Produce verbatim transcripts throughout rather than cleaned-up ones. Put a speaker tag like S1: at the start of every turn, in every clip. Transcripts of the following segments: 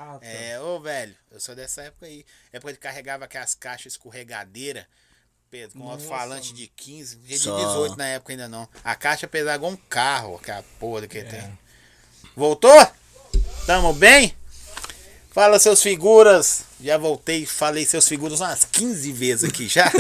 S1: Exato.
S2: É, ô, velho, eu sou dessa época aí. Época de carregava aquelas caixas escorregadeiras, Pedro, com alto-falante de quinze, de
S3: Só...
S2: dezoito na época ainda não. A caixa pesava igual um carro, aquela porra que
S1: É.
S2: tem. Voltou? Tamo bem? Fala, seus figuras. Já voltei, falei seus figuras umas quinze vezes aqui já.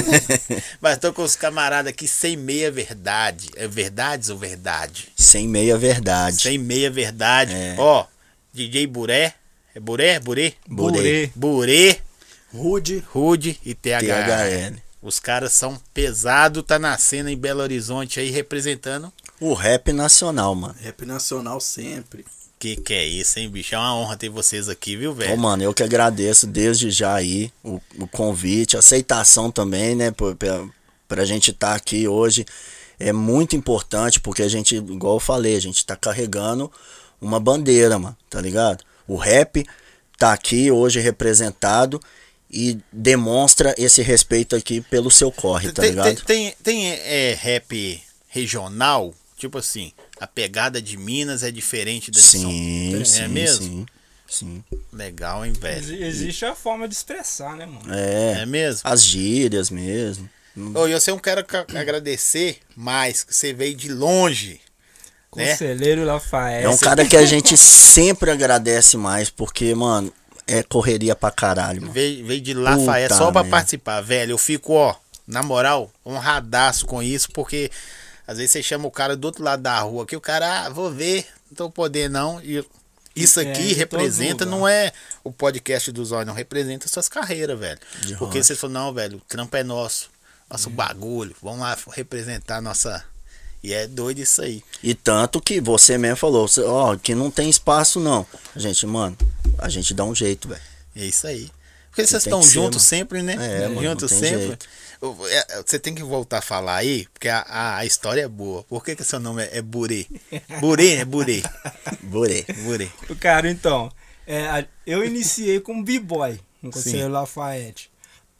S2: Mas tô com os camaradas aqui sem meia verdade. É verdades ou verdade?
S3: Sem meia verdade.
S2: Sem meia verdade.
S3: É.
S2: Ó, D J Buré. É Buré? Buré?
S3: Burê.
S2: Buré,
S4: Rude.
S2: Rude e T H L.
S3: T H L.
S2: Os caras são pesados, tá na cena em Belo Horizonte aí representando.
S3: O rap nacional, mano.
S4: Rap nacional sempre.
S2: Que que é isso, hein, bicho? É uma honra ter vocês aqui, viu, velho?
S3: Ô, mano, eu que agradeço desde já aí o, o convite, a aceitação também, né, por, pra, pra gente estar tá aqui hoje. É muito importante porque a gente, igual eu falei, a gente tá carregando uma bandeira, mano, tá ligado? O rap tá aqui hoje representado e demonstra esse respeito aqui pelo seu corre, tá
S2: tem,
S3: ligado?
S2: Tem, tem, tem é, rap regional, tipo assim, a pegada de Minas é diferente da de São Paulo.
S3: Sim,
S2: É
S3: sim,
S2: mesmo?
S3: sim, sim.
S2: Legal, hein, velho?
S1: Exi- Existe a forma de expressar, né, mano?
S3: É,
S2: É mesmo?
S3: as gírias mesmo.
S2: Ô, e você é um cara que agradecer mais, que você veio de longe, né?
S1: Conselheiro Lafayette.
S3: É um cara que a gente sempre agradece mais, porque, mano, é correria pra caralho, mano.
S2: Veio, veio de Lafayette
S3: Puta
S2: só pra
S3: merda.
S2: participar, velho. Eu fico, ó, na moral, honradaço com isso, porque às vezes você chama o cara do outro lado da rua, que o cara, ah, vou ver, não tô podendo não. E isso
S1: É,
S2: aqui
S1: em
S2: representa,
S1: todo lugar.
S2: não é o podcast do Zóio, não representa suas carreiras, velho.
S3: De
S2: Porque
S3: rocha.
S2: você falou, não, velho, o trampo é nosso, nosso bagulho, vamos lá representar nossa. E é doido isso aí.
S3: E tanto que você mesmo falou, você- ó, que não tem espaço não. A gente, mano, a gente dá um jeito, velho.
S2: É isso aí. Porque vocês
S3: tem
S2: estão
S3: que ser,
S2: juntos
S3: mano.
S2: sempre, né?
S3: É, mano,
S2: juntos
S3: não tem
S2: sempre.
S3: jeito.
S2: Eu- é, Você tem que voltar a falar aí, porque a, a, a história é boa. Por que, que seu nome é, é Burê? Burê, é Burê.
S3: Burê.
S2: Burê.
S1: Cara, então, é, a- eu iniciei como b-boy no Conselheiro Lafayette.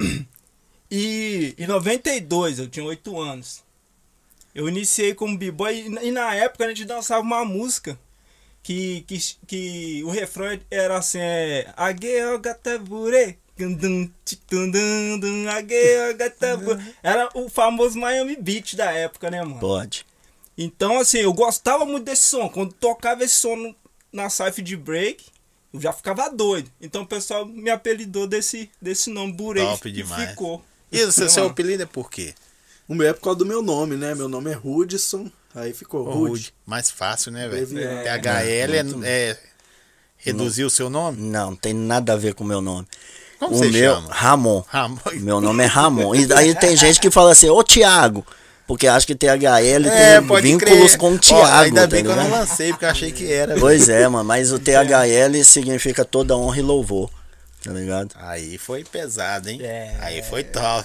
S1: E em noventa e dois, eu tinha oito anos. Eu iniciei como b-boy e, na- e na época a gente dançava uma música que, que, que o refrão era assim, é Ageo gatabure, gandum, titundum, dum, ageo gatabure. Era o famoso Miami Beach da época, né, mano?
S3: Pode.
S1: Então, assim, eu gostava muito desse som. Quando tocava esse som no- na cypher de break, eu já ficava doido. Então o pessoal me apelidou desse, desse nome, Burei,
S2: Top
S1: e
S2: demais.
S1: ficou.
S2: E o seu, seu apelido é por quê?
S4: O meu é por causa do meu nome, né? Meu nome é Rudson. Aí ficou
S2: O
S4: Rude.
S2: Rude. Mais fácil, né, velho?
S4: É,
S2: T H L é,
S3: muito.
S2: é reduzir o seu nome?
S3: Não, não tem nada a ver com o meu nome.
S2: Como
S3: o
S2: você
S3: meu,
S2: chama?
S3: Ramon.
S2: Ramon.
S3: Meu nome é Ramon. E aí tem gente que fala assim, ô Thiago, porque acha que T H L
S2: É,
S3: tem
S2: pode
S3: vínculos
S2: crer.
S3: com o
S2: Ó,
S3: Thiago.
S2: ainda
S3: tá
S2: bem que eu não
S3: ligado?
S2: lancei, porque eu achei que era.
S3: Pois é, mano, mas o T H L significa toda honra e louvor, tá ligado?
S2: Aí foi pesado, hein?
S1: É.
S2: Aí foi top.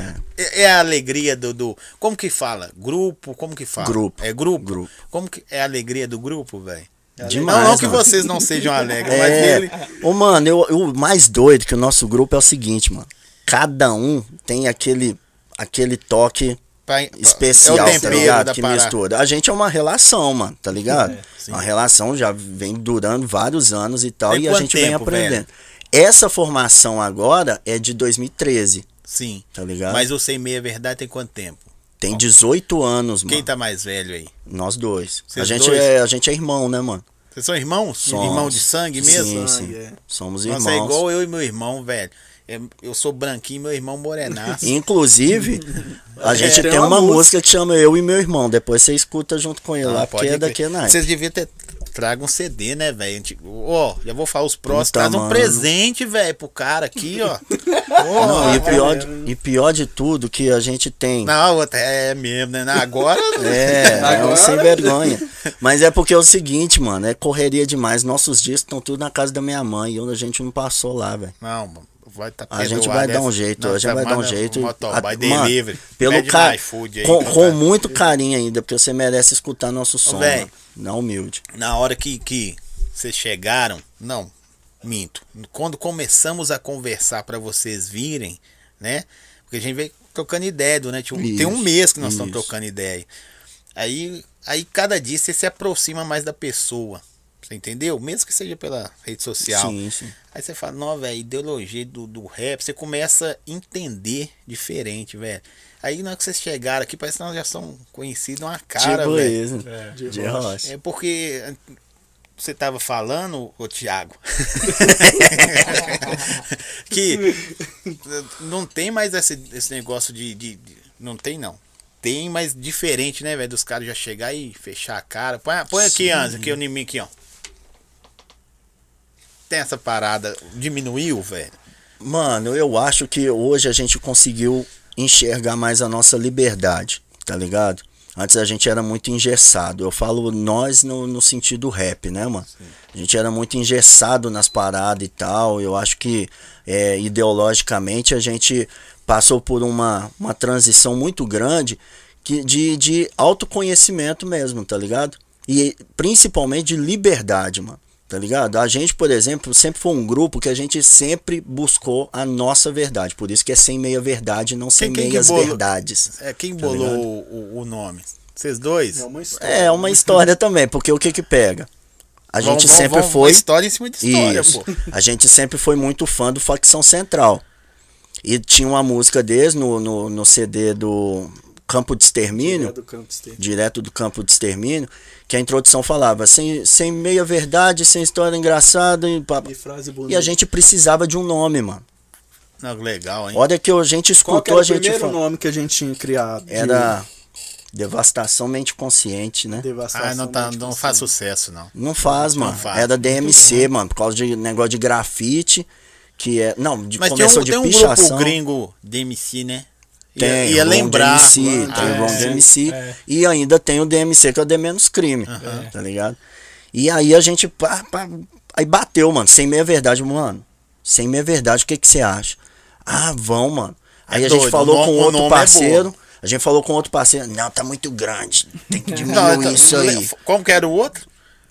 S2: É. é a alegria do, do. Como que fala? Grupo? Como que fala?
S3: Grupo.
S2: É grupo?
S3: Grupo.
S2: Como que é a alegria do grupo, velho?
S3: Demais,
S2: Não, não que
S3: mano.
S2: vocês não sejam alegres, mas
S3: É,
S2: ele.
S3: ô, mano, eu, eu- o mais doido que o nosso grupo é o seguinte, mano. Cada um tem aquele, aquele toque
S2: pra-
S3: especial,
S2: é o
S3: tá
S2: tempero
S3: ligado?
S2: da
S3: Que
S2: parada.
S3: mistura. A gente é uma relação, mano, tá ligado?
S1: É,
S2: sim.
S3: Uma relação já vem durando vários anos e tal,
S2: Tem
S3: e a
S2: quanto
S3: gente vem
S2: tempo,
S3: aprendendo. Essa formação agora é de dois mil e treze,
S2: Sim.
S3: tá ligado?
S2: Mas o Sem Meia Verdade tem quanto tempo?
S3: Tem dezoito anos, mano.
S2: Quem tá mais velho aí?
S3: Nós dois. A
S2: Vocês
S3: gente,
S2: dois?
S3: é, a gente é irmão, né, mano?
S2: Vocês são irmãos?
S3: Somos.
S2: Irmão de sangue mesmo?
S3: Sim,
S4: Sangue,
S3: sim.
S4: é.
S3: Somos
S2: Nossa,
S3: irmãos.
S2: é igual eu e meu irmão, velho. É, Eu sou branquinho, meu irmão morenaço.
S3: Inclusive, a
S2: É,
S3: gente
S4: tem
S3: tem
S4: uma
S3: uma
S4: música.
S3: música que chama Eu e Meu Irmão. Depois você escuta junto com ele
S2: Ah,
S3: lá,
S2: pode
S3: porque é
S2: crer.
S3: daqui a night.
S2: Vocês deviam ter trago um C D, né, velho? Tipo, Ó, já vou falar os próximos.
S3: Puta,
S2: Traz um
S3: mano.
S2: presente, velho, pro cara aqui, ó.
S3: Não, e,
S2: Ó,
S3: pior, de- e pior de tudo que a gente tem.
S2: Não, até é mesmo, né? Agora.
S3: É, é um
S4: Agora-
S3: sem vergonha. Mas é porque é o seguinte, mano, é correria demais. Nossos discos estão tudo na casa da minha mãe e a gente não passou lá, velho.
S2: Não, mano. Vai tá
S3: A gente
S2: perdoado
S3: vai dar
S2: essa-
S3: um jeito,
S2: Não,
S3: a gente
S2: tá,
S3: vai dar um
S2: manda
S3: jeito.
S2: Motoboy,
S3: A- mano,
S2: delivery.
S3: pelo
S2: Pede
S3: ca...
S2: no iFood aí,
S3: com,
S2: que
S3: com
S2: tá-
S3: muito carinho ainda, porque você merece escutar nosso som,
S2: véi.
S3: mano. Não humilde.
S2: Na hora que, que vocês chegaram, não, minto. Quando começamos a conversar pra vocês virem, né? Porque a gente veio trocando ideia durante um, tem um
S3: Isso,
S2: mês que nós estamos
S3: isso.
S2: trocando ideia. Aí, aí cada dia você se aproxima mais da pessoa. Você entendeu? Mesmo que seja pela rede social.
S3: Sim, sim.
S2: Aí você fala, não, velho, ideologia do, do rap, você começa a entender diferente, velho. Aí na hora que vocês chegaram aqui, parece que nós já somos conhecidos uma cara,
S3: Tipo
S2: velho.
S3: isso.
S1: É.
S4: De
S3: De
S4: rocha.
S3: rocha.
S2: É porque você tava falando, ô Thiago, que não tem mais esse, esse negócio de, de, de- Não tem, não. Tem, mas diferente, né, velho? Dos caras já chegar e fechar a cara. Põe, põe aqui, Anza, aqui o em mim aqui, ó. Tem essa parada. Diminuiu, velho?
S3: Mano, eu acho que hoje a gente conseguiu enxergar mais a nossa liberdade, tá ligado? Antes a gente era muito engessado. Eu falo nós no, no sentido rap, né, mano?
S2: Sim.
S3: A gente era muito engessado nas paradas e tal. Eu acho que é, ideologicamente a gente passou por uma, uma transição muito grande que, de, de autoconhecimento mesmo, tá ligado? E principalmente de liberdade, mano. Tá ligado? A gente, por exemplo, sempre foi um grupo que a gente sempre buscou a nossa verdade. Por isso que é sem meia verdade, não sem
S2: Quem- quem que
S3: meias
S2: bolou-
S3: verdades.
S2: É, quem
S3: Tá
S2: bolou
S3: ligado?
S2: o, o, o nome? Vocês dois?
S4: É uma história.
S3: É uma história também, porque o que que pega? A
S2: Vamos-
S3: gente
S2: vamos-
S3: sempre
S2: vamos-
S3: foi.
S2: História em cima de história,
S3: Isso.
S2: pô.
S3: A gente sempre foi muito fã do Facção Central. E tinha uma música deles no, no, no C D do Campo de Extermínio,
S4: É do Campo Extermínio.
S3: direto do Campo de Extermínio, que a introdução falava sem, sem meia verdade, sem história engraçada e pá.
S4: E frase bonita.
S3: E a gente precisava de um nome, mano.
S2: Não, legal, hein?
S3: Olha que a gente
S4: Qual que
S3: escutou,
S4: era
S3: a
S4: o
S3: gente
S4: primeiro
S3: falou.
S4: nome que a gente tinha criado? De
S3: Era Devastação Mente Consciente, né?
S4: Devastação
S2: Ah, não, tá,
S4: Mente
S2: não
S4: Consciente.
S2: faz sucesso, não.
S3: Não faz,
S2: Não
S3: mano.
S2: faz.
S3: Era D M C, mano, por causa de negócio de grafite, que é. Não, de
S2: Mas tem
S3: começou
S2: um,
S3: de
S2: tem um
S3: pichação.
S2: grupo gringo D M C, né? Ia,
S3: Tem,
S2: ia
S3: o
S2: lembrar.
S3: D M C,
S2: Ah,
S3: tem o Ron
S2: é.
S3: D M C
S1: É.
S3: e ainda tem o D M C que é o D Menos Crime, tá ligado? E aí a gente pá, pá, aí bateu, mano, sem meia verdade, mano. Sem meia verdade, o que que você acha? Ah, vão, mano. Aí
S2: É
S3: a gente
S2: doido,
S3: falou
S2: o
S3: com
S2: nome- o
S3: outro
S2: nome é
S3: parceiro,
S2: boa.
S3: a gente falou com outro parceiro, não, tá muito grande, tem que diminuir
S2: Não, então,
S3: isso aí.
S2: Como que era o outro?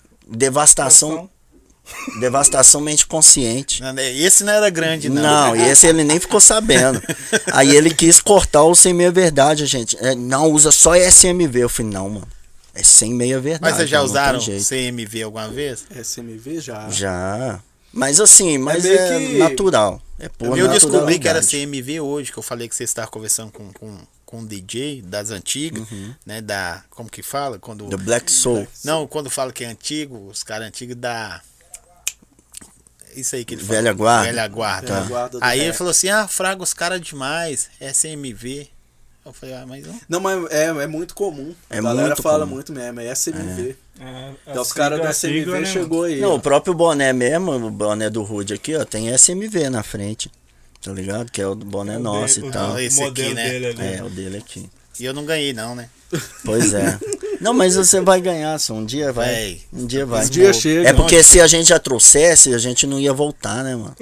S3: Devastação, devastação mente consciente.
S2: Não, né, esse não era grande, não.
S3: Não, e esse ele nem ficou sabendo. Aí ele quis cortar o sem meia verdade, gente. É, não, usa só S M V. Eu falei, não, mano. É sem meia verdade.
S2: Mas vocês já
S3: não tem
S2: usaram
S3: jeito.
S2: C M V alguma vez?
S4: S M V já.
S3: Já. Mas assim, mas
S4: meio
S3: é,
S4: que-
S3: natural. É por
S2: Eu descobri que era
S3: naturalidade.
S2: C M V hoje, que eu falei que você estava conversando com, com, com um D J das antigas, né? Da. Como que fala? Quando.
S3: The Black Soul.
S2: Não, quando fala que é antigo, os caras antigos da. Isso aí que ele fala.
S3: Velha guarda.
S2: Velha guarda.
S4: Velha guarda do
S2: Aí ele
S4: rap.
S2: falou assim: ah, fraga os caras demais, é C M V. Eu falei, ah, mas não.
S4: Não, mas é, é muito comum.
S3: É
S4: a galera
S3: muito
S4: fala
S3: comum.
S4: muito mesmo, é S M V.
S1: É,
S4: Então os caras da S M V
S1: né,
S4: chegou aí.
S3: Não,
S4: ó.
S3: o próprio boné mesmo, o boné do Rude aqui, ó, tem S M V na frente. Tá ligado? Que é o boné nosso e tal.
S2: o esse aqui,
S1: modelo
S2: né?
S1: dele ali.
S3: É, o dele aqui.
S2: E eu não ganhei, não, né?
S3: Pois é. Não, mas você vai ganhar, só um dia vai.
S2: Véi,
S3: Um dia vai.
S4: Um dia chega.
S3: É porque se a gente já trouxesse, a gente não ia voltar, né, mano?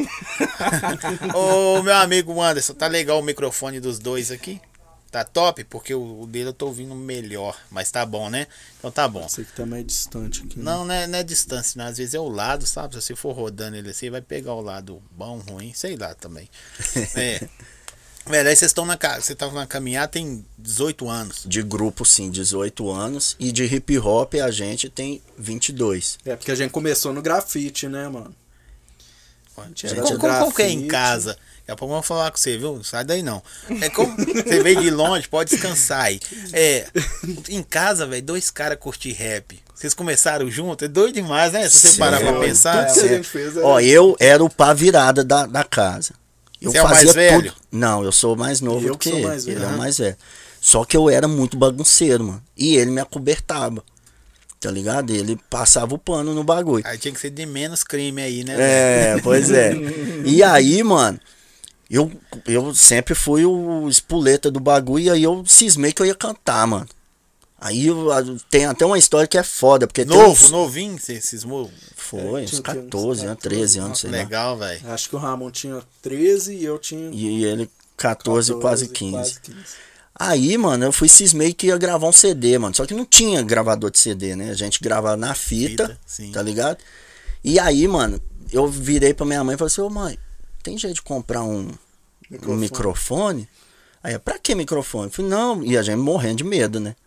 S2: Ô, meu amigo Anderson, tá legal o microfone dos dois aqui? Tá top? Porque o, o dele eu tô ouvindo melhor. Mas tá bom, né? Então tá bom.
S4: Você que tá meio distante aqui. né?
S2: Não, não é, não é distância, não. Às vezes é o lado, sabe? Se você for rodando ele assim, vai pegar o lado bom, ruim, sei lá também. É. Velho, aí vocês estão na ca- você tava na caminhada tem dezoito anos.
S3: De grupo, sim, dezoito anos. E de hip hop a gente tem vinte e dois.
S4: É porque a gente começou no grafite, né, mano?
S2: Gente,
S4: era
S2: como,
S4: de
S2: como, como que é em
S4: grafite.
S2: casa? Daqui a pouco eu vou falar com você, viu? Sai daí não. É como você veio de longe, pode descansar aí. É, em casa, velho, dois caras curtir rap. Vocês começaram junto? É doido demais, né? Se você
S3: Sim.
S2: parar pra
S3: Foi.
S2: pensar.
S4: É, o que a gente fez era-
S3: Ó, eu era o pá virada da, da casa. Eu
S2: Você é o mais
S3: fazia
S2: velho?
S3: tudo. Não, eu sou mais novo
S4: Eu
S3: do
S4: que
S3: que
S4: sou
S3: ele.
S4: mais velho.
S3: Ele é o
S2: Aham.
S3: mais velho. Só que eu era muito bagunceiro, mano. E ele me acobertava. Tá ligado? Ele passava o pano no bagulho.
S2: Aí tinha que ser de menos crime aí, né? velho?
S3: É, pois é. E aí, mano, eu, eu sempre fui o espoleta do bagulho e aí eu cismei que eu ia cantar, mano. Aí eu- tem até uma história que é foda, porque tem
S2: Novo,
S3: uns-
S2: novinho, você cismou.
S3: Foi,
S4: É,
S3: uns
S4: tinha o quê? Uns
S3: catorze, né, treze anos, sei lá.
S2: Legal, velho.
S4: Acho que o Ramon tinha treze e eu tinha
S3: E, e ele catorze, quase quinze.
S4: quase quinze.
S3: Aí, mano, eu fui cismei que ia gravar um C D, mano. Só que não tinha gravador de C D, né? A gente gravava na fita,
S2: Fita, sim.
S3: tá ligado? E aí, mano, eu virei pra minha mãe e falei assim, ô mãe, tem jeito de comprar um microfone? Um microfone? Aí, pra que microfone? Eu falei, não, e a gente morrendo de medo, né?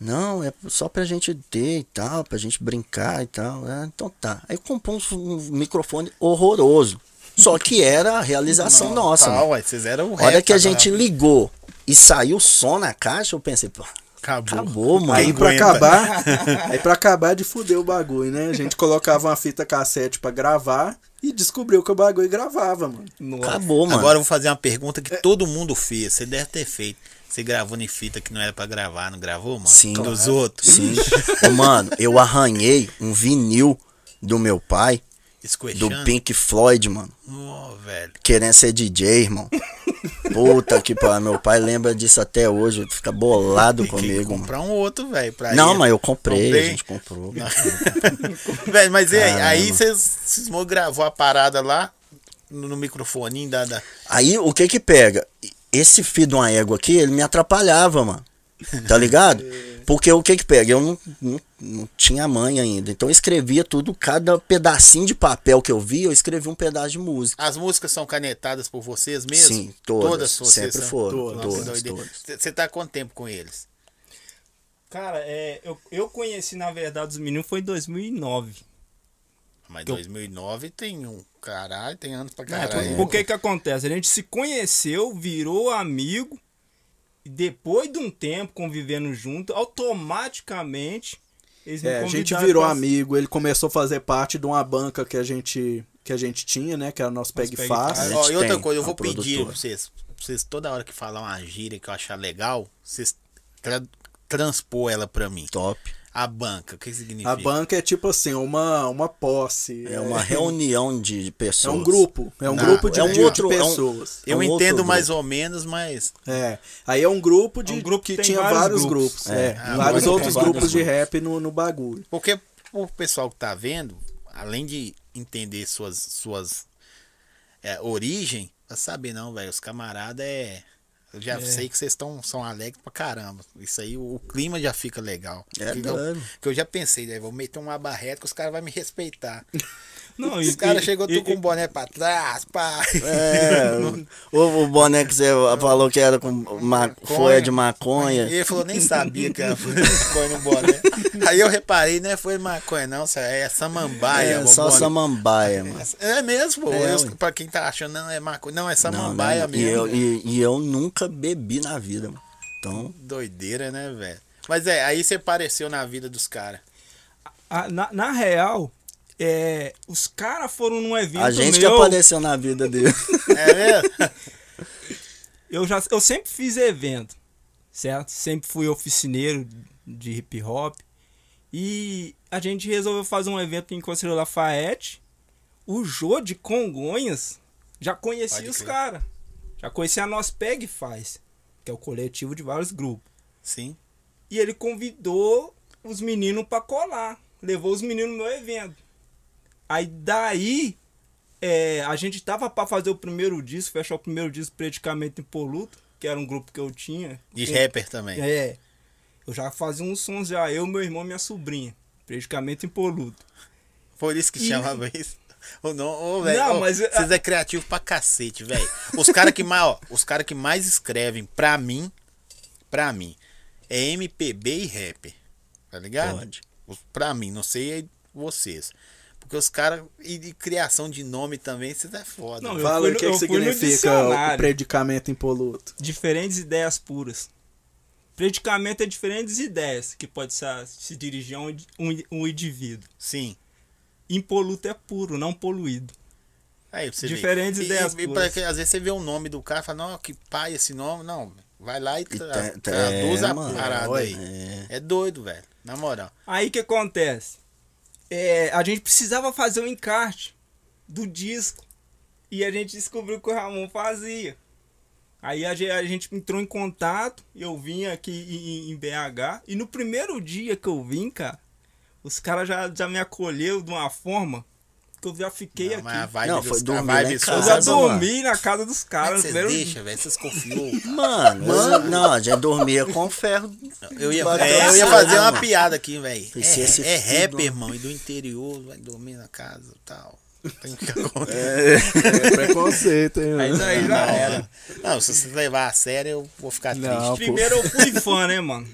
S3: Não, é só pra gente ter e tal, pra gente brincar e tal. É, então tá. Aí comprou um, um microfone horroroso. Só que era a realização
S2: Não,
S3: nossa.
S2: tá,
S3: mano.
S2: ué, vocês eram o
S3: A hora
S2: rap,
S3: que a
S2: agora.
S3: gente ligou e saiu o som na caixa, eu pensei, pô,
S2: Acabou.
S3: acabou, mano.
S4: Aí pra
S2: aguenta?
S4: acabar, aí pra acabar de fuder o bagulho, né? A gente colocava uma fita cassete pra gravar e descobriu que o bagulho gravava, mano.
S1: Nossa.
S3: Acabou, mano.
S2: Agora eu vou fazer uma pergunta que todo mundo fez. Você deve ter feito. Você gravou em fita que não era pra gravar, não gravou, mano?
S3: Sim.
S2: Dos outros.
S3: Sim. Ô, mano, eu arranhei um vinil do meu pai, do
S2: Esquechando.
S3: Pink Floyd, mano.
S2: Ó, velho.
S3: Querendo ser D J, irmão. Puta que pariu. Meu pai lembra disso até hoje. Fica bolado
S2: Tem que
S3: comigo, mano.
S2: comprar um outro, velho. pra
S3: Não,
S2: ir.
S3: mas eu comprei,
S2: Comprei.
S3: a gente comprou.
S2: Velho, mas e aí?
S3: Caramba.
S2: Aí vocês cismou, gravou a parada lá no, no microfoninho da, da.
S3: Aí o que que pega? Esse fio de uma égua aqui, ele me atrapalhava, mano. Tá ligado? Porque o que que pega? Eu não, não, não tinha mãe ainda. Então eu escrevia tudo, cada pedacinho de papel que eu via, eu escrevia um pedaço de música.
S2: As músicas são canetadas por vocês mesmo?
S3: Sim, todas.
S2: vocês
S3: sempre
S2: são?
S3: foram.
S4: Todas,
S3: Todas,
S2: Nossa, doideira.
S3: todas.
S2: Você tá há quanto tempo com eles?
S1: Cara, é, eu, eu conheci, na verdade, os meninos foi em dois mil e nove.
S2: Mas
S1: Que eu-
S2: dois mil e nove tem um caralho, tem anos pra
S1: É,
S2: caralho.
S1: por, por que que acontece? A gente se conheceu, virou amigo, e depois de um tempo convivendo junto, automaticamente eles me
S4: É, a gente
S1: convidaram
S4: virou
S1: pra-
S4: amigo, ele começou a fazer parte de uma banca que a gente, que a gente tinha, né? Que era o nosso Peg
S1: Peg
S4: Fácil.
S3: Fácil.
S2: Ó,
S3: gente
S2: e outra
S3: tem
S2: coisa, eu
S3: uma
S2: vou pedir
S3: produtora.
S2: pra vocês, pra vocês toda hora que falar uma gíria que eu achar legal, vocês tra transpor ela pra mim.
S3: Top.
S2: A banca, o que significa?
S4: A banca é tipo assim, uma, uma posse.
S3: É uma reunião de
S4: É
S3: pessoas.
S4: um grupo. É um
S2: Não,
S4: grupo de,
S3: é um
S4: de-
S3: outro-
S4: de
S3: é um-
S4: pessoas.
S2: Eu
S3: É um outro
S2: entendo mais
S3: grupo.
S2: ou menos, mas
S4: É. Aí é um grupo de
S1: É um grupo
S4: que
S1: que tem
S4: tinha
S1: vários
S4: vários
S1: grupos.
S4: grupos.
S3: É.
S4: É.
S2: Ah,
S4: vários
S2: agora
S4: outros
S3: tem vários
S4: grupos de
S3: grupos.
S4: rap no, no bagulho.
S2: porque o pessoal que tá vendo, além de entender suas suas é, origem, vai saber não, velho, os camaradas é eu já
S1: É.
S2: sei que vocês estão são alegres pra caramba. Isso aí, o, o clima já fica legal.
S3: É
S2: que, eu,
S3: doido.
S2: que eu já pensei, né, vou meter uma barreta que os caras vão me respeitar.
S1: Não,
S2: Os
S1: e-
S2: caras
S1: e-
S2: chegou
S1: e-
S2: tudo com o boné pra trás, pá.
S3: É, o, o boné que você falou que era com ma folha de maconha.
S2: Ele falou, nem sabia que era folha de maconha no boné. Aí eu reparei, não é folha de maconha, não, isso é samambaia.
S3: É
S2: o
S3: só
S2: boné.
S3: samambaia, mano.
S2: É mesmo, pô.
S3: É,
S2: Eu-
S3: ué.
S2: pra quem tá achando, não é maconha. Não, é
S3: Não,
S2: samambaia
S3: né? E
S2: mesmo.
S3: eu, e, e eu nunca bebi na vida, mano. Então,
S2: Doideira, né, velho? Mas é, aí você apareceu na vida dos caras.
S1: a- na, na real, é, os caras foram num evento
S3: a gente que
S1: meu,
S3: apareceu na vida dele.
S2: É mesmo?
S1: eu, já, eu sempre fiz evento, certo? Sempre fui oficineiro de hip hop. E a gente resolveu fazer um evento em Conselheiro Lafayette. O Jô de Congonhas já conhecia
S2: Pode
S1: os
S2: crer.
S1: caras. Já conhecia a Nós Peg Faz, que é o coletivo de vários grupos.
S2: Sim.
S1: E ele convidou os meninos pra colar. Levou os meninos no meu evento. Aí daí, é, a gente tava pra fazer o primeiro disco, fechar o primeiro disco Predicamento Impoluto, que era um grupo que eu tinha.
S2: De
S1: Eu-
S2: rapper também.
S1: É. Eu já fazia uns sons já, eu, meu irmão e minha sobrinha. Predicamento Impoluto.
S2: Por isso que
S1: E-
S2: chamava isso. Ô, não, ô, velho,
S1: Não,
S2: ô,
S1: mas-
S2: vocês é criativo pra cacete, velho. Os caras que mais, ó, os cara que mais escrevem pra mim, pra mim, é M P B e rap. Tá ligado?
S3: Pode.
S2: Os- Pra mim, não sei aí vocês. Porque os caras. E de criação de nome também, vocês é foda.
S1: Não,
S2: velho.
S1: eu
S4: Fala
S1: fui
S4: aí
S1: no-
S4: o que,
S1: eu
S4: que
S1: fui no
S4: significa o
S1: dicionário.
S4: predicamento impoluto.
S1: Diferentes ideias puras. Predicamento é diferentes ideias que pode se, se dirigir a um, um, um indivíduo.
S2: Sim.
S1: Impoluto é puro, não poluído.
S2: Aí pra você
S1: Diferentes
S2: ver.
S1: ideias
S2: E, e, e
S1: puras.
S2: pra que, às vezes você vê o nome do cara e fala, não, que pai esse nome. Não, vai lá e, tra
S3: tem- tem-
S2: traduz
S3: é,
S2: a
S3: mano,
S2: parada
S4: olha,
S2: aí.
S3: é.
S2: É doido, velho. Na moral.
S1: Aí o que acontece? É, a gente precisava fazer um encarte do disco. E a gente descobriu que o Ramon fazia. Aí a, ge- a gente entrou em contato, eu vim aqui em, em B H. E no primeiro dia que eu vim, cara, os caras já, já me acolheu de uma forma que eu já fiquei
S2: Não, mas a
S1: aqui.
S2: vibe
S3: Não,
S2: dos-
S3: foi
S2: a
S3: dormir
S2: vibe
S3: lá em
S2: sua-
S1: Eu
S3: casa,
S1: já
S3: mano.
S1: dormi na casa dos
S2: Como é
S1: caras.
S2: que
S1: no
S2: vocês
S1: primeiro
S2: deixam, velho? Vocês confiam.
S3: Mano, eu- não, a gente dormia com ferro.
S2: Eu ia,
S3: Bateu
S2: é, eu ia
S3: assim,
S2: fazer uma
S3: mano.
S2: piada aqui, velho.
S3: Esse- esse
S2: É, é
S3: filho
S2: rap,
S3: do-
S2: irmão, e do interior, vai dormir na casa e tal. Tem que acontecer.
S4: É preconceito, hein?
S1: Aí
S4: mano?
S1: daí já era.
S2: Não, se você levar a sério, eu vou ficar
S4: Não,
S2: triste.
S1: Primeiro eu fui fã, né, mano?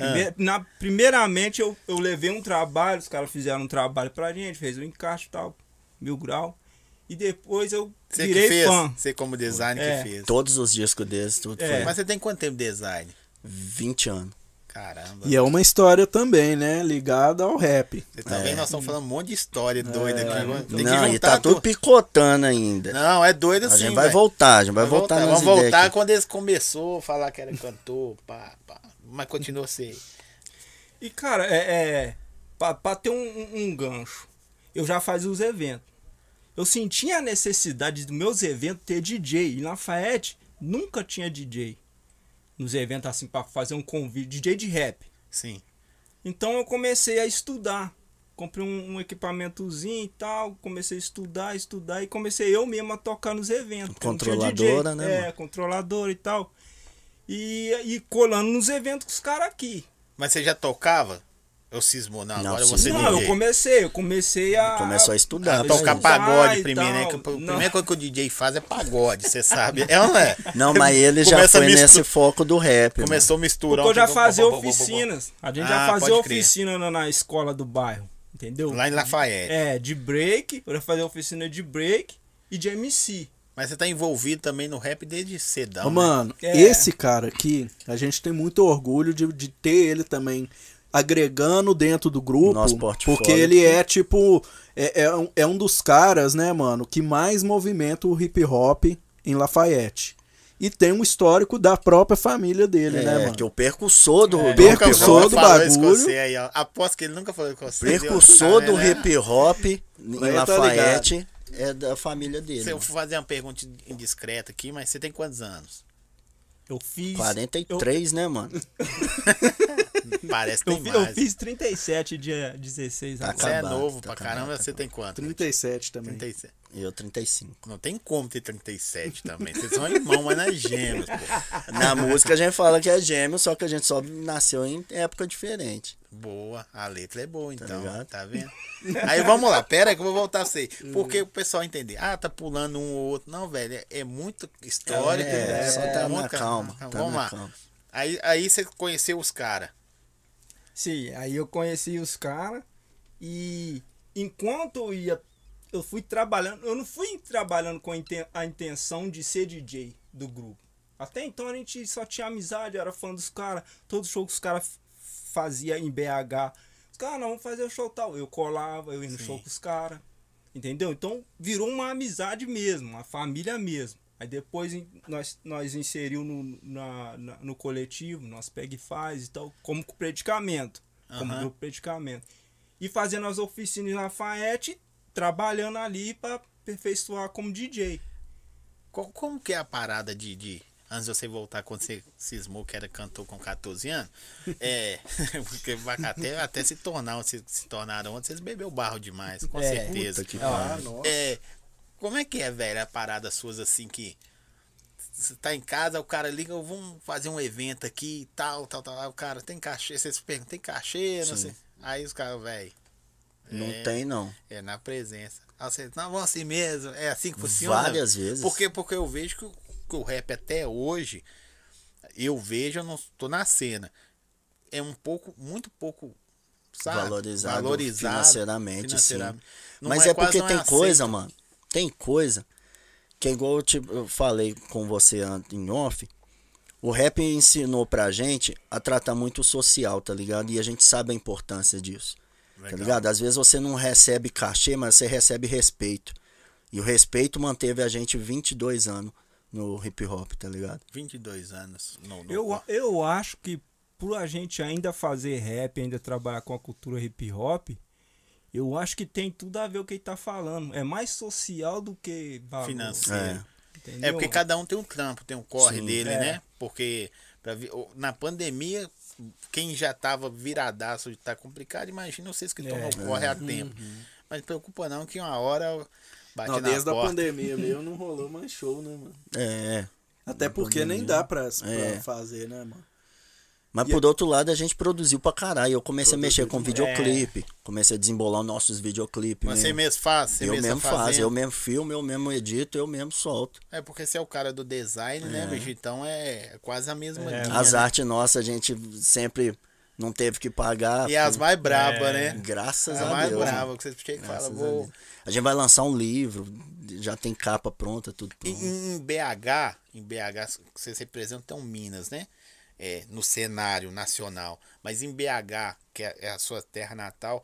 S1: Primeir, na, primeiramente, eu, eu levei um trabalho, os caras fizeram um trabalho pra gente, fez um encaixe e tal, mil grau. E depois eu
S2: Você
S1: virei
S2: que fez?
S1: fã.
S2: Você como designer
S1: É.
S2: que fez.
S3: Todos os discos deles, tudo
S1: É.
S3: foi
S2: Mas você tem quanto tempo de design?
S3: vinte anos.
S2: Caramba.
S4: E é uma história também, né? Ligada ao rap.
S2: Você tá vendo? Nós estamos falando um monte de história doida aqui.
S1: é.
S2: Tem que
S3: Não, e
S2: juntar
S3: tá tudo
S2: tudo.
S3: picotando ainda.
S2: Não, é doido
S3: A
S2: assim,
S3: gente vai
S2: velho.
S3: voltar, a gente vai,
S2: Vai
S3: voltar,
S2: voltar.
S3: nas
S2: Vamos
S3: ideias
S2: voltar
S3: aqui.
S2: quando eles começou a falar que era cantor, pá, pá. Mas continua a ser.
S1: E, cara, é, é pra, pra ter um, um, um gancho, eu já fazia os eventos. Eu sentia a necessidade dos meus eventos ter D J. E Lafayette nunca tinha D J. Nos eventos assim, pra fazer um convite, D J de rap.
S2: Sim.
S1: Então eu comecei a estudar. Comprei um, um equipamentozinho e tal. Comecei a estudar, estudar. E comecei eu mesmo a tocar nos eventos. porque não tinha
S3: Controladora,
S1: D J.
S3: né,
S1: É,
S3: mano?
S1: controladora e tal. E, e colando nos eventos com os caras aqui.
S2: Mas você já tocava? Eu cismou, não,
S3: Não,
S2: agora
S3: cismou.
S2: você
S1: Não,
S2: D J.
S1: eu comecei, eu comecei a.
S3: Começou a estudar.
S2: A tocar
S1: estudar
S2: pagode
S1: e
S2: primeiro, né?
S1: tal.
S2: Que a
S1: Não.
S2: primeira coisa que o D J faz é pagode, você sabe. É ou não é?
S3: Não, mas ele já
S2: Começa a
S3: foi
S2: mistu-
S3: nesse foco do rap. mano.
S2: Começou a misturar.
S1: Porque eu já
S2: um-
S1: fazia
S2: bo- bo- bo- bo- bo-
S1: oficinas. A gente
S2: Ah,
S1: já fazia
S2: pode crer.
S1: oficina na, na escola do bairro. Entendeu?
S2: Lá em Lafayette.
S1: É, de break. Eu já fazia oficina de break e de M C.
S2: Mas você tá envolvido também no rap desde cedão,
S4: Ô,
S2: né?
S4: mano,
S1: É.
S4: esse cara aqui, a gente tem muito orgulho de, de ter ele também agregando dentro do grupo.
S3: Nosso portfólio.
S4: Porque ele é tipo. É, é, um, é um dos caras, né, mano, que mais movimenta o hip hop em Lafayette. E tem um histórico da própria família dele,
S3: É,
S4: né, mano?
S3: que o percussor do,
S1: É.
S3: do
S2: Nunca-
S3: hip
S4: percussor
S2: nunca
S4: do
S2: falou isso com
S4: bagulho.
S2: você aí, ó. Aposto que ele nunca falou com você.
S3: Percussor
S2: Tá
S3: do
S2: vendo, né?
S3: hip hop em
S4: Aí tá
S3: Lafayette é da família dele.
S2: Se eu
S3: mano.
S2: for fazer uma pergunta indiscreta aqui, mas você tem quantos anos?
S1: Eu fiz.
S3: quarenta e três, né, mano?
S2: Parece que
S1: Eu,
S2: tem
S1: fi- eu
S2: mais.
S1: fiz trinta e sete, dia dezesseis
S3: Tá
S1: agora.
S2: Você é
S3: acabado,
S2: novo
S3: tá
S2: pra caramba,
S3: acabado,
S2: você tem quanto?
S4: trinta e sete também.
S2: trinta e sete.
S3: Eu trinta e cinco.
S2: Não tem como ter trinta e sete também. Vocês são irmãos, mas não é gêmeos, pô.
S3: Na música a gente fala que é gêmeo, só que a gente só nasceu em época diferente.
S2: Boa, a letra é boa, então,
S3: ligado?
S2: tá vendo? Aí vamos lá, pera aí que eu vou voltar a você. Porque o pessoal entender, ah, tá pulando um ou outro. Não, velho, é, é muito histórico.
S3: É, só tá
S2: muito
S3: na
S2: ca-
S3: calma, tá
S2: Vamos
S3: na
S2: lá.
S3: calma.
S2: Aí, aí você conheceu os caras.
S1: Sim, aí eu conheci os caras e enquanto eu ia, eu fui trabalhando, eu não fui trabalhando com a inten- a intenção de ser D J do grupo. Até então a gente só tinha amizade, era fã dos caras, todo show que os caras faziam em B H. Os caras, não, vamos fazer o show tal. Eu colava, eu ia no
S2: Sim.
S1: show com os caras. Entendeu? Então virou uma amizade mesmo, uma família mesmo. Aí depois em- nós, nós inserimos no, na, na- no coletivo, nós pega e faz e tal, como com predicamento. Como
S2: Aham.
S1: grupo predicamento. E fazendo as oficinas na Lafayette, trabalhando ali pra aperfeiçoar como D J.
S2: Co- Como que é a parada de, de- antes de você voltar quando você cismou que era cantor com catorze anos? É. Porque vai até, até se tornar, se, se tornaram ontem, vocês bebeu barro demais, com
S1: É.
S2: certeza.
S3: Puta que
S1: Ah,
S3: pariu.
S4: nossa.
S2: É, como é que é, velho, a parada suas assim que você tá em casa, o cara liga, vamos fazer um evento aqui, tal, tal, tal. Aí o cara tem cachê, vocês perguntam, tem cachê, não
S3: Sim.
S2: sei. Aí os caras, velho,
S3: Não
S2: É.
S3: tem, não.
S2: é na presença. Aí você, não, vamos assim mesmo, é assim que funciona.
S3: Várias vezes.
S2: Porque, porque eu vejo que o, que o rap até hoje, eu vejo, eu não tô na cena, é um pouco, muito pouco, sabe?
S3: Valorizado,
S2: Valorizado
S3: financeiramente,
S2: financeiramente.
S3: sim.
S2: Não
S3: Mas é,
S2: quase
S3: porque
S2: não
S3: tem
S2: aceito.
S3: coisa, mano. Tem coisa que é igual eu, te- eu falei com você an- em off. O rap ensinou pra gente a tratar muito o social, tá ligado? E a gente sabe a importância disso. Tá
S2: Legal.
S3: ligado? Às vezes você não recebe cachê, mas você recebe respeito. E o respeito manteve a gente vinte e dois anos no hip hop, tá ligado?
S2: vinte e dois anos. No, no,
S1: Eu, eu acho que por a gente ainda fazer rap, ainda trabalhar com a cultura hip hop, eu acho que tem tudo a ver com o que ele tá falando. É mais social do que valor,
S2: financeiro.
S1: entendeu?
S2: É porque cada um tem um trampo, tem um corre
S3: Sim.
S2: dele,
S1: É.
S2: né? Porque pra vi- o- na pandemia, quem já tava viradaço de tá complicado, imagina vocês que estão
S1: É.
S2: no corre há tempo. Mas não preocupa não que uma hora bate
S4: Não,
S2: na
S4: desde a
S2: porta.
S4: pandemia mesmo não rolou mais show, né, mano?
S3: É.
S4: Até porque nem dá pra, pra
S3: É.
S4: fazer, né, mano?
S3: Mas
S4: E
S3: por outro lado, a gente produziu pra caralho. Eu comecei a mexer com
S4: Produziu
S3: videoclipe. Comecei a desembolar os nossos videoclipes.
S2: Mas você
S3: mesmo.
S2: mesmo faz, você
S3: Eu
S2: mesmo,
S3: mesmo
S2: tá
S3: faço,
S2: fazendo.
S3: eu mesmo filmo, eu mesmo edito, eu mesmo solto.
S2: É porque você é o cara do design, né, bicho? Então é quase a mesma
S1: É.
S2: linha.
S3: As
S2: né?
S3: artes nossas, a gente sempre não teve que pagar.
S2: E as mais brabas,
S1: É.
S2: né?
S3: Graças
S2: As
S3: a
S2: mais
S3: Deus.
S2: bravas,
S3: mano.
S2: que você chega e
S3: Graças
S2: fala,
S3: a
S2: vou...
S3: Deus. A gente vai lançar um livro, já tem capa pronta, tudo
S2: Em,
S3: pronto.
S2: em B H, em B H, vocês representam Minas, né? É, no cenário nacional. Mas em B H, que é é a sua terra natal,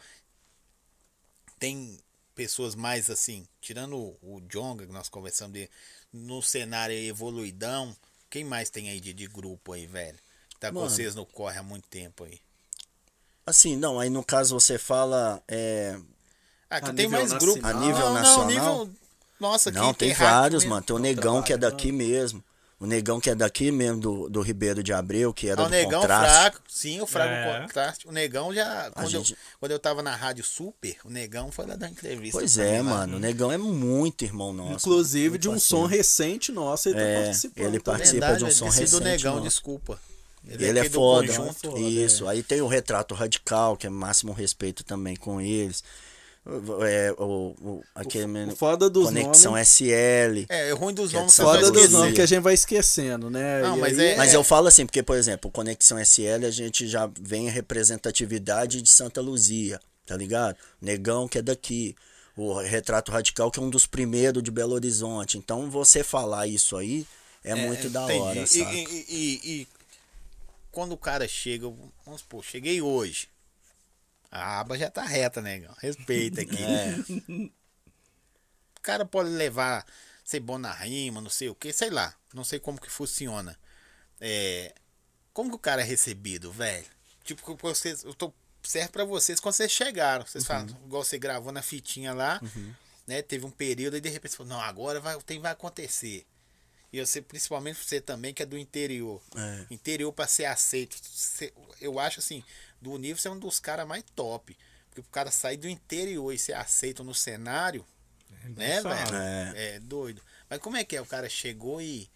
S2: tem pessoas mais assim, tirando o, o Djonga, que nós conversamos dele, no cenário evoluidão, quem mais tem aí de, de grupo aí, velho? Tá com
S3: Mano.
S2: vocês no corre há muito tempo aí.
S3: Assim, não, aí no caso você fala. É,
S2: Ah, que
S4: A
S2: tem
S4: nível
S2: mais
S4: nacional?
S2: grupos.
S3: A nível
S2: não,
S3: nacional?
S2: Não, nível... Nossa,
S3: não,
S2: aqui
S3: tem
S2: terráqueo
S3: vários,
S2: mesmo.
S3: mano. Tem o
S4: Tão
S3: Negão que é
S4: trabalhando.
S3: daqui mesmo. O Negão que é daqui mesmo, do, do Ribeiro de Abreu, que era
S2: Ah, o
S3: do
S2: Negão
S3: Contraste.
S2: fraco, sim, o fraco
S1: É.
S2: contraste. O Negão já. Quando,
S3: gente-
S2: eu, quando eu tava na Rádio Super, o Negão foi lá dar entrevista.
S3: Pois
S2: pra
S3: é,
S2: mim lá.
S3: mano. O Negão é muito irmão nosso.
S4: Inclusive
S3: mano.
S4: de um
S3: Muito
S4: som
S3: parceiro.
S4: recente nosso, ele tá
S3: É,
S4: participando.
S3: ele
S4: também.
S3: participa
S2: Verdade,
S3: de um
S2: eu
S3: som
S2: esqueci do
S3: recente
S2: Negão,
S3: nosso.
S2: desculpa.
S3: Ele é
S2: aqui do
S3: foda.
S2: conjunto.
S4: foda,
S3: Isso. Aí tem o Retrato Radical, que é máximo respeito também com eles. É, o, o, aquele
S4: O foda dos
S3: Conexão
S4: nomes.
S3: S L.
S2: É, é ruim dos
S3: Que é
S2: nomes
S3: de
S2: que eu
S3: Santa
S2: já
S4: Foda dos
S2: esqueci.
S4: nomes que a gente vai esquecendo, né?
S2: Não,
S4: E
S2: mas
S4: aí-
S2: é-
S3: Mas eu falo assim, porque, por exemplo, Conexão S L, a gente já vem em representatividade de Santa Luzia, tá ligado? Negão, que é daqui. O Retrato Radical, que é um dos primeiros de Belo Horizonte. Então, você falar isso aí é, muito da
S2: Entendi.
S3: hora,
S2: E,
S3: sabe?
S2: e, e, e- e quando o cara chega, vamos supor, cheguei hoje. A aba já tá reta, Negão. Respeita aqui.
S3: É.
S2: O cara pode levar, ser bom na rima, não sei o que, sei lá. Não sei como que funciona. É, como que o cara é recebido, velho? Tipo, que vocês, eu tô certo pra vocês quando vocês chegaram. Vocês falam, igual você gravou na fitinha lá, né? Teve um período e de repente você falou, não, agora vai, tem, vai acontecer. E você, principalmente você também, que é do interior.
S3: É.
S2: Interior pra ser aceito. Você- eu acho assim, do nível você é um dos caras mais top. Porque o cara sair do interior e ser aceito no cenário, né,
S1: embaçado.
S2: velho?
S3: É.
S2: É doido. Mas como é que é? O cara chegou e.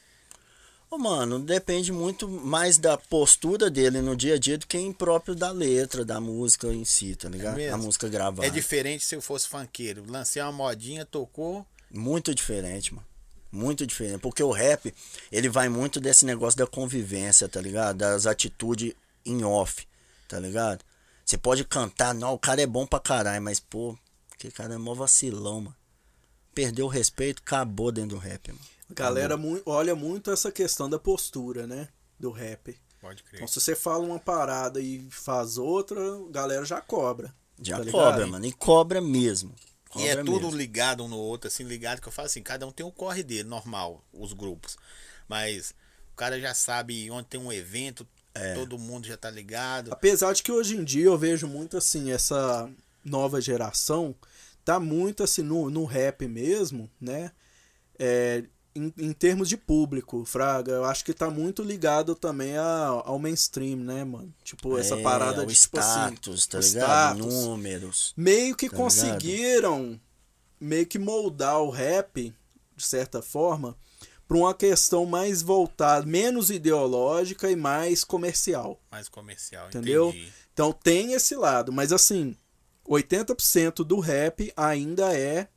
S3: Ô, mano, depende muito mais da postura dele no dia a dia do que em próprio da letra, da música em si, tá ligado?
S2: mesmo?
S3: A música gravada.
S2: É diferente se eu fosse funkeiro. Lancei uma modinha, tocou.
S3: Muito diferente, mano. Muito diferente. Porque o rap, ele vai muito desse negócio da convivência, tá ligado? Das atitudes em off, tá ligado? Você pode cantar, não, o cara é bom pra caralho, mas, pô, que cara é mó vacilão, mano. Perdeu o respeito, acabou dentro do rap, mano.
S4: A galera mu- olha muito essa questão da postura, né? Do rap.
S2: Pode crer.
S4: Então, se você fala uma parada e faz outra, a galera já cobra.
S3: Já
S4: tá ligado?
S3: cobra, mano. E cobra mesmo.
S2: E é
S3: Cobra
S2: tudo
S3: mesmo.
S2: ligado um no outro, assim, ligado que eu falo assim, cada um tem um corre dele, normal, os grupos. Mas o cara já sabe onde tem um evento,
S3: É.
S2: todo mundo já tá ligado.
S4: Apesar de que hoje em dia eu vejo muito assim, essa nova geração tá muito assim no, no rap mesmo, né? É, em, em termos de público, Fraga, eu acho que tá muito ligado também a- ao mainstream, né, mano? Tipo, essa
S3: É,
S4: parada
S3: o
S4: de tipo
S3: status,
S4: assim,
S3: tá
S4: o
S3: ligado?
S4: status.
S3: Números.
S4: Meio que
S3: Tá ligado?
S4: conseguiram meio que moldar o rap, de certa forma, para uma questão mais voltada, menos ideológica e mais comercial.
S2: Mais comercial,
S4: Entendeu?
S2: entendi.
S4: Então tem esse lado, mas assim, oitenta por cento do rap ainda é,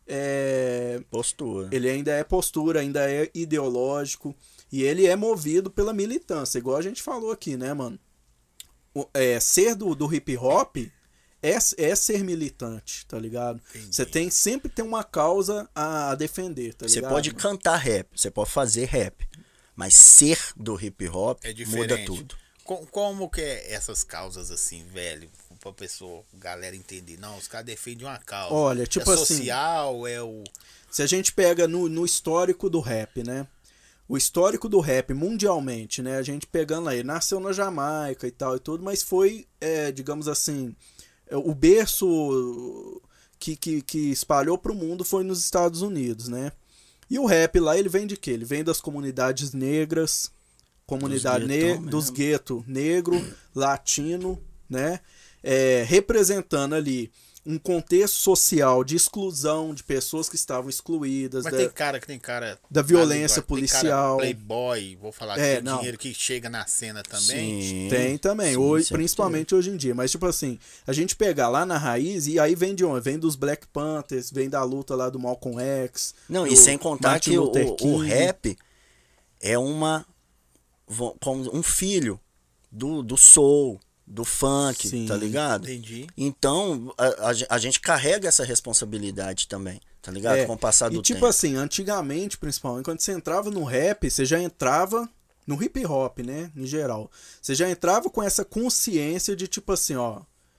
S4: é
S3: Postura.
S4: ele ainda é postura, ainda é ideológico e ele é movido pela militância, igual a gente falou aqui, né, mano? O- é, ser do, do hip hop é, é ser militante, tá ligado?
S2: Entendi.
S4: Você tem sempre tem uma causa a defender, tá
S3: Você
S4: ligado?
S3: pode
S4: mano?
S3: cantar rap, você pode fazer rap. Mas ser do hip hop
S2: É
S3: muda
S2: diferente.
S3: tudo.
S2: Co- Como que é essas causas assim, velho? Pra pessoa, galera entender. Não, os caras defendem uma causa.
S4: Olha, tipo
S2: é
S4: assim-
S2: social, é o.
S4: Se a gente pega no, no histórico do rap, né? O histórico do rap mundialmente, né? A gente pegando aí, nasceu na Jamaica e tal e tudo, mas foi, é, digamos assim, é, o berço que, que, que espalhou pro mundo foi nos Estados Unidos, né? E o rap lá, ele vem de quê? Ele vem das comunidades negras, comunidade
S3: Dos
S4: ne
S3: guetão
S4: dos
S3: mesmo.
S4: guetos negro, latino, né? É, representando ali um contexto social de exclusão de pessoas que estavam excluídas,
S2: Mas
S4: da,
S2: tem cara que tem cara.
S4: da violência
S2: tem cara
S4: policial.
S2: playboy, vou falar que
S4: É,
S2: tem
S4: não.
S2: dinheiro que chega na cena também.
S3: Sim.
S4: Tem também,
S3: Sim,
S4: hoje,
S3: sempre
S4: principalmente hoje em dia. Mas, tipo assim, a gente pegar lá na raiz, e aí vem de onde? Vem dos Black Panthers, vem da luta lá do Malcolm X.
S3: Não,
S4: do
S3: e sem contar
S4: Martin
S3: que o,
S4: Luther
S3: o- o
S4: King.
S3: rap é uma vo- como um filho do, do soul, do funk,
S4: Sim,
S3: tá ligado?
S2: Entendi.
S3: Então, a, a, a gente carrega essa responsabilidade também, tá ligado?
S4: É,
S3: Com o passar do
S4: e tipo
S3: tempo.
S4: assim, antigamente, principalmente, quando você entrava no rap, você já entrava no hip hop, né? Em geral. Você já entrava com essa consciência de tipo assim, ó.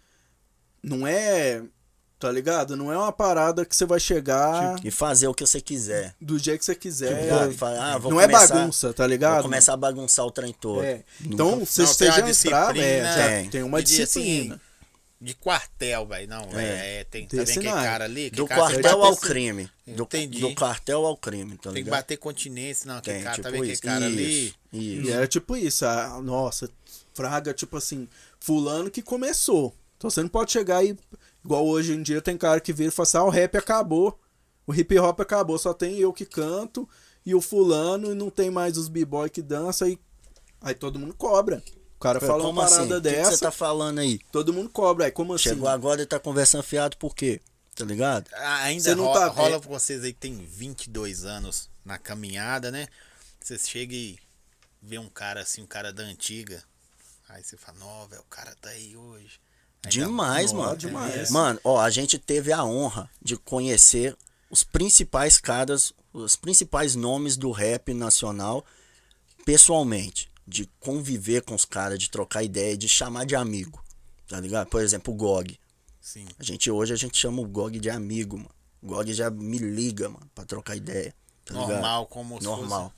S4: Não é. Tá ligado? Não é uma parada que você vai chegar
S3: E fazer o que você quiser.
S4: do jeito que você
S3: Tá
S4: quiser.
S3: ligado? Fala, ah, vou
S4: não é
S3: começar-
S4: bagunça, tá ligado?
S3: Vou começar a bagunçar o trem todo.
S4: É.
S3: Nunca-
S4: Então, você,
S2: Não,
S4: você
S2: tem uma
S4: já entrava, é,
S2: disciplina,
S4: já
S3: tem.
S4: tem uma
S2: De dia, assim,
S4: disciplina.
S2: De quartel, velho. Não, é. é, tem
S4: Desse
S2: também aquele
S4: naipe.
S2: cara ali. que
S3: do
S2: cara, você
S3: quartel
S2: vai
S3: ao
S2: ter-
S3: crime. Do,
S2: Entendi.
S3: do quartel ao crime, tá
S2: Tem que
S3: ligado?
S2: bater continência, não. Aquele
S3: Tem,
S2: cara,
S3: tipo
S2: tá vendo aquele
S3: isso.
S2: cara ali?
S3: Isso, isso.
S4: E era tipo isso, ah, nossa, fraga, tipo assim, fulano que começou. Então você não pode chegar e, igual hoje em dia tem cara que vira e fala assim, ah, o rap acabou, o hip hop acabou, só tem eu que canto e o fulano e não tem mais os b-boy que dançam, aí, aí todo mundo cobra. O cara
S3: Pô,
S4: fala
S3: como
S4: uma parada
S3: assim? O que que
S4: dessa,
S3: você tá falando aí?
S4: todo mundo cobra. Aí como assim?
S3: Chegou agora e tá conversando fiado por quê? Tá ligado?
S2: Ah, ainda
S4: Você não
S2: rola,
S4: tá-
S2: rola
S4: é.
S2: pra vocês aí que tem vinte e dois anos na caminhada, né? Você chega e vê um cara assim, um cara da antiga. Aí você fala, não, velho, o cara tá aí hoje. Ainda-
S3: Demais,
S4: Nó,
S3: mano.
S4: demais.
S3: Mano, ó, a gente teve a honra de conhecer os principais caras, os principais nomes do rap nacional pessoalmente. De conviver com os caras, de trocar ideia, de chamar de amigo. Tá ligado? Por exemplo, o Gog.
S2: Sim.
S3: A gente hoje a gente chama o Gog de amigo, mano. O Gog já me liga, mano, pra trocar ideia. Tá ligado?
S2: Normal, como se
S3: Normal.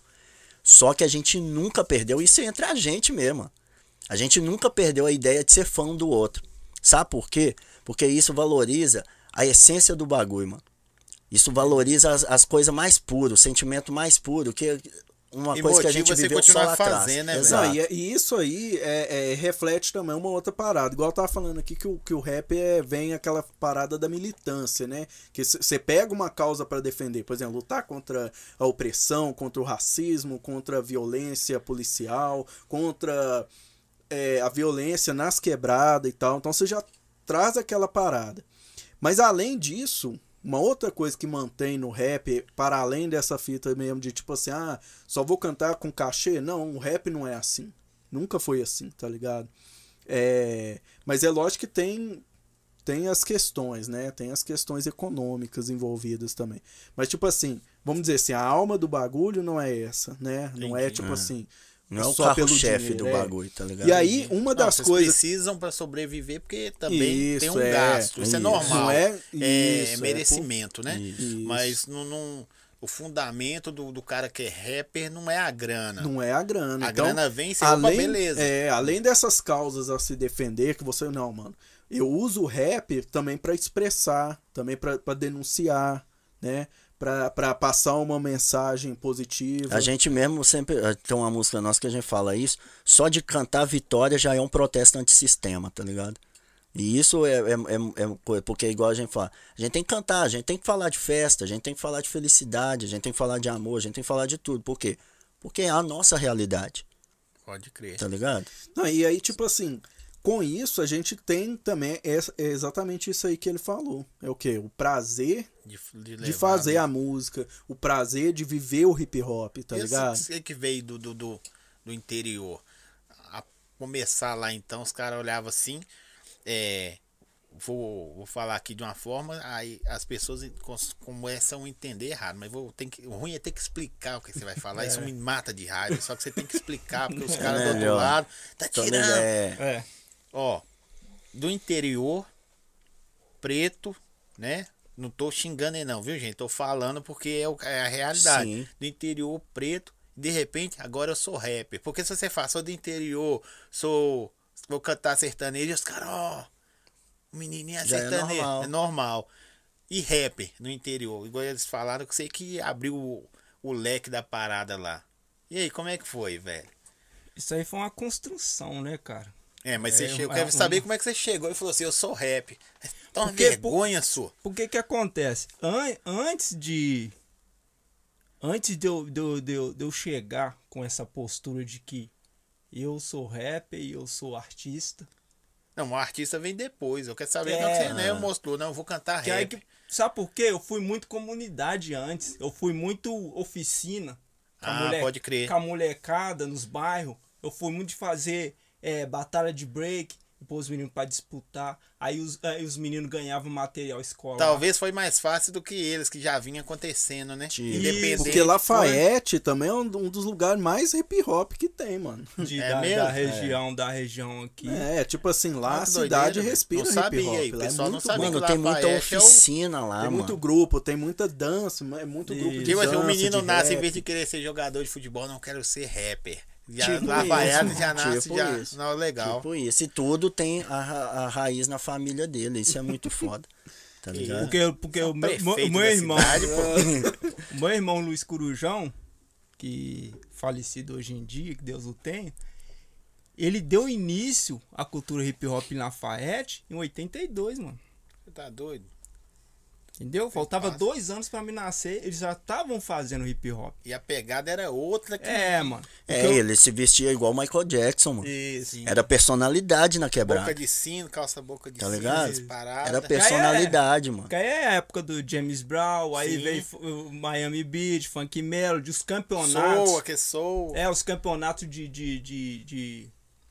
S3: Só que a gente nunca perdeu, isso é entre a gente mesmo. A gente nunca perdeu a ideia de ser fã um do outro. Sabe por quê? Porque isso valoriza a essência do bagulho, mano. Isso valoriza as, as coisas mais puras, o sentimento mais puro, que uma
S2: E
S3: coisa que a
S2: motiva
S3: gente
S2: você
S3: viveu só
S2: continuar
S3: lá atrás.
S2: fazendo, né, velho?
S3: Exato.
S4: Não, e, e isso aí é, é, reflete também uma outra parada. Igual eu tava falando aqui que o, que o rap é, vem aquela parada da militância, né? Que você pega uma causa pra defender, por exemplo, lutar contra a opressão, contra o racismo, contra a violência policial, contra é, a violência nas quebradas e tal. Então você já traz aquela parada. Mas além disso, uma outra coisa que mantém no rap, para além dessa fita mesmo de tipo assim, ah, só vou cantar com cachê? Não, o rap não é assim. Nunca foi assim, tá ligado? É, mas é lógico que tem, tem as questões, né? Tem as questões econômicas envolvidas também. Mas tipo assim, vamos dizer assim, a alma do bagulho não é essa, né? Não é
S2: Entendi.
S4: tipo
S3: É.
S4: assim,
S3: Não é o
S4: só pelo
S3: carro-chefe
S4: dinheiro,
S3: do
S4: é.
S3: bagulho, tá ligado?
S4: E aí, uma
S2: Não,
S4: das
S2: vocês
S4: coisas...
S2: precisam pra sobreviver porque também tem
S4: Isso,
S2: um
S4: é.
S2: gasto. Isso é
S3: Isso.
S2: normal.
S4: Não é,
S2: é
S4: isso, é,
S2: merecimento, né?
S3: Isso.
S2: Mas não, não- o fundamento do, do cara que é rapper não é a grana.
S4: Não é a grana.
S2: A
S4: então,
S2: grana vem e você, opa,
S4: além,
S2: beleza.
S4: É, além dessas causas a se defender, que você, não, mano, eu uso o rap também pra expressar, também pra pra denunciar, né? Pra, pra passar uma mensagem positiva.
S3: A gente mesmo sempre tem uma música nossa que a gente fala isso, só de cantar vitória já é um protesto antissistema, tá ligado? E isso é, é, é, é coisa, porque igual a gente fala, a gente tem que cantar, a gente tem que falar de festa, a gente tem que falar de felicidade, a gente tem que falar de amor, a gente tem que falar de tudo. Por quê? Porque é a nossa realidade,
S2: Pode crer.
S3: tá ligado?
S4: Não, e aí, tipo assim, com isso a gente tem também é, é exatamente isso aí que ele falou. É o quê? O prazer
S2: De,
S4: de
S2: levar
S4: fazer
S2: a...
S4: a música, o prazer de viver o hip hop, tá
S2: Esse-
S4: ligado?
S2: Você que veio do, do, do, do interior. A começar lá então, os caras olhavam assim. É, vou, vou falar aqui de uma forma, aí as pessoas cons- começam a entender errado. Mas vou, tem que, o ruim é ter que explicar o que você vai falar. Isso me mata de raiva. Só que você tem que explicar, porque os caras do outro
S3: melhor.
S2: lado. Tá
S3: Também
S2: tirando.
S3: é,
S1: É.
S2: Ó, do interior, preto, né? Não tô xingando ele não, viu, gente? Tô falando porque é, o- é a realidade.
S3: Sim.
S2: Do interior, preto, de repente, agora eu sou rapper. Porque se você fala, sou do interior, sou... Vou cantar sertanejo, e os caras, ó... O menininho é
S3: Já é
S2: sertanejo.
S3: normal.
S2: É normal. E rapper no interior, igual eles falaram, que eu sei que abriu o, o leque da parada lá. E aí, como é que foi, velho?
S1: Isso aí foi uma construção, né, cara?
S2: É, mas você
S1: É,
S2: chegou, eu
S1: é
S2: quero
S1: um-
S2: saber como é que você chegou e falou assim, eu sou rap. Tá uma
S1: Porque,
S2: vergonha sua.
S1: Por que que acontece? An- antes de... Antes de eu, de, eu, de, eu, de eu chegar com essa postura de que eu sou rapper e eu sou artista...
S2: Não, o artista vem depois. Eu quero saber
S1: É.
S2: o que você né, mostrou. Não, eu vou cantar
S1: Que aí
S2: rap.
S1: que, sabe por quê? Eu fui muito comunidade antes. Eu fui muito oficina. Com a
S2: Ah,
S1: mulher-
S2: pode crer.
S1: Com a molecada nos bairros. Eu fui muito de fazer é, batalha de break, pôr os meninos pra disputar. Aí os, aí os meninos ganhavam material escolar.
S2: Talvez foi mais fácil do que eles, que já vinha acontecendo, né?
S3: Tipo.
S2: Independente.
S4: Porque Lafayette também é um, um dos lugares mais hip hop que tem, mano.
S1: De,
S2: É
S1: da,
S2: mesmo?
S1: da região, da região aqui.
S4: É, tipo assim, lá a
S2: Muito
S4: cidade
S2: doideira, velho.
S4: respira
S2: Não
S4: hip
S2: sabia
S4: hop.
S2: aí, o
S4: Lá é
S2: pessoal não
S4: muito
S2: sabia.
S4: bom.
S3: Mano,
S2: que
S3: tem muita
S2: Lafayette é o-
S3: oficina lá,
S4: Tem
S3: mano.
S4: muito grupo, tem muita dança, é muito grupo de
S1: Isso.
S2: Tipo assim,
S4: dança,
S2: o menino
S4: de
S2: nasce, em
S4: rap.
S2: vez de querer ser jogador de futebol, não quero ser rapper. Já
S3: Tipo
S2: Lafayette
S3: isso,
S2: já nasce,
S3: tipo
S2: já.
S3: isso.
S2: Não, legal.
S3: Tipo isso. E tudo tem a, ra- a raiz na família dele. Isso é muito foda. Tá ligado?
S1: Porque, porque o meu,
S2: Prefeito
S1: o meu
S2: da
S1: irmão,
S2: cidade, pô.
S1: o meu irmão Luiz Corujão, que falecido hoje em dia, que Deus o tenha, ele deu início à cultura hip hop em Lafayette em oitenta e dois, mano.
S2: Você tá doido?
S1: Entendeu? Faltava
S2: fácil.
S1: dois anos pra me nascer, eles já estavam fazendo hip hop.
S2: E a pegada era outra que.
S1: É, mano.
S3: É,
S1: Porque eu-
S3: ele se vestia igual o Michael Jackson, mano.
S2: Isso.
S3: Era personalidade na quebrada.
S2: Boca de sino, calça boca de
S3: Tá
S2: sino,
S3: ligado?
S2: essas paradas.
S3: Era personalidade, mano.
S1: Que aí é a época do James Brown, aí
S2: Sim.
S1: veio o Miami Beach, Funk Melody, os campeonatos.
S2: Soa, que soa.
S1: É, os campeonatos de. de, de, de,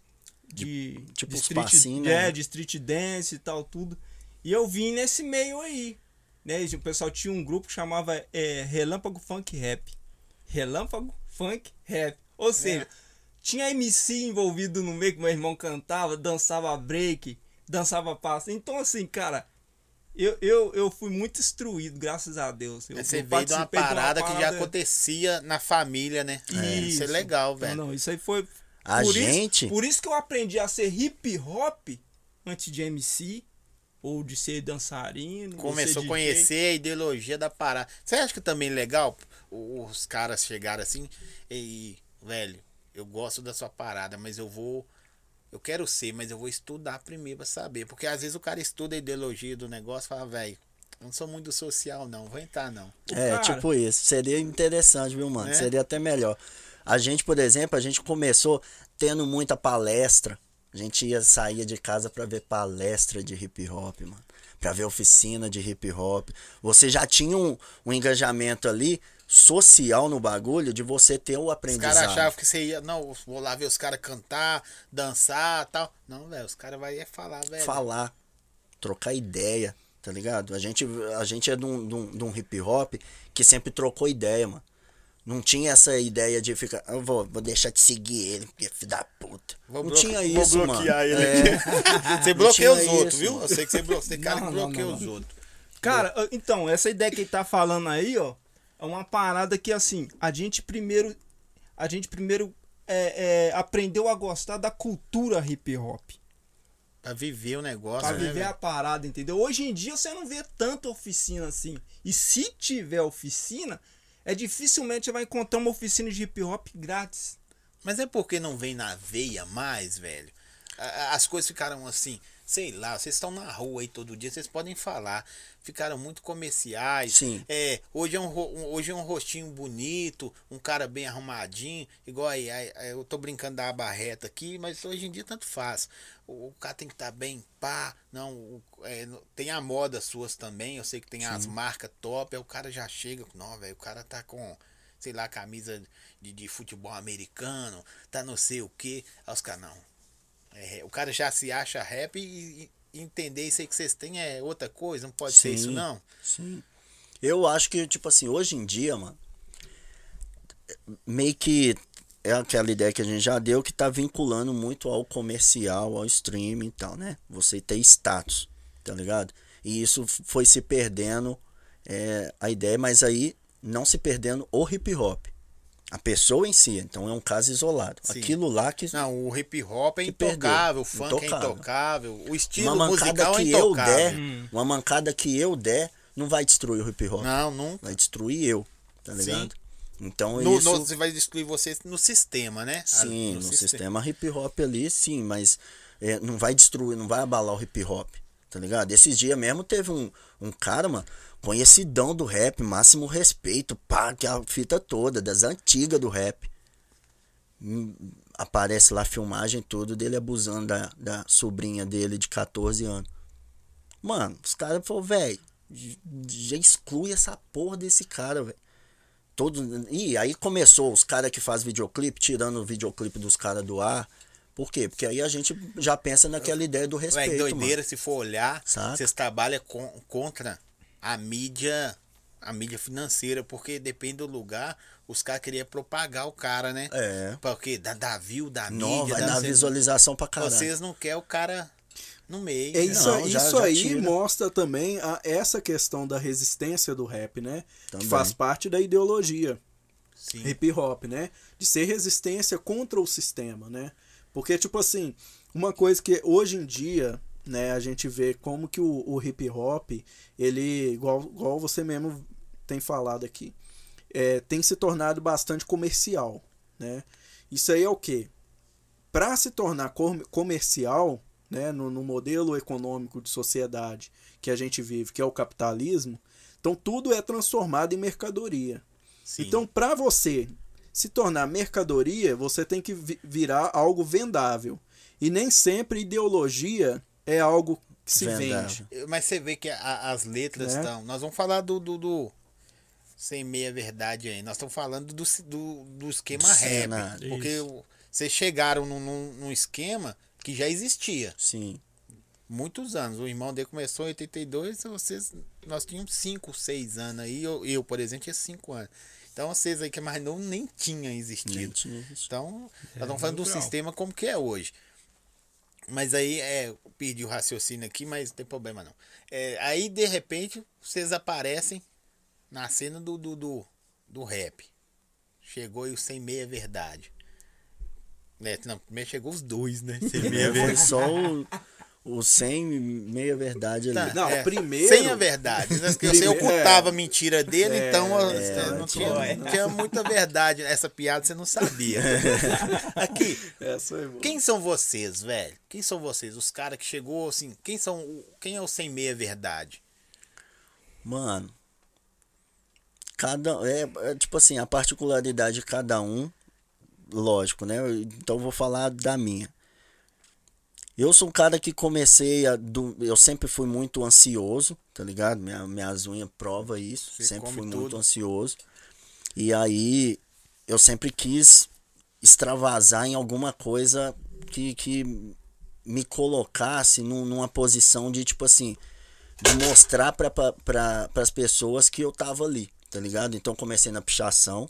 S1: de,
S3: tipo
S1: de
S3: os
S1: street,
S3: passinhos,
S1: é,
S3: né?
S1: de street dance e tal, tudo. E eu vim nesse meio aí. Né? E o pessoal tinha um grupo que chamava é, Relâmpago Funk Rap. Relâmpago Funk Rap. Ou seja, tinha M C envolvido no meio que meu irmão cantava, dançava break, dançava passo. Então, assim, cara, eu, eu, eu fui muito instruído, graças a Deus. Eu,
S2: Mas você
S1: eu
S2: veio de uma
S1: participei
S2: parada que já
S1: parada-
S2: acontecia na família, né? Isso é legal, velho.
S1: Não, não, isso aí foi.
S3: A
S1: por
S3: gente-
S1: Isso, por isso que eu aprendi a ser hip hop antes de M C ou de ser dançarino.
S2: Começou a conhecer a ideologia da parada. Você acha que também é legal os caras chegaram assim e, velho, eu gosto da sua parada, mas eu vou. Eu quero ser, mas eu vou estudar primeiro pra saber. Porque às vezes o cara estuda a ideologia do negócio e fala, velho, eu não sou muito social, não, vou entrar, não.
S3: É,
S1: cara-
S3: tipo isso. Seria interessante, viu, mano?
S2: É?
S3: Seria até melhor. A gente, por exemplo, a gente começou tendo muita palestra. A gente ia sair de casa pra ver palestra de hip hop, mano. Pra ver oficina de hip hop. Você já tinha um, um engajamento ali social no bagulho de você ter o
S2: Os
S3: aprendizado.
S2: caras achavam que você ia, não, vou lá ver os caras cantar, dançar tal. Não, velho, os caras vão é falar, velho.
S3: Falar, trocar ideia, tá ligado? A gente, a gente é de um, de, um, de um hip hop que sempre trocou ideia, mano. Não tinha essa ideia de ficar, eu vou, vou deixar de seguir ele, porque é filho da puta.
S2: Vou
S3: não
S2: bloque-
S3: tinha
S2: vou
S3: isso,
S2: bloquear
S3: mano.
S2: ele
S3: É.
S2: aqui. Você
S3: Não
S2: bloqueia
S3: tinha
S2: os outros,
S3: isso,
S2: viu?
S3: mano.
S2: Eu sei que você, blo... você cara
S1: Não,
S2: que
S1: não,
S2: bloqueia
S1: não,
S2: os
S1: não.
S2: outros.
S1: Cara, então, essa ideia que ele tá falando aí, ó, é uma parada que, assim, a gente primeiro, a gente primeiro é, é, aprendeu a gostar da cultura hip hop.
S2: Pra viver o negócio,
S1: Pra
S2: né,
S1: viver
S2: velho?
S1: a parada, entendeu? Hoje em dia você não vê tanta oficina assim. E se tiver oficina, é dificilmente você vai encontrar uma oficina de hip hop grátis.
S2: Mas é porque não vem na veia mais, velho. A- a- As coisas ficaram assim, sei lá, vocês estão na rua aí todo dia, vocês podem falar. Ficaram muito comerciais.
S3: Sim.
S2: É, hoje é um, ro- um- hoje é um rostinho bonito, um cara bem arrumadinho, igual aí, aí, aí eu tô brincando da aba reta aqui, mas hoje em dia tanto faz. O, o cara tem que estar bem pá, não, o- é, no- tem a moda suas também, eu sei que tem as marcas top, aí o cara já chega, não, velho, o cara tá com, sei lá, camisa de, de futebol americano, tá não sei o que, aí os caras, não. É, o cara já se acha rap e, e entender isso aí que vocês têm é outra coisa, não pode ser isso
S3: Sim.
S2: não.
S3: Sim. Eu acho que, tipo assim, hoje em dia, mano, meio que é aquela ideia que a gente já deu que tá vinculando muito ao comercial, ao streaming e tal, né? Você ter status, tá ligado? E isso foi se perdendo é, a ideia, mas aí não se perdendo o hip hop. A pessoa em si, então é um caso isolado.
S2: Sim.
S3: Aquilo lá que.
S2: Não, o hip hop é
S3: Que perdeu.
S2: intocável, o funk é
S3: Intocável.
S2: intocável, o estilo
S3: Uma mancada
S2: musical é
S3: que eu
S2: intocável.
S3: der, uma mancada que eu der, não vai destruir o hip hop.
S2: Não, nunca.
S3: Vai destruir eu, tá
S2: Sim.
S3: ligado? Então
S2: No,
S3: isso.
S2: no- você vai destruir você no sistema, né?
S3: Sim,
S2: Ah,
S3: no, sistema hip hop ali, sim, mas é, não vai destruir, não vai abalar o hip hop, tá ligado? Esses dias mesmo teve um, um cara, mano, conhecidão do rap, máximo respeito, pá, que é a fita toda, das antigas do rap. Hum, Aparece lá a filmagem tudo dele abusando da, da sobrinha dele de catorze anos. Mano, os caras falaram, velho, já exclui essa porra desse cara, velho. Todo... E aí começou os caras que fazem videoclipe, tirando o videoclipe dos caras do ar, Por quê? Porque aí a gente já pensa naquela ideia do respeito,
S2: É doideira
S3: mano.
S2: se for olhar,
S3: Saca?
S2: vocês trabalham com, contra a mídia, a mídia financeira, porque depende do lugar, os caras queriam propagar o cara, né?
S3: É.
S2: Porque dá, dá view, dá
S3: Não,
S2: mídia,
S3: vai
S2: dá
S3: dar
S2: não sei-
S3: visualização pra caralho.
S2: Vocês não querem o cara no meio.
S4: É
S2: né?
S4: isso,
S3: Não, já-
S4: isso
S3: já
S4: aí
S3: tira.
S4: mostra também a, essa questão da resistência do rap, né?
S3: Também.
S4: Que faz parte da ideologia
S2: Sim.
S4: hip hop, né? De ser resistência contra o sistema, né? Porque, tipo assim, uma coisa que hoje em dia, né, a gente vê como que o, o hip hop, ele, igual, igual você mesmo tem falado aqui, é, tem se tornado bastante comercial, né? Isso aí é o quê? Para se tornar com- comercial, né, no, no modelo econômico de sociedade que a gente vive, que é o capitalismo, então tudo é transformado em mercadoria.
S2: Sim.
S4: Então, para você se tornar mercadoria, você tem que vi- virar algo vendável. E nem sempre ideologia é algo que se
S3: Vendável.
S4: vende.
S2: Mas você vê que a- as letras
S4: Né?
S2: estão. Nós vamos falar do, do, do- sem meia verdade aí. Nós estamos falando do, do, do esquema
S3: Do
S2: rap.
S3: cenário.
S2: Porque
S1: Isso.
S2: o- vocês chegaram num, num, num esquema que já existia.
S3: Sim.
S2: Muitos anos. O irmão dele começou em oitenta e dois, vocês, nós tínhamos cinco, seis anos aí. Eu, eu, por exemplo, tinha cinco anos. Então vocês aí que é mais novo nem tinha existido.
S3: Nem tinha existido.
S2: Então, nós
S1: É,
S2: estamos falando do
S1: natural.
S2: sistema como que é hoje. Mas aí, é, eu perdi o raciocínio aqui, mas não tem problema não. É, aí, de repente, vocês aparecem na cena do, do, do, do rap. Chegou aí o Sem Meia Verdade. Né? Não, primeiro chegou os dois, né? Sem Meia
S3: Foi
S2: Verdade.
S3: só o, o sem meia verdade ali.
S2: Tá,
S4: Não,
S2: é,
S4: primeiro-
S2: Sem a verdade. Né? Porque Você
S4: Primeiro-
S2: ocultava
S4: é.
S2: a mentira dele,
S4: É,
S2: então ó,
S3: é,
S2: não,
S3: não
S2: tinha,
S3: tinha.
S2: não tinha muita verdade. Essa piada você não sabia. Aqui,
S4: Essa é boa.
S2: quem são vocês, velho? Quem são vocês? Os caras que chegou assim, quem são, o- quem é o Sem Meia Verdade?
S3: Mano, cada é, é tipo assim, a particularidade de cada um, lógico, né? Então eu vou falar da minha. Eu sou um cara que comecei a do, eu sempre fui muito ansioso, tá ligado? Minha, minhas unhas prova isso,
S2: Você
S3: sempre
S2: come
S3: fui
S2: tudo.
S3: muito ansioso. E aí eu sempre quis extravasar em alguma coisa que, que me colocasse num- numa posição de tipo assim, de mostrar para pra, as pessoas que eu tava ali, tá ligado? Então comecei na pichação,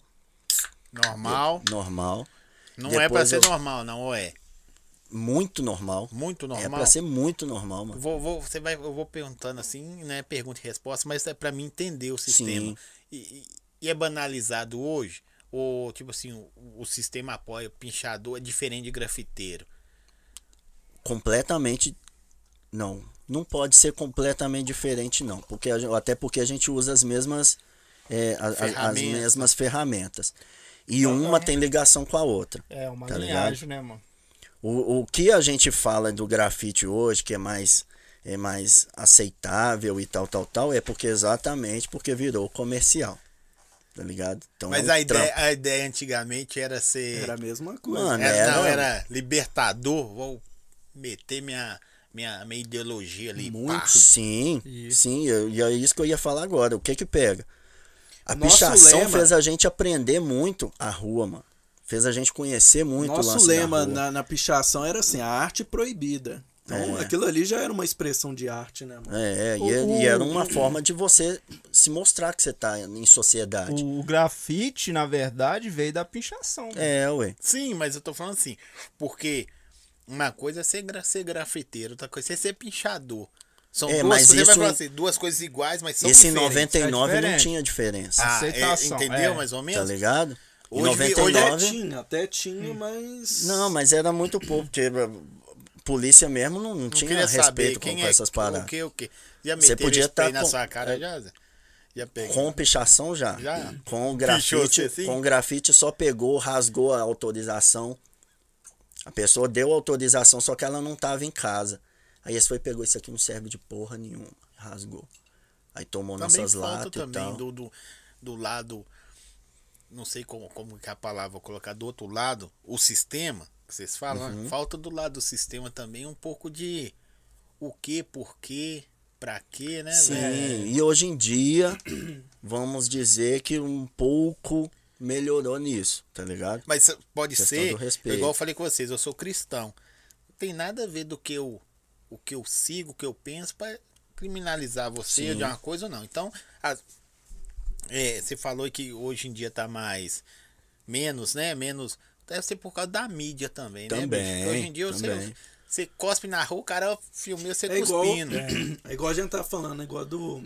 S2: Normal?
S3: normal,
S2: Não é pra
S3: depois
S2: ser
S3: eu-
S2: normal, não, ou é?
S3: muito normal.
S2: Muito
S3: É
S2: normal.
S3: pra ser muito normal, mano.
S2: Vou, vou, você vai, eu vou perguntando assim, né? Pergunta e resposta, mas é pra mim entender o sistema.
S3: Sim.
S2: E, e- e é banalizado hoje? Ou, tipo assim, o, o sistema apoia, o pinchador é diferente de grafiteiro?
S3: Completamente não, não pode ser completamente diferente não, porque a gen- até porque a gente usa as mesmas é, a- a- as
S2: Ferramentas.
S3: mesmas ferramentas e uma tem ligação com a outra.
S1: É uma
S3: Tá
S1: linhagem, né, mano?
S3: O, o que a gente fala do grafite hoje, que é mais é mais aceitável e tal, tal, tal, é porque exatamente porque virou comercial, tá ligado? Então
S2: Mas
S3: é um
S2: a, ideia,
S3: trampo.
S2: a ideia antigamente era ser.
S4: Era a mesma coisa.
S3: Mano,
S2: era,
S3: era-
S2: Não, era libertador. Vou meter minha, minha, minha ideologia ali.
S3: Muito,
S2: pá.
S3: sim,
S1: Isso.
S3: sim, eu- e é isso que eu ia falar agora. O que que pega? A
S4: Nosso
S3: pichação
S4: lema-
S3: fez a gente aprender muito a rua, mano. Fez a gente conhecer muito o
S4: Nosso
S3: lance
S4: lema
S3: da rua.
S4: na, na pichação era assim, a arte proibida. Então
S3: É.
S4: aquilo ali já era uma expressão de arte, né, mano?
S3: É, é,
S1: O-
S3: e, é- e era uma
S1: o-
S3: forma de você se mostrar que você tá em sociedade.
S1: O grafite, na verdade, veio da pichação. mano.
S3: É, ué.
S2: Sim, mas eu tô falando assim, porque uma coisa é ser, gra- ser grafiteiro, outra coisa é ser pinchador. São
S3: É,
S2: duas
S3: mas
S2: coisas, você vai
S3: isso-
S2: falar assim, duas coisas iguais, mas são
S3: Esse em
S2: diferentes.
S3: noventa e nove
S1: é
S3: não
S1: diferente.
S3: tinha diferença,
S2: Ah,
S1: Aceitação,
S2: é, entendeu
S1: é.
S2: mais ou
S3: tá
S2: menos?
S3: ligado? Em
S2: Hoje vi-
S3: noventa e
S2: hoje
S4: Até
S3: nove
S4: tinha, até tinha, mas...
S3: Não, mas era muito pouco, porque a polícia mesmo não, não
S2: Não
S3: tinha
S2: queria
S3: respeito
S2: saber
S3: com,
S2: quem
S3: com
S2: é,
S3: essas paradas.
S2: o que, o que. Já
S3: Você
S2: meteram
S3: podia
S2: spray
S3: tá
S2: na
S3: com-
S2: sua cara,
S3: é.
S2: já, Zé? Já peguei.
S3: Com pichação já.
S2: Já?
S3: Com o
S2: Pichou
S3: grafite,
S2: você assim?
S3: com o grafite só pegou, rasgou a autorização. A pessoa deu a autorização, só que ela não tava em casa. Aí esse foi pegou, isso aqui não serve de porra nenhuma, rasgou. Aí tomou
S2: Também
S3: nossas
S2: falta
S3: latas e
S2: também
S3: tal.
S2: do, do, do lado, não sei como, como que é a palavra, vou colocar do outro lado, o sistema, que vocês falam,
S3: Uhum.
S2: né? Falta do lado do sistema também um pouco de o que, por quê, pra quê, né?
S3: Sim,
S2: velho?
S3: e hoje em dia, vamos dizer que um pouco melhorou nisso, tá ligado?
S2: Mas pode
S3: Questão
S2: ser,
S3: do respeito.
S2: igual eu falei com vocês, eu sou cristão. Não tem nada a ver do que eu, o que eu sigo, o que eu penso pra criminalizar você
S3: Sim.
S2: de uma coisa ou não. Então, a- é, você falou que hoje em dia tá mais, menos, né? Menos, deve ser por causa da mídia também, né,
S3: Também,
S2: bicho? Porque hoje em dia você,
S3: também.
S2: você cospe na rua, o cara filmou você
S4: É igual,
S2: cuspindo.
S4: é igual a gente tá falando, é igual do...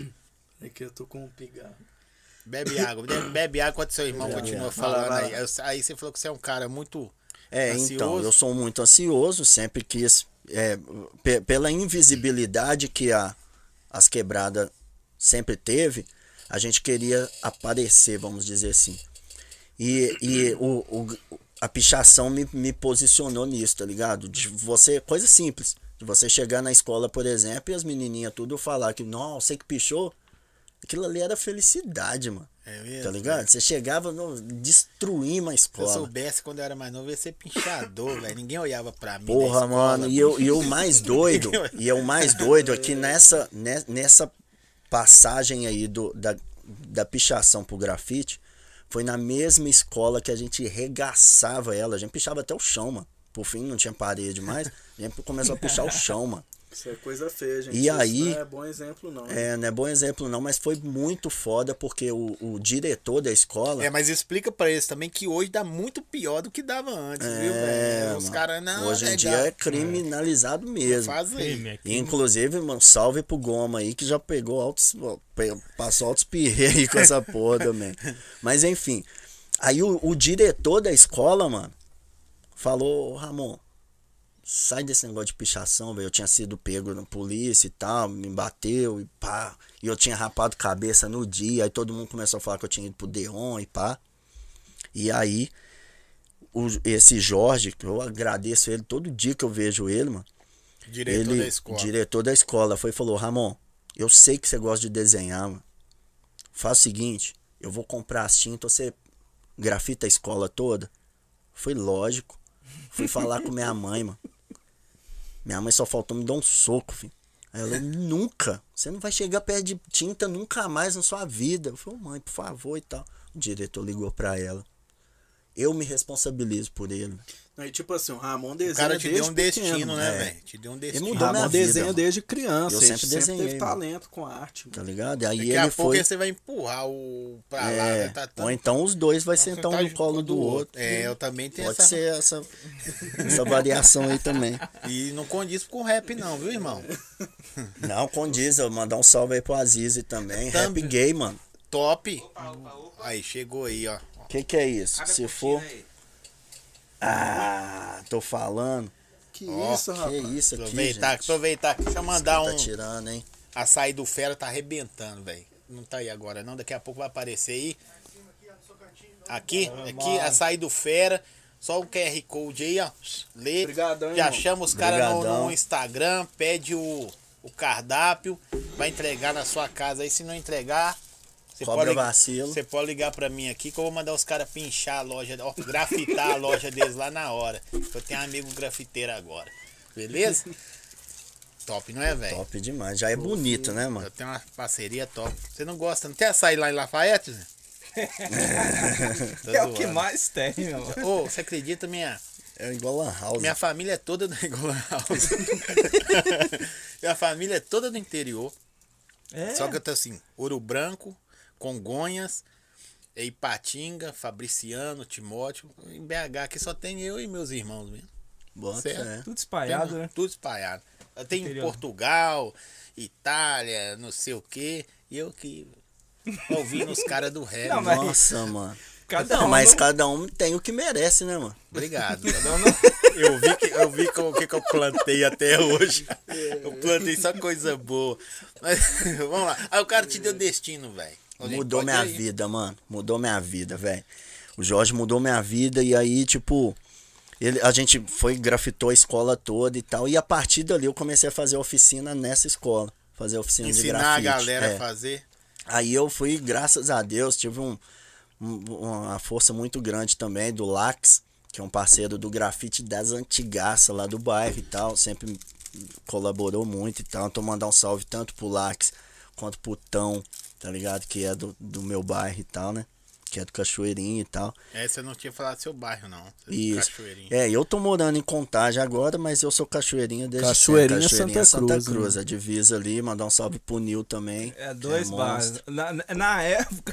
S4: É que eu tô com um pigarro.
S2: Bebe água, bebe, bebe água enquanto seu irmão
S3: Bebe
S2: continua
S3: água.
S2: falando
S4: Vai lá,
S2: aí.
S4: vai lá.
S2: Aí. Aí você falou que você é um cara muito
S3: É,
S2: ansioso.
S3: então, eu sou muito ansioso, sempre quis, é, pe- pela invisibilidade que a, as quebradas sempre teve, a gente queria aparecer, vamos dizer assim. E, e o, o- a pichação me, me posicionou nisso, tá ligado? De você, coisa simples, de você chegar na escola, por exemplo, e as menininhas tudo falar que, não, você que pichou, aquilo ali era felicidade, mano.
S2: É mesmo,
S3: Tá ligado? Você chegava, no, destruir uma
S2: Se eu
S3: escola.
S2: soubesse quando eu era mais novo, eu ia ser pinchador, velho. Ninguém olhava pra mim. na
S3: Porra,
S2: escola,
S3: mano, e eu, e eu mais doido, e eu mais doido é que nessa, ne- nessa passagem aí do, da, da pichação pro grafite, foi na mesma escola que a gente regaçava ela, a gente pichava até o chão, mano. Por fim, não tinha parede mais, a gente começou a pichar o chão, mano.
S4: Isso é coisa feia, gente.
S3: E
S4: Isso
S3: aí-
S4: não é bom exemplo, não.
S3: É, não é bom exemplo não, mas foi muito foda porque o, o diretor da escola...
S2: É, mas explica pra eles também que hoje dá muito pior do que dava antes, viu,
S3: É,
S2: velho? Os
S3: mano.
S2: caras, não,
S3: Hoje em
S2: legal.
S3: dia é criminalizado mesmo.
S2: Faz aí.
S1: Crime, é
S3: E,
S1: crime.
S3: inclusive, mano, salve pro Goma aí que já pegou altos. pe- Passou altos pirreiros aí com essa porra também. Mas enfim. Aí o, o diretor da escola, mano, falou, "Ô, Ramon, sai desse negócio de pichação, velho. Eu tinha sido pego na polícia e tal, me bateu e pá. E eu tinha rapado cabeça no dia. Aí todo mundo começou a falar que eu tinha ido pro Deon e pá. E aí, o, esse Jorge, que eu agradeço ele todo dia que eu vejo ele, mano.
S2: Diretor
S3: Ele,
S2: da escola.
S3: diretor da escola, foi e falou, Ramon, eu sei que você gosta de desenhar, mano. Faz o seguinte, eu vou comprar as tintas, você grafita a escola toda? Foi lógico. Fui falar com minha mãe, mano. Minha mãe só faltou me dar um soco, filho. Aí ela, nunca. Você não vai chegar perto de tinta nunca mais na sua vida. Eu falei, mãe, por favor e tal. O diretor ligou pra ela. Eu me responsabilizo por ele.
S4: Aí, tipo assim, o Ramon
S2: O
S4: desenha
S2: cara te deu
S4: desde
S2: um
S4: pequeno,
S2: destino, né,
S3: é.
S2: velho? Te deu um
S3: Ele
S2: destino.
S4: O
S3: mudou minha
S4: Ramon
S3: vida,
S4: desenha
S3: mano.
S4: desde criança.
S3: Eu
S4: ele
S3: sempre
S4: sempre
S3: desenhei,
S4: teve
S3: mano.
S4: talento com arte.
S3: Tá
S4: Mano.
S3: ligado? E aí
S2: Daqui a
S3: ele
S2: pouco
S3: foi...
S2: você vai empurrar o pra lá,
S3: É,
S2: né? Tá tão-
S3: ou então os dois vai
S2: Nossa,
S3: sentar um
S2: tá
S3: no colo do outro.
S2: É, eu também tenho
S3: Pode
S2: essa.
S3: ser essa, essa variação aí também.
S2: E não condiz com rap, não, viu, irmão?
S3: Não, condiz, eu mandar um salve aí pro Azizi também.
S2: Também.
S3: Rap gay, mano.
S2: Top. Aí, chegou aí, ó.
S3: O que que é isso? Se for... Ah, tô falando.
S4: Que
S2: Ó,
S4: isso,
S3: Que
S4: rapaz.
S3: isso aqui,
S2: Aproveitar,
S3: gente.
S2: aproveitar aqui. Deixa eu
S3: Esse
S2: mandar
S3: cara
S2: um.
S3: Tá tirando, hein?
S2: Açaí do Fera tá arrebentando, velho. Não tá aí agora, não. Daqui a pouco vai aparecer aí. Aqui, aqui, Açaí do Fera. Só o Q R Code aí, ó. Lê.
S4: Obrigadão,
S2: Já
S4: irmão.
S2: chama os caras no,
S3: Obrigadão.
S2: no Instagram, pede o, o cardápio. Vai entregar na sua casa aí. Se não entregar, você
S3: Cobra
S2: pode,
S3: vacilo.
S2: você pode ligar pra mim aqui que eu vou mandar os caras pinchar a loja, ó, grafitar a loja deles lá na hora. Eu tenho um amigo grafiteiro agora. Beleza? Top, não é, velho?
S3: Top demais. Já é bonito, né, mano?
S2: Eu tenho uma parceria top. Você não gosta? Não tem açaí lá em Lafayette, Zé? Tô
S1: É o que
S2: zoando.
S1: mais tem, meu.
S2: Ô, você acredita, minha,
S3: É igual Lan House.
S2: minha família é toda do igual a House. Minha família é toda do interior.
S1: É.
S2: Só que eu tô assim, Ouro Branco, Congonhas, é Ipatinga, Fabriciano, Timóteo. Em B H aqui só tem eu e meus irmãos mesmo.
S3: Bota
S2: Certo.
S3: fé.
S1: Tudo espalhado,
S2: Tem
S1: né?
S2: Tudo espalhado. Tem
S1: Interior.
S2: Portugal, Itália, não sei o quê. E eu que ouvindo os caras do rap.
S1: Não, mas-
S3: Nossa, mano.
S1: Cada
S3: Não,
S1: um
S3: mas
S1: não-
S3: cada um tem o que merece, né, mano?
S2: Obrigado. Eu vi que eu vi que o que, que eu plantei até hoje. Eu plantei só coisa boa. Mas vamos lá. Aí o cara te deu destino, velho.
S3: Mudou
S2: Pode
S3: minha
S2: ir.
S3: vida, mano. Mudou minha vida, velho. O Jorge mudou minha vida e aí, tipo, ele, a gente foi, grafitou a escola toda e tal. E a partir dali eu comecei a fazer oficina nessa escola. Fazer oficina de
S2: Ensinar a
S3: grafite.
S2: galera
S3: é.
S2: a fazer.
S3: Aí eu fui, graças a Deus, tive um, um- uma força muito grande também do Lax, que é um parceiro do grafite das antigaças lá do bairro e tal. Sempre colaborou muito e tal. Então mandar um salve tanto pro Lax quanto pro Tão, tá ligado? Que é do, do meu bairro e tal, né? que é do Cachoeirinha e tal.
S2: É, você não tinha falado do seu bairro, não. Você
S3: Isso.
S2: Cachoeirinha.
S3: É, eu tô morando em Contagem agora, mas eu sou Cachoeirinha desde
S4: Cachoeirinha,
S3: sempre. Cachoeirinha
S4: Santa Cruz,
S3: Cruz,
S4: né?
S3: a divisa ali, mandar um salve pro Nil também.
S1: É dois
S3: que é
S1: bairros.
S3: monstro.
S1: Na, na época.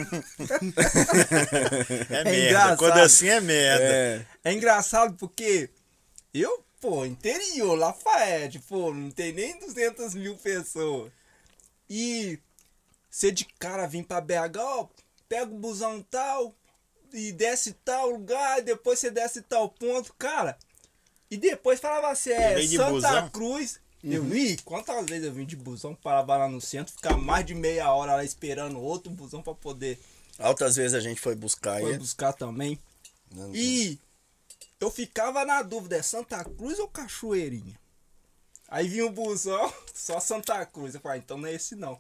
S2: É,
S1: É
S2: merda.
S1: engraçado.
S2: Quando assim é merda.
S3: É,
S1: É engraçado porque eu, pô, interior, Lafayette, pô, não tem nem duzentas mil pessoas. E você de cara vir pra B H, ó, pega o busão tal e desce tal lugar, e depois você desce tal ponto, cara. E depois falava assim, é
S2: vem de
S1: Santa
S2: busão?
S1: Cruz. Eu vi, quantas vezes eu vim de busão, parava lá no centro, ficar mais de meia hora lá esperando outro busão pra poder
S3: altas vezes a gente foi buscar
S1: foi
S3: ele.
S1: buscar também.
S3: Não,
S1: E eu ficava na dúvida, é Santa Cruz ou Cachoeirinha? Aí vinha o busão, só Santa Cruz. Eu falei, então não é esse não.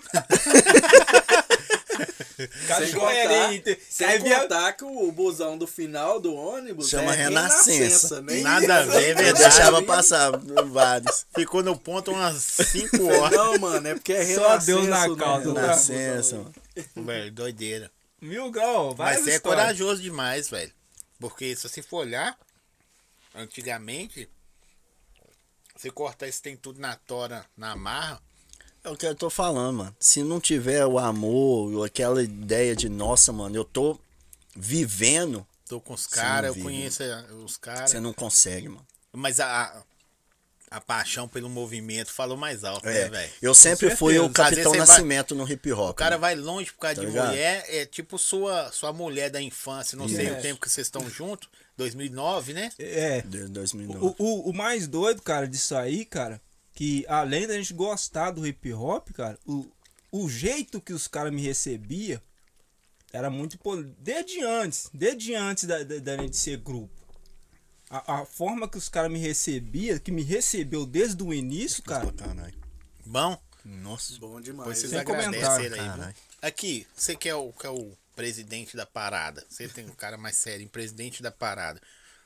S1: Cachoeirinha.
S4: Sem
S1: Aí vinha...
S4: contar que o busão do final do ônibus
S3: Chama
S4: é
S3: Renascença.
S4: nem
S2: Nada a ver, é
S3: Eu
S2: verdade.
S3: deixava passar vários.
S2: Ficou no ponto umas cinco horas.
S4: Não, mano, é porque é
S1: Só
S4: Renascença.
S1: Deus na
S4: o nome
S1: causa,
S4: do
S1: né?
S3: Renascença,
S4: busão.
S3: mano.
S2: Velho, doideira.
S1: Mil grau,
S2: Mas
S1: várias
S2: você é
S1: histórias.
S2: corajoso demais, velho. Porque se você for olhar, antigamente, você cortar esse tem tudo na tora, na marra.
S3: É o que eu tô falando, mano. Se não tiver o amor, ou aquela ideia de, nossa, mano, eu tô vivendo,
S2: Tô com os
S3: Você
S2: caras,
S3: não
S2: eu
S3: vive,
S2: conheço os caras.
S3: você não consegue, mano.
S2: Mas a, a paixão pelo movimento falou mais alto, né,
S3: É,
S2: velho?
S3: eu sempre fui
S1: certeza.
S3: o Capitão
S2: Às vezes você
S3: Nascimento no hip hop.
S2: O cara
S3: mano.
S2: vai longe por causa
S3: Tá
S2: de
S3: ligado?
S2: mulher, é tipo sua, sua mulher da infância, não sei
S1: Yes.
S2: o tempo que vocês estão juntos, dois mil e nove, né?
S1: É.
S3: Desde dois mil e nove.
S1: O, o, o mais doido, cara, disso aí, cara, que além da gente gostar do hip hop, cara, o, o jeito que os caras me recebiam era muito importante. Desde antes, desde antes da, da, da gente ser grupo. A, a forma que os caras me recebiam, que me recebeu desde o início, cara.
S3: Caralho.
S2: Bom,
S3: Nossa.
S4: Bom
S2: pois
S4: demais.
S2: vocês
S1: Sem
S2: agradecem
S1: comentário,
S2: ele aí. viu?
S3: caralho.
S2: Aqui, você que é, o, que é o presidente da parada, você tem um cara mais sério, presidente da parada.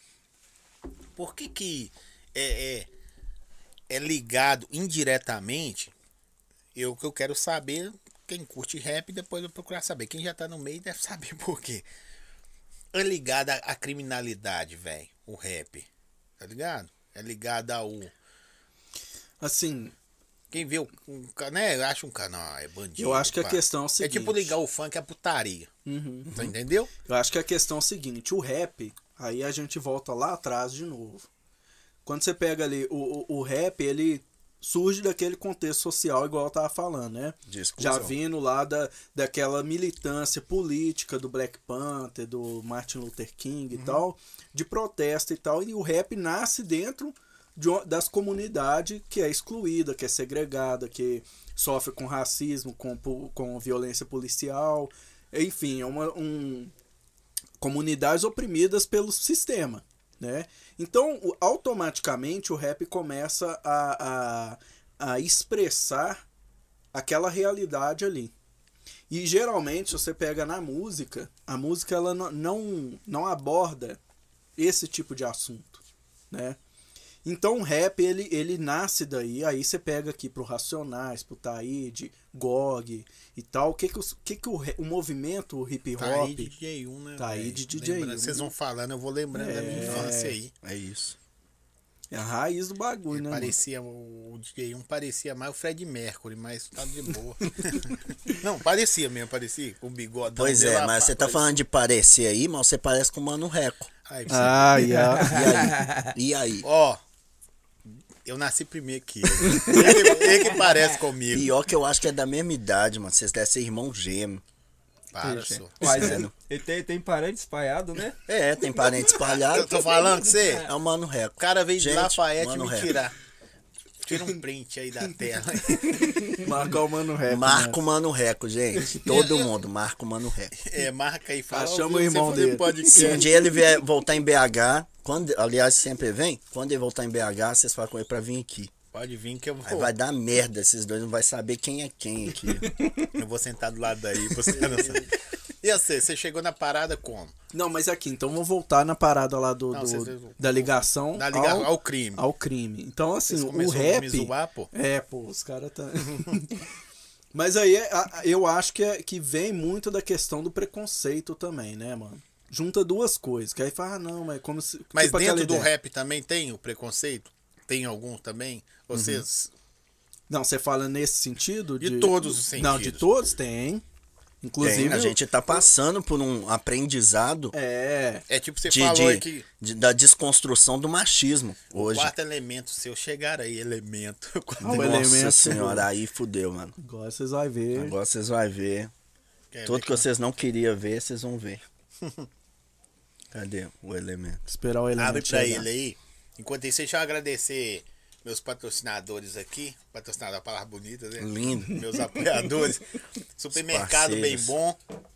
S2: Por que que é, é, é ligado indiretamente? Eu, o que eu quero saber, quem curte rap, depois eu procurar saber. Quem já tá no meio deve saber por quê. É ligado à, à criminalidade, velho, o rap. Tá ligado? É ligado ao...
S4: Assim,
S2: Quem vê o, um, ca- né, acha um canal, é bandido.
S4: eu acho que a
S2: pá.
S4: questão é o
S2: É
S4: seguinte.
S2: tipo ligar o funk à putaria.
S4: Uhum.
S2: Tá entendeu?
S4: Eu acho que a questão é o seguinte, o rap, aí a gente volta lá atrás de novo. Quando você pega ali, o, o, o rap, ele surge daquele contexto social, igual eu tava falando, né?
S3: Discussão.
S4: Já vindo lá da, daquela militância política do Black Panther, do Martin Luther King e tal, de protesto e tal, e o rap nasce dentro de, uma- das comunidades que é excluída, que é segregada, que sofre com racismo, com, pu- com violência policial, enfim, é uma, um, comunidades oprimidas pelo sistema, né? Então, o- automaticamente o rap começa a, a, a expressar aquela realidade ali. E geralmente, se você pega na música, a música ela não, não, não aborda esse tipo de assunto, né? Então o rap, ele, ele nasce daí, aí você pega aqui pro Racionais, pro Taíde, G O G e tal, o que que, os- que, que o, re- o movimento o hip
S2: Tá aí
S4: hop...
S2: de D J um, né?
S4: Tá aí
S2: velho?
S4: de D J um,
S2: Lembrando- Vocês
S4: né?
S2: vão falando, eu vou lembrando da minha
S4: É.
S2: infância aí.
S3: É isso.
S4: É a raiz do bagulho,
S2: Ele
S4: né, mano?
S2: parecia, o D J um parecia mais o Fred Mercury, mas tá de boa. Não, parecia mesmo, parecia. Com o bigodão.
S3: Pois
S2: dele
S3: é,
S2: lá,
S3: mas
S2: pá,
S3: você tá
S2: parecia.
S3: falando de parecer aí, mas você parece com o Mano Reco.
S2: Aí, você-
S4: Ah, yeah.
S3: E aí? E aí?
S2: Ó, eu nasci primeiro que ele. ele. Ele que parece comigo.
S3: Pior que eu acho que é da mesma idade, mano. Vocês devem ser irmão gêmeo.
S2: Para, só.
S1: Mas
S3: Sério?
S1: ele tem, tem parente espalhado, né?
S3: É, tem parente espalhado.
S2: Eu tô falando com você.
S3: É o Mano Reco.
S2: O cara veio de
S3: Gente,
S2: Lafayette
S3: Mano
S2: me
S3: Reco.
S2: tirar. Tira um print aí da tela.
S4: Marca o Mano Rap.
S3: Marca o
S4: né?
S3: Mano Reco, gente. Todo mundo, marca o Mano Reco.
S2: É, marca aí, fala.
S4: Ah, chama
S2: "Ô,
S4: o
S2: você
S4: irmão
S2: fazer
S4: dele."
S2: podcast.
S3: Se um dia ele vier voltar em B H, quando, aliás, sempre vem, quando ele voltar em B H, vocês falam com ele pra vir aqui.
S2: Pode vir que eu
S3: Aí
S2: vou.
S3: vai dar merda, esses dois não vai saber quem é quem aqui.
S2: Eu vou sentar do lado daí. Você não sabe. E você, você chegou na parada como?
S4: Não, mas aqui, então vamos voltar na parada lá do,
S2: Não,
S4: do-
S2: vocês-
S4: da ligação,
S2: Da ligação
S4: ao,
S2: ao crime.
S4: ao crime. Então, assim,
S2: Vocês
S4: o
S2: começaram a
S4: rap...
S2: me zoar, pô?
S4: É, pô, os caras tá... Mas aí é- a- eu acho que, é, que vem muito da questão do preconceito também, né, mano? Junta duas coisas, que aí fala, ah, não, mas como se...
S2: Mas
S4: tipo aquela
S2: dentro do
S4: ideia.
S2: rap também tem o preconceito? Tem algum também? Vocês...
S4: Não, você fala nesse sentido?
S2: De
S4: De,
S2: todos os
S4: Não, de
S2: sentidos.
S4: todos tem. Inclusive...
S3: Tem, a gente tá passando por um aprendizado
S4: É...
S2: É tipo você
S3: de,
S2: falou aí
S3: de-
S2: que
S3: de- da desconstrução do machismo
S2: o
S3: hoje.
S2: quarto elemento seu chegar aí, elemento. o quarto
S4: Ah, o
S2: elemento.
S3: Nossa
S4: elemento-
S3: senhora, aí fudeu, mano.
S4: Agora vocês vão ver.
S3: Agora vocês vão ver.
S2: Quer
S3: Tudo
S2: ver
S3: que
S2: como-
S3: vocês não queriam ver, vocês vão ver. Cadê o elemento?
S4: Esperar o elemento
S2: Abre pra
S4: chegar.
S2: ele aí. Enquanto isso, deixa eu agradecer meus patrocinadores aqui. Patrocinador é uma palavra bonita, né?
S3: Lindo.
S2: Meus apoiadores. Supermercado Bem
S3: parceiros.
S2: Bom.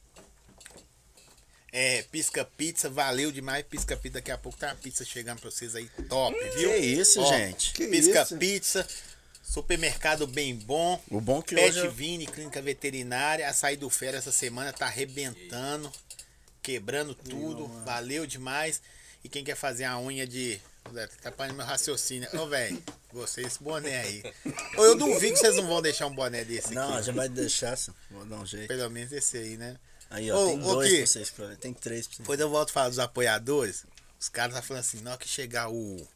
S2: É, Pisca Pizza, valeu demais. Pisca Pizza, daqui a pouco tá uma pizza chegando pra vocês aí, top, viu?
S3: Que isso,
S2: Ó,
S3: gente?
S4: Que
S2: Pisca
S4: isso?
S2: Pizza, Supermercado Bem Bom.
S3: O bom que
S2: Pet
S3: hoje eu-
S2: Vini, Clínica Veterinária. Açaí do Fera essa semana tá arrebentando, quebrando tudo. Valeu demais. E quem quer fazer a unha de. Tá atrapalhando meu raciocínio. Ô, velho, você, esse boné aí. Ô, eu duvido que vocês não vão deixar um boné desse
S3: Não,
S2: aqui.
S3: já vai deixar, só. Vou dar um jeito.
S2: Pelo menos esse aí, né?
S3: Aí, ó,
S2: Ô,
S3: tem
S2: ô,
S3: dois
S2: Ki.
S3: pra vocês escolherem. Tem três pra vocês.
S2: Depois eu volto a falar dos apoiadores. Os caras tá falando assim, na hora que chegar o,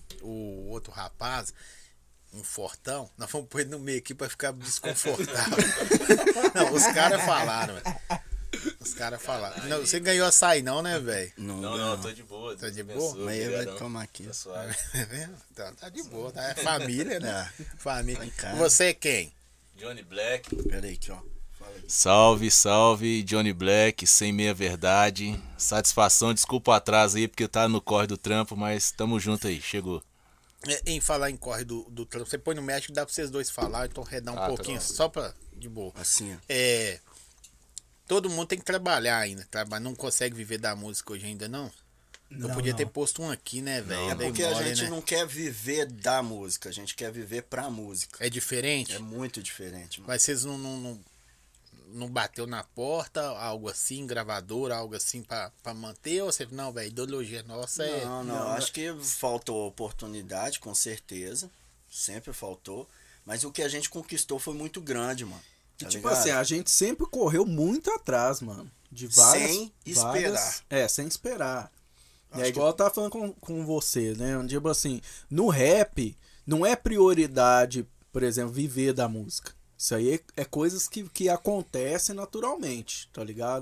S2: o outro rapaz, um fortão, nós vamos pôr ele no meio aqui pra ficar desconfortável. Não, os caras falaram, velho. Os caras falaram. Não, você ganhou açaí não, né, velho?
S3: Não,
S5: Não,
S3: não,
S5: não, tô de boa.
S2: Tá de
S5: Deus
S2: boa?
S5: abençoe,
S3: Mas ele vai
S5: obrigadão.
S3: tomar aqui.
S5: Tá suave.
S2: Tá, tá de boa, tá? É família, né? Família.
S3: Tá em casa.
S2: E você é quem?
S5: Johnny Black.
S3: Pera aí, aqui, ó. Fala aí.
S5: Salve, salve, Johnny Black, sem meia verdade. Satisfação, desculpa o atraso aí, porque tá no corre do trampo, mas tamo junto aí, chegou.
S2: É, em falar em corre do, do trampo, você põe no México, dá pra vocês dois falar, então redar um
S5: Ah, tá
S2: pouquinho,
S5: bom.
S2: só pra. De boa.
S3: Assim, ó.
S2: É. Todo mundo tem que trabalhar ainda, traba- não consegue viver da música hoje ainda, não? Eu
S1: Não,
S2: podia
S1: não.
S2: ter posto um aqui, né, velho?
S3: É
S2: Dei
S3: porque a
S2: mole,
S3: gente
S2: né?
S3: não quer viver da música, a gente quer viver pra música.
S2: É diferente?
S3: É muito diferente, mano.
S2: Mas vocês não, não, não, não bateu na porta, algo assim, gravadora, algo assim pra, pra manter? Ou você, não, velho, ideologia nossa é.
S3: Não, não, acho que faltou oportunidade, com certeza. Sempre faltou. Mas o que a gente conquistou foi muito grande, mano.
S4: E,
S3: Tá
S4: tipo
S3: ligado?
S4: assim, a gente sempre correu muito atrás, mano. De várias.
S3: Sem
S4: várias-
S3: esperar.
S4: É, sem esperar.
S3: Acho
S4: É igual eu tava falando com, com você, né? Tipo assim, no rap, não é prioridade, por exemplo, viver da música. Isso aí é, é coisas que, que acontecem naturalmente, tá ligado?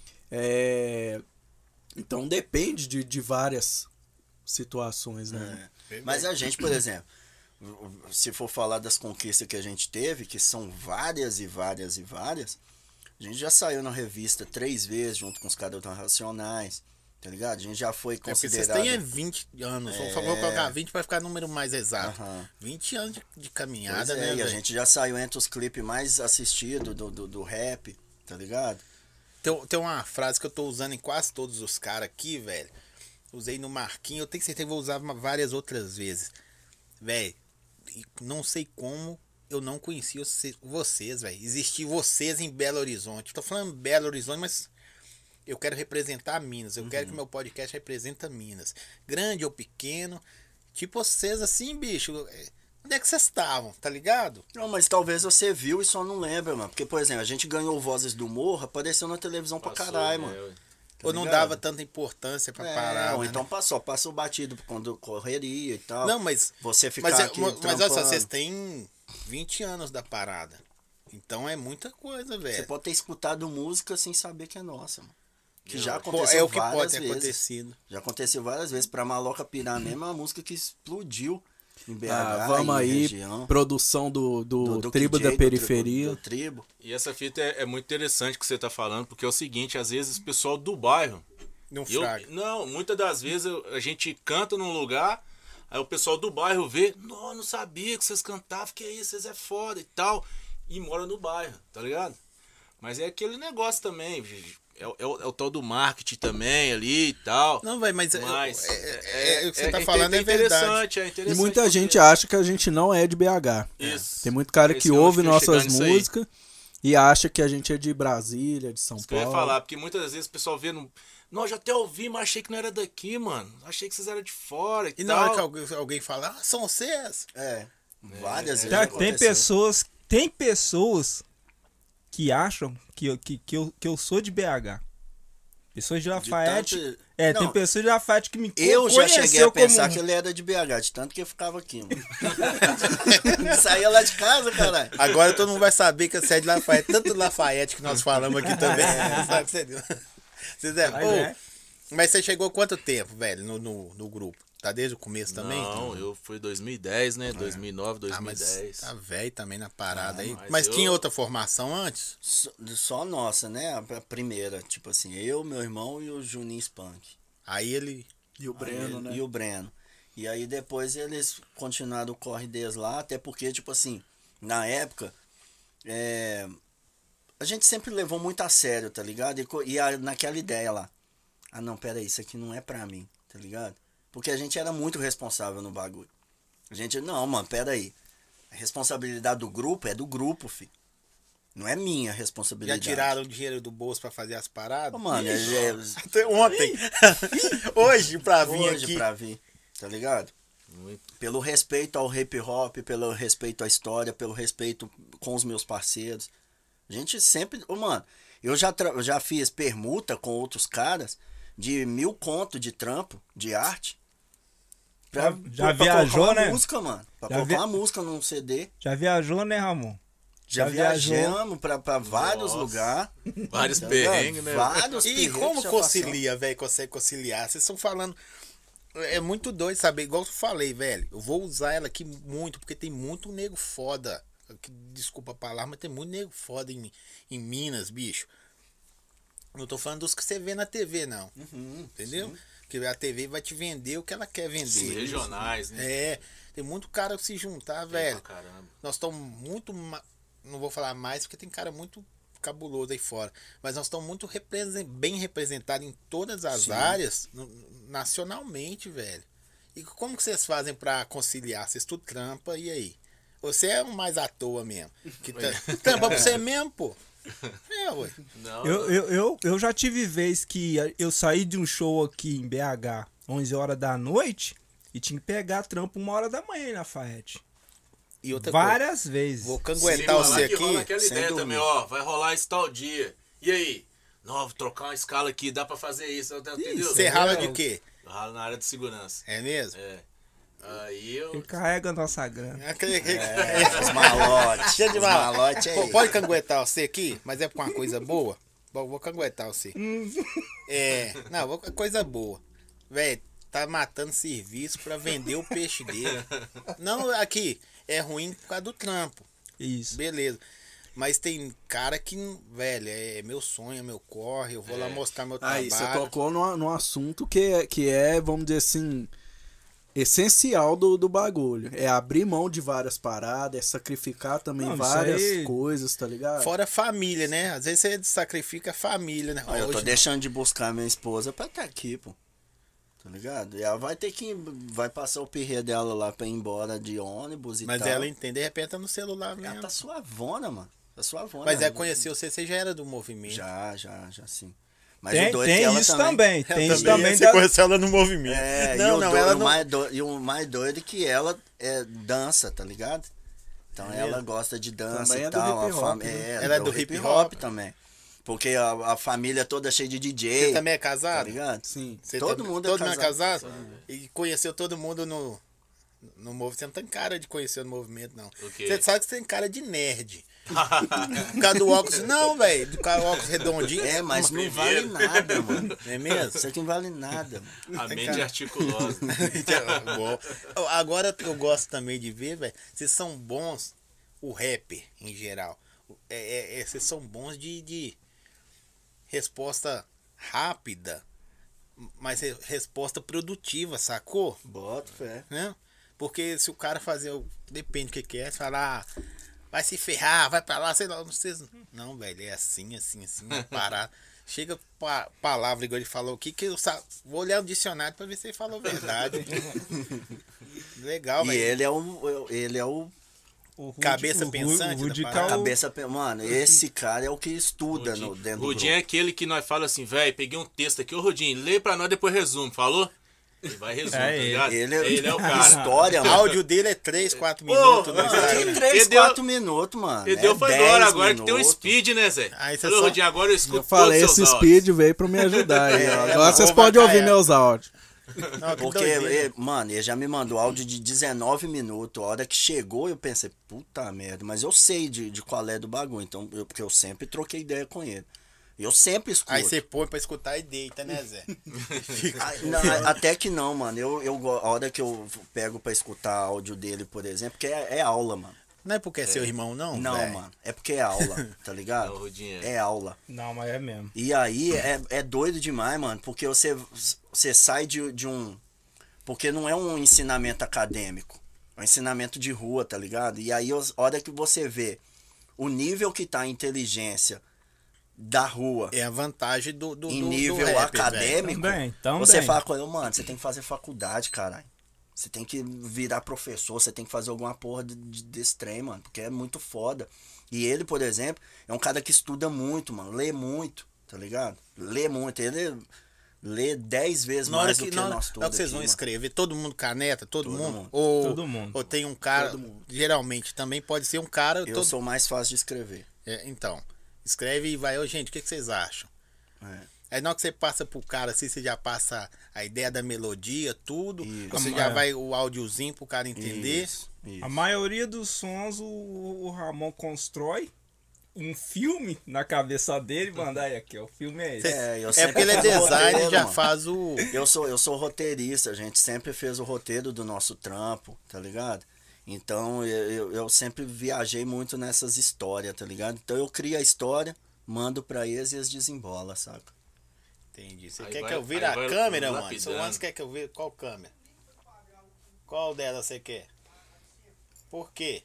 S4: É, então depende de, de várias situações, né?
S3: É. Mas a gente, por exemplo, se for falar das conquistas que a gente teve, que são várias e várias e várias, a gente já saiu na revista três vezes junto com os caras do Racionais, tá ligado? A gente já foi
S2: É porque vocês
S3: considerado...
S2: têm é vinte anos,
S3: É.
S2: vamos vou colocar vinte pra ficar número mais exato.
S3: Aham.
S2: vinte anos de, de
S3: Pois
S2: caminhada,
S3: é,
S2: né,
S3: e a
S2: velho?
S3: gente já saiu entre os clipes mais assistidos do, do, do rap, tá ligado?
S2: Tem, tem uma frase que eu tô usando em quase todos os caras aqui, velho. Usei no Marquinhos, eu tenho certeza que vou usar uma- várias outras vezes. Velho, e não sei como eu não conhecia você- vocês, velho. Existir vocês em Belo Horizonte. Tô falando Belo Horizonte, mas eu quero representar Minas. Eu quero que meu podcast representa Minas. Grande ou pequeno. Tipo vocês assim, bicho. é, Onde é que vocês estavam, tá ligado?
S3: Não, mas talvez você viu e só não lembra, mano. Porque, por exemplo, a gente ganhou Vozes do Morro, apareceu na televisão pra caralho, mano.
S5: né?
S3: Tá
S2: ou não
S3: ligado?
S2: dava tanta importância pra
S3: É,
S2: parar.
S3: ou
S2: né?
S3: então passou, passou batido quando correria e tal.
S2: Não, mas.
S3: Você ficar
S2: Mas, é-
S3: aqui
S2: mas olha só,
S3: trampando.
S2: vocês têm vinte anos da parada. Então é muita coisa,
S3: Você
S2: velho.
S3: pode ter escutado música sem saber que é nossa, mano. Que
S5: Não,
S3: já
S2: Pô,
S3: aconteceu
S2: é o que
S3: várias
S2: pode ter
S3: vezes.
S2: acontecido.
S3: Já aconteceu várias vezes. Pra Maloca Pirar mesmo é uma música que explodiu em B H.
S4: Ah, vamos
S3: em
S4: aí,
S3: região.
S4: produção do, do,
S3: Do- do
S4: Tribo
S3: K J,
S4: da
S3: do tri-
S4: Periferia.
S3: Do, tribo.
S5: E essa fita é, é muito interessante que você tá falando, porque é o seguinte, às vezes o pessoal do bairro,
S2: Não
S5: eu,
S2: fraga.
S5: não, muitas das vezes eu- a gente canta num lugar, aí o pessoal do bairro vê, não, não sabia que vocês cantavam, que isso, vocês é foda e tal, e mora no bairro, tá ligado? Mas é aquele negócio também, é, o- é o, é o tal do marketing também ali e tal.
S2: Não, velho, mas, é-
S5: Mas
S2: é, é- é- o que você tá
S5: é
S2: falando é verdade.
S5: interessante, é
S4: E
S5: interessante.
S4: muita
S5: porque-
S4: gente acha que a gente não é de B H.
S5: Isso.
S4: Tem muito cara
S5: Esse
S4: que
S5: é onde
S4: ouve
S5: que eu ia chegar
S4: nossas
S5: nisso aí.
S4: músicas e acha que a gente é de Brasília, de São
S5: Isso que eu ia
S4: Paulo.
S5: falar, porque muitas das vezes o pessoal vê no. Não, eu já até ouvi, mas achei que não era daqui, mano. Achei que vocês eram de fora e,
S2: E na
S5: tal.
S2: hora que alguém, alguém fala, ah, são vocês.
S3: É. Várias vezes.
S1: Tá, tem
S3: aconteceu.
S1: pessoas, tem pessoas que acham que eu, que, que eu, que eu sou de B H. Pessoas de Lafayette.
S3: tanto-
S1: É,
S3: Não,
S1: tem pessoas de Lafayette que me
S3: Eu já cheguei a
S1: conheceu
S3: pensar
S1: como...
S3: que ele era de B H, de tanto que eu ficava aqui, mano. Saía lá de casa, caralho.
S2: Agora todo mundo vai saber que você é de Lafayette. Tanto Lafayette que nós falamos aqui também. Sabe, você, vocês é,
S1: Mas
S2: Ô,
S1: é.
S2: mas você chegou quanto tempo, velho, no, no, no grupo? Tá desde o começo também?
S5: Não, eu fui dois mil e dez, né? dois mil e nove,
S2: Ah, mas
S5: dois mil e dez.
S2: tá velho também na parada
S3: Ah,
S2: aí.
S5: mas
S2: Mas
S5: eu-
S2: tinha outra formação antes?
S3: Só, só nossa, né? A a primeira, tipo assim, eu, meu irmão e o Juninho Spunk.
S2: Aí ele...
S4: E o Breno,
S3: Aí,
S4: né?
S3: E o Breno. E aí depois eles continuaram o corre deles lá, até porque, tipo assim, na época, é, a gente sempre levou muito a sério, tá ligado? E, co- e a- naquela ideia lá, ah não, pera aí, isso aqui não é pra mim, tá ligado? Porque a gente era muito responsável no bagulho. A gente, não, mano, pera aí. A responsabilidade do grupo é do grupo, filho. Não é minha
S2: Já
S3: responsabilidade.
S2: tiraram o dinheiro do bolso pra fazer as paradas?
S3: Ô, mano, é, é,
S2: Até ontem. Hoje pra vir
S3: hoje
S2: aqui.
S3: pra vir, tá ligado?
S5: Muito.
S3: Pelo respeito ao hip hop, pelo respeito à história, pelo respeito com os meus parceiros. A gente sempre. Ô, mano, eu já, tra- eu já fiz permuta com outros caras de mil conto de trampo, de arte. Pra,
S1: Já- já
S3: pra
S1: viajou,
S3: colocar uma
S1: né?
S3: música, mano. Pra
S1: Já
S3: colocar
S1: vi-
S3: uma música num C D.
S1: Já viajou, né, Ramon?
S3: Já,
S1: Já viajou.
S3: viajamos pra, pra vários
S5: Nossa.
S3: lugares.
S5: Vários
S3: Tá
S5: perrengues, né?
S3: Vários
S2: E
S3: perrengues
S2: como
S3: já
S2: concilia, velho? Consegue conciliar? Vocês estão falando. É muito doido saber, igual eu falei, velho. Eu vou usar ela aqui muito, porque tem muito nego foda. Que- Desculpa a palavra, mas tem muito nego foda em, em Minas, bicho. Não tô falando dos que você vê na T V, não.
S3: Uhum,
S2: Entendeu? Porque a T V vai te vender o que ela quer vender.
S5: Os regionais, né?
S2: É, tem muito cara que se juntar,
S5: Tem
S2: velho.
S5: pra caramba.
S2: Nós estamos muito. ma- Não vou falar mais porque tem cara muito cabuloso aí fora. Mas nós estamos muito represen- bem representados em todas as
S3: Sim.
S2: áreas, no- nacionalmente, velho. E como que vocês fazem pra conciliar? Vocês tudo trampa, e aí? Você é um mais à toa mesmo. Que tá, trampa pra você mesmo, pô. É, ué.
S5: Não,
S1: Eu, eu, eu, eu já tive vez que eu saí de um show aqui em B H onze horas da noite e tinha que pegar trampo uma hora da manhã na Lafayette.
S2: E outra coisa.
S1: Várias vezes.
S2: Vou
S5: sem
S2: canguentar
S5: falar
S2: você
S5: que rola
S2: aqui.
S5: aquela
S3: sem
S5: ideia
S3: dormir.
S5: também, ó. Vai rolar esse tal dia. E aí? Não, vou trocar uma escala aqui, dá pra fazer isso, entendeu?
S2: Você rala de quê?
S5: Eu ralo na área de segurança.
S2: É mesmo?
S5: É. Aí eu.
S1: Ele carrega a nossa grana.
S3: É, os malotes.
S2: Deixa eu te
S3: Os
S2: falar.
S3: malotes
S2: Pô,
S3: aí.
S2: Pode canguetar você aqui, mas é com uma coisa boa? Vou, vou canguetar você. É, não, vou com coisa boa. Velho, tá matando serviço pra vender o peixe dele. Não, aqui, é ruim por causa do trampo.
S1: Isso.
S2: Beleza. Mas tem cara que, velho, é meu sonho, é meu corre, eu vou lá
S5: É.
S2: mostrar meu
S4: Aí, você
S2: trabalho.
S4: tocou num, num assunto que é, que é, vamos dizer assim, essencial do, do bagulho. É abrir mão de várias paradas, é sacrificar também
S1: Não, isso
S4: várias
S1: aí-
S4: coisas, tá ligado?
S2: Fora a família, né? Às vezes você sacrifica a família, né?
S3: Olha, eu tô
S2: Hoje-
S3: deixando de buscar minha esposa pra estar aqui, pô. Tá ligado? E ela vai ter que. Vai passar o perreio dela lá pra ir embora de ônibus e
S2: Mas
S3: tal.
S2: ela entende, de repente tá no celular mesmo.
S3: Ela tá suavona, mano. Tá suavona.
S2: Mas é,
S3: Ela-
S2: conheceu você, você já era do movimento.
S3: Já, já, já sim. Mas
S1: Tem,
S3: o doido é que
S1: tem
S3: ela
S1: isso também. Tem
S2: Ela
S1: isso também.
S2: Você
S1: da-
S2: conheceu ela no movimento.
S3: É,
S2: não,
S3: e o,
S2: não,
S3: doido,
S2: ela
S3: o
S2: não.
S3: mais doido, e o mais doido é que ela é, dança, tá ligado? Então
S2: É
S3: ela
S2: mesmo?
S3: gosta de dança
S4: Também
S3: e
S4: é do
S3: tal.
S4: hip
S3: a
S4: hop,
S3: fam-
S4: né?
S3: é,
S2: Ela é do hip hop
S3: também. Porque a, a família toda cheia de D J.
S2: Você também é
S3: Tá
S2: casado?
S3: ligado?
S4: Sim.
S2: Você
S3: Todo
S2: tá-
S3: mundo é
S2: todo mundo é
S3: casado.
S2: casado? E conheceu todo mundo no, no movimento. Você não tem cara de conhecer no movimento, não.
S5: O quê?
S2: Você sabe que você tem cara de nerd. Por causa do óculos. Não, velho. Do cara óculos redondinho.
S3: É, mas não vale
S5: Primeiro.
S3: nada, mano.
S2: Não é mesmo?
S3: Isso aqui não vale nada, mano.
S5: A mente articulosa.
S2: Bom. Agora eu gosto também de ver, velho. Vocês são bons, o rapper em geral. É, é, é, vocês são bons de, de resposta rápida, mas re- resposta produtiva, sacou?
S3: Bota fé.
S2: Né? Porque se o cara fazer, o- depende do que que é, se falar, ah, vai se ferrar, vai pra lá, sei lá, vocês. Não, velho, é assim, assim, assim, vai parar. Chega pa palavra, igual ele falou aqui, que eu sa- vou olhar o dicionário pra ver se ele falou verdade. Legal,
S3: E
S2: velho.
S3: ele é o. Ele é o.
S1: O Rude-
S2: Cabeça
S1: o Ru-
S2: pensante
S1: o Rude
S2: da
S1: que
S2: parada.
S1: é o-
S3: Cabeça. pe- Mano, esse cara é o que estuda no, dentro do
S5: Rudinho é
S3: grupo.
S5: aquele que nós fala assim, velho, peguei um texto aqui, ô Rudinho, lê pra nós, depois resumo, falou? Ele vai resumo,
S1: É
S5: tá
S1: ele.
S5: ligado?
S3: Ele,
S5: Ele é o cara.
S3: História,
S2: O
S3: mano.
S2: áudio dele é três, quatro minutos.
S5: Mano,
S2: no
S3: Mano,
S2: Instagram.
S3: tem três,
S5: Ele deu-
S3: quatro minutos, mano.
S5: Ele
S3: É
S5: deu foi
S3: dez
S5: embora agora que tem um
S3: minutos.
S5: speed, né, Zé?
S2: Aí você
S5: Falou,
S2: só-
S5: Rodinho, agora eu escuto
S4: Eu falei,
S5: todos os
S4: esse
S5: seus áudios.
S4: speed veio pra me ajudar aí, ó.
S3: É,
S4: Agora
S2: vou
S4: vocês podem
S2: marcar
S4: ouvir
S2: ela.
S4: meus áudios.
S2: Não, que
S3: Porque,
S2: doideira.
S3: ele- mano, ele já me mandou áudio de dezenove minutos. A hora que chegou, eu pensei, puta merda, mas eu sei de, de qual é do bagulho. Então, eu, porque eu sempre troquei ideia com ele. Eu sempre escuto.
S2: Aí você põe pra escutar e deita, né, Zé?
S3: Ah, não, a- até que não, mano. Eu, eu, go- a hora que eu pego pra escutar áudio dele, por exemplo, que é, é aula, mano.
S2: Não é porque é seu irmão, não?
S3: Não,
S2: véi?
S3: mano. É porque é aula, tá ligado?
S5: Não, Rodinho,
S3: É aula.
S1: Não, mas é mesmo.
S3: E aí é, é doido demais, mano, porque você, você sai de, de um. Porque não é um ensinamento acadêmico, é um ensinamento de rua, tá ligado? E aí, os- a hora que você vê o nível que tá a inteligência da rua
S2: É a vantagem do, do,
S3: em
S2: do- do
S3: nível
S2: rap,
S3: acadêmico,
S1: Também, também.
S3: você fala com ele, mano, você tem que fazer faculdade, caralho. Você tem que virar professor, você tem que fazer alguma porra de, de- desse trem, mano, porque é muito foda. E ele, por exemplo, é um cara que estuda muito, mano, lê muito, tá ligado? Lê muito, ele lê dez vezes
S2: Na hora
S3: mais
S2: que,
S3: do que
S2: na hora,
S3: nós
S2: na
S3: tudo
S2: hora que vocês
S3: aqui,
S2: vão
S3: mano.
S2: escrever, todo mundo caneta, todo,
S3: Todo
S2: mundo?
S3: mundo.
S2: Ou,
S1: Todo mundo.
S2: ou tem um cara, geralmente também pode ser um cara...
S3: Eu
S2: todo-
S3: sou mais fácil de escrever.
S2: É, então, escreve e vai, ô gente, o que, que vocês acham?
S3: É.
S2: Aí na hora que você passa pro cara assim, você já passa a ideia da melodia, tudo.
S3: Isso.
S2: Você
S1: Ah,
S2: já
S1: é.
S2: vai o áudiozinho pro cara entender.
S3: Isso, isso.
S1: A maioria dos sons o, o Ramon constrói um filme na cabeça dele e manda aí aqui, ó, o filme é esse.
S3: É, eu
S2: É
S3: sempre
S2: porque ele é
S3: fiz o
S2: designer e
S3: roteiro,
S2: já
S3: mano.
S2: faz o.
S3: Eu sou, eu sou roteirista, a gente sempre fez o roteiro do nosso trampo, tá ligado? Então eu, eu, eu sempre viajei muito nessas histórias, tá ligado? Então eu crio a história, mando pra eles e eles desembolam, saca?
S2: Entendi. Você
S5: Aí
S2: quer
S5: vai-
S2: que eu vire
S5: aí
S2: a
S5: vai
S2: câmera, mano?
S5: lapidando.
S2: Seu antes quer que eu vire qual câmera? Qual dela você quer? Por quê?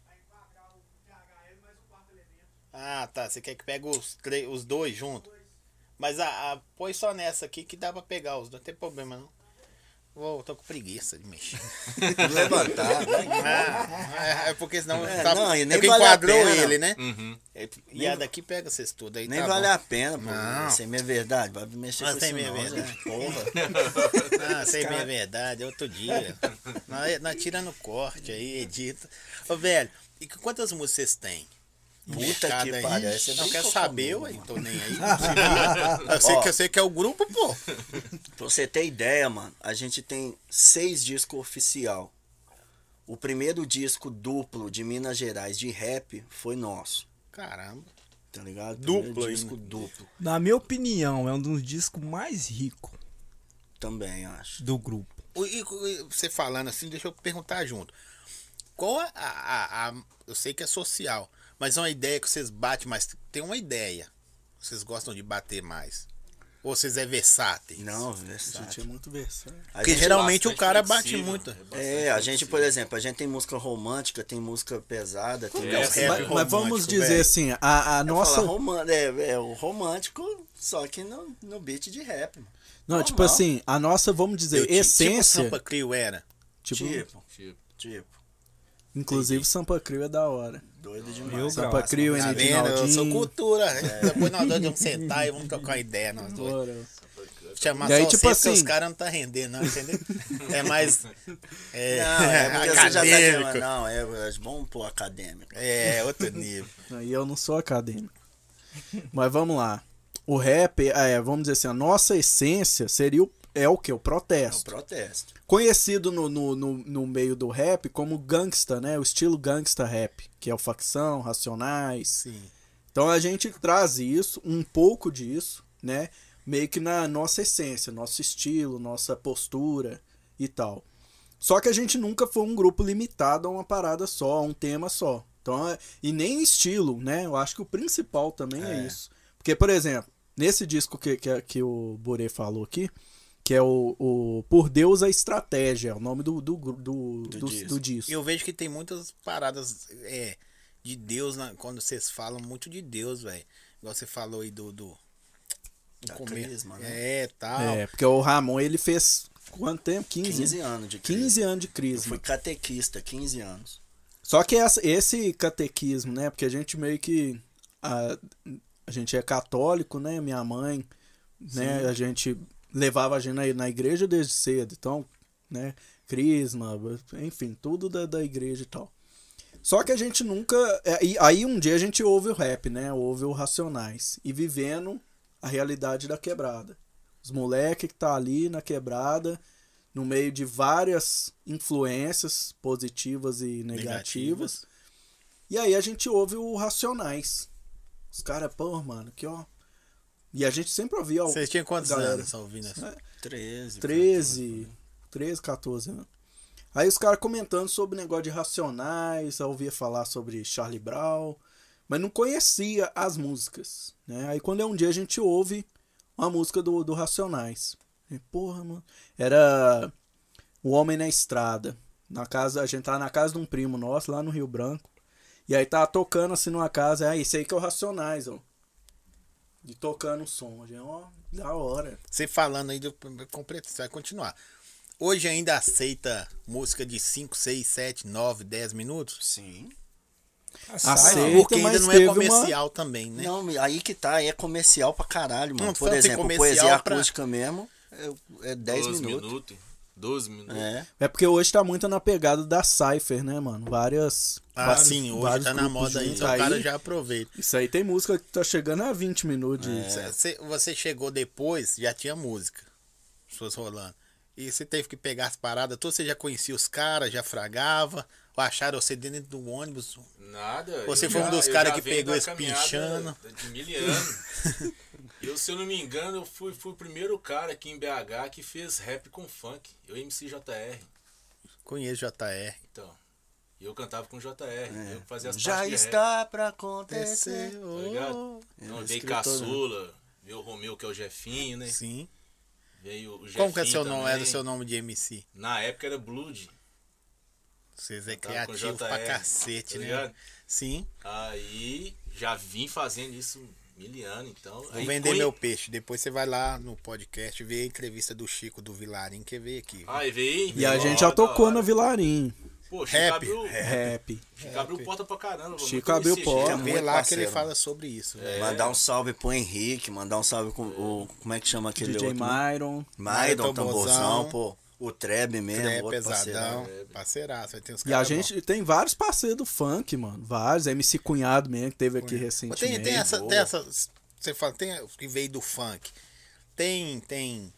S2: Ah, tá. Você quer que pegue os, três, os dois juntos? Mas a, a, põe só nessa aqui que dá pra pegar os dois. Não tem problema, não. Vou, tô com preguiça de mexer.
S3: Levantar, né?
S2: Ah, é, é porque senão
S3: É,
S2: tá,
S3: não, e nem
S2: é que
S3: vale a
S2: enquadrou
S3: pena.
S2: ele, né?
S5: Uhum.
S2: É, E a daqui pega vocês tudo aí.
S3: Nem
S2: tá
S3: vale
S2: bom.
S3: a pena, pô.
S2: Não.
S3: Sem minha verdade, vai mexer
S2: Mas
S3: com
S2: sem
S3: isso
S2: minha
S3: não,
S2: verdade.
S3: gente. Porra.
S2: Ah, sei bem a verdade, é outro dia. nós, nós tirando corte aí, edita. Ô, velho, e que- quantas músicas vocês têm? No
S3: Puta
S2: mercado
S3: que
S2: aí?
S3: pariu, você
S2: Não
S3: brincou
S2: quer saber,
S3: comigo,
S2: ué, tô nem aí. eu, sei
S3: Ó.
S2: que, eu sei que é o grupo, pô.
S3: Pra você ter ideia, mano, a gente tem seis discos oficial. O primeiro disco duplo de Minas Gerais de rap foi nosso,
S2: Caramba.
S3: tá ligado?
S2: Duplo
S3: Primeiro disco
S2: ainda.
S3: duplo.
S1: Na minha opinião, é um dos discos mais ricos
S3: Também, acho.
S1: do grupo.
S2: O- E, e você falando assim, deixa eu perguntar junto. Qual a, a, a- Eu sei que é social, mas é uma ideia que vocês batem mais. Tem uma ideia. Vocês gostam de bater mais. Ou vocês é versátil?
S3: Não,
S4: A gente é
S3: versátil.
S4: muito versátil.
S3: A
S2: Porque
S3: gente-
S2: geralmente o
S5: bastante
S2: cara bate
S5: flexível,
S2: muito.
S5: é bastante
S3: É, a gente, por
S5: flexível.
S3: exemplo, a gente tem música romântica, tem música pesada, tem
S5: É,
S3: música...
S2: rap
S4: Mas, mas vamos
S2: romântico,
S4: dizer
S2: velho.
S4: assim, a, a
S3: Nossa...
S4: nossa.
S3: é, é o romântico, só que no, no beat de rap. Mano.
S4: Não,
S3: normal.
S4: tipo assim, a nossa, vamos dizer,
S2: Eu, tipo, Tipo
S4: essência.
S2: Sampa Crio era.
S4: Tipo,
S3: Tipo,
S5: Tipo,
S3: tipo,
S4: inclusive Sampa Crio é da hora.
S3: doido
S1: Meu
S3: demais.
S1: grau.
S4: Sampa Crio,
S2: Tá
S4: N D
S2: vendo? Eu sou
S4: Naldinho.
S2: cultura. Depois nós dois vamos sentar e vamos trocar uma ideia, nós dois.
S4: Bora.
S2: Chamar
S4: E aí,
S2: só
S4: tipo
S2: você
S4: assim-
S2: porque os caras não tá rendendo, não, entendeu? É mais é,
S3: Não, é porque você já tá
S2: acadêmico.
S3: dizendo, não, é, é bom pôr acadêmico.
S2: É, outro nível.
S4: Aí eu não sou acadêmico. Mas vamos lá. O rap, é, vamos dizer assim, a nossa essência seria o, é o que? O
S3: É o
S4: protesto.
S3: protesto.
S4: Conhecido no, no, no, no meio do rap como gangsta, né? O estilo gangsta rap, que é o facção, racionais.
S2: Sim.
S4: Então a gente traz isso, um pouco disso, né? Meio que na nossa essência, nosso estilo, nossa postura e tal. Só que a gente nunca foi um grupo limitado a uma parada só, a um tema só. Então, é- e nem estilo, né? Eu acho que o principal também é,
S3: É.
S4: isso. Porque, por exemplo, nesse disco que, que, que o Borê falou aqui, que é o, o Por Deus a Estratégia, é o nome do, do, do, do,
S3: Do
S4: do,
S3: disco.
S4: do disco.
S2: E eu vejo que tem muitas paradas é, de Deus, na- quando vocês falam muito de Deus, velho. Igual você falou aí do... do
S3: Da
S2: comer.
S3: crisma, né?
S2: É, tal.
S4: É, porque o Ramon, ele fez quanto tempo? quinze,
S3: quinze anos de crisma.
S4: quinze anos de
S3: Eu
S4: crisma.
S3: fui catequista, quinze anos.
S4: Só que essa- esse catequismo, né? Porque a gente meio que. A, a gente é católico, né? Minha mãe, né? A gente levava a gente na, na igreja desde cedo, então, né, crisma, enfim, tudo da, da igreja e tal. Só que a gente nunca... É, e aí um dia a gente ouve o rap, né, ouve o Racionais, e vivendo a realidade da quebrada. Os moleques que tá ali na quebrada, no meio de várias influências positivas e negativas. negativas. E aí a gente ouve o Racionais. Os caras, pô, mano, que ó... E a gente sempre ouvia...
S2: Vocês tinham quantos
S4: galera,
S2: anos ouvindo isso?
S4: É,
S3: treze.
S4: treze, treze, quatorze anos. Aí os caras comentando sobre o negócio de Racionais, eu ouvia falar sobre Charlie Brown, mas não conhecia as músicas, né? Aí quando é um dia a gente ouve uma música do, do Racionais. E, porra, mano. Era O Homem na Estrada. Na casa, a gente tava na casa de um primo nosso, lá no Rio Branco. E aí tava tocando assim numa casa, ah, isso aí que é o Racionais, ó. E tocando o som, gente, ó, da hora.
S2: Você falando aí do completo, você vai continuar. Hoje ainda aceita música de cinco, seis, sete, nove, dez minutos?
S3: Sim.
S4: Aceita,
S2: Porque ainda
S4: mas
S2: não é
S4: teve
S2: comercial também, né?
S3: Não, aí que tá, é comercial pra caralho, mano.
S2: Não,
S3: Por
S2: tanto em
S3: exemplo,
S2: comercial
S3: poesia
S2: pra-
S3: acústica mesmo é, é dez
S5: doze
S3: minutos.
S5: minutos. doze minutos.
S3: É.
S4: É porque hoje tá muito na pegada da Cypher, né, mano? Várias.
S2: Ah,
S4: vários,
S2: sim, hoje
S4: vários
S2: tá na
S4: grupos
S2: moda aí,
S4: juntos.
S2: então o cara
S4: Aí,
S2: já aproveita.
S4: Isso aí tem música que tá chegando a vinte minutos de.
S2: É. Você, você chegou depois, já tinha música. As pessoas rolando. E você teve que pegar as paradas todas, você já conhecia os caras, já fragava, ou acharam você dentro do ônibus.
S5: Nada.
S2: Você
S5: eu
S2: foi um
S5: já-
S2: dos
S5: eu
S2: caras
S5: já
S2: que
S5: venho
S2: pegou
S5: da
S2: esse
S5: caminhada
S2: pinchando.
S5: De miliano. Eu, se eu não me engano, eu fui, fui o primeiro cara aqui em B H que fez rap com funk. Eu M C J R.
S2: Conheço J R.
S5: Então. E eu cantava com J R.
S3: É.
S5: Eu fazia as
S3: Já
S5: partes de rap,
S3: está pra acontecer.
S5: tá ligado? Então,
S3: É,
S5: veio
S3: escritor,
S5: Caçula, veio o Romeu, que é o Jefinho, né?
S2: Sim.
S5: Veio o Jefinho
S2: Como que é seu nome?
S5: também.
S2: Era o seu nome de M C?
S5: Na época era Blood.
S2: Vocês é
S5: Cantava com
S2: criativo
S5: J R,
S2: pra cacete,
S5: tá
S2: né?
S5: ligado?
S2: Sim.
S5: Aí já vim fazendo isso miliano, então.
S2: Vou
S5: aí
S2: vender
S5: conhe-
S2: meu peixe. Depois você vai lá no podcast ver a entrevista do Chico do Vilarim, que veio aqui.
S5: Aí veio.
S4: E a
S5: veio,
S4: gente
S5: ó,
S4: já tocou
S5: da
S4: no
S5: hora.
S4: Vilarim.
S5: Pô, Chico
S2: Rap,
S5: abriu,
S4: Rap.
S5: Chico abriu porta pra caramba. vamos
S4: Chico
S5: conhecer,
S4: abriu
S5: Chico.
S4: porta.
S2: Vê
S3: muito
S2: lá que
S3: parceiro,
S2: ele fala sobre isso.
S5: É.
S2: velho.
S3: Mandar um salve pro Henrique, mandar um salve com o. Como é que chama aquele
S4: D J
S3: outro?
S4: Myron.
S3: Maidon,
S2: Tamborzão.
S3: tamborzão, pô. O Treb mesmo.
S2: É
S3: outro
S2: pesadão,
S3: parceirão.
S2: parceiraço. Vai ter uns
S4: E a
S2: caras
S4: gente tem vários parceiros do funk, mano. Vários. M C Cunhado mesmo, que teve aqui
S2: bons.
S4: recentemente.
S2: Tem, tem essa,
S4: Boa.
S2: tem essa. Você fala, tem que veio do funk. Tem, tem.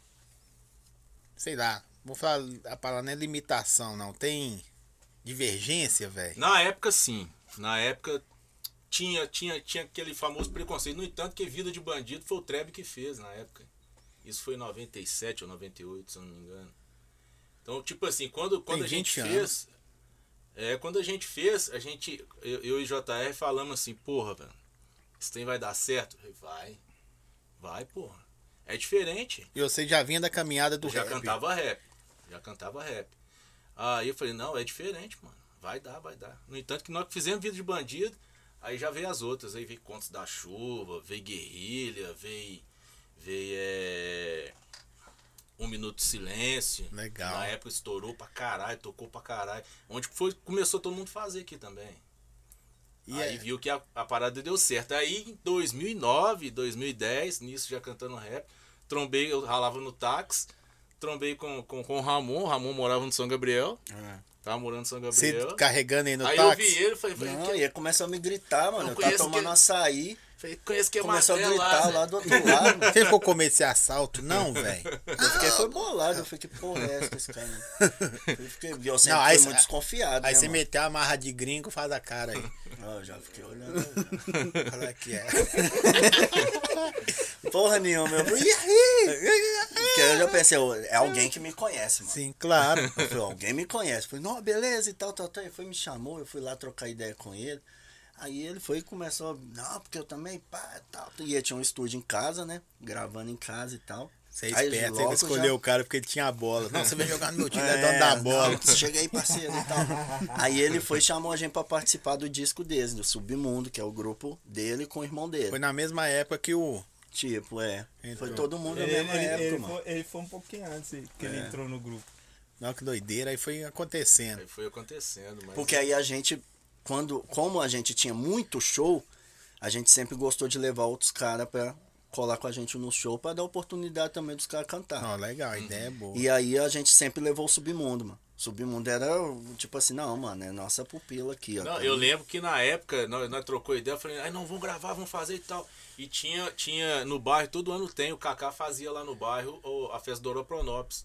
S2: Sei lá, vou falar a palavra não é limitação, não. Tem divergência, velho.
S5: Na época, sim. Na época tinha, tinha, tinha aquele famoso preconceito. No entanto, que Vida de Bandido foi o Treb que fez na época. Isso foi em noventa e sete ou noventa e oito, se eu não me engano. Então, tipo assim, quando, quando
S2: Tem
S5: a gente
S2: vinte
S5: fez. É, quando a gente fez, a gente. Eu, eu e J R falamos assim, porra, velho, isso tem vai dar certo? Eu falei, vai. Vai, porra. É diferente.
S2: E você já vinha da caminhada do
S5: Eu já
S2: rap.
S5: cantava rap. Já cantava rap. Aí eu falei, não, é diferente, mano. Vai dar, vai dar. No entanto, que nós fizemos Vida de Bandido, aí já veio as outras. Aí veio Contos da Chuva, veio Guerrilha, veio. Veio. É... Um Minuto de Silêncio.
S2: Legal.
S5: Na época estourou pra caralho, tocou pra caralho. Onde foi, começou todo mundo a fazer aqui também.
S2: E
S5: aí
S2: é-
S5: viu que a, a parada deu certo. Aí em dois mil e nove, dois mil e dez, nisso já cantando rap, trombei, eu ralava no táxi, trombei com, com, com o Ramon, o Ramon morava no São Gabriel,
S3: É.
S5: tava morando no São
S2: Você
S5: Gabriel.
S2: carregando aí no
S5: Aí eu
S2: táxi.
S5: vi ele, falei, falei,
S3: Não,
S5: que,
S3: e ele começou a me gritar, mano.
S5: Eu
S3: Eu tava
S5: conheço
S3: tomando
S5: que-
S3: açaí,
S5: falei, conheço que é
S3: começou a
S5: matéria
S3: gritar
S5: Zé.
S3: lá do outro lado.
S2: Você ficou com medo desse assalto? Não, velho.
S3: Eu fiquei foi bolado, eu fiquei, que porra é essa desse cara? Eu, fiquei, eu sempre
S2: Não, aí
S3: fui
S2: cê-
S3: muito desconfiado,
S2: Aí
S3: né,
S2: você
S3: mano?
S2: meteu a marra de gringo, faz a cara aí.
S3: Ah, eu já fiquei olhando.
S2: Qual é que é?
S3: Porra nenhuma, eu falei, e aí? Porque eu já pensei, eu- é alguém que me conhece, mano.
S2: Sim, claro.
S3: Eu falei, alguém me conhece. Eu falei, não, beleza e tal, tal, tal. Ele foi, me chamou, eu fui lá trocar ideia com ele. Aí ele foi e começou, não, porque eu também, pá, tal. E ele tinha um estúdio em casa, né? Gravando em casa e tal.
S2: Você é
S3: Aí
S2: esperto,
S3: logo
S2: você escolheu
S3: já-
S2: o cara porque ele tinha a bola. Não, você vai jogar no meu time, é,
S3: É,
S2: dono da bola.
S3: não, chega aí, parceiro e tal. Aí ele foi e chamou a gente pra participar do disco deles, do Submundo, que é o grupo dele com o irmão dele.
S2: Foi na mesma época que o...
S3: Tipo, é.
S2: Entrou.
S3: Foi todo mundo na
S1: Ele,
S3: mesma
S1: ele-
S3: época,
S1: ele
S3: mano.
S1: foi, ele foi um pouquinho antes que ele
S3: É.
S1: entrou no grupo.
S2: Não, que doideira, aí foi acontecendo.
S5: Aí foi acontecendo, mas...
S3: Porque aí a gente, quando, como a gente tinha muito show, a gente sempre gostou de levar outros caras pra colar com a gente no show pra dar oportunidade também dos caras cantar.
S2: Ó, legal, a ideia é boa.
S3: E aí a gente sempre levou o Submundo, mano. Submundo era tipo assim, não, mano, é nossa pupila aqui, ó.
S5: Não,
S3: tá
S5: eu
S3: vendo?
S5: lembro que na época nós, nós trocou ideia, eu falei, ai não, vamos gravar, vamos fazer e tal. E tinha, tinha no bairro, todo ano tem, o Kaká fazia lá no bairro o- a festa do Oropronópolis.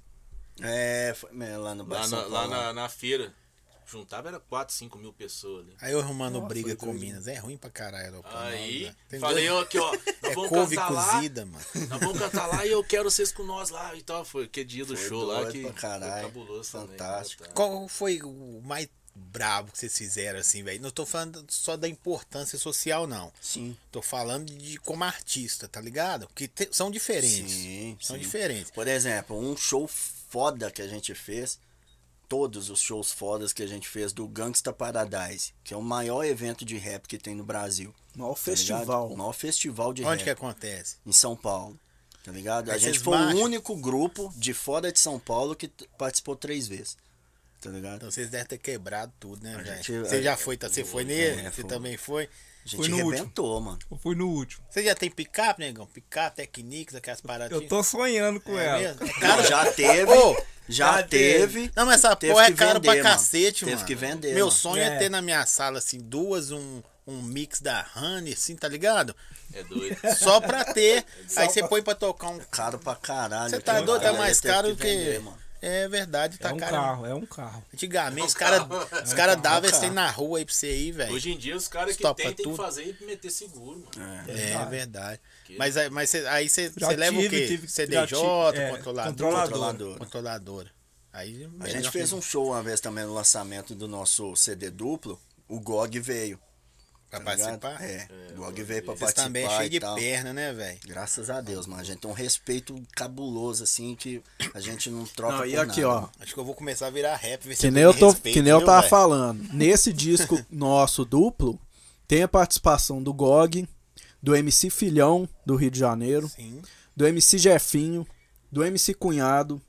S3: É, foi, é, lá no
S5: Lá,
S3: bairro
S5: na,
S3: São
S5: lá
S3: Paulo.
S5: na, na feira. Juntava era quatro, cinco mil pessoas ali.
S2: Aí eu arrumando
S4: Nossa,
S2: briga
S4: foi
S2: com
S4: doido.
S2: Minas. É ruim pra caralho. Pô,
S5: Aí,
S2: não, tem
S5: falei,
S2: dois-
S5: ó, aqui, ó, nós
S2: É
S5: vamos
S2: couve
S5: cantar lá.
S2: cozida, mano.
S5: Nós vamos cantar lá e eu quero vocês com nós lá e tal. Foi que dia do
S3: Foi
S5: show lá
S3: doido
S5: que
S3: pra caralho,
S5: foi cabuloso também,
S3: fantástico.
S5: né, tá?
S2: Qual foi o mais brabo que vocês fizeram, assim, velho? Não tô falando só da importância social, não.
S3: Sim.
S2: Tô falando de como artista, tá ligado? Que te- são diferentes.
S3: Sim,
S2: São
S3: sim.
S2: diferentes.
S3: Por exemplo, um show foda que a gente fez, todos os shows fodas que a gente fez do Gangsta Paradise, que é o maior evento de rap que tem no Brasil.
S4: Maior
S3: tá
S4: festival.
S3: ligado? O maior festival de
S2: Onde que
S3: rap
S2: acontece?
S3: em São Paulo. Tá ligado? A
S2: Aí
S3: gente
S2: vocês
S3: foi
S2: marcham?
S3: o único grupo de fora de São Paulo que t- participou três vezes. Tá ligado?
S2: Então vocês devem ter quebrado tudo, né,
S3: A
S2: velho?
S3: gente-
S2: Você
S3: a-
S2: já foi, tá? Você foi nele?
S3: É,
S2: Você
S3: foi.
S2: também foi?
S3: A gente
S1: Foi no
S3: arrebentou, mano.
S1: Eu fui no último.
S2: Você já tem picape, negão? Picape, Technics, aquelas
S1: Eu
S2: paradinhas?
S1: tô sonhando com
S2: É
S1: ela.
S2: mesmo? É
S3: Cara,
S2: caro?
S3: já teve.
S2: Ô,
S3: já
S1: já
S3: teve.
S2: Não, mas essa
S3: Teve
S2: porra é
S3: que
S2: caro
S3: vender,
S2: pra
S3: mano.
S2: cacete,
S3: Teve
S2: mano.
S3: que vender,
S2: Meu
S3: mano.
S2: sonho é.
S1: É.
S2: ter na minha sala, assim, duas, um, um mix da Honey, assim, tá ligado?
S5: É doido.
S2: Só pra ter. Aí você põe pra tocar um...
S3: Caro pra caralho.
S2: Você tá
S3: aquele
S2: doido? Tá
S3: cara
S2: mais
S3: teve
S2: caro
S3: que
S2: que...
S3: vender, mano.
S2: É verdade,
S1: É
S2: tá
S1: um
S2: caro.
S1: carro, é um carro.
S2: Antigamente, os caras os cara davam esse
S3: carro.
S2: trem na rua aí pra você ir, velho.
S5: Hoje em dia os caras que
S2: Topa
S5: tem, tem que
S2: tudo.
S5: fazer e meter seguro, mano.
S2: É,
S1: Verdade.
S2: verdade.
S5: Que-
S2: Mas, aí- mas cê- aí você
S1: Já
S2: leva o
S1: tive,
S2: quê?
S1: tive-
S2: C D
S1: já
S2: J,
S1: tive, é,
S2: controlador?
S1: controlador.
S3: Controlador.
S2: Controladora. Aí,
S3: A gente fez um show uma vez também no lançamento do nosso C D duplo. O G O G veio.
S2: Pra
S3: tá ligado?
S2: participar?
S3: É, o G O G veio pra
S2: Vocês também é
S3: participar
S2: cheio
S3: e
S2: de
S3: tal.
S2: perna, né, velho?
S3: Graças a Deus, mano. A gente tem um respeito cabuloso, assim, que a gente não troca
S4: Não,
S3: por
S4: e aqui,
S3: nada.
S4: ó.
S2: Acho que eu vou começar a virar rap. Ver se
S4: Que
S2: eu
S4: nem
S2: tenho
S4: eu, tô,
S2: respeito,
S4: que nem eu
S2: viu,
S4: tava
S2: velho?
S4: falando. Nesse disco nosso duplo, tem a participação do G O G, do M C Filhão, do Rio de Janeiro,
S2: Sim.
S4: do M C Jefinho, do M C Cunhado,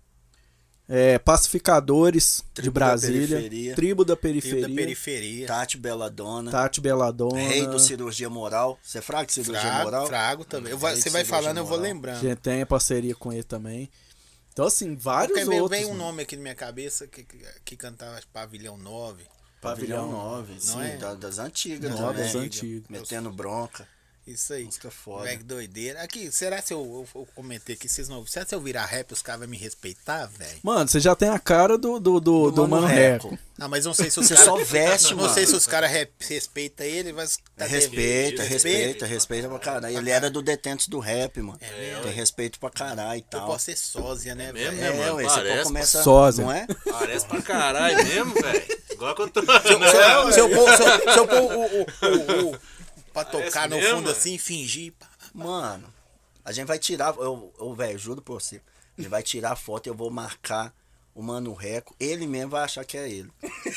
S4: é, Pacificadores de
S3: Tribo da
S4: Brasília,
S3: Periferia.
S4: Tribo da
S2: Rio
S4: Periferia,
S2: da periferia.
S3: Tati Belladonna.
S4: Tati Belladonna.
S3: Rei do Cirurgia Moral. Você é fraco de cirurgia
S2: Frago,
S3: moral?
S2: frago também. Eu vou-
S3: Rei de
S2: você vai
S3: cirurgia
S2: falando, eu vou
S3: moral.
S4: A
S2: lembrando.
S4: gente tem a parceria com ele também. Então, assim, vários
S2: Porque vem,
S4: outros.
S2: vem um
S4: mano.
S2: nome aqui na minha cabeça que, que, que cantava Pavilhão nove.
S3: Pavilhão nove, sim,
S2: é?
S3: da- das antigas
S4: Não,
S3: também.
S4: das antigas.
S3: Metendo bronca.
S2: Isso aí.
S3: Música foda.
S2: Velho, que doideira. Aqui, será se eu, eu, eu comentei aqui, vocês não. Será se eu virar rap, os caras vão me respeitar, velho?
S4: Mano, você já tem a cara do, do, do, do Mano Reco.
S2: Não, mas não sei se os
S3: Você
S2: caras.
S3: só veste,
S2: Não
S3: mano.
S2: sei se os caras re- respeitam ele, mas. tá
S3: Respeita,
S2: devendo.
S3: respeita, respeita pra caralho. Ele era do Detentos do Rap, mano.
S2: mesmo?
S3: Tem respeito pra caralho e
S2: Eu
S3: tal.
S2: posso ser sósia, né,
S5: mesmo,
S2: velho?
S5: né,
S3: É,
S5: mano?
S3: ué, você pode
S5: Parece,
S3: começar.
S4: Sósia.
S3: Não é?
S5: Parece pra caralho mesmo, velho. Igual que eu tô.
S2: Se eu,
S5: Não,
S2: se eu- se eu
S5: velho.
S2: pôr, se eu- se eu pôr o, o, o, o- pra
S5: Parece
S2: tocar no
S5: mesmo,
S2: fundo
S5: mano.
S2: assim, fingir. pá.
S3: Mano, a gente vai tirar. Eu, eu velho, juro pra você. A gente vai tirar a foto e eu vou marcar o Mano Reco. Ele mesmo vai achar que é ele.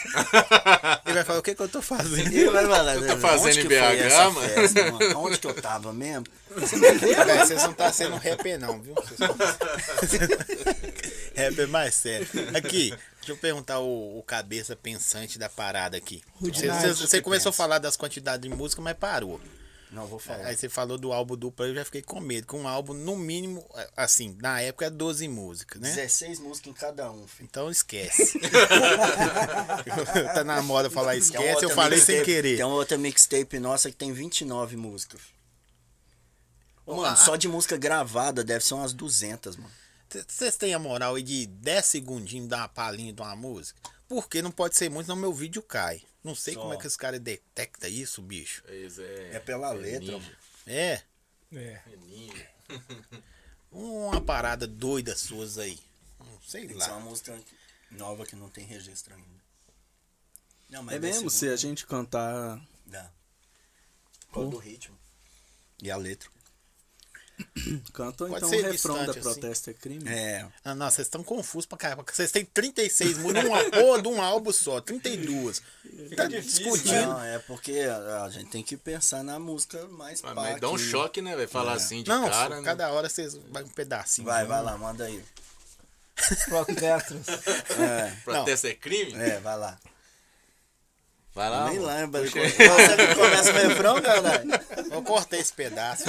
S2: Ele vai falar, o que que eu tô fazendo?
S3: Ele vai falar,
S5: Tu tá fazendo
S3: onde
S5: em
S3: que
S5: B H,
S3: foi essa
S5: mano?
S3: festa, mano? Onde que eu tava mesmo?
S2: Velho, vocês não tá sendo rapper não, viu? Vocês tão- rapper mais sério. Aqui, deixa eu perguntar o, o cabeça pensante da parada aqui. Você, você- você começou a falar das quantidades de música, mas parou.
S3: Não, vou falar.
S2: Aí você falou do álbum duplo, eu já fiquei com medo. Com um álbum, no mínimo, assim, na época, doze músicas, né?
S3: dezesseis músicas em cada um, filho.
S2: Então esquece. Tá na moda falar
S3: Tem uma
S2: esquece, eu
S3: outra
S2: falei sem
S3: mixtape-
S2: querer.
S3: Tem uma outra mixtape nossa que tem vinte e nove músicas. Ô, mano,
S2: Ah.
S3: só de música gravada deve ser umas duzentas, mano.
S2: Vocês têm a moral aí de dez segundinhos dar uma palhinha de uma música? Porque não pode ser muito, senão meu vídeo cai. Não sei
S3: Só.
S2: como é que os caras detectam isso, bicho.
S5: Isso é,
S3: É pela letra,
S5: ninja,
S3: mano.
S2: É,
S1: É.
S5: é ninja.
S2: uma parada doida suas aí. Hum, Sei
S3: Tem que ser uma
S2: lá.
S3: música nova que não tem registro ainda. Não,
S4: É
S3: desse
S4: mesmo, se a gente cantar.
S3: Dá. Qual do ritmo? E a letra.
S4: Canta
S2: Pode
S4: então o
S2: ser
S4: refrão da
S2: distante, assim.
S4: Protesto é Crime.
S3: É.
S2: Ah, não, vocês estão confusos pra caramba. porque Vocês têm trinta e seis músicas numa porra de um álbum só, trinta e duas. Tá discutindo.
S3: Não, é porque a a gente tem que pensar na música mais
S5: Mas,
S3: pá
S5: mas dá um
S3: aqui.
S5: choque, né, velho? Falar
S3: É.
S5: assim de
S2: Não,
S5: cara. né?
S2: cada hora vocês vai um pedacinho.
S3: Vai,
S2: né?
S3: vai lá, manda aí.
S1: Protestos.
S3: É,
S5: Protesto é crime?
S3: é, vai lá.
S5: Vai lá.
S3: Nem
S5: mano.
S3: lembra.
S5: Puxa
S3: Você não começa o refrão, caralho?
S2: Eu cortei esse pedaço.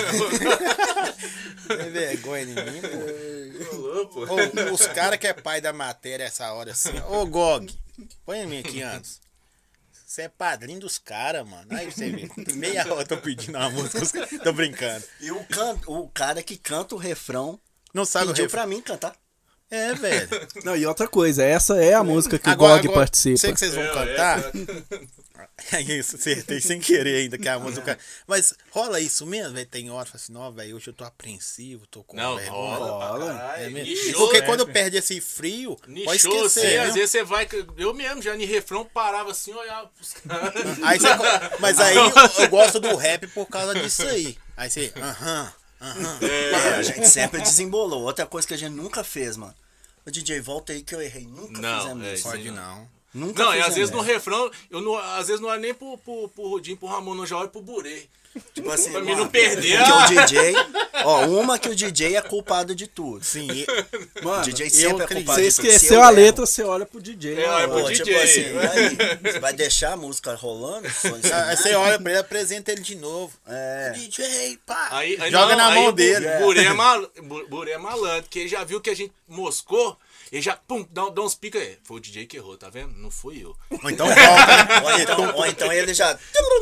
S2: Tem vergonha de mim, pô.
S5: Rolou, pô.
S2: Ô, os caras que é pai da matéria essa hora assim. Ô, Gog, põe em mim aqui antes. Você é padrinho dos caras, mano. Aí você vê. Meia hora eu tô pedindo uma música. os caras- Tô brincando.
S3: E o, can... o cara que canta o refrão
S2: Não sabe
S3: pediu
S2: o refrão.
S3: pra mim cantar.
S2: É, velho.
S4: Não, e outra coisa, essa é a música que
S2: Agora,
S4: o Gog
S2: agora,
S4: participa.
S2: sei que vocês vão
S5: É,
S2: cantar.
S5: é,
S2: É isso, acertei sem querer ainda que a música. Mas rola isso mesmo, velho? Tem hora que fala assim, não, velho, hoje eu tô apreensivo, tô com
S5: Não,
S2: vergonha.
S5: rola,
S4: Rola.
S5: pra caralho.
S2: É mesmo?
S5: Nichou,
S2: Porque
S5: né?
S2: quando perde esse frio, pode
S5: Nichou,
S2: esquecer.
S5: assim,
S2: né?
S5: às vezes você vai. Eu mesmo, já em refrão, parava assim, olhava pros caras.
S2: Aí você co- mas aí eu, eu gosto do rap por causa disso aí. Aí você, aham, aham.
S3: É, a gente sempre desembolou. Outra coisa que a gente nunca fez, mano. Ô D J, volta aí que eu errei. Nunca
S5: Não,
S3: fizemos
S5: é
S3: isso.
S5: isso.
S2: Pode
S5: Sim.
S2: não.
S3: Nunca
S5: Não, e às
S3: fizemos.
S5: vezes no refrão, eu não, às vezes não é nem pro, pro, pro Rodinho, pro Ramon, não, já olho pro Burê.
S3: Tipo assim,
S5: Pra mim
S3: mano,
S5: não perder
S3: Porque
S5: a-
S3: o D J, ó, uma que o D J é culpado de tudo.
S2: Sim, e-
S3: O
S4: Mano,
S3: D J
S2: eu
S3: sempre é
S2: acredito.
S3: culpado
S4: você
S3: de tudo. Se
S4: esqueceu
S3: eu
S4: a
S3: erro,
S4: letra, você olha pro D J.
S5: É, olha
S4: ó,
S5: pro
S3: Pô,
S5: D J.
S3: tipo assim, e aí? Você vai deixar a música rolando? Só isso
S2: aí você olha pra ele, apresenta ele de novo.
S3: É.
S2: D J, pá.
S5: Aí, aí
S2: Joga
S5: não,
S2: na
S5: aí
S2: mão
S5: o Bu-
S2: dele.
S5: Burê é, mal, Bu- Burê é malandro, que ele já viu que a gente moscou, ele já, pum, dá, dá uns pica aí. Foi o D J que errou, tá vendo? Não fui eu.
S2: Ou então volta, né?
S3: Ou então, ou então ele já.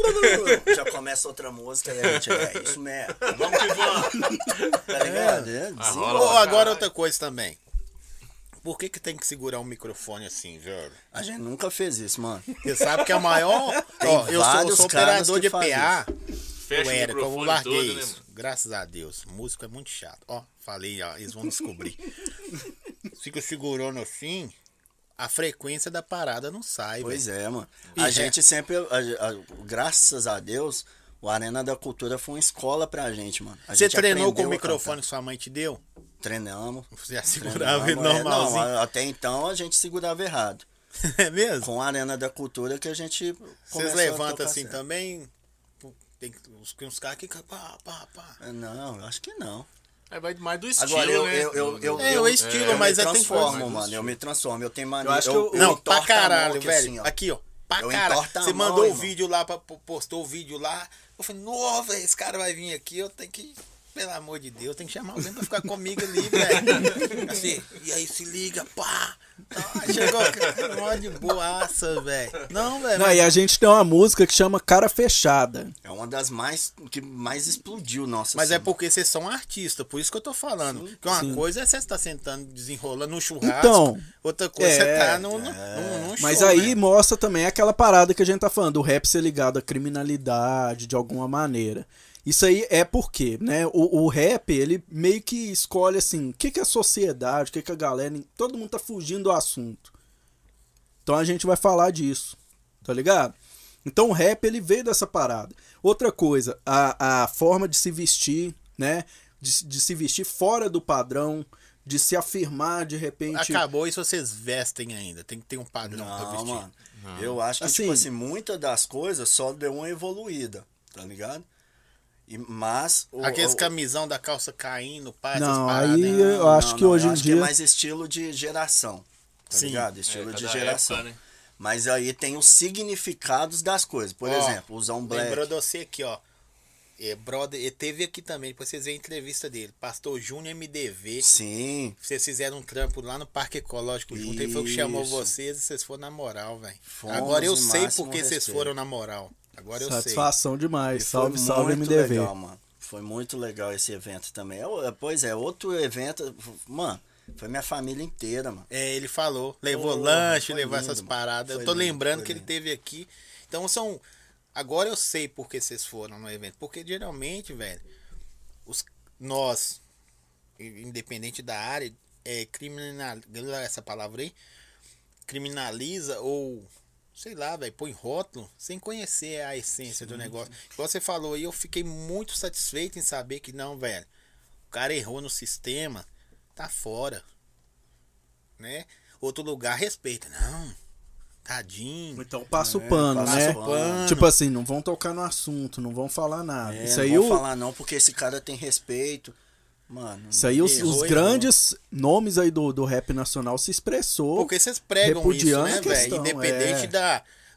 S3: Já começa outra música e a gente. É isso mesmo. Vamos que vamos. Tá ligado? É,
S5: Ah,
S3: desenrola.
S5: rola.
S2: Ou agora
S5: caralho.
S2: outra coisa também. Por que que tem que segurar um microfone assim, velho?
S3: A gente nunca fez isso, mano.
S2: Você sabe que é a maior.
S3: Tem
S2: Ó, eu sou, eu
S3: vários
S2: sou
S3: caras
S2: operador
S3: que
S2: de
S3: fazem
S2: P A.
S5: Fecha
S2: Eu
S5: o
S2: era, que eu
S5: microfone
S2: larguei
S5: todo, né,
S2: isso.
S5: mano?
S2: Graças a Deus. Músico é muito chato. Ó, falei, ó, eles vão descobrir. Fica segurando assim, a frequência da parada não sai,
S3: Pois
S2: velho.
S3: é, mano.
S2: E
S3: A
S2: é-
S3: gente sempre. a- a- graças a Deus, o Arena da Cultura foi uma escola pra gente, mano. A
S2: Você
S3: gente
S2: treinou com
S3: aprendeu
S2: o
S3: a
S2: microfone
S3: cantar.
S2: que sua mãe te deu?
S3: Treinamos.
S2: Você já segurava ele
S3: treinamos, é,
S2: normalzinho.
S3: não, até então a gente segurava errado.
S2: É mesmo?
S3: Com a Arena da Cultura que a gente.
S2: Vocês
S3: começou a
S2: levantam
S3: tocar
S2: assim
S3: certo.
S2: também? Tem uns, uns caras que. Pá, pá, pá.
S3: Não, eu acho que não.
S5: Aí vai mais do estilo,
S3: Agora eu,
S5: né?
S3: eu, eu, eu,
S2: É,
S3: eu,
S2: o estilo,
S3: eu
S2: mas
S3: me
S2: é- tem
S3: transformo,
S2: coisa.
S3: mano. Eu me transformo. Eu tenho mania.
S4: Eu acho que eu-
S2: Não,
S3: entorto
S2: pra
S3: a mão
S2: caralho,
S3: aqui,
S2: velho.
S3: assim, ó.
S2: Aqui, ó. Pra
S3: Eu
S2: caralho.
S3: entorto a
S2: Você
S3: mão,
S2: mandou o
S3: irmão.
S2: vídeo lá, pra, postou o vídeo lá. Eu falei, nossa, velho, esse cara vai vir aqui, eu tenho que. Pelo amor de Deus, tem que chamar alguém pra ficar comigo ali, velho. Assim, e aí se liga, pá. Ah, chegou mó de boaça, velho. Não, velho.
S4: Não,
S2: mas-
S4: e a gente tem uma música que chama Cara Fechada.
S3: É uma das mais. Que mais explodiu, nossa.
S2: Mas é
S3: assim.
S2: porque vocês são artistas, por isso que eu tô falando. que uma
S4: sim.
S2: coisa é você estar sentando, desenrolando no churrasco.
S4: Então,
S2: outra coisa é
S4: é,
S2: você tá no, no, num- num
S4: Mas
S2: show,
S4: aí
S2: né?
S4: mostra também aquela parada que a gente tá falando, o rap ser ligado à criminalidade de alguma maneira. Isso aí é porque, né? O, o rap, ele meio que escolhe assim, o que, que a sociedade, o que, que a galera. Todo mundo tá fugindo do assunto. Então a gente vai falar disso, tá ligado? Então o rap, ele veio dessa parada. Outra coisa, a, a forma de se vestir, né? De, de se vestir fora do padrão, de se afirmar de repente.
S2: Acabou isso, vocês vestem ainda. Tem que ter um padrão pra
S3: Não,
S2: vestir.
S3: mano. Eu acho que,
S4: Assim-
S3: tipo assim, muitas das coisas só deu uma evoluída, tá ligado? E, mas. o-
S2: Aqueles
S3: o-
S2: camisão da calça caindo, pá, essas
S4: Não,
S2: paradas.
S4: aí
S2: né?
S4: eu acho que hoje
S3: eu
S4: em
S3: acho
S4: dia.
S3: que é mais estilo de geração. Tá
S2: Sim.
S3: ligado? Estilo
S5: É,
S3: de
S5: cada
S3: geração.
S5: época, né?
S3: Mas aí tem os significados das coisas. Por
S2: Ó,
S3: exemplo, usar um black.
S2: Lembrou de você aqui, ó. É, brother, ele teve aqui também, depois vocês verem a entrevista dele. Pastor Júnior M D V.
S3: Sim.
S2: Vocês fizeram um trampo lá no Parque Ecológico junto. Ele foi o que chamou
S3: Isso.
S2: vocês e vocês foram na moral, velho.
S3: Fomos
S2: Agora eu
S3: no
S2: sei
S3: máximo
S2: por que vocês
S3: respeito.
S2: foram na moral. Agora eu sei.
S4: Satisfação demais.
S3: E
S4: Salve,
S3: foi
S4: salve
S3: muito
S4: M D V.
S3: legal, mano. Foi muito legal esse evento também. É, é, pois é, outro evento. Mano, foi minha família inteira, mano.
S2: É, ele falou. Levou
S3: Porra,
S2: lanche,
S3: foi
S2: levou
S3: lindo,
S2: essas
S3: mano.
S2: paradas.
S3: Foi
S2: Eu tô
S3: lindo,
S2: lembrando
S3: foi
S2: que ele
S3: lindo.
S2: teve aqui. Então são. Agora eu sei por que vocês foram no evento. Porque geralmente, velho, os, nós, independente da área, é criminaliza essa palavra aí. Criminaliza ou. Sei lá, velho, põe rótulo sem conhecer a essência do negócio. Igual você falou aí, eu fiquei muito satisfeito em saber que não, velho. O cara errou no sistema, tá fora. Né? Outro lugar respeita. Não, tadinho.
S4: Então passa o pano,
S3: passa
S4: né?
S3: o pano.
S4: Tipo assim, não vão tocar no assunto, não vão falar nada.
S3: É,
S4: Isso
S3: não
S4: aí,
S3: vou
S4: o,
S3: falar não, porque esse cara tem respeito. Mano,
S4: isso aí os,
S2: Errou,
S4: os
S2: errou.
S4: grandes nomes aí do, do rap nacional se expressou.
S2: Porque vocês pregam isso,
S4: repudiando
S2: né,
S4: a
S2: velho?
S4: questão,
S2: Independente
S4: é.
S2: da,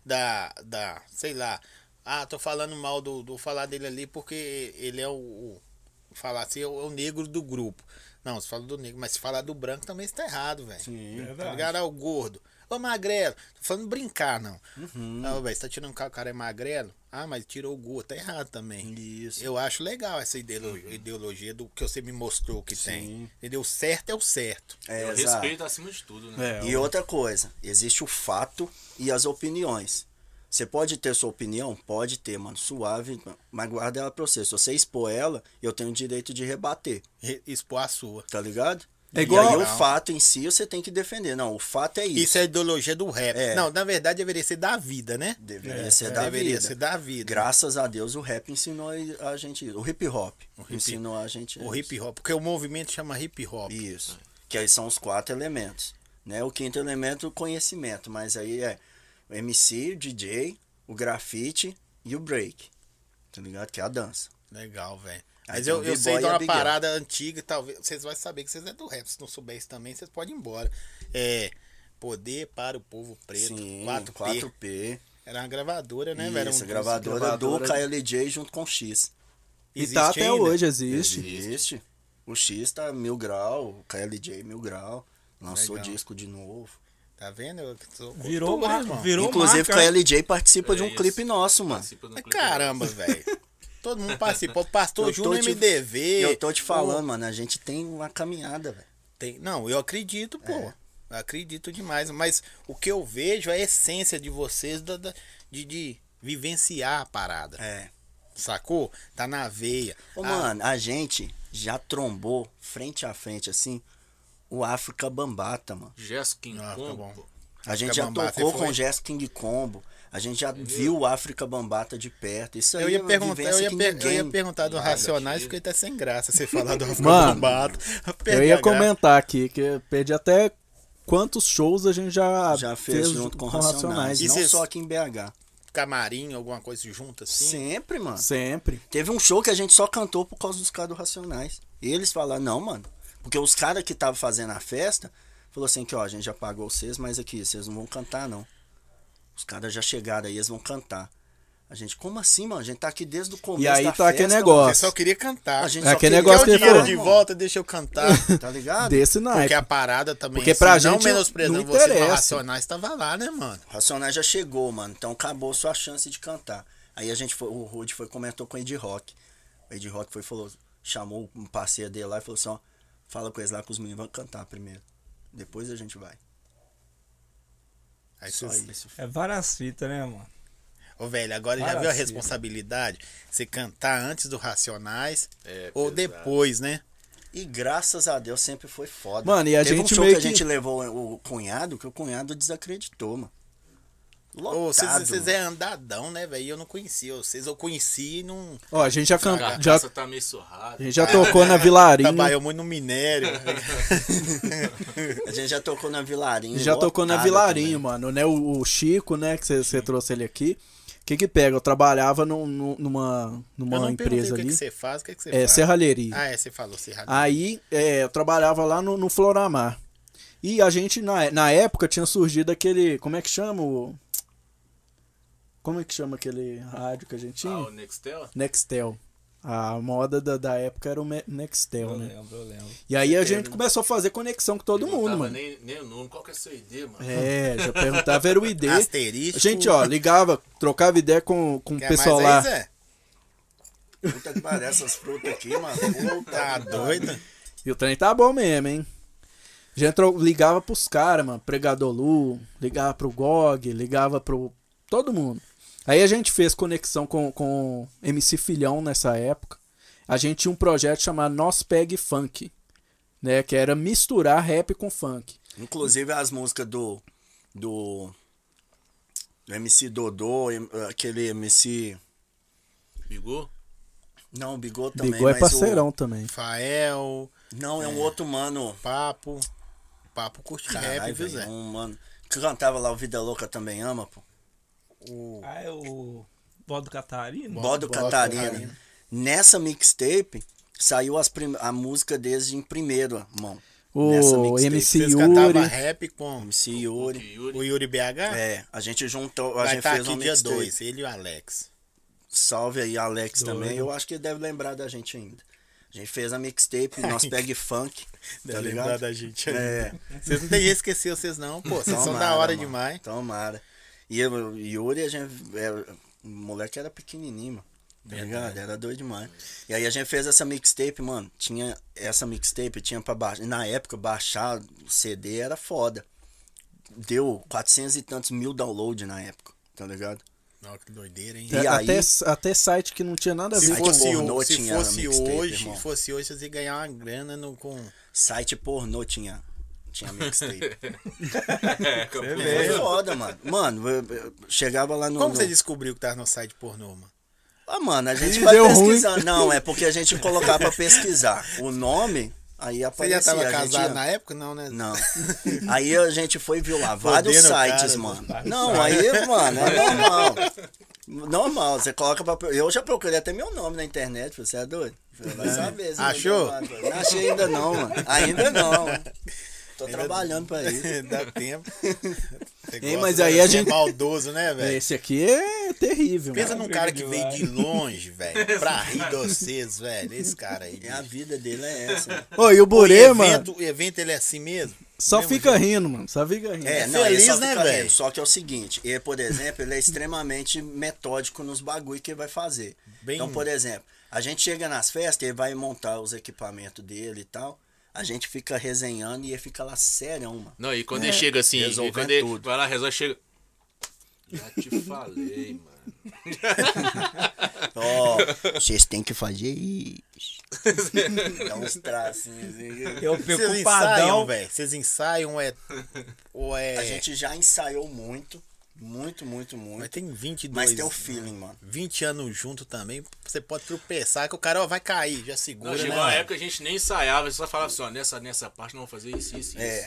S2: da, da, sei lá, ah, tô falando mal do, do falar dele ali porque ele é o, o falar assim, é o, é o negro do grupo. Não, você fala do negro, mas se falar do branco também está errado, velho.
S3: Sim,
S2: Tá ligado? Ah, o gordo. Ô, magrelo. Tô falando brincar, não.
S3: Uhum.
S2: Não, velho, você tá tirando o cara, o cara é magrelo? Ah, mas tirou o gordo. Tá errado também.
S3: Isso.
S2: Eu acho legal essa ideologia, ideologia do que você me mostrou que
S3: Sim.
S2: tem. Entendeu? O certo é o certo.
S3: É,
S5: O
S3: exato.
S5: respeito acima de tudo, né?
S4: É,
S3: E outra coisa, existe o fato e as opiniões. Você pode ter sua opinião? Pode ter, mano. Suave, mas guarda ela pra você. Se você expor ela, eu tenho o direito de rebater.
S2: Re- Expor a sua.
S3: Tá ligado?
S4: É igual-
S3: E aí o
S2: Não.
S3: fato em si você tem que defender. Não, o fato é isso.
S2: Isso é a ideologia do rap.
S3: É.
S2: Não, na verdade deveria ser da vida, né?
S3: Deveria
S2: É,
S3: ser da
S2: deveria
S3: vida.
S2: ser da vida.
S3: Graças a Deus o rap ensinou a gente isso. O hip hop
S2: hip-
S3: ensinou a gente
S2: O
S3: isso.
S2: hip hop, porque o movimento chama hip hop.
S3: Isso. Que aí são os quatro elementos. Né? O quinto elemento, o conhecimento. Mas aí é o M C, o D J, o grafite e o break. Tá ligado? Que é a dança.
S2: Legal, velho.
S3: Aí
S2: Mas
S3: tem
S2: eu,
S3: o
S2: eu
S3: B-boy
S2: sei de
S3: e a
S2: uma
S3: Big Girl.
S2: parada antiga, talvez. Vocês vão saber que vocês é do rap. Se não souber isso também, vocês podem ir embora. É. Poder para o Povo Preto.
S3: Sim,
S2: quatro P.
S3: quatro P.
S2: Era uma gravadora, né, velho? Era um
S3: Isso,
S2: dos-
S3: gravadora,
S4: gravadora-
S3: do K L J junto com o X.
S4: E
S2: Existe
S4: tá até
S2: ainda?
S4: hoje, existe.
S3: Existe. O X tá mil grau, o K L J mil grau. Lançou
S2: Legal.
S3: disco de novo.
S2: Tá vendo? Eu sou
S1: Virou,
S2: cultura,
S1: mar...
S2: irmão.
S1: virou
S3: Inclusive, o
S1: marca.
S3: K L J participa
S5: É
S3: de um
S5: isso.
S3: clipe nosso, mano.
S5: Participa do
S2: Mas
S5: clipe
S2: caramba, velho. Todo mundo participou. Pastor
S3: Eu tô
S2: Júnior
S3: te-
S2: M D V.
S3: Eu tô te falando,
S2: Pô,
S3: mano, a gente tem uma caminhada, velho.
S2: tem... Não, eu acredito, pô.
S3: É.
S2: Eu acredito demais. Mas o que eu vejo é a essência de vocês da- da- de, de vivenciar a parada.
S3: É.
S2: Sacou? Tá na veia.
S3: Ô,
S2: Ah,
S3: mano, a gente já trombou frente a frente, assim, o África Bambata, mano.
S5: Gesso King
S2: Ah, tá
S5: Kong,
S2: bom.
S5: pô.
S3: A gente
S2: África
S3: já
S2: Bambata,
S3: tocou
S2: você
S3: com
S2: foi?
S3: o Jess King Combo. A gente já viu o África Bambata de perto. Isso aí
S2: Eu
S3: é
S2: ia,
S3: uma
S2: perguntar, eu,
S3: vivência
S2: ia
S3: que
S2: per- eu
S3: ninguém...
S2: ia perguntar do
S5: Nada,
S2: Racionais,
S5: tio.
S2: fiquei até sem graça você falar do África
S4: Mano,
S2: Bambata.
S4: Eu
S2: perdi
S4: ia
S2: a graça.
S4: comentar aqui que eu perdi até quantos shows a gente já,
S3: Já fez junto com Racionais.
S2: E
S3: Não
S2: cês-
S3: só aqui em B H.
S2: Camarim, alguma coisa junto assim.
S3: Sempre, mano.
S4: Sempre.
S3: Teve um show que a gente só cantou por causa dos caras do Racionais. E eles falaram, não, mano. Porque os caras que estavam fazendo a festa, falou assim que, ó, a gente já pagou vocês, mas aqui, vocês não vão cantar, não. Os caras já chegaram aí, eles vão cantar. A gente, como assim, mano? A gente tá aqui desde o começo
S4: E aí
S3: da
S4: tá aquele
S3: festa,
S4: negócio.
S2: Você só queria cantar.
S3: A gente
S4: É
S3: só
S4: aquele
S3: queria
S4: negócio
S2: Quer o
S4: que
S2: dinheiro
S4: ele
S2: de
S4: falou.
S2: volta, deixa eu cantar.
S3: tá ligado?
S4: Desse naipe.
S2: Porque a parada também,
S4: Porque
S2: assim,
S4: pra
S2: não
S4: gente
S2: menosprezando
S4: não
S2: vocês, mas o
S4: interessa.
S2: Racionais tava lá, né, mano?
S3: O Racionais já chegou, mano. Então acabou sua chance de cantar. Aí a gente foi, o Rude foi, comentou com o Ed Rock. O Ed Rock foi falou, chamou um parceiro dele lá e falou assim, ó, fala com eles lá que os meninos vão cantar primeiro. Depois a gente vai.
S2: Aí
S3: Só
S2: vocês...
S3: isso.
S1: É várias fitas, né, mano?
S2: Ô, velho, agora já
S1: Para,
S2: viu a
S1: filho.
S2: responsabilidade? Você cantar antes do Racionais
S5: É,
S2: ou
S5: pesado.
S2: depois, né?
S3: E graças a Deus sempre foi foda.
S4: Mano, e a
S3: Teve
S4: gente
S3: um show
S4: meio
S3: que a
S4: que-
S3: gente levou o cunhado, que o cunhado desacreditou, mano.
S2: Ô, Vocês
S3: Lotado,
S2: vocês
S3: mano.
S2: é andadão, né, velho? Eu não conhecia. Vocês eu conheci e não.
S4: Ó, a gente já
S5: A
S4: cantou. Já,
S5: carcaça tá meio surrada.
S4: a gente já tocou na Vilarinho.
S2: Trabalhou muito no minério.
S3: A gente já tocou na Vilarinho.
S4: Já tocou na
S3: lotada
S4: Vilarinho,
S3: também.
S4: mano, né? O, o Chico, né? Que você trouxe ele aqui. O que que pega? Eu trabalhava num- num- numa,
S2: Eu
S4: numa
S2: não perguntei
S4: empresa
S2: o que,
S4: ali.
S2: que você faz, o que, que você
S4: É,
S2: faz.
S4: serralheria.
S2: Ah, é, você falou serralheria.
S4: Aí é, eu trabalhava lá no, no Floramar. E a gente, na, na época, tinha surgido aquele. Como é que chama? o- Como é que chama aquele rádio que a gente tinha?
S5: Ah, o Nextel?
S4: Nextel. A moda da, da época era o Me-
S1: Eu
S4: Nextel, né?
S1: lembro, eu lembro.
S4: E aí a gente começou a fazer conexão com todo
S5: Eu não
S4: mundo,
S5: tava
S4: mano.
S5: Nem, nem o nome. Qual que é o seu I D, mano?
S4: É, já perguntava, era o I D.
S2: Asterisco.
S4: A gente, ó, ligava, trocava ideia com, com o
S2: Quer
S4: pessoal
S2: mais
S4: lá.
S2: aí, Zé?
S3: Puta que pariu, essas frutas aqui, mano. Puta
S2: Tá
S3: que
S2: doido?
S4: E o trem tá bom mesmo, hein? A gente tro- ligava pros caras, mano. Pregador Lu, ligava pro G O G, ligava pro. Todo mundo. Aí a gente fez conexão com, com M C Filhão nessa época. A gente tinha um projeto chamado Nós Peg Funk, né? Que era misturar rap com funk.
S3: Inclusive as músicas do, do, do M C Dodô, em- aquele M C...
S5: Bigô?
S3: Não, o Bigô também,
S4: Bigô é
S3: mas
S4: parceirão também.
S2: Fael,
S3: o... Não, é um outro mano.
S2: Papo. Papo curte rap,
S3: Caralho,
S2: viu,
S3: velho,
S2: Zé?
S3: um mano que cantava lá o Vida Louca Também Ama, pô.
S2: O...
S1: Ah, é o Bodo Catarina?
S3: Bodo
S2: Bodo
S3: Catarina.
S2: Catarina.
S3: Nessa mixtape, saiu as prim... a música desde em primeiro, mão. Nessa
S4: O
S3: mixtape.
S4: M C
S2: Vocês cantavam
S4: Yuri.
S2: rap com
S3: M C Yuri.
S5: Yuri.
S2: o Yuri B H?
S3: É, a gente juntou, a
S2: Vai
S3: gente
S2: estar
S3: fez
S2: aqui
S3: uma
S2: dia
S3: mixtape.
S2: dois, ele e o Alex.
S3: Salve aí, Alex,
S1: Doido.
S3: também. Eu acho que ele deve lembrar da gente ainda. A gente fez a mixtape, nós pega funk, tá
S2: Deve lembrar
S3: ligado?
S2: da gente aí.
S3: É.
S2: Vocês não tem que esquecer vocês não, pô. Vocês são da
S3: Tomara,
S2: hora
S3: mano,
S2: demais.
S3: Tomara. E eu, o Yuri, a gente, era, o moleque era pequenininho, mano. Tá ligado? Era doido demais. E aí a gente fez essa mixtape, mano. Tinha essa mixtape, tinha pra baixar. Na época, baixar o C D era foda. Deu quatrocentos e tantos mil downloads na época, tá ligado?
S2: Não, que doideira, hein?
S3: E
S4: É,
S3: aí-
S4: até, até site que não tinha nada a
S2: Se
S4: ver
S3: Site
S4: com
S2: fosse,
S3: pornô
S2: o- se
S3: tinha
S2: fosse
S3: mixtape,
S2: hoje,
S3: irmão.
S2: se fosse hoje, vocês iam ganhar uma grana no, com...
S3: Site pornô tinha, tinha mixtape.
S5: É,
S3: Foi foda, mano. Mano, eu, eu chegava lá no.
S2: Como
S3: no...
S2: você descobriu que tava no site pornô, mano?
S3: Ah, mano, a gente
S4: Ih,
S3: vai
S4: deu
S3: pesquisar. Não, é porque a gente colocava pra pesquisar. O nome, aí
S2: Você
S3: aparecia.
S2: já tava
S3: a gente
S2: casado
S3: ia-
S2: na época? Não, né?
S3: Não. Aí a gente foi viu lá vários
S2: Fodendo o
S3: sites,
S2: cara,
S3: mano. Não, aí, mano, é normal. Normal, você coloca pra. Eu já procurei até meu nome na internet, você é doido? Vai saber. se
S2: Achou?
S3: Não achei ainda não, mano. Ainda não. Tô trabalhando pra isso.
S2: Dá tempo. Você
S4: Hein,
S2: gosta,
S4: mas
S2: né?
S4: aí a
S2: Você é
S4: gente-
S2: maldoso, né, velho?
S4: Esse aqui é terrível.
S2: Pensa
S4: mano.
S2: num cara que veio de longe, velho, pra rir de vocês, velho. Esse cara aí.
S3: E a
S2: bicho.
S3: vida dele é essa.
S4: Ô, e o
S2: O
S4: Burê, mano,
S2: evento, o evento ele é assim mesmo?
S4: só
S2: Mesmo
S4: fica
S2: jeito?
S4: rindo, mano. Só fica rindo.
S3: É,
S2: É
S3: não,
S2: feliz,
S3: ele só
S2: né,
S3: fica
S2: velho?
S3: rindo. Só que é o seguinte, ele, por exemplo, ele é extremamente metódico nos bagulho que ele vai fazer.
S2: Bem-
S3: Então, por exemplo, a gente chega nas festas, ele vai montar os equipamentos dele e tal, a gente fica resenhando e ele fica lá sério, mano.
S5: Não, e quando ele chega assim, e
S3: resolvendo
S5: quando ele
S3: tudo.
S5: vai lá, resolve, chega. Já te falei, mano.
S3: Ó, vocês têm que fazer isso. Dá uns tracinhos assim.
S1: Eu
S2: Vocês
S1: fico
S2: ensaiam,
S1: padrão.
S2: velho? Vocês ensaiam ou é... Ou é...
S3: A gente já ensaiou muito, muito, muito,
S2: Mas
S3: muito.
S2: tem vinte e dois...
S3: Mas tem o feeling, mano.
S2: vinte anos junto também, você pode tropeçar que o cara ó, vai cair, já segura,
S5: Não,
S2: né?
S5: chegou uma
S2: velho?
S5: época que a gente nem ensaiava, só falava assim, ó, nessa, nessa parte não vou fazer isso, isso, isso.
S3: É.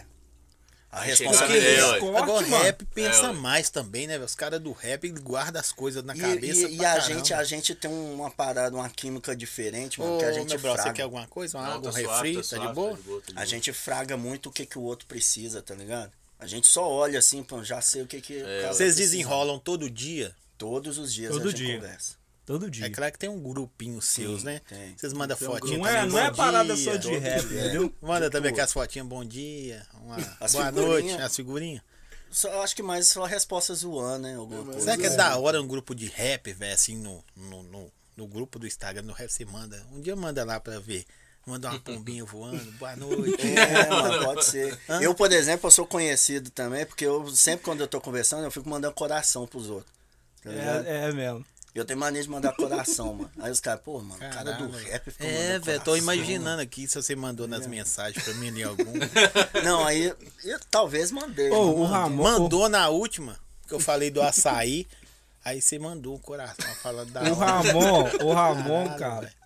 S3: A
S5: Aí
S3: responsabilidade.
S5: chegava- é, ué.
S1: Corte,
S2: Agora o
S1: mano.
S2: rap pensa
S5: É, ué.
S2: mais também, né? velho? Os caras do rap guardam as coisas na
S3: E,
S2: cabeça.
S3: e- e
S2: pra
S3: a
S2: caramba.
S3: gente, a gente tem uma parada, uma química diferente, mano,
S2: Ô,
S3: que a gente
S2: meu bro, você
S3: fraga.
S2: quer alguma coisa? Uma
S5: Não,
S2: água, um
S5: tá
S2: refri?
S5: suave,
S2: Tá,
S5: suave,
S2: de boa?
S5: tá de boa, tá de
S3: A
S5: boa.
S3: gente fraga muito o que, que o outro precisa, tá ligado? A gente só olha assim, pô, já sei o que que o cara
S2: Vocês
S3: precisa.
S2: desenrolam todo dia?
S3: Todos os dias
S1: Todo
S3: a gente
S1: dia.
S3: conversa.
S1: Todo dia.
S2: É claro que tem um grupinho seus, né?
S3: tem.
S2: Vocês mandam fotinha
S1: Não é,
S2: também,
S1: não é
S2: bom
S1: parada
S2: dia.
S1: só de rap, entendeu?
S2: Manda também
S3: Tipo,
S2: aquelas fotinhas, bom dia, uma
S3: As
S2: boa
S3: figurinhas.
S2: noite, as figurinhas.
S3: Só, eu acho que mais só a resposta zoando, né? Alguma coisa.
S2: Será que é da hora um grupo de rap, velho, assim, no, no, no, no grupo do Instagram, no rap, você manda. Um dia manda lá pra ver. Manda uma pombinha voando, boa noite.
S3: É, mano, pode ser. Eu, por exemplo, eu sou conhecido também, porque eu sempre quando eu tô conversando, eu fico mandando coração pros outros. Tá ligado?
S1: É, é mesmo.
S3: Eu tenho mania de mandar coração, mano. Aí os caras, pô, mano, o cara do
S2: Caralho.
S3: rap fica
S2: É,
S3: mandando
S2: velho, tô
S3: coração.
S2: imaginando aqui se você mandou nas mensagens pra mim ali algum.
S3: Não, aí eu talvez mandei.
S1: Ô,
S3: não
S1: o
S3: mandei.
S1: Ramon.
S2: Mandou na última, que eu falei do açaí, aí você mandou um coração falando da
S1: O
S2: hora.
S1: Ramon, o Ramon,
S2: Caralho,
S1: cara.
S2: velho.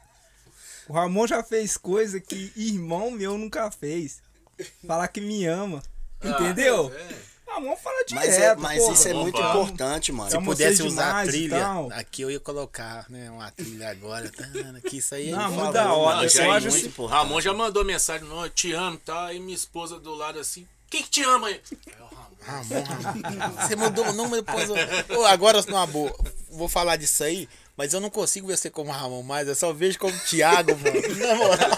S1: O Ramon já fez coisa que irmão meu nunca fez. Falar que me ama. Entendeu?
S5: É.
S1: O Ramon fala direto.
S3: Mas, é, mas
S1: porra.
S3: isso é muito
S5: Opa.
S3: importante, mano.
S2: Se
S1: Amo
S2: pudesse
S1: vocês
S2: usar a
S1: demais e
S2: trilha,
S1: tal.
S2: aqui eu ia colocar, né, uma trilha agora, tá, que isso aí...
S1: Não,
S2: por
S1: muito
S2: favor,
S1: da hora.
S2: mano.
S1: Eu
S5: já
S1: só
S5: é
S1: acho
S3: muito
S1: assim.
S3: importante.
S5: Ramon já mandou mensagem, não, eu te amo, tá? E minha esposa do lado assim, quem que te ama aí? É o Ramon.
S2: Ramon, Ramon. Você mandou o número, depois eu... Ô, agora, numa boa, vou falar disso aí, mas eu não consigo ver você como Ramon mais, eu só vejo como Thiago, mano. Na moral.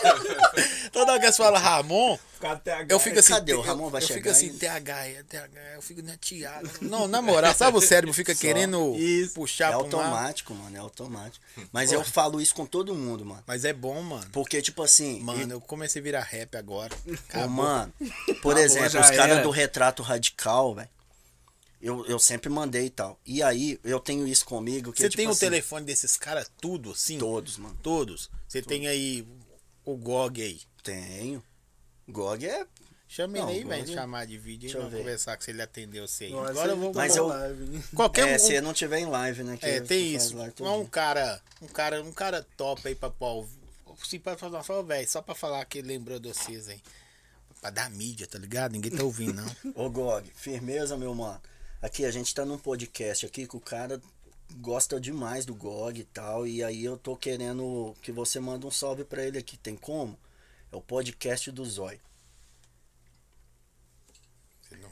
S2: Toda vez que você fala Ramon, eu fico assim...
S3: Cadê? O
S2: eu-
S3: Ramon vai
S2: eu
S3: chegar
S2: fico assim,
S3: ainda?
S2: T H, é T H, eu fico, né, Thiago. Não, na moral, sabe o cérebro fica querendo
S1: Isso.
S2: puxar
S3: É
S2: pra um lado?
S3: automático, mano, é automático. Mas eu falo isso com todo mundo, mano.
S2: Mas é bom, mano.
S3: Porque, tipo assim,
S2: Mano, eu comecei a virar rap agora.
S3: Ô,
S2: Acabou.
S3: mano, por
S1: Acabou,
S3: exemplo,
S1: já
S3: os caras
S1: era.
S3: do retrato radical, velho. Eu, eu sempre mandei e tal. E aí, eu tenho isso comigo. Que,
S2: Você
S3: tipo
S2: tem o
S3: assim,
S2: telefone desses caras tudo, assim?
S3: Todos, mano.
S2: Todos. Você tem aí o G O G aí.
S3: Tenho. G O G é.
S2: Chama ele
S3: Não,
S2: aí,
S3: G O
S2: velho,
S3: G.
S2: chamar de vídeo e
S3: Deixa eu
S2: vamos
S3: ver.
S2: conversar com se ele atendeu você aí.
S4: Nossa,
S2: Agora eu vou...
S3: Mas
S4: tá
S3: eu-
S4: live, né?
S2: Qualquer
S3: É,
S2: um...
S3: se não tiver em live, né? que
S2: É,
S3: eu
S2: tem
S3: faço
S2: isso.
S3: live todo
S2: Não é um
S3: dia.
S2: cara, um cara, um cara top aí pra pôr. Se pode falar, fala, velho, só pra falar que ele lembrou de vocês aí. Pra dar mídia, tá ligado? Ninguém tá ouvindo, não.
S3: Ô, Gog, firmeza, meu mano. Aqui, a gente tá num podcast aqui que o cara gosta demais do Gog e tal. E aí eu tô querendo que você manda um salve pra ele aqui. Tem como? É o podcast do Zóio.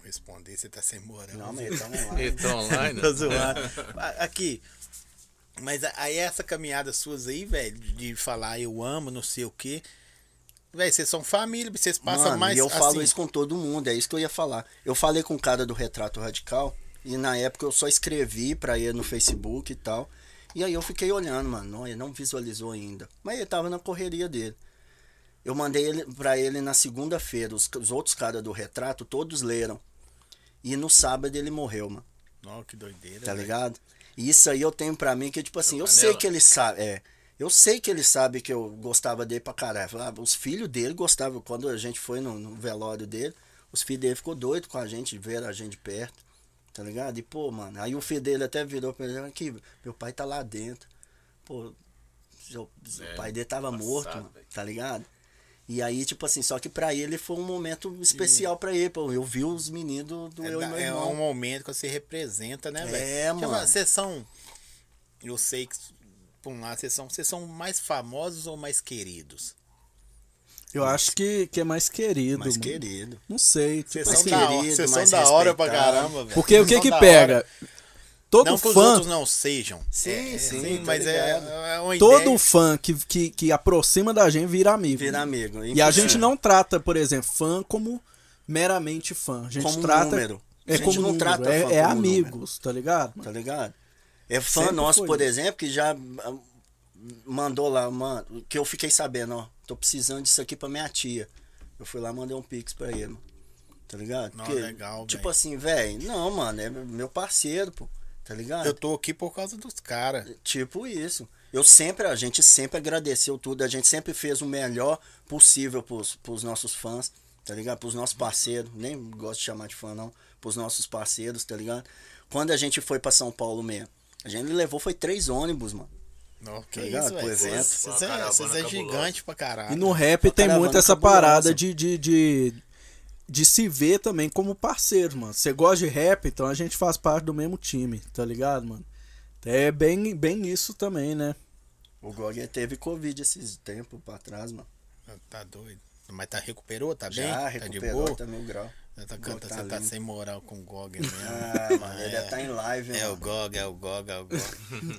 S2: responder, você tá sem moral.
S3: Não, mas então é lá.
S5: Ele tá online?
S2: Tô zoando. Aqui, mas aí essa caminhada suas aí, velho, de falar eu amo, não sei o quê. Velho, vocês são família, vocês passam
S3: Mano,
S2: mais
S3: e eu
S2: assim.
S3: falo isso com todo mundo, é isso que eu ia falar. Eu falei com o cara do Retrato Radical, e na época eu só escrevi pra ele no Facebook e tal. E aí eu fiquei olhando, mano, não, ele não visualizou ainda. Mas ele tava na correria dele. Eu mandei ele, pra ele na segunda-feira, os, os outros caras do Retrato, todos leram. E no sábado ele morreu, mano.
S2: Nossa, que doideira.
S3: Tá
S2: velho.
S3: ligado? E isso aí eu tenho pra mim que, tipo assim, eu
S5: Canela.
S3: sei que ele sabe, é. Eu sei que ele sabe que eu gostava dele pra caralho. Ah, os filhos dele gostavam, quando a gente foi no, no velório dele, os filhos dele ficou doido com a gente, ver a gente de perto, tá ligado? E, pô, mano, aí o filho dele até virou pra ele, aqui, meu pai tá lá dentro. Pô, seu,
S5: É,
S3: o pai dele tava
S5: passado,
S3: morto, mano,
S5: velho.
S3: tá ligado? E aí, tipo assim, só que pra ele foi um momento especial pra ele, pô. Eu vi os meninos do, do
S2: É,
S3: eu e
S2: da-
S3: meu
S2: é
S3: irmão.
S2: um momento que você representa, né, velho?
S3: É,
S2: Deixa eu
S3: mano.
S2: falar, vocês são. Eu sei que, por um lado, vocês são, vocês são mais famosos ou mais queridos?
S4: Eu acho que, que é mais querido.
S3: Mais
S4: mano.
S3: querido.
S4: Não sei.
S2: Vocês
S4: Tipo
S2: são
S3: mais
S4: assim,
S2: da,
S3: querido,
S2: hora, vocês são
S3: mais
S2: da hora pra
S3: respeitado.
S2: caramba, velho.
S4: porque o
S2: Vocês
S4: que
S2: são
S4: que
S2: da
S4: pega?
S2: hora.
S4: Todo
S2: Não que os
S4: fã,
S2: outros não sejam.
S3: Sim,
S2: É,
S3: sim,
S2: mas
S3: tá
S2: é,
S3: ligado.
S2: é uma
S4: todo
S2: ideia.
S4: fã que, que, que aproxima da gente vira amigo.
S3: Vira amigo.
S4: E a gente não trata, por exemplo, fã como meramente fã. A gente
S3: Como
S4: trata.
S3: número.
S4: É
S3: A gente
S4: como
S3: não
S4: número,
S3: trata
S4: é,
S3: fã
S4: é
S3: como
S4: amigos, tá ligado?
S3: Tá ligado? É fã
S4: Sempre
S3: nosso,
S4: foi
S3: por
S4: isso.
S3: exemplo, que já ah, mandou lá, mano, que eu fiquei sabendo, ó, tô precisando disso aqui pra minha tia. Eu fui lá, mandei um pix pra ele, mano. Tá ligado?
S2: Não,
S3: Porque,
S2: legal,
S3: tipo
S2: velho.
S3: assim, velho, não, mano, é meu parceiro, pô. Tá ligado?
S2: Eu tô aqui por causa dos caras.
S3: Tipo isso. Eu sempre, a gente sempre agradeceu tudo, a gente sempre fez o melhor possível pros, pros nossos fãs, tá ligado? Pros nossos parceiros, nem gosto de chamar de fã não, pros nossos parceiros, tá ligado? Quando a gente foi pra São Paulo mesmo, a gente levou foi três ônibus, mano.
S2: Não, que
S3: Tá ligado?
S2: isso,
S3: Pro
S2: velho.
S3: evento.
S2: Vocês
S5: Uma
S2: é,
S5: caravana
S2: vocês é
S5: cabulosa.
S2: gigante pra caralho.
S4: E no rap tem
S3: caravana
S4: muito essa
S3: cabulosa.
S4: parada de, de, de, de se ver também como parceiro, mano. Você gosta de rap, então a gente faz parte do mesmo time, tá ligado, mano? É bem, bem isso também, né?
S3: O Gog teve Covid esses tempos pra trás, mano.
S2: Tá doido. Mas tá recuperou, tá bem?
S3: Já
S2: Tá de
S3: recuperou,
S2: boa?
S3: tá mil grau.
S2: Você tá,
S3: O
S2: canta-
S3: Gog tá
S2: você tá
S3: lindo.
S2: sem moral com o Gog mesmo.
S3: Ah, mano, ele
S2: É.
S3: tá em live,
S2: É o
S3: mano.
S2: Gog, é o Gog, é o Gog.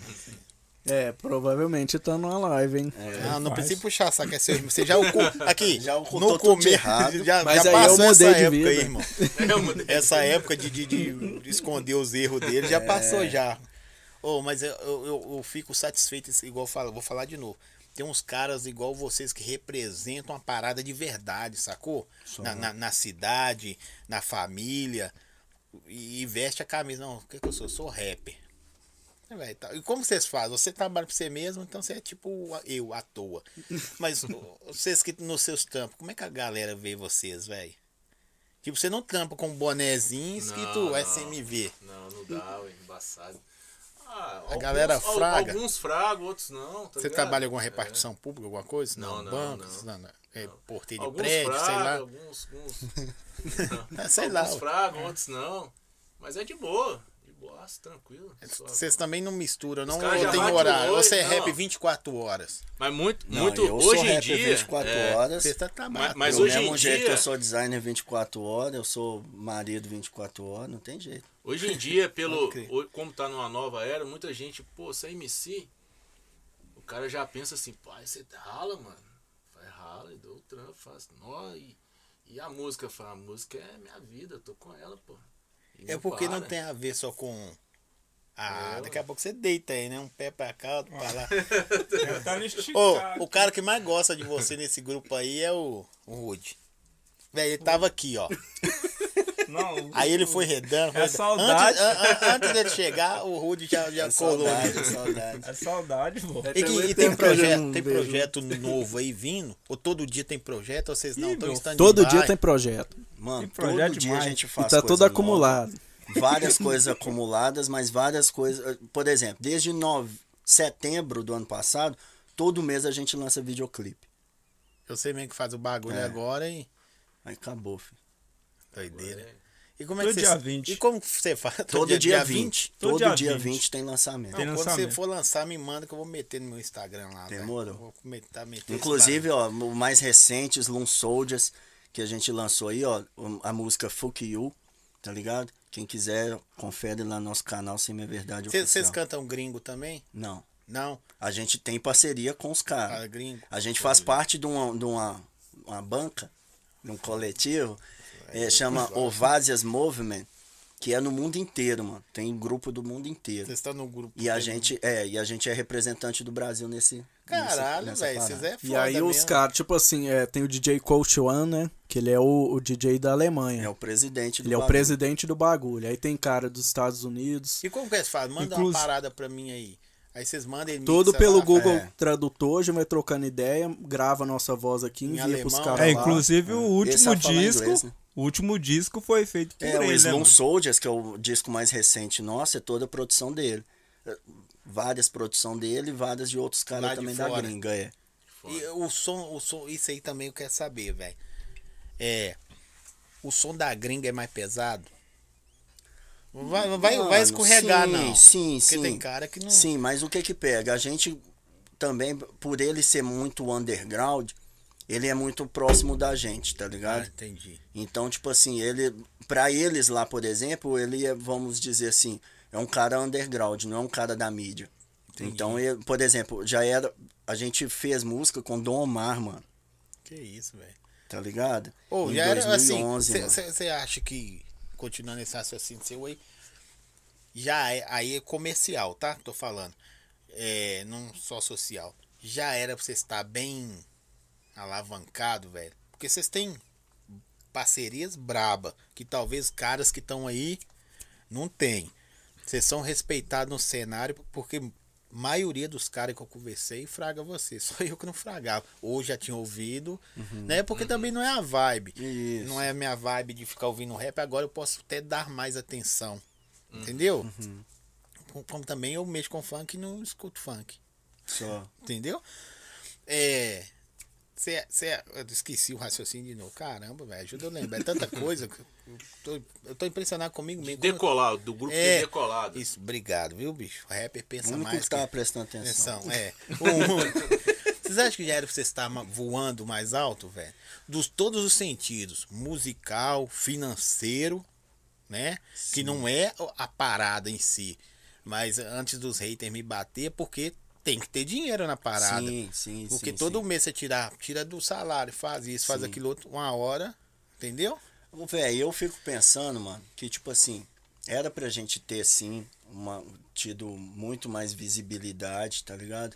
S4: É, provavelmente tá numa live, hein?
S2: Ah, não
S1: faz.
S2: precisa puxar, sabe? Você, você já ocu... Aqui,
S3: Já ocultou
S2: no
S3: tudo de
S2: começo,
S3: errado.
S2: já,
S4: Mas
S2: já
S4: aí eu
S2: passou essa
S4: mudei de
S2: época aí,
S4: vida.
S2: irmão.
S5: Eu mudei.
S2: Essa época de, de, de- de esconder os erros dele já passou já. Oh, mas eu, eu, eu- eu fico satisfeito, igual eu falo, vou falar de novo. Tem uns caras igual vocês que representam uma parada de verdade, sacou? Na, na, na cidade, na família. E, e veste a camisa. Não, o que, que eu sou? Eu sou rapper. É, véi, tá. E como vocês fazem? Você trabalha pra você mesmo, então você é tipo eu, à toa. Mas ô, vocês que nos seus trampos, como é que a galera vê vocês, velho? Tipo, você não trampa com um bonezinho escrito
S5: Não,
S2: S M V.
S5: Não, não dá, ué, embaçado. Ah,
S2: A galera
S5: al-
S2: fraga.
S5: Alguns fragam, outros não. Tá
S2: Você
S5: ligado?
S2: trabalha em alguma repartição pública, alguma coisa?
S5: Não, não,
S2: bancos,
S5: não.
S2: não, é porteiro
S5: É.
S2: de
S5: Alguns
S2: prédio, sei
S5: fragam,
S2: lá.
S5: alguns. alguns
S2: Ah, sei lá,
S5: alguns
S2: ué.
S5: fragam, outros não. Mas é de boa. De boa, tranquilo. suave.
S2: Vocês também não misturam, não
S5: caras já
S2: tem
S5: batem
S2: horário.
S5: o olho,
S2: Você é
S5: não.
S2: rap vinte e quatro horas.
S5: Mas muito,
S3: Não,
S5: muito
S3: eu sou
S5: hoje em
S3: rapper
S5: dia.
S3: vinte e quatro
S5: é,
S3: horas.
S2: Você tá trabalhando.
S5: Mas- mas
S3: do
S5: hoje em
S3: mesmo jeito
S5: dia-
S3: que eu sou designer vinte e quatro horas, eu sou marido vinte e quatro horas, não tem jeito.
S5: Hoje em dia, pelo,
S2: Pode crer.
S5: ho- como tá numa nova era, muita gente, pô, você é M C, o cara já pensa assim, pai, você rala, mano. Vai rala, e dou o trampo, faz. Nó, e, e a música, fala, a música é minha vida, eu tô com ela, pô. E
S2: É porque não
S5: para.
S2: tem a ver só com. Ah,
S5: É,
S2: daqui a pouco você deita aí, né? Um pé pra cá, outro pra lá.
S1: Tá no
S2: Ô,
S1: esticado.
S2: o cara que mais gosta de você nesse grupo aí é o, o Rude. Velho, ele tava aqui, ó.
S1: Não,
S2: Aí ele foi redando. foi
S1: É
S2: redando.
S1: saudade.
S2: Antes, an- an- antes dele chegar, o Rude já, já
S3: É
S2: colou.
S3: saudade, é saudade.
S1: é saudade, pô.
S2: E,
S4: Tem
S2: que-
S4: muito
S2: e tem
S4: tempo que eu já
S2: projeto,
S4: não
S2: tem
S4: vejo.
S2: projeto novo aí vindo? Ou todo dia tem projeto? Ou vocês não
S1: Ih,
S2: estão
S1: meu,
S2: estando
S4: Todo dia tem projeto.
S3: Mano,
S1: Tem projeto
S3: todo dia
S1: demais.
S3: a gente
S4: E
S3: faz
S4: tá
S3: coisa
S4: tudo
S3: nova.
S4: acumulado.
S3: Várias coisas acumuladas, mas várias coisas. Por exemplo, desde nove, setembro do ano passado, todo mês a gente lança videoclipe.
S2: Eu sei mesmo que faz o bagulho
S3: É.
S2: agora e.
S3: Aí acabou, filho.
S2: Doideira. E como é
S1: Todo
S2: que
S1: dia
S2: você.
S1: vinte.
S2: E como que você faz?
S3: Todo, dia, vinte.
S1: Todo
S3: Todo
S1: dia
S3: dia
S1: vinte.
S3: vinte tem lançamento.
S1: Tem
S2: Não, quando
S1: lançamento.
S2: você for lançar, me manda que eu vou meter no meu Instagram lá. velho.
S3: Demorou.
S2: Vou meter, meter
S3: Inclusive, ó, o mais recente, Slum Soldiers, que a gente lançou aí, ó, a música Fuck You, tá ligado? Quem quiser, confere lá no nosso canal Sem Minha Verdade Oficial.
S2: Vocês cantam gringo também?
S3: Não.
S2: Não?
S3: A gente tem parceria com os caras.
S2: Ah, gringo.
S3: A gente faz parte de uma, de uma, uma banca, de um coletivo, é, chama Ovásias Movement, que é no mundo inteiro, mano. Tem grupo do mundo inteiro.
S2: Vocês estão no grupo.
S3: E a gente é, e a gente é representante do Brasil nesse.
S2: Caralho,
S3: nessa
S2: velho,
S3: parada.
S2: vocês é foda
S4: E aí os
S2: mesmo.
S4: caras, tipo assim, é, tem o D J Coach One, né? Que ele é o, o D J da Alemanha.
S3: É o presidente do
S4: Ele é o
S3: bagulho.
S4: presidente do bagulho. Aí tem cara dos Estados Unidos.
S2: E como que eles fazem? Manda
S4: Inclus-
S2: uma parada pra mim aí. Aí vocês mandam ele
S4: Tudo
S2: mixa
S4: pelo
S2: lá,
S4: Google
S3: é.
S4: Tradutor, já vai trocando ideia, grava a nossa voz aqui,
S2: Em
S4: envia pros
S2: alemão.
S4: caras
S1: É,
S4: lá.
S1: inclusive o
S3: Esse
S1: último
S3: sabe falar
S1: disco.
S3: inglês, né?
S1: O último disco foi feito por
S3: É, o
S1: ele, né,
S3: Slow
S1: mano?
S3: Soldiers, que é o disco mais recente nosso, é toda a produção dele. É, várias produção dele, várias de outros
S2: Lá
S3: caras
S2: de
S3: também da
S2: fora.
S3: gringa, é.
S2: E o som, o som, isso aí também eu quero saber, velho. É. O som da gringa é mais pesado? Vai, vai,
S3: Mano,
S2: vai escorregar,
S3: sim,
S2: não.
S3: Sim,
S2: Porque
S3: sim.
S2: tem cara que não.
S3: Sim, mas o que que pega? A gente também, por ele ser muito underground, ele é muito próximo da gente, tá
S2: Ah,
S3: ligado?
S2: entendi.
S3: Então, tipo assim, ele, pra eles lá, por exemplo, ele é, vamos dizer assim, é um cara underground, não é um cara da mídia.
S2: Entendi.
S3: Então, ele, por exemplo, já era, a gente fez música com Dom Omar, mano,
S2: Que isso, velho.
S3: tá ligado?
S2: Ô,
S3: Em
S2: já era
S3: dois mil e
S2: assim.
S3: onze, mano.
S2: Você acha que, continuando esse raciocínio seu aí, já é, aí é comercial, tá? Tô falando. É, não só social. Já era pra você estar bem alavancado, velho. Porque vocês têm parcerias braba, que talvez caras que estão aí não tem. Vocês são respeitados no cenário, porque maioria dos caras que eu conversei fraga você. Só eu que não fragava. Ou já tinha ouvido, né? Porque também não é a vibe.
S3: Isso.
S2: Não é a minha vibe de ficar ouvindo rap. Agora eu posso até dar mais atenção. Entendeu? Como- Como também eu mexo com funk e não escuto funk.
S3: Só.
S2: Entendeu? É. Cê, cê, eu esqueci o raciocínio de novo. Caramba, velho. Ajuda eu a lembrar. É tanta coisa. que Eu tô, eu tô impressionado comigo mesmo. Como-
S5: Decolado, do grupo
S2: É,
S5: é, Decolado.
S2: Isso, obrigado, viu, bicho? O rapper
S3: O
S2: pensa
S3: único
S2: mais
S3: que tava prestando atenção.
S2: atenção. É. Um- Vocês acham que já era pra você estar ma- voando mais alto, velho? Dos todos os sentidos. Musical, financeiro, né? Que não é a parada em si. Mas antes dos haters me bater, porque tem que ter dinheiro na parada.
S3: Sim, sim,
S2: Porque
S3: sim,
S2: todo
S3: sim.
S2: mês você tira, tira do salário, faz isso, faz
S3: Sim.
S2: aquilo outro, uma hora, entendeu?
S3: Véi, eu fico pensando, mano, que tipo assim, era pra gente ter sim uma, tido muito mais visibilidade, tá ligado?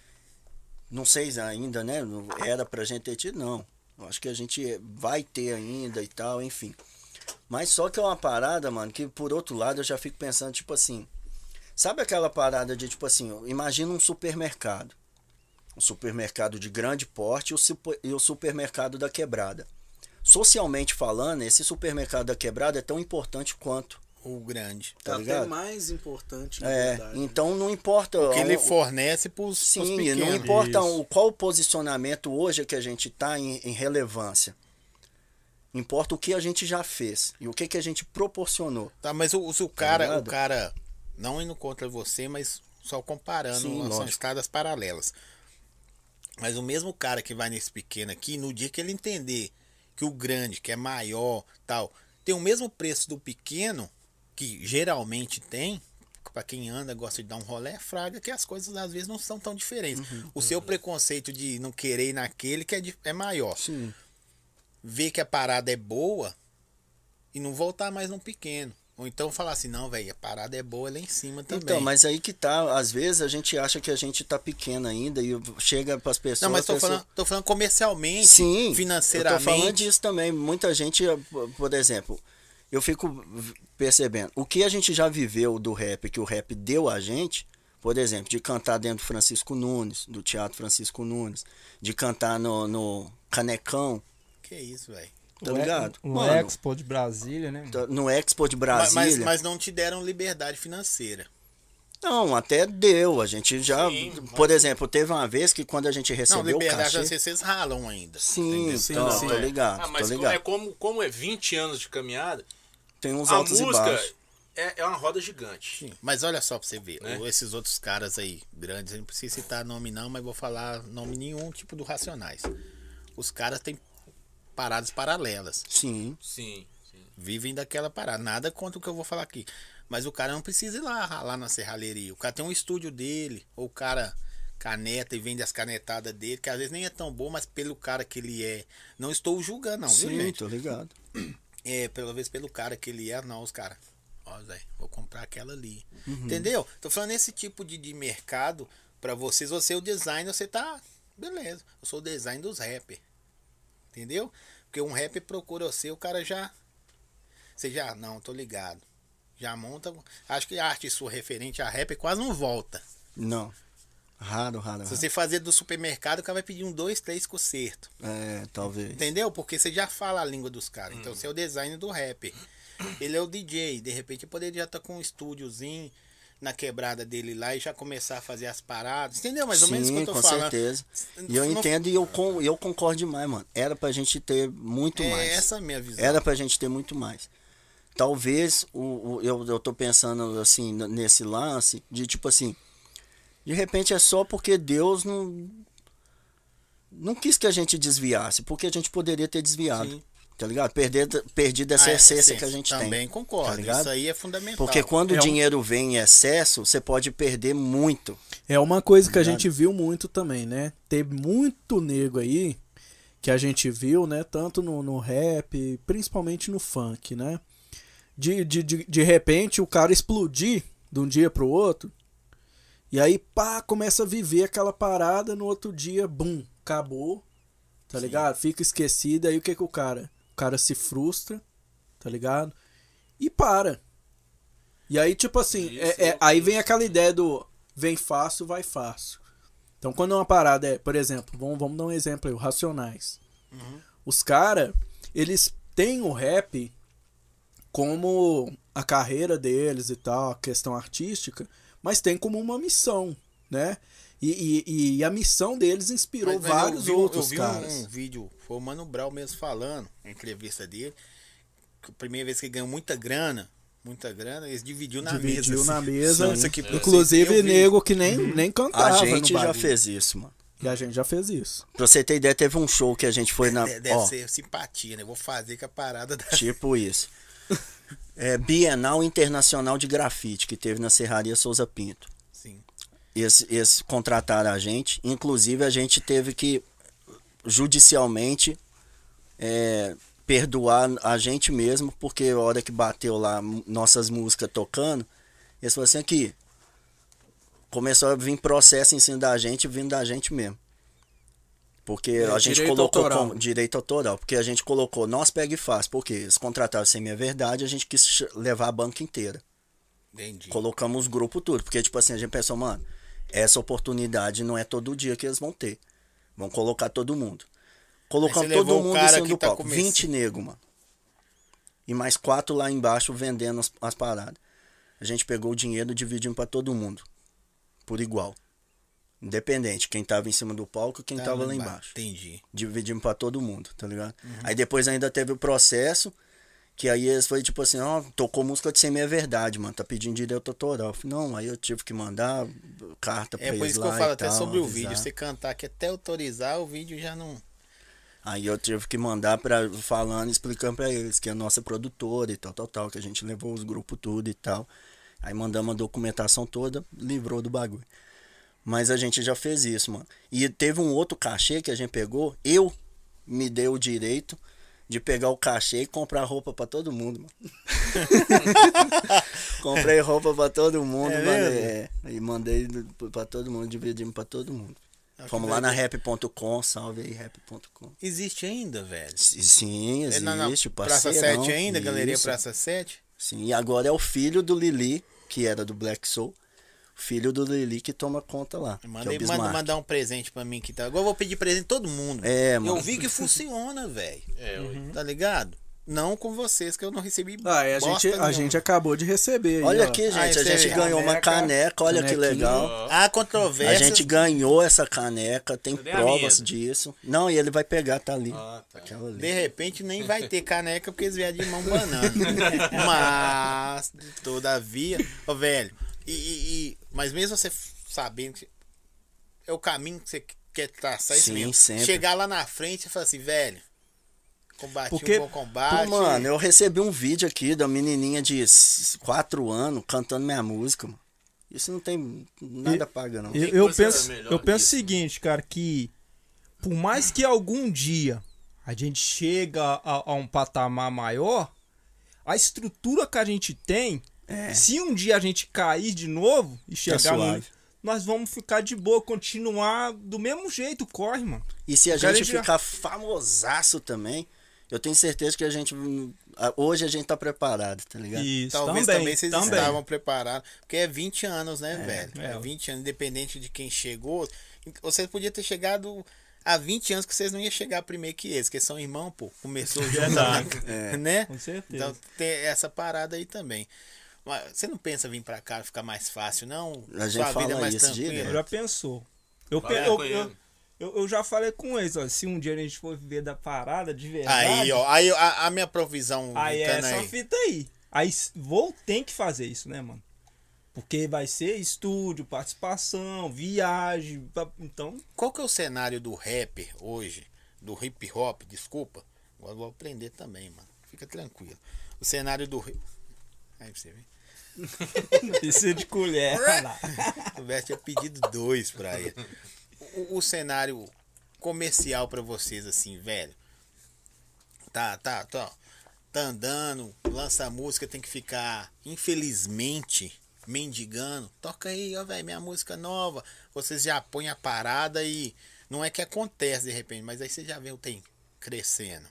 S3: Não sei se ainda, né? Não era pra gente ter tido, não. Eu acho que a gente vai ter ainda e tal, enfim. Mas só que é uma parada, mano, que por outro lado eu já fico pensando, tipo assim, sabe aquela parada de tipo assim, imagina um supermercado. Um supermercado de grande porte e o, super, e o supermercado da quebrada. Socialmente falando, esse supermercado da quebrada é tão importante quanto,
S2: O grande.
S3: tá
S4: Até
S3: ligado?
S4: mais importante, na
S3: É,
S4: verdade.
S3: então não importa.
S2: O que ele
S3: o-
S2: fornece pros, pros
S3: Sim,
S2: pequenos.
S3: não importa
S1: Isso.
S3: o, qual o posicionamento hoje que a gente tá em, em relevância. Importa o que a gente já fez e o que, que a gente proporcionou.
S2: Tá, mas o, se o cara, o
S3: ligado?
S2: cara, não indo contra você, mas só comparando,
S3: Sim,
S2: são
S3: lógico.
S2: estradas paralelas. Mas o mesmo cara que vai nesse pequeno aqui, no dia que ele entender que o grande, que é maior, tal, tem o mesmo preço do pequeno, que geralmente tem, pra quem anda, gosta de dar um rolê, é fraga, que as coisas às vezes não são tão diferentes.
S3: Uhum.
S2: O seu preconceito de não querer ir naquele que é, di- é maior.
S3: Sim.
S2: Ver que a parada é boa e não voltar mais num pequeno. Ou então falar assim, não, velho, a parada é boa lá em cima também.
S3: Então, mas aí que tá, às vezes a gente acha que a gente tá pequeno ainda e chega pras pessoas.
S2: Não, mas tô
S3: a pessoa-
S2: falando, tô falando comercialmente,
S3: Sim,
S2: financeiramente.
S3: eu tô falando disso também. Muita gente, por exemplo, eu fico percebendo, o que a gente já viveu do rap, que o rap deu a gente, por exemplo, de cantar dentro do Francisco Nunes, do Teatro Francisco Nunes, de cantar no, no Canecão,
S2: Que isso, velho.
S3: tá
S1: O
S3: ligado?
S1: O
S3: Mano,
S1: Expo de Brasília, né? mano?
S3: no Expo de
S2: Mas,
S3: Brasília.
S2: mas, mas não te deram liberdade financeira.
S3: Não, até deu. A gente já.
S5: Sim,
S3: por exemplo, teve uma vez que quando a gente
S2: Não,
S3: recebeu o
S2: liberdade
S3: cachê.
S2: financeira vocês ralam ainda.
S3: Sim,
S2: entendeu?
S3: então,
S4: sim.
S3: tô ligado,
S5: Ah, mas
S3: tô
S5: como
S3: ligado.
S5: é como, como é vinte anos de caminhada,
S3: Tem uns
S5: a
S3: altos e
S5: música
S3: baixos.
S5: é, é uma roda gigante.
S2: Sim, mas olha só pra você ver,
S5: Né?
S2: o- esses outros caras aí, grandes, eu não preciso citar nome não, mas vou falar nome nenhum, tipo do Racionais. Os caras têm paradas paralelas.
S3: Sim.
S5: Sim, sim.
S2: Vivem daquela parada. Nada contra o que eu vou falar aqui. Mas o cara não precisa ir lá ralar na serralheria. O cara tem um estúdio dele. Ou o cara caneta e vende as canetadas dele, que às vezes nem é tão bom, mas pelo cara que ele é. Não estou julgando, não,
S3: Sim,
S2: viu, gente?
S3: tô ligado.
S2: É, pela vez pelo cara que ele é, não, os caras. Ó, Zé, vou comprar aquela ali.
S3: Uhum.
S2: Entendeu? Tô falando esse tipo de, de mercado pra vocês. Você é o designer, você tá. Beleza. Eu sou o design dos rappers. Entendeu? Porque um rapper procura você, o cara já. Você já. Não, tô ligado. Já monta. Acho que a arte sua referente a rapper quase não volta.
S3: Não. Raro, raro.
S2: Se
S3: raro.
S2: você fazer do supermercado, o cara vai pedir um, dois, três concerto.
S3: É, talvez.
S2: Entendeu? Porque você já fala a língua dos caras. Então você é o designer do rapper. Ele é o D J. De repente ele poderia já estar com um estúdiozinho na quebrada dele lá e já começar a fazer as paradas. Entendeu? Mais ou
S3: Sim,
S2: menos o que eu tô
S3: com
S2: falando.
S3: certeza. E eu
S2: Não-
S3: entendo e eu, con- eu concordo demais, mano. Era pra gente ter muito
S2: É
S3: mais.
S2: essa a minha visão.
S3: Era pra gente ter muito mais. Talvez o, o- eu, eu tô pensando assim n- nesse lance de tipo assim, de repente é só porque Deus não não quis que a gente desviasse, porque a gente poderia ter desviado.
S2: Sim.
S3: Tá ligado? Perder, perdido essa
S2: Ah, é,
S3: essência
S2: sim,
S3: que a gente
S2: também
S3: tem.
S2: concordo.
S3: tá ligado?
S2: Isso aí é fundamental.
S3: Porque quando
S4: É
S3: o
S4: um-
S3: dinheiro vem em excesso, você pode perder muito.
S4: É uma coisa que a
S3: Verdade.
S4: gente viu muito também, né? Teve muito nego aí que a gente viu, né? Tanto no, no rap, principalmente no funk, né? De, de, de, de repente o cara explodir de um dia pro outro. E aí, pá, começa a viver aquela parada, no outro dia, bum, acabou. Tá ligado? Fica esquecido. Aí o que que o cara? O cara se frustra, tá ligado? E para. E aí, tipo assim,
S5: Isso,
S4: é, é- aí vem aquela ideia do vem fácil, vai fácil. Então, quando uma parada é, por exemplo, vamos, vamos dar um exemplo aí, o Racionais. Os caras, eles têm o rap como a carreira deles e tal, a questão artística, mas tem como uma missão, né? E, e, e a missão deles inspirou
S2: Mas- mas eu
S4: vários
S2: vi um-
S4: outros
S2: eu vi
S4: caras.
S2: um, um vídeo, foi o Mano Brown mesmo falando, na entrevista dele, que a primeira vez que ele ganhou muita grana, muita grana, eles dividiu na
S4: Dividiu
S2: mesa.
S4: na
S2: assim.
S4: mesa,
S2: Sim, isso aqui pra vocês.
S4: inclusive
S2: Eu vi.
S4: nego que nem, nem cantava
S3: A gente
S4: no
S3: já
S4: bagulho.
S3: fez isso, mano.
S4: E a gente já fez isso.
S3: Pra você ter ideia, teve um show que a gente foi na.
S2: De- Deve
S3: ó,
S2: ser simpatia, né? Vou fazer com a parada da.
S3: tipo isso. É, Bienal Internacional de Grafite, que teve na Serraria Souza Pinto.
S2: Sim.
S3: Eles, eles contrataram a gente. Inclusive, a gente teve que judicialmente é, perdoar a gente mesmo, porque a hora que bateu lá m- nossas músicas tocando, eles falaram assim: aqui, começou a vir processo em cima da gente, vindo da gente mesmo. Porque
S4: É,
S3: a gente
S4: direito
S3: colocou
S4: autoral.
S3: como direito autoral, porque a gente colocou nós pega e faz, porque eles contrataram sem minha verdade, a gente quis ch- levar a banca inteira.
S2: Entendi.
S3: Colocamos os grupos tudo, porque tipo assim, a gente pensou, mano, essa oportunidade não é todo dia que eles vão ter. Vão colocar todo mundo. Colocamos
S2: Aí você
S3: todo
S2: levou o
S3: mundo em
S2: cara
S3: cima
S2: que
S3: do
S2: tá
S3: palco.
S2: começando.
S3: vinte nego, mano. E mais quatro lá embaixo vendendo as, as paradas. A gente pegou o dinheiro e dividimos pra todo mundo. Por igual. Independente, quem tava em cima do palco e quem
S2: Tá
S3: tava
S2: lá
S3: lá
S2: embaixo.
S3: embaixo.
S2: Entendi.
S3: Dividimos pra todo mundo, tá ligado?
S2: Uhum.
S3: Aí depois ainda teve o processo, que aí eles foi tipo assim, ó, tocou música de Sem Meia Verdade, mano, tá pedindo direito autoral. Eu falei, não, aí eu tive que mandar carta pra
S2: É por
S3: eles
S2: isso que eu
S3: lá
S2: falo
S3: e
S2: até
S3: tal,
S2: sobre o
S3: avisar.
S2: vídeo. Você cantar que até autorizar, o vídeo já não.
S3: Aí eu tive que mandar pra, falando, explicando pra eles que é a nossa produtora e tal, tal, tal, que a gente levou os grupos tudo e tal. Aí mandamos a documentação toda, livrou do bagulho. Mas a gente já fez isso, mano. E teve um outro cachê que a gente pegou, eu me dei o direito de pegar o cachê e comprar roupa pra todo mundo, mano. Comprei roupa pra todo mundo,
S2: É
S3: mano.
S2: mesmo?
S3: É, e mandei pra todo mundo, dividimos pra todo mundo.
S2: Ah,
S3: Fomos
S2: que
S3: lá na
S2: doideira.
S3: rap ponto com, salve aí rap ponto com.
S2: Existe ainda, velho?
S3: Sim,
S2: É
S3: existe,
S2: na, na Praça
S3: parceirão,
S2: sete ainda, Galeria
S3: isso.
S2: Praça sete?
S3: Sim, e agora é o filho do Lili, que era do Black Soul, o filho do Lili que toma conta lá, que é
S2: Mandei,
S3: o
S2: manda,
S3: Bismarck.
S2: mandar um presente pra mim que tá. Agora eu vou pedir presente pra todo mundo.
S3: É, mano.
S2: Eu vi que funciona, velho.
S5: É, ui.
S2: Tá ligado? Não com vocês, que eu não recebi.
S4: Ah, e a
S2: bosta
S4: gente, a
S2: nenhuma.
S4: gente acabou de receber aí,
S3: Olha
S4: ó.
S3: aqui, gente,
S2: Ah,
S3: a
S2: esse
S3: gente
S2: é
S3: ganhou uma
S4: caneca,
S3: caneca, olha que
S4: canequinha.
S3: legal.
S2: Há
S3: A
S2: controvérsias.
S3: gente ganhou essa caneca, tem
S5: Cadê a
S3: provas
S5: minha?
S3: disso. Não, e ele vai pegar, tá ali.
S5: Ah, tá.
S3: Aquela ali.
S2: De repente nem vai ter caneca porque eles vieram de mão banana. Mas, todavia, ô velho, e, e- e- mas mesmo você sabendo que é o caminho que você quer traçar, isso
S3: Sim,
S2: mesmo.
S3: sempre.
S2: Chegar lá na frente e falar assim, velho, Combati
S1: Porque-
S2: um bom combate.
S3: Pô, mano, eu recebi um vídeo aqui da menininha de quatro anos cantando minha música, mano. Isso não tem nada paga, não.
S1: Eu,
S5: Tem
S1: eu
S5: coisa
S1: penso,
S5: melhor
S1: eu penso o
S5: disso.
S1: seguinte, cara, que por mais que algum dia a gente chega a, a um patamar maior, a estrutura que a gente tem, se um dia a gente cair de novo e chegar no,
S3: suave.
S1: nós vamos ficar de boa, continuar do mesmo jeito, corre, mano.
S3: E se a
S1: Cara,
S3: gente
S1: já-
S3: ficar famosaço também, eu tenho certeza que a gente. Hoje a gente tá preparado, tá ligado?
S1: Isso,
S2: Talvez
S1: também,
S2: também, vocês
S1: também.
S2: estavam preparados. Porque é vinte anos, né, velho?
S1: é.
S2: É vinte anos, independente de quem chegou. Vocês podiam ter chegado há vinte anos que vocês não iam chegar primeiro que eles, que são irmãos, pô. Começou junto,
S1: Verdade.
S2: né? né?
S1: Com certeza.
S2: Então tem essa parada aí também. Mas você não pensa vir pra cá ficar mais fácil, não?
S3: A gente
S2: Sua vida é
S3: fala
S2: mais
S3: isso
S2: tranquila?
S3: direto.
S1: Já pensou? Eu, pe-
S5: Fala
S1: eu,
S5: com
S1: eu,
S5: ele.
S1: eu, eu já falei com eles, ó, se um dia a gente for viver da parada de verdade,
S2: Aí, ó. Aí a, a minha provisão.
S1: aí é
S2: Vitana,
S1: essa
S2: aí.
S1: fita aí. Aí s- vou tem que fazer isso, né, mano? Porque vai ser estúdio, participação, viagem, pa- então
S2: Qual que é o cenário do rapper hoje? Do hip hop, desculpa. Agora eu vou aprender também, mano. Fica tranquilo. O cenário do. hi- Aí você vê.
S1: isso é de colher. lá.
S2: O Veste tinha pedido dois pra ele. O, o cenário comercial pra vocês, assim, velho. Tá, tá, tá. Tá andando, lança música, tem que ficar, infelizmente, mendigando. Toca aí, ó, velho, minha música nova. Vocês já põem a parada e não é que acontece de repente, mas aí você já vê o tem crescendo.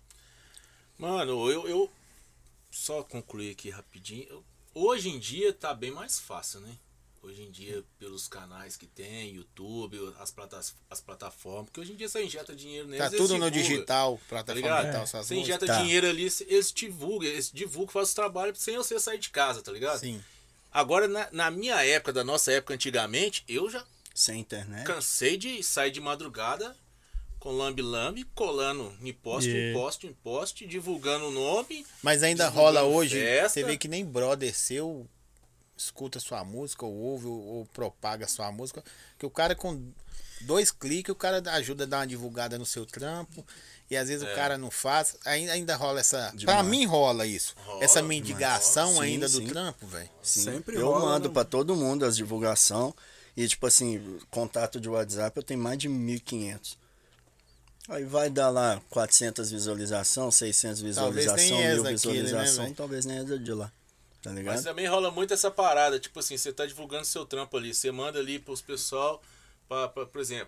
S5: Mano, eu, eu só concluir aqui rapidinho. Eu- hoje em dia tá bem mais fácil, né? Hoje em dia, pelos canais que tem, YouTube, as, plata as plataformas, porque hoje em dia você injeta dinheiro neles.
S2: Tá
S5: eles
S2: tudo no
S5: divulgam,
S2: digital,
S5: Tá
S2: plataforma
S5: ligado?
S2: digital,
S5: É.
S2: essas
S5: Você
S2: músicas.
S5: injeta
S3: Tá.
S5: dinheiro ali, eles divulgam, eles divulgam, fazem o trabalho sem você sair de casa, tá ligado?
S2: Sim.
S5: Agora, na, na minha época, da nossa época antigamente, eu já
S3: Sem internet.
S5: cansei de sair de madrugada com lambe-lambe, colando em poste, em
S1: Yeah.
S5: poste, em poste, divulgando o nome.
S2: Mas ainda
S5: Divulgando
S2: rola hoje,
S5: festa.
S2: você vê que nem brother seu escuta sua música, ou ouve, ou, ou propaga sua música, que o cara com dois cliques, o cara ajuda a dar uma divulgada no seu trampo, e às vezes o cara não faz, ainda, ainda rola essa... Pra
S3: Demais.
S2: mim rola isso,
S5: Rola,
S2: essa mendigação
S3: demais.
S2: ainda
S3: Sim,
S2: do
S3: sim.
S2: trampo, velho.
S3: Sim.
S4: Sempre
S3: eu
S4: rola,
S3: mando
S4: né?
S3: pra todo mundo as divulgação e tipo assim, contato de WhatsApp eu tenho mais de mil e quinhentos. Aí vai dar lá quatrocentas visualizações, seiscentas
S2: Talvez nem
S3: visualizações,
S2: essa
S3: mil
S2: aquele, né,
S3: visualizações,
S2: velho?
S3: talvez nem é de lá. Tá ligado?
S5: Mas também rola muito essa parada, tipo assim, você tá divulgando seu trampo ali, você manda ali pros pessoal, pra, pra, por exemplo,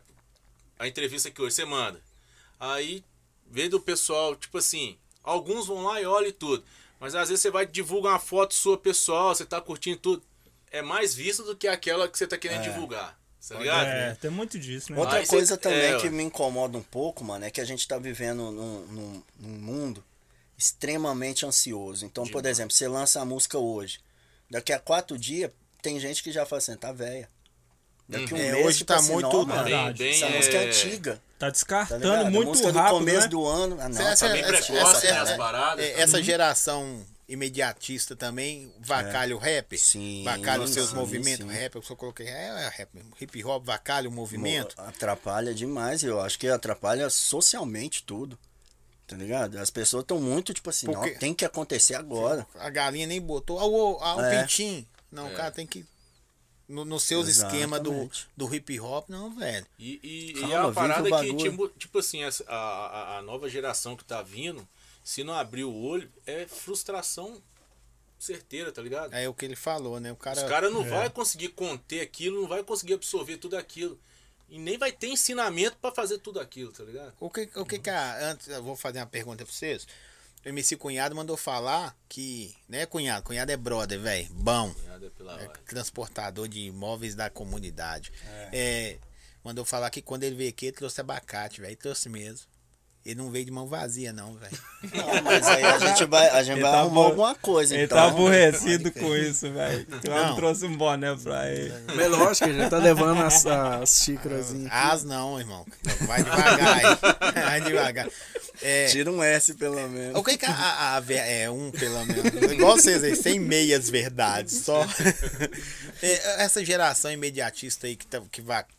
S5: a entrevista aqui hoje, você manda. Aí, vê do pessoal, tipo assim, alguns vão lá e olham e tudo, mas às vezes você vai divulgar uma foto sua pessoal, você tá curtindo tudo, é mais visto do que aquela que você tá querendo divulgar, tá ligado?
S1: É, tem muito disso, né?
S3: Outra
S5: Aí cê-
S3: coisa também
S5: é,
S3: que
S5: ué.
S3: me incomoda um pouco, mano, é que a gente tá vivendo num, num, num mundo extremamente ansioso. Então, por
S5: Demais.
S3: exemplo, você lança a música hoje. Daqui a quatro dias, tem gente que já fala assim, tá velha. Daqui um
S2: É,
S3: mês,
S2: hoje
S3: tipo
S2: tá
S3: assim,
S2: muito-
S3: não, mano,
S5: bem- bem,
S3: essa
S5: é,
S3: música é antiga.
S1: Tá
S3: Tá
S1: descartando
S3: ligado? A
S1: muito
S3: música
S1: rápido,
S3: do começo
S1: né?
S3: do ano. Ah, não,
S2: Essa-
S3: tá
S5: bem
S3: essa-
S5: precoce,
S3: essa-
S5: né, as paradas.
S2: É, essa geração imediatista também vacalha o rap,
S3: Sim,
S2: vacalha os seus
S3: sim,
S2: movimentos
S3: sim.
S2: rap, eu só coloquei é, é rap, hip hop vacalha o movimento.
S3: Atrapalha demais, eu acho que atrapalha socialmente tudo. Tá ligado? As pessoas estão muito, tipo assim,
S2: Porque-
S3: não, tem que acontecer agora.
S2: A galinha nem botou. Ah, o, ah, o
S3: É.
S2: pintinho. Não,
S5: É.
S2: o cara tem que. No, nos seus esquemas do,
S3: Exatamente.
S2: do hip hop, não, velho.
S5: E, e, e
S3: Calma,
S5: é uma
S3: vive
S5: parada
S3: o
S5: que,
S3: bagulho.
S5: tipo, tipo assim, essa- a, a, a nova geração que tá vindo, se não abrir o olho, é frustração certeira, tá ligado?
S2: É o que ele falou, né? O cara.
S5: Os caras não vai conseguir conter aquilo, não vai conseguir absorver tudo aquilo. E nem vai ter ensinamento pra fazer tudo aquilo, tá ligado?
S2: O que, o que que a. Antes, eu vou fazer uma pergunta pra vocês. O M C Cunhado mandou falar que. Né, Cunhado? Cunhado é brother, velho. Bom.
S5: Nada pela
S2: É
S5: hora.
S2: transportador de imóveis da comunidade. É, mandou falar que quando ele veio aqui, ele trouxe abacate, velho. Trouxe mesmo. Ele não veio de mão vazia, não, velho.
S3: Não, mas aí a gente vai, a gente
S1: Ele
S3: vai
S1: tá
S3: arrumar
S1: aborre-
S3: alguma coisa,
S1: Ele
S3: então.
S1: tá aborrecido com isso, velho. Tu
S2: Não.
S1: trouxe um boné pra ele.
S4: Mas lógico, já tá levando as, as xícaras.
S2: As não, irmão. Vai devagar aí. Vai devagar. É,
S3: Tira um S pelo menos.
S2: o que que a, a, a ver- é um pelo menos, igual vocês aí, sem meias verdades, só. É, essa geração imediatista aí que, tá, que, va,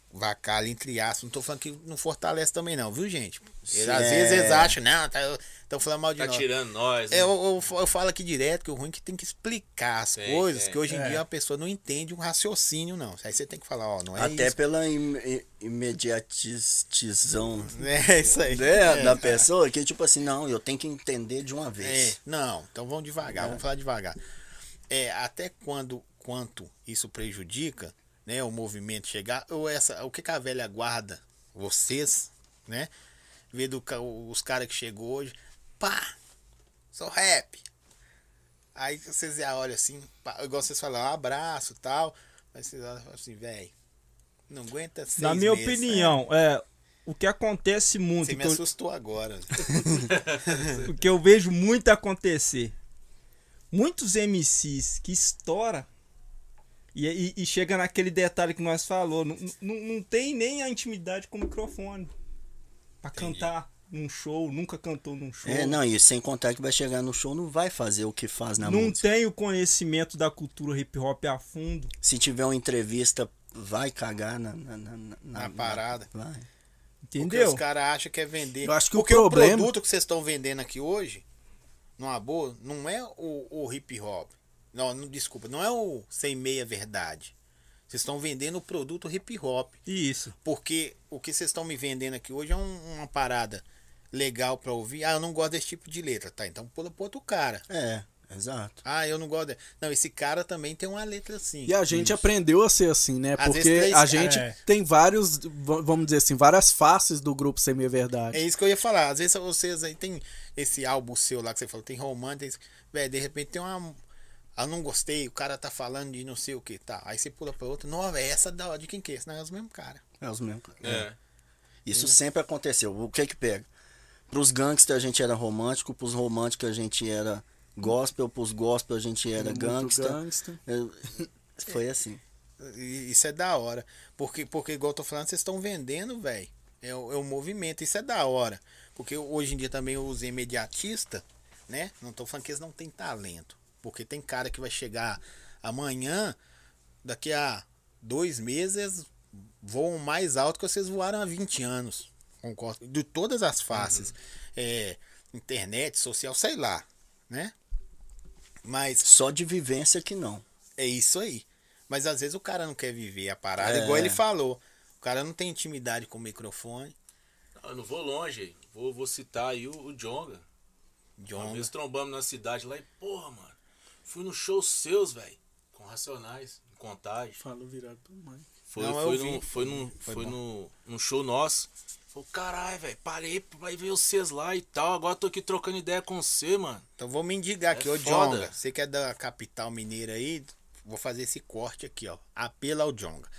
S2: vacalha entre aspas. Não tô falando que não fortalece também não, viu, gente?
S3: Sim,
S2: Às
S3: é.
S2: vezes eles acham, não, tá, estão falando mal de
S5: Tá
S2: nós.
S5: tirando nós, né?
S2: É, eu, eu, eu falo aqui direto que o ruim é que tem que explicar as
S5: Tem,
S2: coisas,
S5: tem.
S2: que hoje em
S1: É.
S2: dia a pessoa não entende um raciocínio, não. Aí você tem que falar, ó, não é
S3: Até
S2: isso.
S3: pela im i- imediatizão
S2: É isso aí.
S3: né,
S2: É.
S3: da pessoa, que tipo assim, não, eu tenho que entender de uma
S2: É,
S3: vez.
S2: não, então vamos devagar,
S3: É.
S2: vamos falar devagar. É, até quando, quanto isso prejudica, né, o movimento chegar, ou essa, o que, que a velha guarda, vocês, né, vê do, ca- os caras que chegou hoje, pá, sou rap. Aí vocês já olham assim, pá, igual vocês falam, um abraço e tal, mas vocês olham e falam assim, velho, não aguenta seis
S1: Na minha
S2: meses,
S1: opinião, é, o que acontece
S2: né?
S1: muito,
S2: Você me
S1: que eu-
S2: assustou agora.
S1: o que eu vejo muito acontecer. Muitos M Cs que estoura e, e, e chega naquele detalhe que nós falou, não, não, não tem nem a intimidade com o microfone pra cantar num show, nunca cantou num show.
S3: É, não, e sem contar que vai chegar no show, não vai fazer o que faz na
S1: não
S3: música.
S1: tem o conhecimento da cultura hip hop a fundo.
S3: Se tiver uma entrevista, vai cagar na, na, na, na-
S2: Na parada.
S3: vai.
S2: Porque
S1: Entendeu?
S2: os caras acham que é vender.
S4: Eu acho que
S2: Porque
S4: o
S2: o,
S4: problema-
S2: produto que vocês estão vendendo aqui hoje, numa boa, não é o, o hip hop. Não, não, desculpa, não é o sem meia verdade. Vocês estão vendendo o produto hip hop.
S1: Isso.
S2: Porque o que vocês estão me vendendo aqui hoje é um- uma parada legal pra ouvir. Ah, eu não gosto desse tipo de letra. Tá, então pula pro outro cara.
S3: É, exato.
S2: Ah, eu não gosto. De... Não, esse cara também tem uma letra assim.
S4: E a gente aprendeu a ser assim, né?
S2: Às
S4: Porque
S2: vezes três
S4: a
S2: caras-
S4: gente
S1: É.
S4: tem vários, v- vamos dizer assim, várias faces do grupo Sem Meia Verdade.
S2: É isso que eu ia falar. Às vezes vocês aí tem esse álbum seu lá que você falou, tem romance, tem... velho, de repente tem uma. Ah, não gostei, o cara tá falando de não sei o que, tá. Aí você pula pra outra, não, velho, essa da de quem que é? Esse não é os mesmos cara.
S3: É os mesmos.
S5: É.
S3: Isso sempre aconteceu. O que que pega? Pros gangsters a gente era romântico, pros românticos a gente era gospel, pros gospel a gente era
S4: Muito
S3: gangster.
S4: gangster.
S3: É, Foi assim.
S2: E isso é da hora. Porque, porque igual eu tô falando, vocês estão vendendo, velho. É, o- é o movimento, isso é da hora. Porque hoje em dia também os imediatistas, né? Não tô falando que eles não têm talento. Porque tem cara que vai chegar amanhã, daqui a dois meses, voam mais alto que vocês voaram há vinte anos. Concordo. De todas as faces. É, internet, social, sei lá, né? Mas
S3: Só de vivência que não.
S2: é isso aí. Mas às vezes o cara não quer viver a parada,
S3: É.
S2: igual ele falou. O cara não tem intimidade com o microfone.
S5: Eu não vou longe, vou, vou citar aí o, o Djonga. Uma
S2: John,
S5: vez trombamos na cidade lá e, porra, mano, fui no show seus, velho, com Racionais, em Contagem.
S4: Falou virado pro mãe.
S5: Foi,
S2: Não, eu
S5: foi,
S2: vi.
S5: no, foi, num,
S2: Foi
S5: foi
S2: bom.
S5: no, num show nosso. Falei, caralho, velho, parei pra ir ver vocês lá e tal. Agora tô aqui trocando ideia com você, mano.
S2: então vou me indicar aqui,
S5: É
S2: ô
S5: foda.
S2: Jonga. Você que é da capital mineira aí, vou fazer esse corte aqui, ó. Apelo ao Jonga.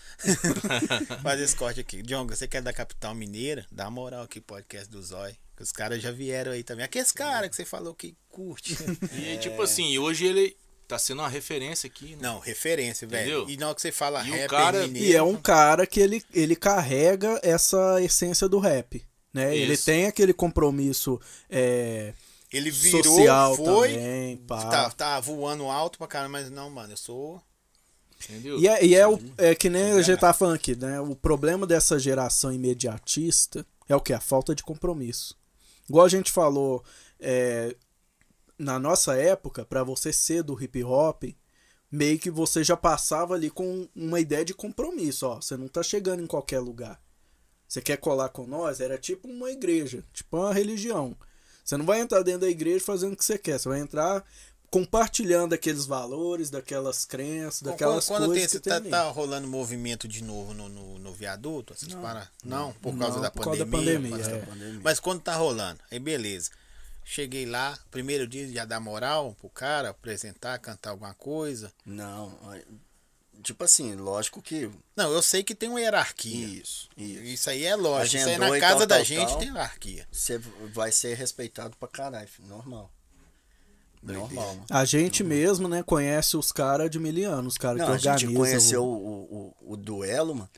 S2: Fazer esse corte aqui. Jonga, você que é da capital mineira, dá uma moral aqui, podcast do Zói. Que os caras já vieram aí também. Aqueles caras que você falou que curte.
S5: E tipo assim, hoje ele tá sendo uma referência aqui, né?
S2: Não, referência, velho.
S5: Entendeu?
S2: E na hora que você fala
S5: E o
S2: rapper
S5: cara-
S2: mineiro...
S4: E é um cara que ele, ele carrega essa essência do rap, né? Ele
S5: Isso.
S4: tem aquele compromisso é,
S2: Ele virou,
S4: social
S2: foi,
S4: também, pá.
S2: tá, tá voando alto pra caramba, mas não, mano, eu sou...
S5: Entendeu?
S4: E é, e é, o, é que nem a
S2: Sim,
S4: gente tá falando aqui, né? O problema dessa geração imediatista é o que? A falta de compromisso. Igual a gente falou, é, na nossa época, pra você ser do hip hop, meio que você já passava ali com uma ideia de compromisso, ó. Você não tá chegando em qualquer lugar. Você quer colar com nós? Era tipo uma igreja, tipo uma religião. Você não vai entrar dentro da igreja fazendo o que você quer, você vai entrar compartilhando aqueles valores, daquelas crenças, daquelas
S2: quando, quando tem
S4: coisas
S2: esse,
S4: que tem
S2: tá,
S4: ali.
S2: tá rolando movimento de novo no, no, no viaduto? Essas
S4: Não.
S2: para... não, por causa,
S4: Não,
S2: da,
S4: por causa
S2: pandemia,
S4: da pandemia,
S2: por causa
S4: é.
S2: da
S3: Pandemia.
S2: Mas quando tá rolando, aí beleza. Cheguei lá, primeiro dia já dá moral pro cara apresentar, cantar alguma coisa.
S3: Não, aí, tipo assim, lógico que.
S2: Não, eu sei que tem uma hierarquia.
S3: Isso, isso.
S2: Isso aí é lógico. Isso aí
S3: Agendou
S2: na
S3: e
S2: casa
S3: tal,
S2: da
S3: tal,
S2: gente
S3: tal.
S2: tem hierarquia.
S3: Você vai ser respeitado pra caralho, filho, normal. Normal, mano.
S4: A gente mesmo, né, conhece os caras de miliano, os caras que
S3: Não, a gente
S4: organizam.
S3: conheceu o, o, o duelo, mano,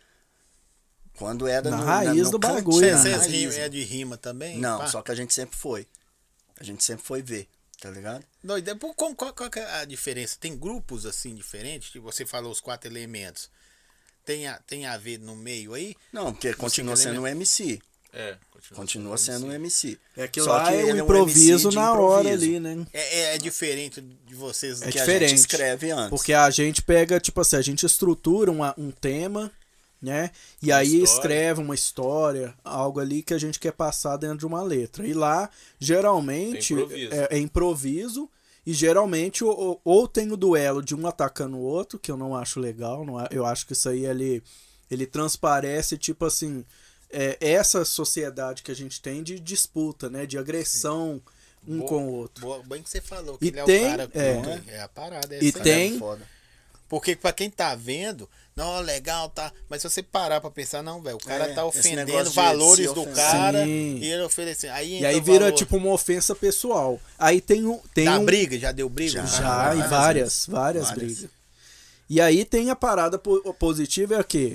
S3: quando era
S4: Na
S3: no,
S4: raiz
S3: no
S4: do
S3: cantinho,
S4: bagulho,
S3: na
S4: né?
S2: Vocês
S3: raiz,
S2: rimam, é
S3: mano.
S2: de rima também?
S3: Não,
S2: Pá.
S3: só que a gente sempre foi. A gente sempre foi ver, tá ligado?
S2: Doido, é por- como- qual, qual que é a diferença? Tem grupos assim diferentes? Tipo, você falou os quatro elementos. tem a, tem a ver no meio aí?
S3: Não, porque continua sendo um M C.
S5: É, continua,
S3: Continua sendo um M C.
S4: É que
S3: Só
S4: lá
S3: que
S4: é
S3: ele
S4: o
S3: é um
S4: improviso
S3: M C de
S4: na hora
S3: improviso.
S4: ali, né?
S2: É, é, é diferente de vocês.
S4: É
S3: Que
S2: que
S3: a
S4: diferente.
S3: gente escreve antes.
S4: Porque a gente pega, tipo assim, a gente estrutura uma, um tema, né? E
S5: Uma
S4: aí
S5: história.
S4: escreve uma história, algo ali que a gente quer passar dentro de uma letra. E lá, geralmente,
S5: É improviso.
S4: é, é improviso. E geralmente ou, ou tem o duelo de um atacando o outro, que eu não acho legal. Não, a- eu acho que isso aí ele, ele transparece, tipo assim, é, essa sociedade que a gente tem de disputa, né? De agressão um
S2: Boa-
S4: com o outro.
S2: Boa, bem que você falou, que
S4: E
S2: ele é
S4: tem-
S2: o cara.
S4: é.
S2: culto, é a parada. É
S4: E
S2: essa aí.
S4: tem-
S3: É foda.
S2: Porque pra quem tá vendo, não, legal, tá. Mas se você parar pra pensar, não, velho, o cara
S3: É,
S2: tá
S3: esse
S2: ofendendo
S3: negócio de
S2: valores
S3: se
S2: do
S3: ofender.
S2: cara
S4: Sim.
S2: e ele oferecendo. Aí
S4: E
S2: entra
S4: aí
S2: o
S4: vira
S2: valor
S4: tipo uma ofensa pessoal. Aí tem um. Tem
S2: da
S4: um
S2: briga, já deu briga?
S3: Já.
S4: já,
S2: Ah,
S4: em
S3: várias
S4: várias,
S3: vezes.
S4: várias,
S3: Várias.
S4: brigas. E aí tem a parada po- positiva, é o quê?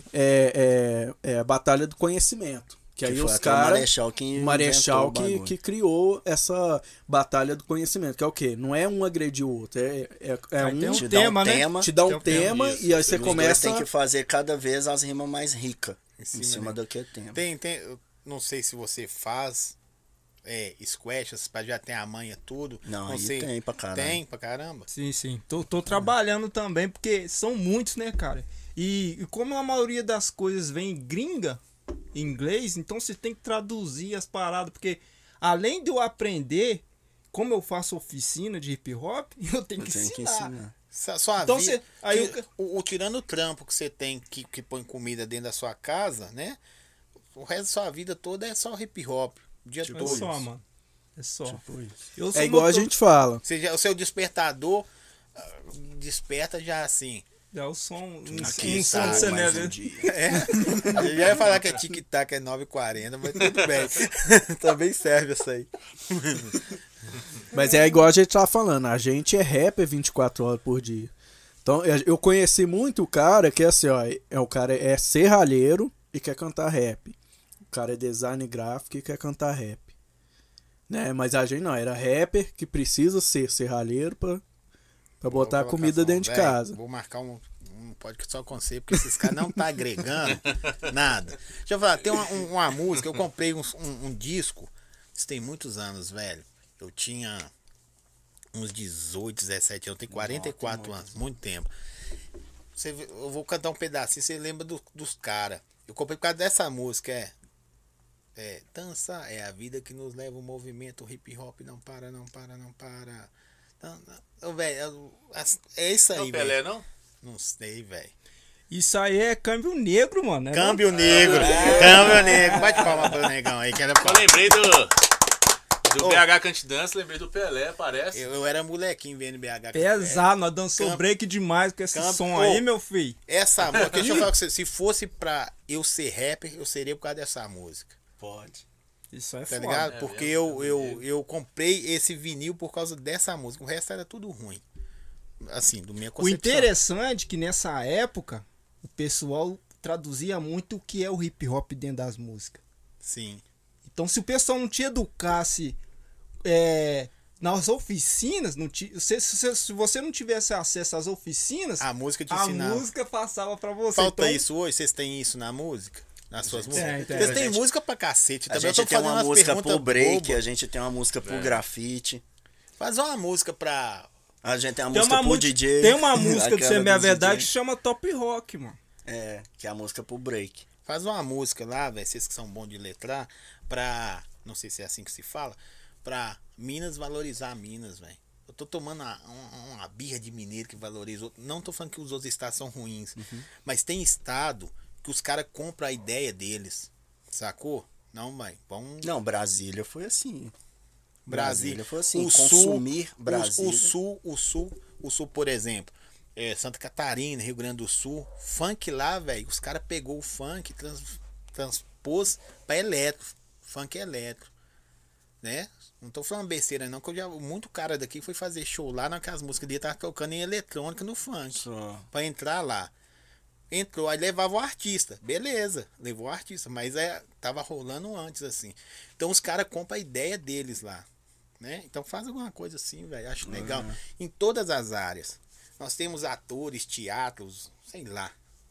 S4: É, é, é a batalha do conhecimento. Que aí
S3: Que foi
S4: os
S3: até o
S4: caras.
S3: Marechal que
S4: O Marechal
S3: inventou o
S4: que,
S3: bagulho.
S4: que criou essa batalha do conhecimento. Que é o quê? Não é um agredir o outro. É, é, é
S1: Aí
S4: um.
S1: tem um
S3: Te dá um
S1: tema, né?
S3: tema,
S4: te dá um
S1: tem um tema,
S4: tema
S5: isso.
S4: e aí
S5: Os
S4: você
S3: Os dois
S4: começa.
S3: tem que fazer cada vez as rimas mais ricas em
S2: cima,
S3: cima,
S2: né?
S3: daquele tema.
S2: Tem, tem, eu não sei se você faz é, squash, pra já ter a manha tudo.
S3: Não, aí
S2: sei.
S3: tem pra caralho.
S2: Tem pra caramba.
S1: Sim, sim. Tô, tô trabalhando também, porque são muitos, né, cara? E, e como a maioria das coisas vem gringa, em inglês, então você tem que traduzir as paradas, porque além de eu aprender, como eu faço oficina de hip hop, eu tenho que
S3: Tem que
S1: ensinar.
S3: ensinar.
S2: Só, só
S1: Então
S2: vida-
S1: você- aí
S2: que-
S1: o-
S2: o, o- tirando o trampo que você tem que, que põe comida dentro da sua casa, né? O resto da sua vida toda é só hip hop. O dia
S1: É
S2: todo.
S1: só, mano. É só.
S3: Tipo isso.
S1: Eu sou
S4: É igual a
S1: motor-
S4: gente fala.
S2: Você já- o seu despertador ah, desperta já assim.
S1: É o som. Um,
S3: Aqui
S1: um som
S3: tá
S1: de
S3: mais
S1: cenário.
S3: um dia.
S2: É. Eu já ia falar que é tic-tac, é nove e quarenta, mas tudo bem. Também serve essa aí.
S4: Mas é igual a gente tava falando, a gente é rapper vinte e quatro horas por dia. Então, eu- eu conheci muito o cara que é assim, ó, é o cara é serralheiro e quer cantar rap. O cara é design gráfico e quer cantar rap. Né? Mas a gente não, era rapper que precisa ser serralheiro pra, pra botar a
S2: Vou
S4: comida
S2: colocar
S4: dentro
S2: som,
S4: de
S2: véi,
S4: casa.
S2: Vou marcar um, um podcast só com você, porque esses caras não tá agregando nada. Deixa eu falar, tem uma, um- uma música, eu comprei um, um, um disco, isso tem muitos anos, velho. Eu tinha uns dezoito, dezessete anos, eu tenho quarenta e quatro anos, muito tempo. Você, vê- eu vou cantar um pedacinho, você lembra do- dos caras. Eu comprei por causa dessa música, é. É, dança é a vida que nos leva o movimento, o hip hop não para, não para, não para. Não, não, velho, é isso
S5: Não,
S2: aí,
S5: Pelé,
S2: velho.
S5: não?
S2: Não sei, velho.
S1: Isso aí é câmbio negro, mano. Né,
S2: Câmbio negro, câmbio negro. Bate palma pro negão aí, que era
S5: Eu lembrei do. Do
S2: Ô.
S5: B H Cantidance, lembrei do Pelé, parece.
S2: Eu, eu era molequinho vendo B H.
S1: Pesado, nós dançamos
S2: Campo-
S1: break demais com esse
S2: Campo-
S1: som
S2: Ô.
S1: aí, meu filho.
S2: Essa música, deixa eu falar com você, se fosse pra eu ser rapper, eu seria por causa dessa música.
S3: Pode.
S1: Isso é
S2: Tá
S1: foda.
S2: ligado?
S5: É
S2: Porque
S5: mesmo,
S2: eu,
S5: é
S2: eu,
S5: mesmo.
S2: eu comprei esse vinil por causa dessa música. O resto era tudo ruim. Assim, do minha
S1: O
S2: concepção.
S1: interessante é que nessa época o pessoal traduzia muito o que é o hip hop dentro das músicas.
S2: Sim.
S1: Então, se o pessoal não te educasse é, nas oficinas, não te, se, se, se você não tivesse acesso às oficinas,
S2: A música te
S1: a
S2: ensinava.
S1: música passava pra você.
S2: Falta
S1: Então,
S2: isso hoje? Vocês têm isso na música? Nas suas
S3: Tem,
S2: músicas?
S1: tem.
S2: Vocês
S3: A
S2: têm
S3: gente-
S2: música pra cacete.
S3: A
S2: Também eu
S3: gente
S2: tô
S3: tem
S2: fazendo
S3: uma
S2: umas
S3: música
S2: perguntas
S3: pro break,
S2: bobas.
S3: a gente tem uma música pro
S5: É.
S3: grafite,
S2: Faz uma música pra...
S3: a gente tem uma
S1: tem
S3: música
S1: uma,
S3: pro
S1: mu-
S3: D J.
S1: tem uma música do
S3: aquela
S1: Sem Minha
S3: do
S1: Verdade que
S3: D J.
S1: chama Top Rock, mano.
S3: É, que é a música pro break.
S2: Faz uma música lá, velho, vocês que são bons de letrar, pra... Não sei se é assim que se fala. Pra Minas valorizar Minas, velho. Eu tô tomando uma, uma, uma birra de mineiro que valoriza. outro- Não tô falando que os outros estados são ruins. Mas tem estado que os caras compram a ideia deles. Sacou? Não, mãe. Vamos...
S3: Não, Brasília foi assim.
S2: Brasília
S3: foi assim,
S2: o
S3: consumir
S2: sul,
S3: Brasília.
S2: O, o sul, o sul, o sul, por exemplo, é, Santa Catarina, Rio Grande do Sul, funk lá, velho, os caras pegou o funk, trans, transpôs pra eletro, funk eletro, né? Não tô falando besteira não, que eu já, muito cara daqui foi fazer show lá naquelas músicas dele, tava tocando em eletrônica no funk,
S3: Só.
S2: pra entrar lá. Entrou, aí levava o artista. Beleza, levou o artista, mas é, tava rolando antes, assim. Então os caras compram a ideia deles lá, né? Então faz alguma coisa assim, velho. Acho legal. Em todas as áreas. Nós temos atores, teatros, sei lá.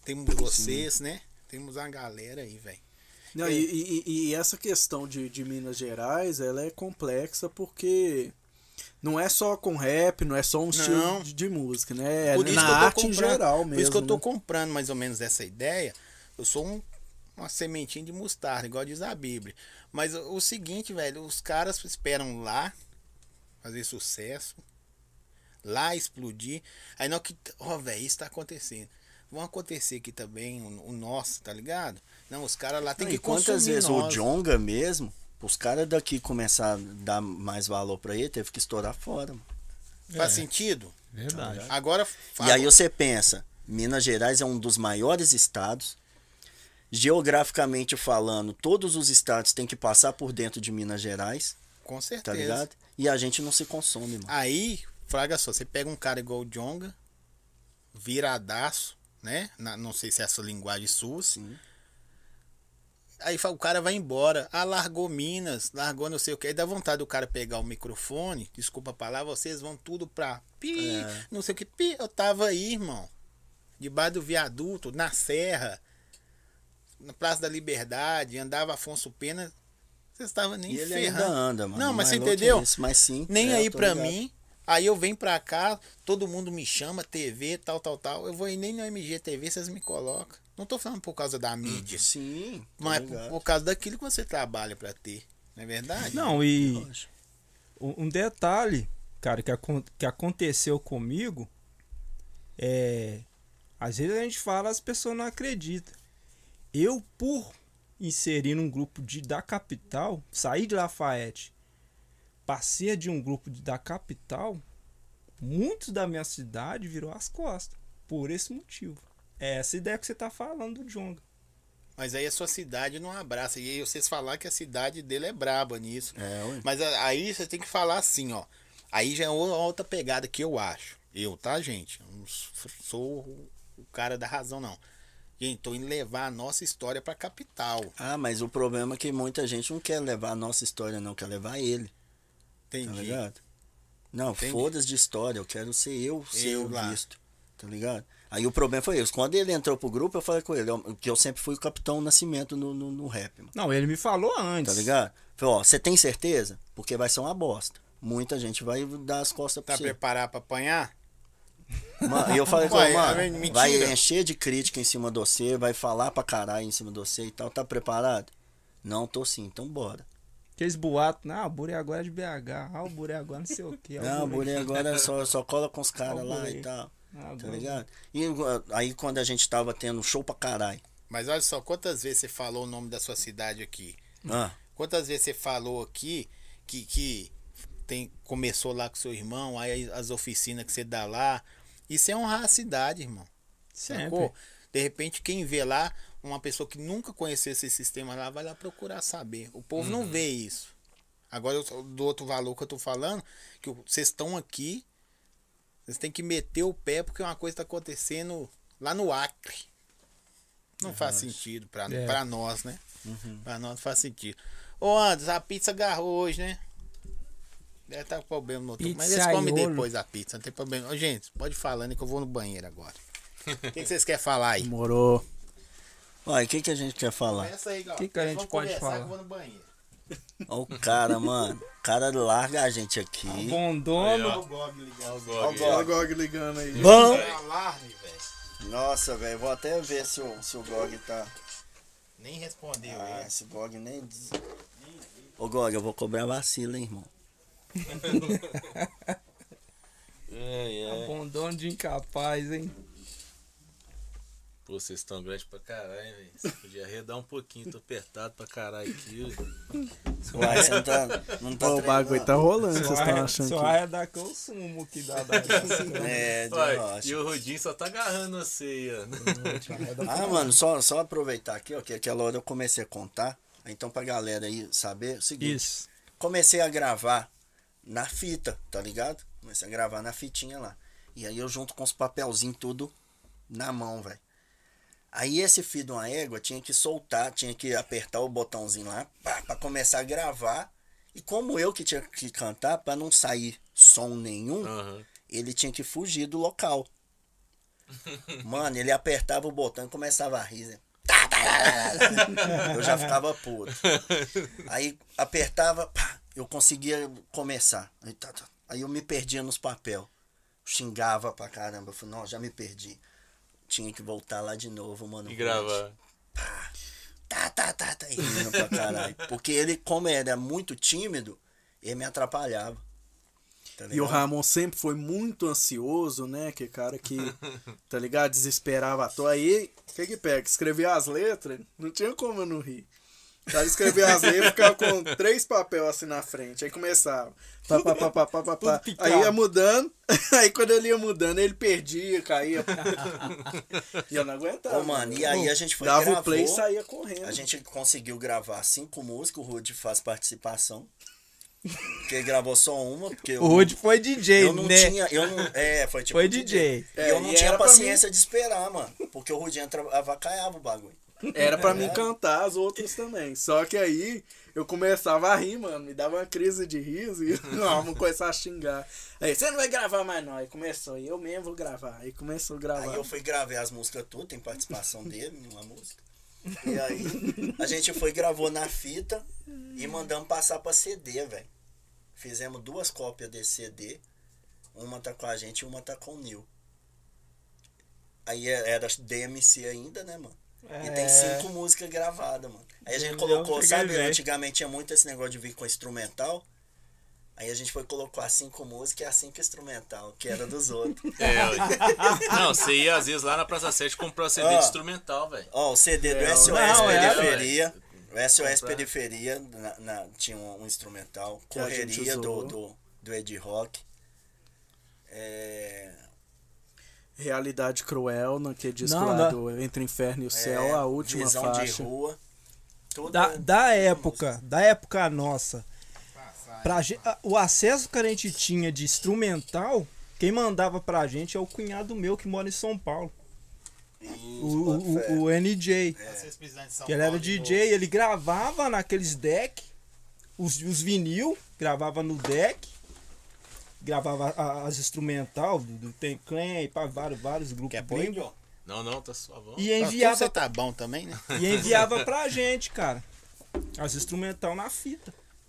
S2: temos vocês, né? Temos uma galera aí, velho.
S4: Não,
S2: É.
S4: e, e, e essa questão de, de Minas Gerais, ela é complexa porque não é só com rap, não é só um estilo
S2: Não.
S4: de, de música, né? É
S2: Por isso
S4: na
S2: que eu tô
S4: arte em
S2: comprando-
S4: geral
S2: Por
S4: mesmo.
S2: isso que eu tô
S4: né?
S2: comprando mais ou menos essa ideia. Eu sou um, uma sementinha de mostarda, igual diz a Bíblia. Mas o, o seguinte, velho, os caras esperam lá fazer sucesso, lá explodir. Aí não que, ó, velho, isso tá acontecendo. Vão acontecer aqui também o, o nosso, tá ligado? Não, os caras lá tem
S3: Não,
S2: que
S3: e quantas
S2: consumir
S3: vezes
S2: nós.
S3: o Djonga mesmo, os caras daqui começar a dar mais valor pra ele, teve que estourar fora, mano.
S2: Faz sentido?
S1: Verdade.
S2: Agora,
S3: E aí você pensa, Minas Gerais é um dos maiores estados. Geograficamente falando, todos os estados têm que passar por dentro de Minas Gerais,
S2: com
S3: tá
S2: certeza.
S3: ligado? E a gente não se consome, mano.
S2: Aí, fraga só, você pega um cara igual o Djonga, viradaço, né? Na- não sei se é essa linguagem sua.
S3: Sim.
S2: Aí fa- o cara vai embora. Ah, largou Minas, largou não sei o que. Aí dá vontade do cara pegar o microfone, desculpa a palavra, vocês vão tudo pra pi,
S3: É.
S2: não sei o que. Pi, eu tava aí, irmão. Debaixo do viaduto, na serra, na Praça da Liberdade, andava Afonso Pena. Vocês estavam nem
S3: E ele
S2: ferrando.
S3: ainda anda, mano.
S2: Não, mas
S3: Mais
S2: você
S3: louco que
S2: entendeu?
S3: isso, mas sim.
S2: Nem
S3: é,
S2: aí
S3: eu tô
S2: pra
S3: ligado.
S2: mim. Aí eu venho pra cá, todo mundo me chama, T V, tal, tal, tal. Eu vou ir nem no M G T V, vocês me colocam. Não tô falando por causa da mídia,
S3: Sim, tô
S2: mas por,
S3: ligado.
S2: por causa daquilo que você trabalha pra ter. Não é verdade?
S1: Não, e
S3: Lógico.
S1: um um detalhe, cara, que, acon- que aconteceu comigo é. Às vezes a gente fala, as pessoas não acreditam. Eu, por inserir num grupo de, da capital, sair de Lafayette, passei de um grupo de, da capital, muitos da minha cidade virou as costas. Por esse motivo. É essa ideia que você tá falando do Djonga.
S2: Mas aí a sua cidade não abraça. E aí vocês falar que a cidade dele é braba nisso.
S3: É, ué.
S2: Mas a- aí você tem que falar assim, ó. Aí já é o- outra pegada que eu acho. Eu, tá, gente? Eu não s- sou o o cara da razão, não. Gente, tô indo levar a nossa história pra capital.
S3: Ah, mas o problema é que muita gente não quer levar a nossa história, não, quer levar ele, tá
S2: Entendi.
S3: ligado? Não,
S2: Entendi.
S3: foda-se de história, eu quero ser eu, ser
S2: Eu
S3: eu
S2: lá.
S3: visto, tá ligado? Aí o problema foi isso, quando ele entrou pro grupo, eu falei com ele, eu- que eu sempre fui o Capitão Nascimento no, no, no rap, mano,
S1: Não, ele me falou antes.
S3: tá ligado? Falei, ó, você tem certeza? Porque vai ser uma bosta. Muita gente vai dar as costas pra
S2: Tá
S3: você.
S2: preparado pra apanhar?
S3: Mano, e eu falei com
S2: Ué,
S3: ele, mano,
S2: é mentira.
S3: vai encher de crítica em cima de você, vai falar pra caralho em cima de você e tal, tá preparado? Não tô sim, então bora.
S1: Aqueles boatos, não, o Burê agora é de B H, ah, o Burê agora não sei o que.
S3: Não, o Burê agora só, só cola com os caras
S1: Ó o
S3: lá
S1: Burê.
S3: e tal,
S1: Ah,
S3: tá
S1: agora-
S3: ligado? E uh, aí quando a gente tava tendo show pra caralho,
S2: Mas olha só, quantas vezes você falou o nome da sua cidade aqui?
S3: ah,
S2: Quantas vezes você falou aqui que, que tem, começou lá com seu irmão, aí as oficinas que você dá lá. Isso é honrar a cidade, irmão.
S1: Sempre.
S2: Sacou? De repente, quem vê lá, uma pessoa que nunca conheceu esse sistema lá, vai lá procurar saber. O povo não vê isso. Agora, eu- do outro valor que eu tô falando, que o- vocês estão aqui, vocês têm que meter o pé, porque uma coisa tá acontecendo lá no Acre. Não faz sentido pra,
S1: É.
S2: pra nós, né? Pra nós não faz sentido. Ô, Anderson, a pizza agarrou hoje, né? Deve estar com problema no outro. Mas eles comem
S1: Pizzaiolo.
S2: depois a pizza, não tem problema. Ô, gente, pode ir falando que eu vou no banheiro agora. O que, que vocês querem falar aí?
S4: Demorou.
S3: olha, o que que a gente quer falar?
S2: Começa aí, Gal.
S1: Que que a gente
S2: Vamos
S1: pode
S2: conversar
S1: falar?
S2: que eu vou no banheiro.
S3: Ó o cara, mano, o cara larga a gente aqui.
S1: Bondono.
S2: Olha o Gog ligando.
S3: Ó o
S4: Ó
S3: Gog.
S4: o Gog ligando aí.
S3: Bom!
S2: É alarme, velho.
S3: Nossa, velho, vou até ver se o, se o Gog tá...
S2: Nem respondeu
S3: Ah,
S2: ele.
S3: esse Gog nem... diz- Ô Gog, eu vou cobrar vacilo, hein, irmão.
S5: É, é.
S1: Abandono de incapaz, hein?
S5: Pô, vocês estão grandes pra caralho, velho. Você podia arredar um pouquinho, tô apertado pra caralho aqui.
S3: Uai, você não tá, não tá
S4: Pô, o bagulho tá rolando, vocês estão
S1: Só
S4: achando
S1: só
S4: que...
S1: é daqui o sumo que dá da
S3: É, de
S5: Vai,
S3: rocha.
S5: e o Rudinho só tá agarrando você aí, ó.
S3: Ah, mano, só, só aproveitar aqui, ó, que aquela hora eu comecei a contar. Então, pra galera aí saber, é o seguinte.
S1: Isso.
S3: Comecei a gravar na fita, tá ligado? Comecei a gravar na fitinha lá. E aí eu junto com os papelzinhos tudo na mão, velho. Aí esse fio de uma égua tinha que soltar, tinha que apertar o botãozinho lá pá, pra começar a gravar. E como eu que tinha que cantar, pra não sair som nenhum,
S5: Aham.
S3: ele tinha que fugir do local. Mano, ele apertava o botão e começava a rir, né? Tá, tá, tá, tá. Eu já ficava puto. Aí apertava, pá, eu conseguia começar. Aí, tá, tá. Aí eu me perdia nos papel. Xingava pra caramba. Eu falei, não, já me perdi. Tinha que voltar lá de novo, mano.
S5: E gravar.
S3: Pá, tá, tá, tá, tá. E rindo pra caralho. Porque ele, como era muito tímido, ele me atrapalhava. Tá
S4: E o Ramon sempre foi muito ansioso, né? Que cara que, tá ligado? Desesperava à toa. Aí, o que que pega? Escrevia as letras, não tinha como eu não rir. O cara escrevia as letras, ficava com três papéis assim na frente. Aí começava. Pá, pá, pá, pá, pá, pá, pá. Aí ia mudando. Aí quando ele ia mudando, ele perdia, caía. E eu não aguentava.
S3: Ô, mano, e aí a gente foi
S4: Dava
S3: gravou,
S4: o play e saía correndo.
S3: A gente conseguiu gravar cinco músicas, o Rude faz participação. Porque ele gravou só uma, porque
S1: O Rude foi D J,
S3: eu não
S1: né?
S3: tinha, eu não, é, foi tipo
S1: Foi
S3: D
S1: D
S3: J.
S1: J.
S3: E
S4: É,
S3: eu não
S4: e
S3: tinha
S4: era pra
S3: paciência de esperar, mano, porque o Rude entra, avacaiava o bagulho.
S4: Era pra mim cantar as outras também. Só que aí eu começava a rir, mano. Me dava uma crise de riso e vamos começar a xingar. Aí, você não vai gravar mais não. Aí começou, eu mesmo vou gravar. Aí começou a gravar.
S3: Aí eu fui gravar as músicas tudo, tem participação dele numa música. E aí a gente foi gravou na fita e mandamos passar pra C D, velho. Fizemos duas cópias desse C D. Uma tá com a gente e uma tá com o Nil. Aí era D M C ainda, né, mano? E tem cinco músicas gravadas, mano. Aí a gente colocou, sabe, antigamente tinha muito esse negócio de vir com instrumental. Aí a gente foi colocou as cinco músicas e as cinco instrumental, que era dos outros.
S5: É, ué. Não, você ia às vezes lá na Praça sete comprar C D
S3: Ó.
S5: de instrumental, velho.
S3: Ó, o C D do
S4: É,
S3: S O S
S1: não, é,
S3: Periferia. O S O S
S5: Comprar.
S3: Periferia na, na- tinha um, um instrumental.
S4: Que a gente
S3: Correria do,
S4: usou.
S3: do, do Ed Rock. É,
S4: Realidade Cruel, naquele disco
S1: Não,
S4: lá
S1: não.
S4: do Entre o Inferno e o
S3: é,
S4: Céu, a última
S3: Visão
S4: faixa.
S3: de Rua. Tudo,
S1: Da, da época, da época nossa, pra, ge- a- o acesso que a gente tinha de instrumental, quem mandava pra gente é o cunhado meu que mora em São Paulo. O, o, o- o N J.
S2: Vocês precisam de São
S1: Que ele era
S2: Paulo de
S1: D J, ele gravava naqueles deck, os, os vinil, gravava no deck, gravava a- as instrumental do, do Tem Clan, para vários, vários grupos
S2: Quer pôr,
S1: gringos,
S2: John?
S5: Não, não, tá suavão.
S1: e
S2: Então
S1: enviava,
S2: você tá bom também, né?
S1: e enviava pra gente, cara, as instrumental na fita.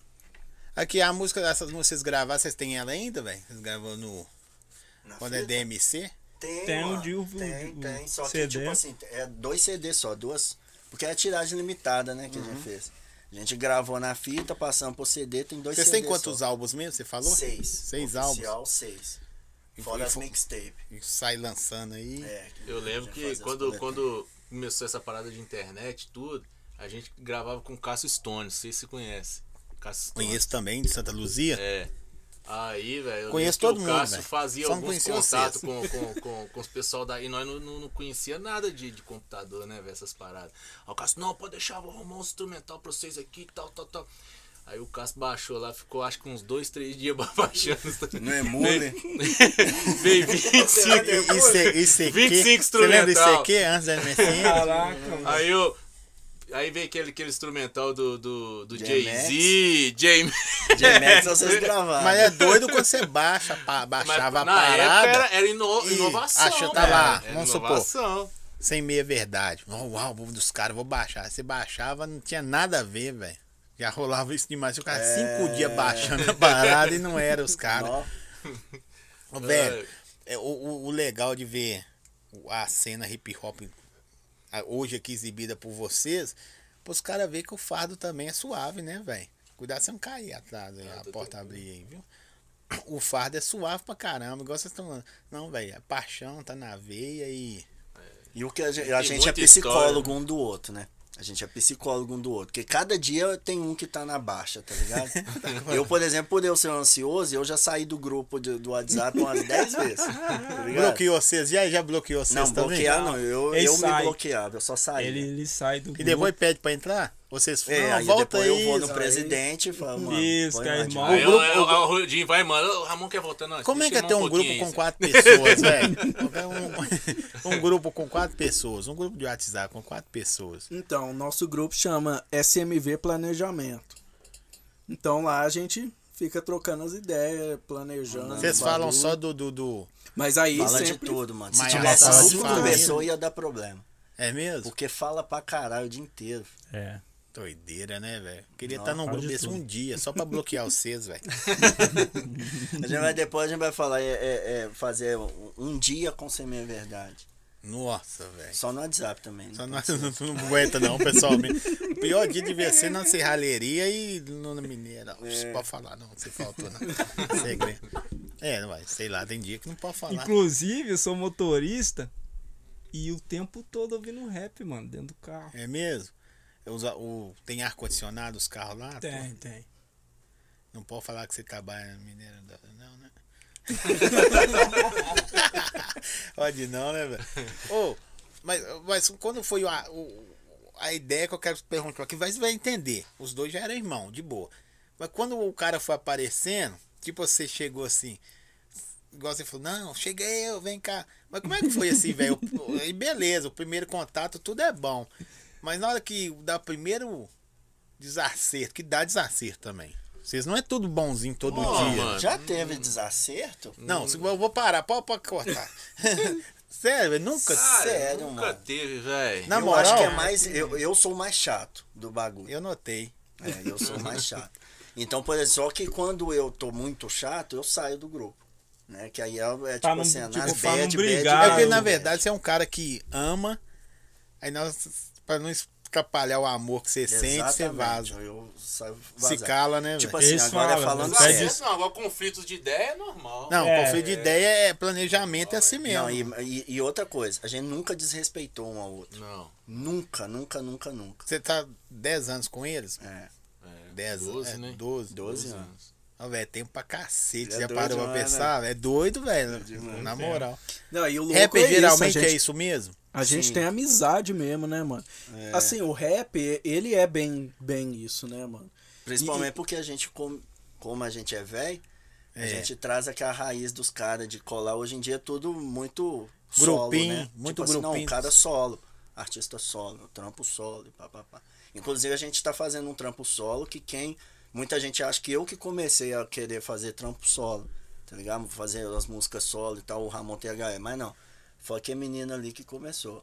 S2: Aqui, a música dessas músicas vocês gravaram, vocês têm ela ainda, velho? Vocês gravam no...
S3: Na
S2: Quando é
S3: fita.
S2: D M C?
S3: Tem,
S1: Tem o
S3: mano,
S1: de- o-
S3: tem,
S1: o-
S3: tem. Só
S1: C D.
S3: que, tipo assim, é dois C D só, duas. Porque é a tiragem limitada, né, que a gente fez. A gente gravou na fita, passamos pro C D, tem dois
S2: Vocês
S3: C D
S2: têm quantos
S3: só.
S2: álbuns mesmo, você falou?
S3: Seis.
S2: Seis
S3: Oficial,
S2: álbuns.
S3: seis.
S2: E
S3: Fora
S2: foi-
S3: as
S2: foi-
S3: mixtape.
S2: E sai lançando aí.
S3: É,
S5: Eu lembro
S3: a gente
S5: que
S3: fazia as
S5: quando,
S3: coletâneas.
S5: quando começou essa parada de internet e tudo, a gente gravava com o Cássio Stone, não sei se você conhece. Cássio Stone.
S2: Conheço também, de Santa Luzia.
S5: É. Aí, velho, eu
S2: Conheço
S5: lembro que
S2: todo
S5: o
S2: mundo,
S5: Cássio
S2: velho.
S5: fazia
S2: Só não
S5: alguns
S2: conhecia
S5: contatos
S2: vocês.
S5: com, com, com, com os pessoal daí. Nós não, não, não conhecia nada de, de computador, né, velho, essas paradas. Aí o Cássio, não, pode deixar, vou arrumar um instrumental pra vocês aqui e tal, tal, tal. Aí o Cássio baixou lá, ficou acho que uns dois, três dias baixando.
S3: No Emule.
S5: Veio vinte e cinco.
S2: Isso, é- isso aqui.
S5: vinte e cinco
S2: Você lembra disso
S5: instrumental.
S2: aqui antes da M S N?
S1: Caraca, mano.
S5: Aí eu. Aí veio aquele, aquele instrumental do, do, do
S3: J-Max.
S5: Jay-Z, J-Max.
S3: J-Max vocês gravaram.
S2: Mas é doido quando você baixa, pa- baixava a
S5: na
S2: parada.
S5: época era, era ino-
S2: e
S5: inovação.
S2: acha- tá lá,
S5: velho. Era
S2: vamos supor.
S5: inovação.
S2: Sem meia verdade. Oh, uau, vou dos caras, vou baixar. Você baixava, não tinha nada a ver, velho. Já rolava isso demais. O cara
S3: É.
S2: cinco dias baixando a parada e não era os caras.
S3: Ó,
S2: Ô, velho, é, o, o, o legal de ver o- a cena hip hop a- hoje aqui exibida por vocês, os caras verem que o fardo também é suave, né, velho? Cuidado você não cair atrás, aí,
S5: Ah,
S2: a
S5: tô
S2: porta abrir aí, viu? O fardo é suave pra caramba, igual vocês estão falando. Não, velho, a paixão tá na veia e.
S3: E o que a gente, a
S5: Tem
S3: gente é
S5: muita
S3: psicólogo
S5: história.
S3: um do outro, né? A gente é psicólogo um do outro. Porque cada dia tem um que tá na baixa, tá ligado? Eu, por exemplo, por eu ser ansioso, eu já saí do grupo de- do WhatsApp umas dez vezes. Tá ligado?
S2: Bloqueou vocês, já, já bloqueou vocês
S3: Não,
S2: também?
S3: bloquear não. Eu,
S1: Ele
S3: eu me
S1: sai.
S3: bloqueava, eu só saía.
S1: Ele, ele sai do
S2: E
S1: grupo.
S2: depois pede pra entrar? Vocês
S3: É,
S2: não,
S3: aí
S2: volta
S3: depois
S2: aí.
S3: eu vou no
S2: aí-
S3: presidente e falo, mano.
S1: Isso,
S3: põe
S1: que é
S3: lá de
S1: irmão.
S3: volta.
S5: Aí
S2: grupo-
S5: o, o, o Rudinho vai, mano. O Ramon quer voltar, não.
S2: Como é que é
S5: deixa
S2: ter
S5: eu
S2: um
S5: irmão
S2: grupo
S5: pouquinho
S2: com
S5: aí,
S2: quatro pessoas, velho? Um, um grupo com quatro pessoas, um grupo de WhatsApp com quatro pessoas.
S4: Então, o nosso grupo chama S M V Planejamento. Então lá a gente fica trocando as ideias, planejando.
S2: Vocês falam
S4: bagulho.
S2: só do, do, do-
S4: Mas aí
S3: Fala de
S4: sempre...
S3: tudo, mano. Se
S2: Mas
S3: tivesse
S2: essa
S3: uma
S2: fala
S3: pessoa,
S2: mesmo.
S3: ia dar problema.
S2: É mesmo?
S3: Porque fala pra caralho o dia inteiro.
S1: É.
S2: Doideira, né, velho? Queria
S3: Não,
S2: estar num
S1: fala
S2: grupo
S1: de
S2: desse
S1: tudo.
S2: um dia, só pra bloquear vocês, velho.
S3: A gente vai, depois a gente vai falar, é, é- é fazer um, um dia com semi-verdade.
S2: Nossa, velho.
S3: Só no WhatsApp também.
S2: Só
S3: Não
S2: não, não, não aguenta não, pessoalmente. O pior dia devia ser na serralheria e no na mineira. Não
S3: É.
S2: pode falar, não. Você faltou, não. Segredo. É, não vai, sei lá, tem dia que não pode falar.
S1: Inclusive, eu sou motorista e o tempo todo ouvindo rap, mano, dentro do carro.
S2: É mesmo? Eu uso- o, tem ar-condicionado os carros lá?
S1: Tem,
S2: Pô?
S1: tem.
S2: Não pode falar que você trabalha na mineira, não, né? Pode não, né, velho? Ô, mas, mas quando foi a, o- a ideia que eu quero perguntar aqui, vai, vai entender. Os dois já eram irmãos, de boa. Mas quando o cara foi aparecendo, tipo, você chegou assim, igual você falou, não, cheguei eu, vem cá. Mas como é que foi assim, velho? E beleza, o primeiro contato, tudo é bom. Mas na hora que dá o primeiro desacerto, que dá desacerto também. Vocês não é tudo bonzinho todo
S5: Ó,
S2: dia.
S5: mano.
S3: Já teve desacerto?
S2: Não, se- eu vou parar, pode, pode cortar. Sério, velho, nunca.
S5: Cara,
S3: sério,
S5: nunca
S3: mano.
S5: teve, velho.
S2: Na
S3: eu
S2: moral,
S3: acho que é mais. Eu, eu sou o mais chato do bagulho.
S2: Eu notei.
S3: É, eu sou o mais chato. Então, por exemplo, só que quando eu tô muito chato, eu saio do grupo. Né? Que aí é, é tipo
S1: Pra não-
S3: assim,
S1: tipo,
S3: nas
S1: pra não
S3: bad,
S1: brigar.
S3: bad,
S2: É porque,
S3: bad,
S2: na
S3: bad.
S2: verdade, você é um cara que ama, aí nós, pra não atrapalhar o amor que você sente, você
S3: Exatamente,
S2: vaza.
S3: Eu saio
S2: Se
S3: vazar.
S2: cala, né,
S3: Tipo
S2: velho?
S3: assim,
S1: Eles
S3: agora
S1: falam,
S3: falando
S1: né?
S3: sério.
S1: Pede-
S5: Não, agora conflitos de ideia é normal.
S2: Não,
S1: É,
S2: conflito de ideia é planejamento, é assim mesmo.
S3: Não, e, e- e outra coisa, a gente nunca desrespeitou um ao outro.
S5: Não.
S3: Nunca, nunca, nunca, nunca.
S2: Você tá dez anos com eles?
S3: É,
S5: É,
S2: dez,
S5: doze,
S2: é,
S5: né?
S2: doze.
S3: doze anos.
S2: Ó, velho, tempo pra cacete.
S3: É
S2: Já
S3: doido
S2: parou pra
S3: demais,
S2: pensar? É doido, velho.
S3: demais.
S2: Na moral.
S4: Não, e o louco
S2: Rap
S4: é
S2: geralmente
S4: isso, a gente,
S2: é isso mesmo?
S4: A gente
S3: Sim.
S4: tem amizade mesmo, né, mano?
S3: É.
S4: Assim, o rap, ele é bem, bem isso, né, mano?
S3: Principalmente porque a gente, como, como a gente é velho, a
S2: É.
S3: gente traz aquela raiz dos caras de colar. Hoje em dia é tudo muito solo,
S2: Grupinho,
S3: né?
S2: muito
S3: tipo assim, não,
S2: grupinho.
S3: cada solo, artista solo, trampo solo e papapá. Inclusive a gente tá fazendo um trampo solo que quem... Muita gente acha que eu que comecei a querer fazer trampo solo, tá ligado? Fazer as músicas solo e tal, o Ramon T H E, mas não. Foi aquele menino ali que começou.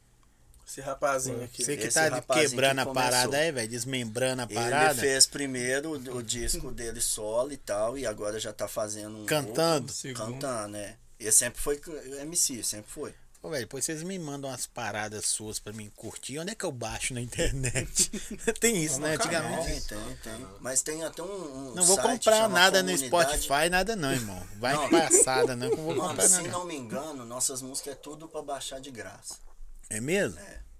S4: Esse rapazinho aqui.
S2: Você que
S3: Esse
S2: tá
S3: rapazinho
S2: quebrando
S3: que
S2: a
S3: começou.
S2: parada aí, velho, desmembrando a
S3: Ele
S2: parada.
S3: fez primeiro o, o disco dele solo e tal, e agora já tá fazendo um
S2: Cantando?
S3: outro,
S1: Segundo.
S3: cantando, né? Ele sempre foi M C, sempre foi.
S2: Ô, velho, depois vocês me mandam umas paradas suas pra mim curtir. Onde é que eu baixo na internet? Tem isso, né? Antigamente.
S3: Tem, tem, tem. Mas tem até um, um
S2: Não vou
S3: site
S2: comprar
S3: chama
S2: nada no
S3: Comunidade.
S2: Spotify, nada não, irmão. Vai
S3: Não.
S2: passada, não. que eu vou
S3: Mano,
S2: comprar
S3: se
S2: nada.
S3: não me engano, nossas músicas é tudo pra baixar de graça.
S2: É mesmo?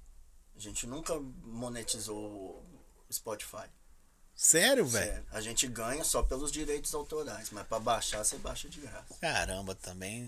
S3: A gente nunca monetizou o Spotify.
S2: Sério, velho?
S3: Sério. A gente ganha só pelos direitos autorais, mas pra baixar, você baixa de graça.
S2: Caramba, também.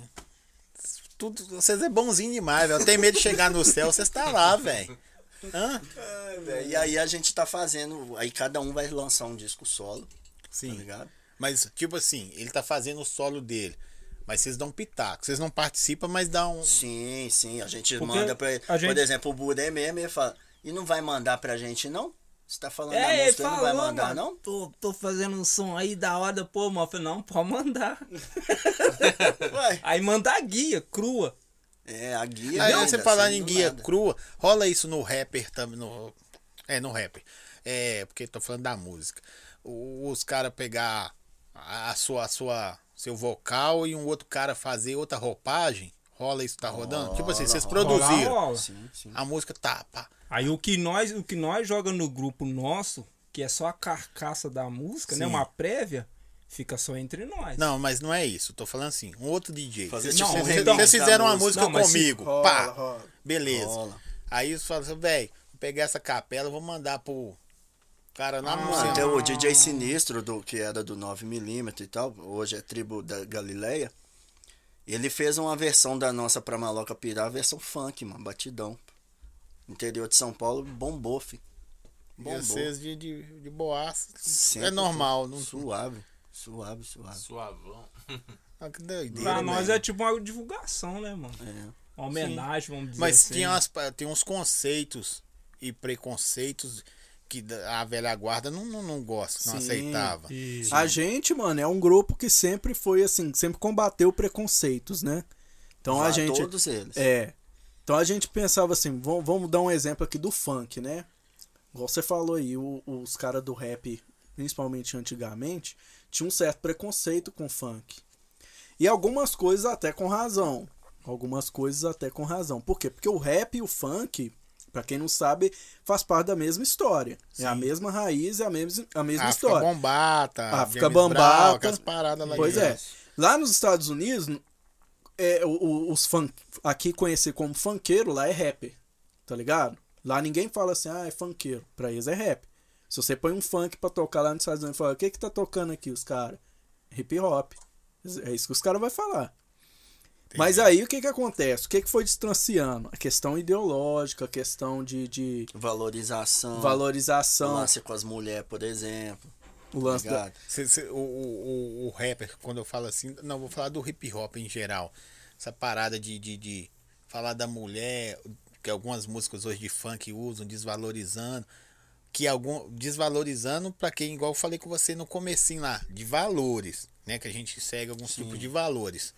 S2: Tudo, vocês é bonzinho demais, velho. Eu tenho medo de chegar no céu, vocês tá lá, velho. Hã?
S3: Ai, velho, e aí a gente tá fazendo, aí cada um vai lançar um disco solo, tá
S2: Sim.
S3: ligado?
S2: Mas, tipo assim, ele tá fazendo o solo dele. Mas vocês dão pitaco. Vocês não participam, mas dão um.
S3: Sim, sim, a gente
S1: Porque
S3: manda pra ele.
S1: a gente-
S3: Por exemplo, o Budê mesmo, ele fala, e não vai mandar pra gente não? Você tá falando da
S1: É, ele
S3: música, ele não vai
S1: falou,
S3: mandar
S1: mano,
S3: não?
S1: Tô, tô fazendo um som aí da hora, pô, mano. Eu falei, não, pode mandar.
S3: Ué,
S1: Aí manda a guia, crua.
S3: é, a guia...
S2: Aí
S3: ainda,
S2: você falar
S3: assim,
S2: em
S3: do
S2: guia
S3: nada.
S2: crua, rola isso no rapper também. No, é, no rapper. É, porque tô falando da música. O- Os caras pegar a a sua, a sua, seu vocal e um outro cara fazer outra roupagem. Rola isso, tá rodando? Tipo assim,
S3: Rola,
S2: vocês
S3: rola.
S2: produziram.
S1: Rola, rola.
S3: Sim, sim.
S2: A música tá, pá.
S1: Aí o que nós, o que nós joga no grupo nosso, que é só a carcaça da música, né?
S2: Sim.
S1: Uma prévia, fica só entre nós.
S2: Não, mas não é isso. Tô falando assim, um outro D J.
S3: Fazer
S2: Vocês,
S3: tipo
S2: vocês-
S3: um
S2: vocês
S3: remix da
S2: fizeram uma
S3: música.
S2: música
S1: Não, mas se-
S2: comigo.
S4: rola,
S2: pá.
S4: rola.
S2: Beleza.
S3: Rola.
S2: Aí eles falam assim, velho, vou pegar essa capela, vou mandar pro cara lá no
S3: Mano,
S2: centro.
S3: até o D J Sinistro, do, que era do nove milímetros e tal, hoje é tribo da Galileia, ele fez uma versão da nossa Pra Maloca Pirar, versão funk, mano, batidão. Interior de São Paulo, bombou, fi.
S2: E
S3: Bombou.
S2: vocês de, de, de boaça.
S3: Sempre
S2: É normal. Não...
S3: Suave, suave, suave.
S5: Suavão.
S2: Ah, que doideira,
S1: Pra
S2: né?
S1: nós é tipo uma divulgação, né, mano?
S3: É.
S1: Uma homenagem, vamos dizer
S2: Mas
S1: assim.
S2: tinha umas, tem uns conceitos e preconceitos que a velha guarda não, não, não gosta, não
S4: Sim.
S2: aceitava.
S1: Isso.
S4: A gente, mano, é um grupo que sempre foi assim, sempre combateu preconceitos, né? Então a
S3: Vá
S4: gente.
S3: Todos eles.
S4: É. Então a gente pensava assim, vamos, vamos dar um exemplo aqui do funk, né? Igual você falou aí, o- os caras do rap, principalmente antigamente, tinham um certo preconceito com funk. E algumas coisas até com razão. Algumas coisas até com razão. Por quê? Porque o rap e o funk, pra quem não sabe, faz parte da mesma história. É a
S2: Sim.
S4: mesma raiz, é a mesma, a mesma
S2: África
S4: história.
S2: Bombata,
S4: África
S2: James
S4: Bambata.
S2: Brown, aquelas paradas lá
S4: Pois
S2: de-
S4: é. Lá nos Estados Unidos, é, o- o- os funk, aqui conhecido como funkeiro, lá é rapper, tá ligado? Lá ninguém fala assim, ah, é funkeiro. Pra eles é rap. Se você põe um funk pra tocar lá nos Estados Unidos e fala, o que que tá tocando aqui os caras? Hip hop. É isso que os caras vão falar. Mas aí o que que acontece? O que que foi distanciando? A questão ideológica, a questão de, de
S3: Valorização. O
S4: valorização,
S3: lance com as mulheres, por exemplo.
S4: o lance da...
S3: Ligado?
S2: Cê- cê- o, o, o, o rapper, quando eu falo assim, não, vou falar do hip hop em geral. Essa parada de, de, de falar da mulher, que algumas músicas hoje de funk usam, desvalorizando. Que algum. Desvalorizando pra quem, igual eu falei com você no comecinho lá, de valores, né? Que a gente segue alguns tipos de valores.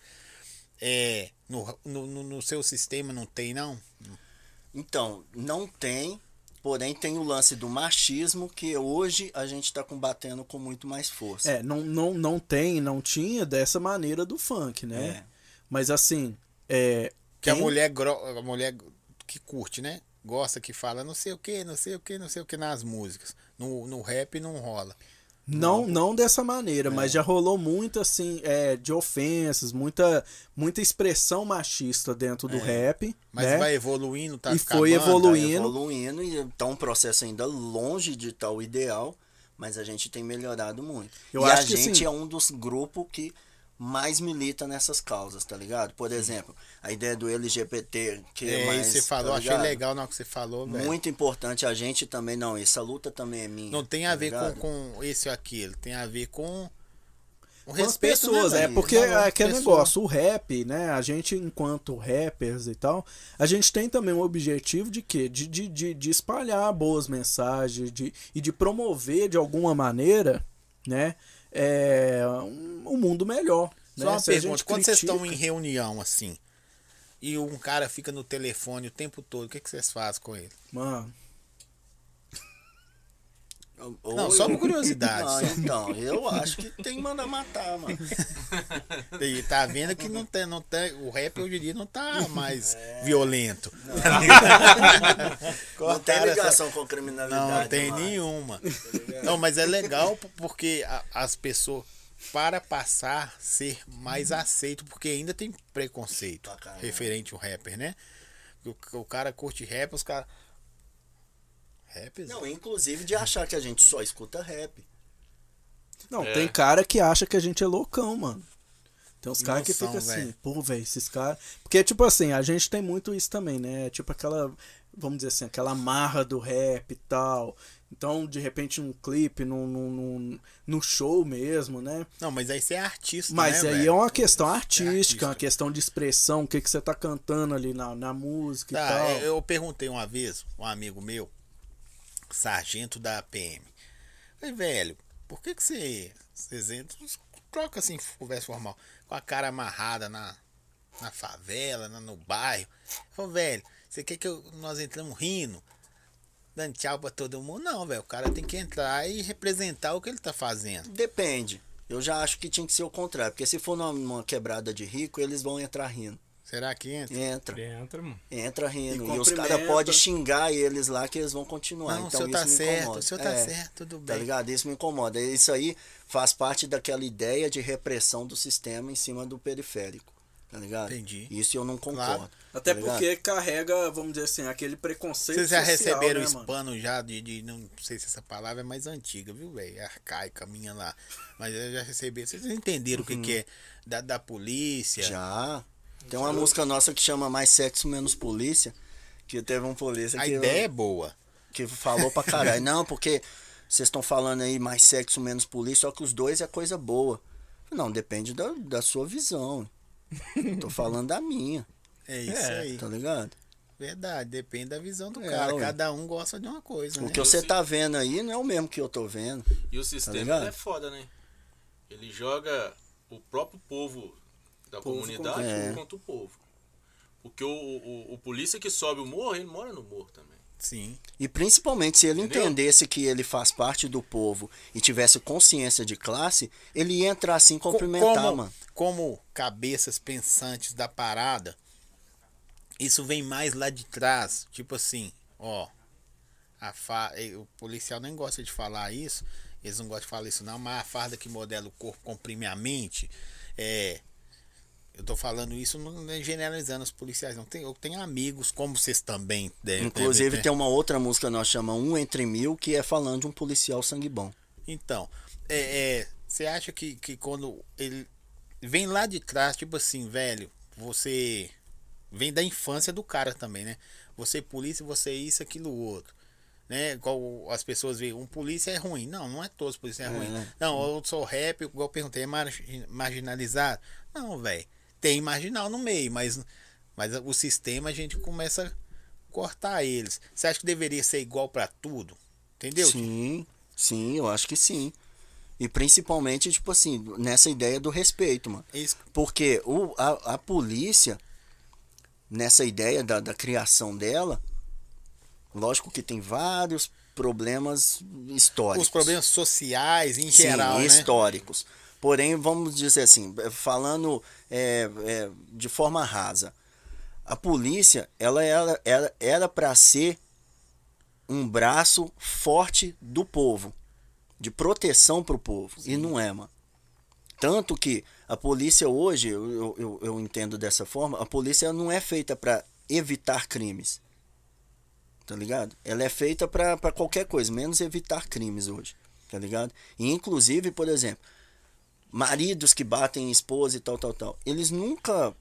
S2: É. No, no, no, no seu sistema não tem, não?
S3: Então, não tem, porém tem o lance do machismo que hoje a gente tá combatendo com muito mais força.
S4: É, não, não, não tem, não tinha dessa maneira do funk, né?
S3: É.
S4: Mas assim, é...
S2: Que a
S4: tem-
S2: mulher, gro- a mulher que curte, né? Gosta que fala não sei o que, não sei o que, não sei o que nas músicas. No, no rap não rola.
S4: Não, não dessa maneira, mas já rolou muito assim, é, de ofensas, muita, muita expressão machista dentro do rap,
S2: Mas
S4: né?
S2: vai evoluindo, tá
S4: E
S2: acabando.
S4: foi evoluindo.
S3: Tá evoluindo e tá um processo ainda longe de tal ideal, mas a gente tem melhorado muito.
S4: Eu
S3: e
S4: acho
S3: a
S4: que,
S3: gente
S4: assim,
S3: é um dos grupos que mais milita nessas causas, tá ligado? Por exemplo, a ideia do L G B T, que é,
S2: É,
S3: mais,
S2: você falou,
S3: tá
S2: achei
S3: ligado?
S2: legal na hora que você falou, velho.
S3: Muito importante a gente também, não, essa luta também é minha.
S2: Não tem a
S3: tá
S2: ver com,
S3: ligado?
S2: com esse ou aquilo, tem a ver com o
S4: Com as
S2: respeito,
S4: pessoas,
S2: né,
S4: é
S2: velho?
S4: porque
S2: Valor,
S4: é aquele
S2: pessoa.
S4: negócio, o rap, né? A gente, enquanto rappers e tal, a gente tem também um objetivo de quê? De, de, de, de espalhar boas mensagens de, e de promover de alguma maneira, né? É, um, um mundo melhor.
S2: Só
S4: né?
S2: uma
S4: Se a
S2: pergunta,
S4: gente
S2: quando vocês
S4: critica-
S2: estão em reunião assim, e um cara fica no telefone o tempo todo, o que, que vocês fazem com ele?
S4: Mano,
S3: Ou
S2: Não, só
S3: eu-
S2: por curiosidade.
S3: Não,
S2: só.
S3: então, eu acho que tem que mandar matar, mano.
S2: E tá vendo que não tem, não tem, o rap hoje em dia não tá mais
S3: É.
S2: violento.
S3: Não tem
S2: Cortaram
S3: ligação com criminalidade.
S2: Não, tem
S3: mais.
S2: nenhuma. Não, mas é legal porque a- as pessoas, para passar, ser mais aceito, porque ainda tem preconceito
S3: Pra caramba.
S2: referente ao rapper, né? O, o cara curte rap, os caras. Rap?
S3: Não, inclusive de achar que a gente só escuta rap.
S4: não,
S5: É.
S4: tem cara que acha que a gente é loucão, mano. Tem uns
S2: Não
S4: caras que
S2: são,
S4: ficam assim,
S2: velho.
S4: pô, velho, esses caras. Porque, tipo assim, a gente tem muito isso também, né? Tipo aquela, vamos dizer assim, aquela marra do rap e tal. Então, de repente, um clipe, num, num, num, num show mesmo, né?
S2: Não, mas aí você é artista,
S4: Mas
S2: né,
S4: aí
S2: velho?
S4: é uma questão
S2: Você é
S4: artística,
S2: artista.
S4: uma questão de expressão, o que, que você tá cantando ali na, na música e
S2: Tá,
S4: tal.
S2: é, eu perguntei uma vez, um amigo meu, sargento da P M. Falei, velho, por que que você, vocês entram, troca assim, conversa formal, com a cara amarrada na, na favela, na- no bairro? Falei, velho, você quer que eu- nós entramos rindo, dando tchau pra todo mundo? Não, velho, o cara tem que entrar e representar o que ele tá fazendo.
S3: Depende. Eu já acho que tinha que ser o contrário. Porque se for numa, numa quebrada de rico, eles vão entrar rindo.
S2: Será que entra?
S3: Entra.
S1: Entra, mano.
S3: Entra rindo.
S4: E
S3: E, os caras
S4: cumprimenta.
S3: podem xingar eles lá que eles vão continuar.
S2: Não, o
S3: então
S2: senhor
S3: isso
S2: tá
S3: me
S2: certo,
S3: incomoda.
S2: o senhor tá
S3: É,
S2: certo, tudo
S3: Tá
S2: bem.
S3: ligado? Isso me incomoda. Isso aí faz parte daquela ideia de repressão do sistema em cima do periférico. Tá ligado?
S2: Entendi.
S3: Isso eu não concordo.
S2: Claro.
S4: Até
S3: tá ligado?
S4: porque carrega, vamos dizer assim, aquele preconceito
S2: Vocês já
S4: social,
S2: receberam
S4: né, mano?
S2: spano já de, de. Não sei se essa palavra é mais antiga, viu, velho? É arcaica minha lá. Mas eu já recebi. Vocês entenderam o que, que é da, da polícia?
S3: Já. Tem uma música nossa que chama Mais Sexo Menos Polícia. Que teve um polícia
S2: A
S3: que,
S2: ideia é boa.
S3: que falou pra caralho. Não, porque vocês estão falando aí mais sexo, menos polícia, só que os dois é coisa boa. Não, depende da, da sua visão. Tô falando da minha,
S2: É isso
S1: É.
S2: aí.
S3: tá ligado?
S2: Verdade, depende da visão do
S3: É,
S2: cara.
S3: ué.
S2: Cada um gosta de uma coisa,
S3: O
S2: né?
S3: que você tá vendo aí não é o mesmo que eu tô vendo.
S5: E o sistema
S3: ligado?
S5: ele é foda, né? Ele joga o próprio povo da
S4: Povo
S5: comunidade
S3: contra- é.
S5: contra o povo. Porque o, o, o polícia que sobe o morro, ele mora no morro também.
S2: Sim.
S3: E principalmente se ele
S5: Entendeu?
S3: entendesse que ele faz parte do povo e tivesse consciência de classe, ele ia entrar assim cumprimentar,
S2: como,
S3: mano.
S2: como cabeças pensantes da parada, isso vem mais lá de trás. Tipo assim, ó. A fa... O policial nem gosta de falar isso. Eles não gostam de falar isso não, mas a farda que modela o corpo comprime a mente. É. Eu tô falando isso não é generalizando os policiais, não. Tem, eu tenho amigos, como vocês também devem.
S3: Inclusive
S2: devem ter.
S3: tem uma outra música que nós chamamos Um Entre Mil, que é falando de um policial sangue bom.
S2: Então, é, é, você acha que, que quando ele vem lá de trás, tipo assim, velho, você vem da infância do cara também, né? Você é polícia, você é isso, aquilo, outro. Né? Igual as pessoas veem, um polícia é ruim. Não, não é todos os polícias é ruim.
S3: né?
S2: Não, eu sou rap, igual eu perguntei, é mar- marginalizado? Não, velho. Tem marginal no meio, mas, mas o sistema a gente começa a cortar eles. Você acha que deveria ser igual pra tudo? Entendeu?
S3: Sim, sim, eu acho que sim. E principalmente, tipo assim, nessa ideia do respeito, mano.
S2: Isso.
S3: Porque o, a, a polícia, nessa ideia da, da criação dela, lógico que tem vários problemas históricos.
S2: Os problemas sociais em
S3: Sim,
S2: geral, né?
S3: históricos. Porém, vamos dizer assim, falando é, é, de forma rasa, a polícia ela era era era para ser um braço forte do povo, de proteção para o povo. Sim. E não é, mano. Tanto que a polícia hoje, eu, eu, eu entendo dessa forma, a polícia não é feita para evitar crimes. Tá ligado? Ela é feita para qualquer coisa, menos evitar crimes hoje. Tá ligado? E inclusive, por exemplo, maridos que batem em esposa e tal, tal, tal. Eles nunca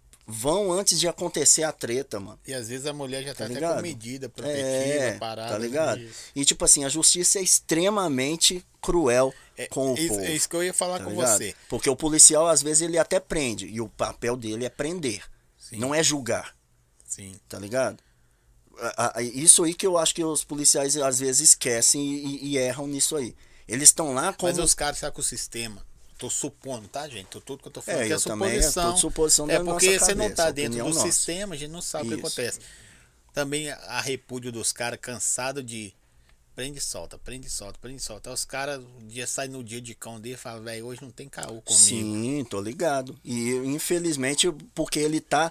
S3: vão antes de acontecer a treta, mano.
S2: E às vezes a mulher já tá,
S3: Tá
S2: até
S3: ligado?
S2: com medida protetiva,
S3: É,
S2: parada.
S3: tá ligado?
S2: Isso.
S3: E tipo assim, a justiça é extremamente cruel
S2: É,
S3: com o
S2: isso,
S3: povo.
S2: é isso que eu ia falar
S3: Tá
S2: com
S3: ligado?
S2: você.
S3: Porque o policial, às vezes, ele até prende. E o papel dele é prender.
S2: Sim.
S3: Não é julgar.
S2: Sim.
S3: Tá ligado? A- a- Isso aí que eu acho que os policiais, às vezes, esquecem e, e- e erram nisso aí. Eles estão lá como...
S2: Mas os caras sabem que o sistema. Tô supondo, tá, gente? Tô, tudo que eu tô falando
S3: É,
S2: que é
S3: eu também, é
S2: suposição.
S3: tudo suposição
S2: É
S3: da
S2: porque
S3: nossa
S2: você não
S3: cabeça,
S2: tá dentro do
S3: opinião nossa.
S2: sistema, a gente não sabe o que
S3: Isso.
S2: acontece. Também a repúdio dos caras cansados de prende e solta, prende e solta, prende e solta. Aí os caras um dia saem no dia de cão dele e falam, velho, hoje não tem caô comigo.
S3: Sim, tô ligado. E infelizmente, porque ele tá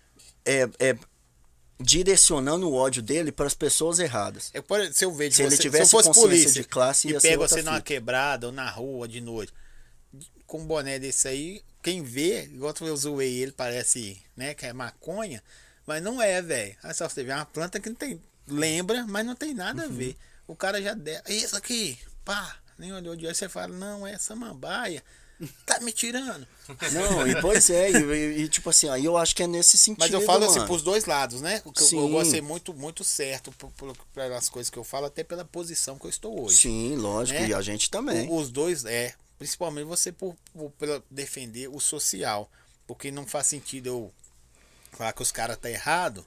S3: é, é, direcionando o ódio dele para as pessoas erradas.
S2: Eu, por, se eu vejo
S3: Se
S2: você,
S3: ele
S2: se eu
S3: tivesse
S2: fosse
S3: consciência
S2: polícia
S3: de classe,
S2: e
S3: ia ser
S2: pego
S3: outra
S2: você numa
S3: fita.
S2: quebrada ou na rua de noite, com um boné desse aí, quem vê, igual eu zoei ele, parece, né, que é maconha, mas não é, velho. Aí só você vê uma planta que não tem, lembra, mas não tem nada
S3: Uhum.
S2: a ver. O cara já der, isso aqui, pá, nem olhou de olho, você fala, não, é samambaia, tá me tirando.
S3: Não, e pois é, e, e- e, tipo assim, aí eu acho que é nesse sentido.
S2: Mas eu falo assim
S3: mano.
S2: pros dois lados, né? O que eu, eu
S3: Sim.
S2: gosto de ser muito, muito certo por- por- pelas coisas que eu falo, até pela posição que eu estou hoje.
S3: Sim, lógico,
S2: né?
S3: e a gente também.
S2: O- Os dois, é. Principalmente você por, por, pela defender o social. Porque não faz sentido eu falar que os caras tá errado,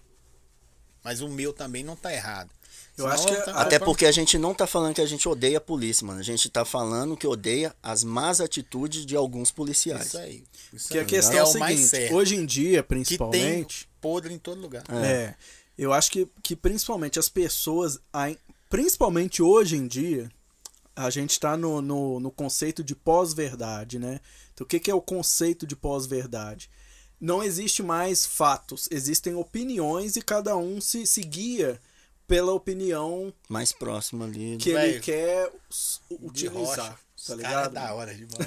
S2: mas o meu também não tá errado.
S4: Eu
S2: Senão
S4: acho que
S2: tá-
S3: Até
S2: tá-
S3: porque a gente não tá falando que a gente odeia a polícia, mano. A gente tá falando que odeia as más atitudes de alguns policiais.
S2: Isso aí. Isso
S4: Que a
S2: aí.
S4: questão
S2: é
S4: é
S2: o
S4: o
S2: mais
S4: seguinte,
S2: certo.
S4: hoje em dia,
S2: Que tem
S4: principalmente,
S2: podre em todo lugar.
S4: é, eu acho que, que principalmente as pessoas, ai- principalmente hoje em dia, a gente está no, no, no conceito de pós-verdade, né? Então, o que, que é o conceito de pós-verdade? Não existe mais fatos, existem opiniões e cada um se, se guia pela opinião
S3: Mais próximo ali.
S4: que ele
S2: Velho,
S4: quer s-
S2: De
S4: utilizar,
S2: rocha.
S4: tá
S2: Os caras é
S4: ligado?
S2: da hora demais.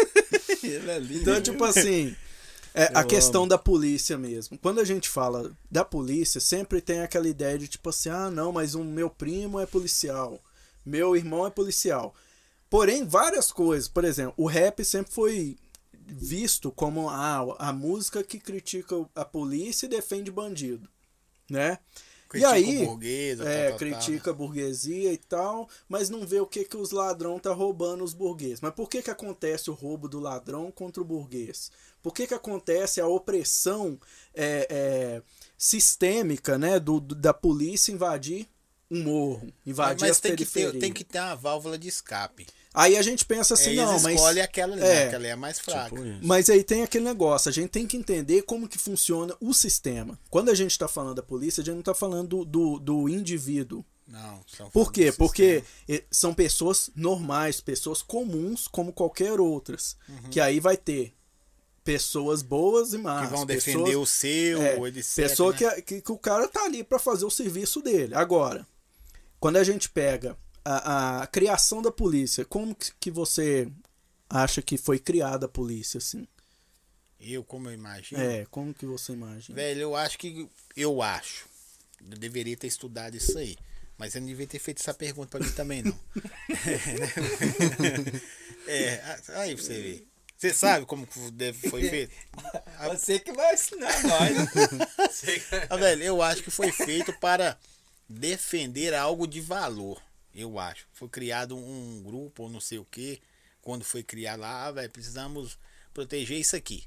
S3: Ele é lindo.
S4: Então, tipo assim, é, a
S3: Eu
S4: questão
S3: amo.
S4: da polícia mesmo. Quando a gente fala da polícia, sempre tem aquela ideia de tipo assim, ah, não, mas o meu primo é policial, meu irmão é policial. Porém, várias coisas, por exemplo, o rap sempre foi visto como ah, a música que critica a polícia e defende bandido, né?
S2: Critica
S4: e aí,
S2: o burguês,
S4: é,
S2: tal, tal,
S4: critica
S2: tal.
S4: a burguesia e tal, mas não vê o que, que os ladrão tá roubando os burgueses. Mas por que que acontece o roubo do ladrão contra o burguês? Por que que acontece a opressão é, é, sistêmica, né, do, do- da polícia invadir um morro, invadir
S2: Mas
S4: as
S2: tem que,
S4: periferias?
S2: ter, tem que ter uma válvula de escape.
S4: Aí a gente pensa assim,
S2: Aí
S4: não,
S2: eles
S4: mas...
S2: escolhem aquela ali,
S4: é.
S2: né? Aquela ali é a mais fraca.
S3: Tipo isso.
S4: Mas aí tem aquele negócio, a gente tem que entender como que funciona o sistema. Quando a gente está falando da polícia, a gente não está falando do, do, do indivíduo.
S2: Não, são
S4: Por quê?
S2: falando do
S4: Porque
S2: sistema.
S4: eh, são pessoas normais, pessoas comuns como qualquer outras. Que aí vai ter pessoas boas e más.
S2: Que vão
S4: pessoas,
S2: defender o seu,
S4: é,
S2: etcétera.
S4: pessoa
S2: né?
S4: que, que, que o cara tá ali para fazer o serviço dele. Agora, quando a gente pega a, a criação da polícia, como que, que você acha que foi criada a polícia, assim?
S2: Eu, como eu imagino.
S4: É, como que você imagina?
S2: Velho, eu acho que. Eu acho. Eu deveria ter estudado isso aí. Mas eu não devia ter feito essa pergunta pra mim também, não. é, aí pra você ver. Você sabe como que deve- foi feito?
S1: Você que vai ensinar nós. né?
S2: Ah, velho, eu acho que foi feito para defender algo de valor. Eu acho. Foi criado um grupo ou não sei o que. Quando foi criado lá, ah, velho, precisamos proteger isso aqui.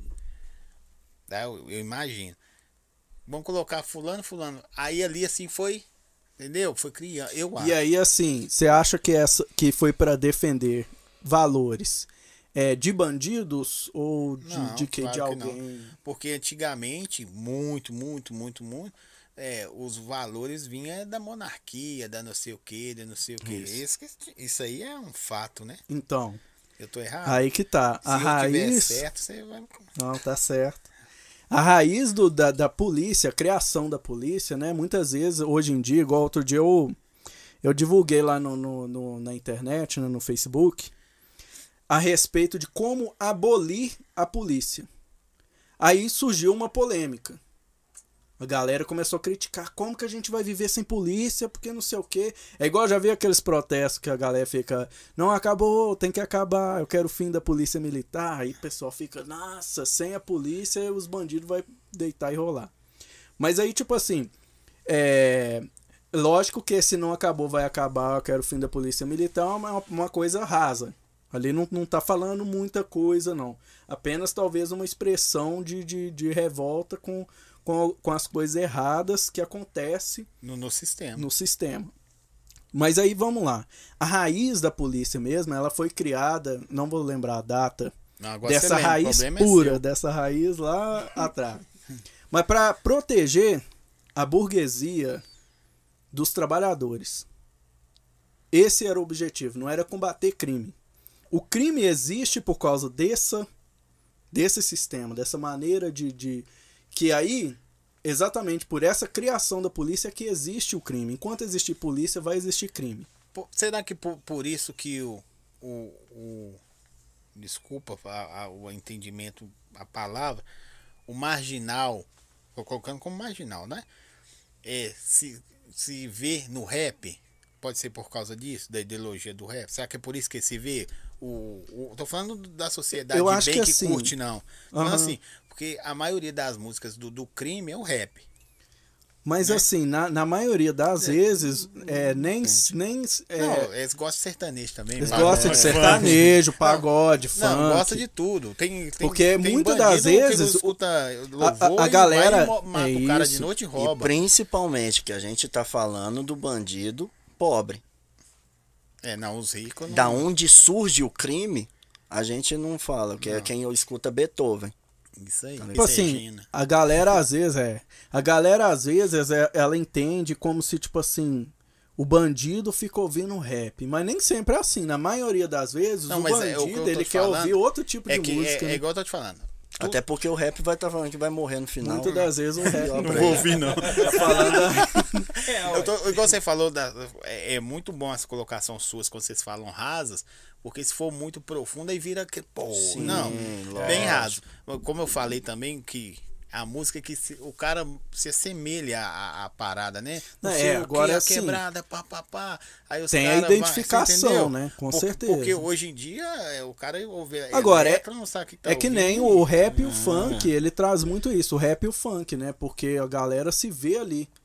S2: Tá? Eu, eu imagino. Vamos colocar fulano, fulano. Aí ali assim foi. Entendeu? Foi criando. Eu acho.
S4: E aí, assim, você acha que essa que foi para defender valores é, de bandidos ou de,
S2: Não,
S4: de, que,
S2: claro
S4: de
S2: que não.
S4: alguém?
S2: Porque antigamente, muito, muito, muito, muito, é, os valores vinham da monarquia, da não sei o que, da não sei o que. Isso. Isso aí é um fato, né?
S4: Então,
S2: Eu tô errado?
S4: aí que tá.
S2: Se
S4: A
S2: eu tiver
S4: raiz.
S2: certo, você vai.
S4: Não, tá certo. A raiz do, da, da polícia, a criação da polícia, né? Muitas vezes, hoje em dia, igual outro dia eu, eu divulguei lá no, no, no- na internet, né, no Facebook, a respeito de como abolir a polícia. Aí surgiu uma polêmica. A galera começou a criticar como que a gente vai viver sem polícia, porque não sei o quê. É igual, já vi aqueles protestos que a galera fica, não acabou, tem que acabar, eu quero o fim da polícia militar. Aí o pessoal fica, nossa, sem a polícia os bandidos vão deitar e rolar. Mas aí, tipo assim, é... lógico que se não acabou, vai acabar, eu quero o fim da polícia militar, é uma, uma coisa rasa. Ali não, não tá falando muita coisa, não. Apenas talvez uma expressão de, de, de revolta com, com, com as coisas erradas que acontecem
S2: No, no sistema.
S4: no sistema. Mas aí vamos lá. A raiz da polícia mesmo, ela foi criada, não vou lembrar a data,
S2: Não, agora
S4: dessa
S2: você lembra, o
S4: raiz
S2: problema é
S4: pura,
S2: seu.
S4: dessa raiz lá atrás. Mas para proteger a burguesia dos trabalhadores. Esse era o objetivo, não era combater crime. O crime existe por causa dessa, desse sistema, dessa maneira de, de... Que aí, exatamente por essa criação da polícia que existe o crime. Enquanto existir polícia, vai existir crime.
S2: Pô, será que por, por isso que o. o, o desculpa a- a- o entendimento, a palavra, o marginal, tô colocando como marginal, né? É, se, se vê no rap, pode ser por causa disso, da ideologia do rap? Será que é por isso que se vê? O, o, tô falando da sociedade
S4: Eu acho
S2: bem
S4: que
S2: que,
S4: assim,
S2: curte, não. Falando
S4: aham.
S2: assim, porque a maioria das músicas do, do crime é o rap.
S4: Mas
S2: Né?
S4: assim, na, na maioria das vezes, é, nem... nem é,
S2: Não, eles gostam de sertanejo também.
S4: eles
S2: pagode,
S4: gostam de
S2: funk.
S4: sertanejo, pagode, funk.
S2: Não, gosta de tudo. Tem, tem,
S4: Porque
S2: tem
S4: muitas
S2: bandido
S4: das
S2: que não
S4: vezes,
S2: escuta
S4: a-
S2: louvor
S4: a
S2: e
S4: galera-
S2: vai e mo- mata
S4: é
S2: o cara de
S4: isso.
S2: noite e
S3: E
S2: rouba.
S3: principalmente que a gente tá falando do bandido pobre.
S2: É, não, os ricos não.
S3: Da onde surge o crime, a gente não fala, que é quem escuta Beethoven.
S2: Isso aí.
S4: Tipo assim,
S2: Regina.
S4: a galera às vezes é. A galera às vezes é- ela entende como se, tipo assim, o bandido fica ouvindo rap. Mas nem sempre é assim. Na maioria das vezes,
S2: Não,
S4: o
S2: mas é o que eu
S4: bandido
S2: tô
S4: ele
S2: te
S4: quer
S2: falando,
S4: ouvir outro tipo
S2: É
S4: de
S2: que
S4: música.
S2: é,
S4: né?
S2: é igual eu tô te falando. Tu-
S3: Até porque o rap vai estar falando que vai morrer no final.
S4: Muitas das vezes o rap.
S3: Não
S4: pra
S3: vou
S4: ele.
S2: ouvir, não.
S4: Tá falando a-
S2: Eu tô, igual você falou, da, é, é muito bom essa colocação suas quando vocês falam rasas, porque se for muito profunda aí vira que pô, não,
S3: lógico.
S2: bem raso. Como eu falei também que a música que se- o cara se assemelha à, à parada, né? Não
S4: É,
S2: sei o
S4: agora
S2: que, a
S4: assim,
S2: quebrada, pá, pá, pá. Aí os
S4: tem a
S2: cara vai- você
S4: identificação,
S2: entendeu?
S4: né? Com
S2: Por-
S4: certeza.
S2: Porque hoje em dia é, o cara ouve
S4: Agora, é-
S2: letra, não sabe o que tá
S4: É que
S2: ouvindo.
S4: nem o rap e o funk, ele traz muito isso, o rap e o funk, né? Porque a galera se vê ali.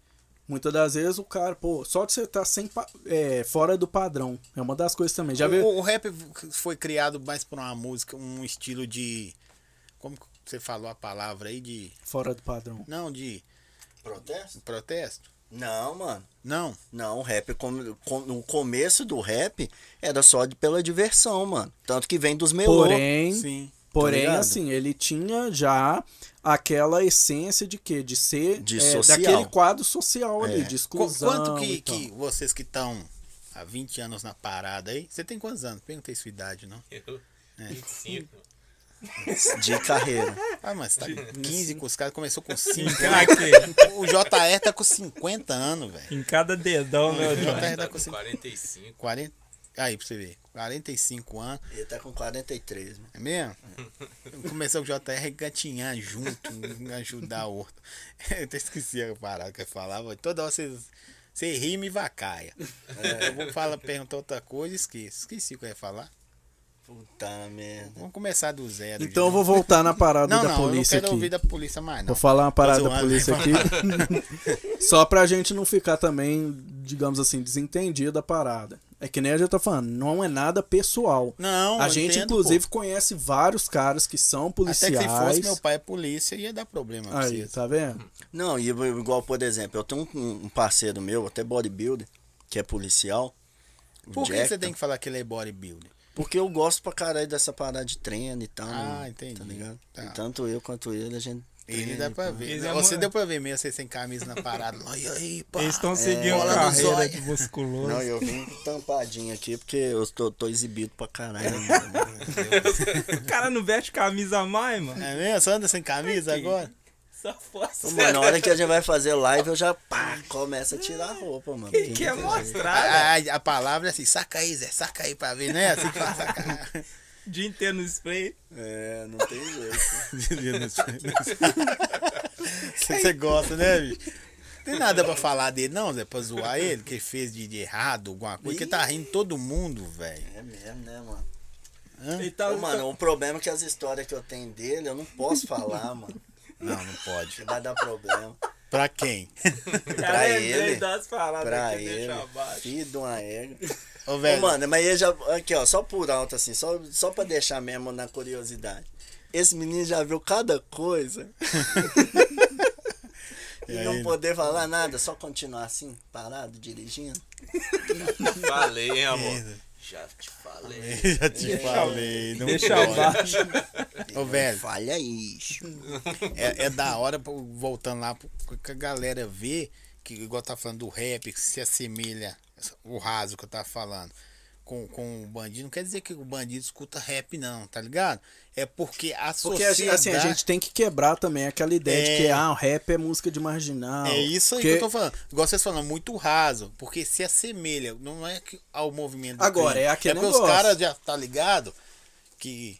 S4: Muitas das vezes o cara, pô, só de você estar sem, pa- é, fora do padrão. É uma das coisas também. Já
S2: o,
S4: viu?
S2: o rap foi criado mais por uma música, um estilo de. Como que você falou a palavra aí? De.
S4: Fora do padrão.
S2: Não, de
S3: Protesto?
S2: protesto?
S3: Não, mano.
S2: Não.
S3: Não, o rap, com, com, no começo do rap, era só de, pela diversão, mano. Tanto que vem dos melô.
S4: Porém,
S2: Sim.
S4: porém
S3: ligado?
S4: assim, ele tinha já aquela essência de quê? De ser
S3: De
S4: é,
S3: social.
S4: daquele quadro social ali, de
S2: Qu-
S4: exclusão.
S2: Quanto que,
S4: e tal.
S2: que vocês que estão há vinte anos na parada aí? Você tem quantos anos? Perguntei sua idade, não?
S5: Eu, vinte e cinco.
S3: De carreira.
S2: Ah, mas tá com quinze com os caras, começou com cinco.
S1: Aqui,
S2: O J R tá com cinquenta anos, velho.
S1: em cada dedão, né,
S2: O
S1: John?
S2: J R
S5: Tá
S2: tá
S5: com
S2: com cinquenta.
S5: quarenta e cinco.
S2: quarenta. Aí, pra você ver. quarenta e cinco anos.
S3: Ele tá com quarenta e três, mano.
S2: É mesmo? Começou com o J R gatinhar junto, ajudar o outro. Eu até esqueci a parada que eu falava. Toda hora você, você ri e me vacaia. Eu vou falar, perguntar outra coisa e esqueço. Esqueci o que eu ia falar.
S3: Puta merda.
S2: Vamos começar do zero.
S4: Então eu
S2: de
S4: vou voltar na parada
S2: Não,
S4: da
S2: não, eu não
S4: polícia
S2: quero
S4: aqui.
S2: ouvir da polícia mais, não.
S4: Vou falar uma parada
S2: Tô
S4: da
S2: zoando,
S4: polícia
S2: vai
S4: aqui. Só pra gente não ficar também, digamos assim, desentendido da parada. É que nem a gente tá falando, não é nada pessoal.
S2: Não,
S4: A
S2: eu
S4: gente,
S2: entendo,
S4: inclusive,
S2: pô.
S4: conhece vários caras que são
S2: Até
S4: policiais.
S2: que se fosse meu pai é polícia, ia dar problema pra
S4: Aí,
S2: vocês.
S4: tá vendo?
S3: Não, e igual, por exemplo, eu tenho um, um parceiro meu, até bodybuilder, que é policial. o
S2: Por que
S3: Jack,
S2: você tem que falar que ele é bodybuilder?
S3: Porque eu gosto pra caralho dessa parada de treino e tal.
S2: Ah,
S3: né?
S2: entendi.
S3: Tá ligado?
S2: Tá.
S3: E tanto eu quanto ele, a gente.
S2: Ele
S3: treina
S2: dá
S3: e
S2: pra
S3: pá.
S2: ver.
S1: Eles
S2: Né?
S1: é
S2: Você
S1: uma-
S2: deu pra ver mesmo, você sem camisa na parada. Olha aí, pá.
S1: Eles estão seguindo
S2: bola no
S1: carreira
S2: zóio.
S1: de musculoso.
S3: Não, eu vim tampadinho aqui porque eu tô, tô exibido pra caralho. né?
S1: O cara não veste camisa a mais, mano.
S2: É mesmo? Você anda sem camisa agora?
S1: Só força.
S3: Ô, mano, na hora que a gente vai fazer live, eu já pá, começa a tirar a roupa, mano.
S1: Quem quer
S3: Tem
S1: mostrar, né?
S2: A, a, a palavra é assim, saca aí, Zé, saca aí pra ver, né? Assim que fala, saca.
S1: O dia inteiro no spray.
S3: É, não tem jeito.
S2: Você gosta, né, bicho? Tem nada pra falar dele, não, Zé, pra zoar ele, que ele fez de, de errado, alguma coisa, que tá rindo todo mundo, velho.
S3: É mesmo, né, mano?
S1: Ele tá,
S3: Ô, mano, o problema é que as histórias que eu tenho dele, eu não posso falar, mano.
S2: Não, não pode.
S3: Que vai dar problema.
S2: Pra quem?
S3: Pra
S1: lembrei
S3: ele.
S1: das paradas
S3: Pra
S1: que
S3: ele.
S1: deixa abaixo.
S3: Filho de uma égua.
S2: Ô,
S3: Ô,
S2: velho,
S3: mano, mas ele já. Aqui, ó, só por alto, assim, só, só pra deixar mesmo na curiosidade. Esse menino já viu cada coisa. E
S2: E
S3: não
S2: aí?
S3: poder falar nada, só continuar assim, parado, dirigindo.
S5: Falei, hein, amor. Já te falei.
S2: já te falei, não
S1: Deixa
S2: pode.
S1: abaixo.
S2: Ô, velho,
S3: Falha isso.
S2: é, é da hora, pô, voltando lá, pô, que a galera vê, que igual tá falando do rap, que se assemelha, o raso que eu tava falando, com, com o bandido. Não quer dizer que o bandido escuta rap, não, tá ligado? É porque a
S4: Porque
S2: sociedade...
S4: assim, a gente tem que quebrar também aquela ideia de que
S2: É.
S4: ah, o rap é música de marginal.
S2: É isso aí
S4: Porque-
S2: que eu tô falando. Igual vocês falam, muito raso. Porque se assemelha, não é que ao movimento do
S4: Agora,
S2: crime.
S4: é aquele
S2: porque os
S4: negócio.
S2: caras já tá ligado que.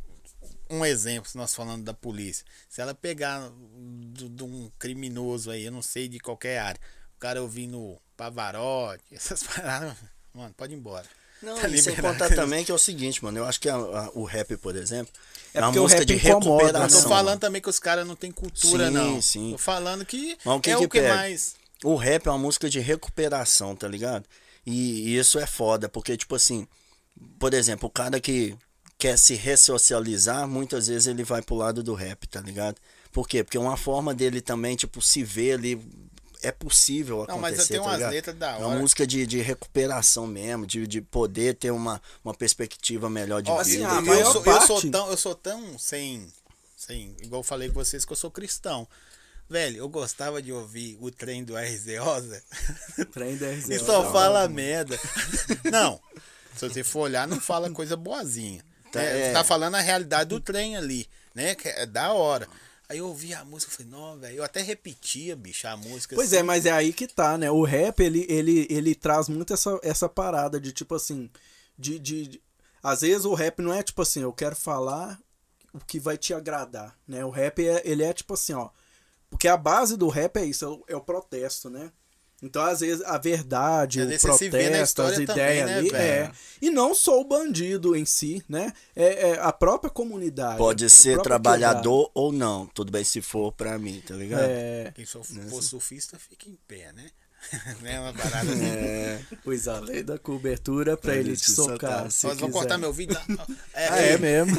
S2: Um exemplo, se nós falando da polícia. Se ela pegar do- de um criminoso aí, eu não sei de qualquer área, o cara ouvindo Pavarotti, essas paradas, mano, pode ir embora.
S3: Não,
S2: Tá
S3: e sem
S2: liberado.
S3: contar também que é o seguinte, mano. Eu acho que a- a- o rap, por exemplo,
S4: É
S3: é, uma
S4: porque o
S3: música
S4: rap
S3: de
S4: incomoda, né?
S2: Não
S3: recuperação.
S2: tô falando também que os caras não têm cultura,
S3: Sim,
S2: não.
S3: sim.
S2: Tô falando que,
S3: Mas o que
S2: é
S3: que
S2: o que
S3: pega?
S2: mais.
S3: O rap é uma música de recuperação, tá ligado? E, e isso é foda, porque, tipo assim, por exemplo, o cara que quer se ressocializar, muitas vezes ele vai pro lado do rap, tá ligado? Por quê? Porque é uma forma dele também, tipo, se ver ali. É possível
S2: Não,
S3: acontecer,
S2: mas tem
S3: tá
S2: umas
S3: ligado?
S2: letras da
S3: É uma
S2: hora.
S3: música de, de recuperação mesmo, de, de poder ter uma, uma perspectiva melhor de
S2: Ó,
S4: assim,
S3: vida.
S4: a
S2: eu,
S4: maior
S2: eu, sou, eu,
S4: parte-
S2: sou tão, eu sou tão sem, sem. Igual eu falei com vocês que eu sou cristão. Velho, eu gostava de ouvir o trem do R Z Oza.
S4: Trem da R Z O.
S2: E só fala merda. Não. Se você for olhar, não fala coisa boazinha.
S3: Tá,
S2: É,
S3: é.
S2: tá falando a realidade do trem ali, né? Que é da hora. Aí eu ouvi a música e falei, não, velho. Eu até repetia, bicho, a música.
S4: Pois
S2: assim.
S4: é, mas é aí que tá, né? O rap, ele, ele, ele traz muito essa, essa parada de, tipo assim, de, de, de- às vezes o rap não é, tipo assim, eu quero falar o que vai te agradar, né? O rap, é, ele é, tipo assim, ó, porque a base do rap é isso, é o, é o protesto, né? Então, às vezes, a verdade,
S2: Às
S4: o
S2: vezes você se vê na
S4: protesto, as
S2: história também,
S4: ideias
S2: né,
S4: ali,
S2: velho?
S4: é. E não só o bandido em si, né? É, é a própria comunidade.
S3: Pode
S4: o
S3: ser
S4: próprio
S3: trabalhador ou não. Tudo bem se for pra mim, tá ligado?
S4: quebrado. É,
S2: Quem for, for surfista fica em pé, né? Não é uma parada assim.
S3: É.
S4: pois a lei da cobertura pra ele te socar. se
S2: Nós vamos cortar
S4: quiser.
S2: meu vídeo. Não. É,
S4: Ah, é mesmo?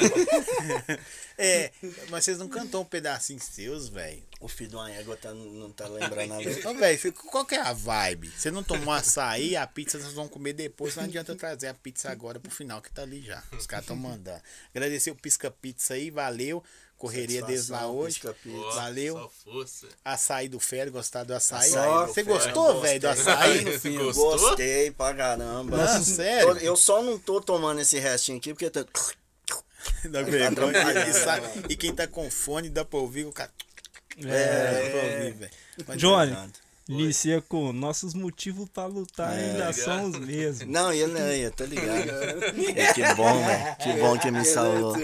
S2: é, mas vocês não cantam um pedacinho seus, velho.
S3: O filho de uma égua tá, não tá lembrando nada.
S2: Ô, velho, qual que é a vibe? Você não tomou açaí, a pizza vocês vão comer depois. Não adianta eu trazer a pizza agora pro final, que tá ali já. Os caras estão mandando. Agradecer o Pisca Pizza aí, valeu. Correria deles lá
S3: Satisfação,
S2: hoje.
S3: Pisca Pizza.
S5: Ó,
S2: Valeu.
S5: Só força.
S2: Açaí do Félix, gostar do açaí.
S3: Açaí
S2: Você
S3: do Félix,
S2: gostou, velho, do
S3: gostei.
S2: açaí?
S5: Você
S3: Eu
S5: gostou?
S3: Gostei pra caramba.
S2: Nossa,
S3: Eu-
S2: sério?
S3: Eu só não tô tomando esse restinho aqui porque tá...
S2: Dá vergonha.
S3: atrapalhando,
S2: E sabe-
S3: né?
S2: E quem tá com fone dá pra ouvir o cara.
S1: É.
S2: Dá pra ouvir, velho. Mas-
S1: Johnny, inicia com nossos motivos pra lutar
S3: É.
S1: ainda são os mesmos.
S3: Não, ele não ia, tá ligado? É, que bom, velho. Que bom que me salvou.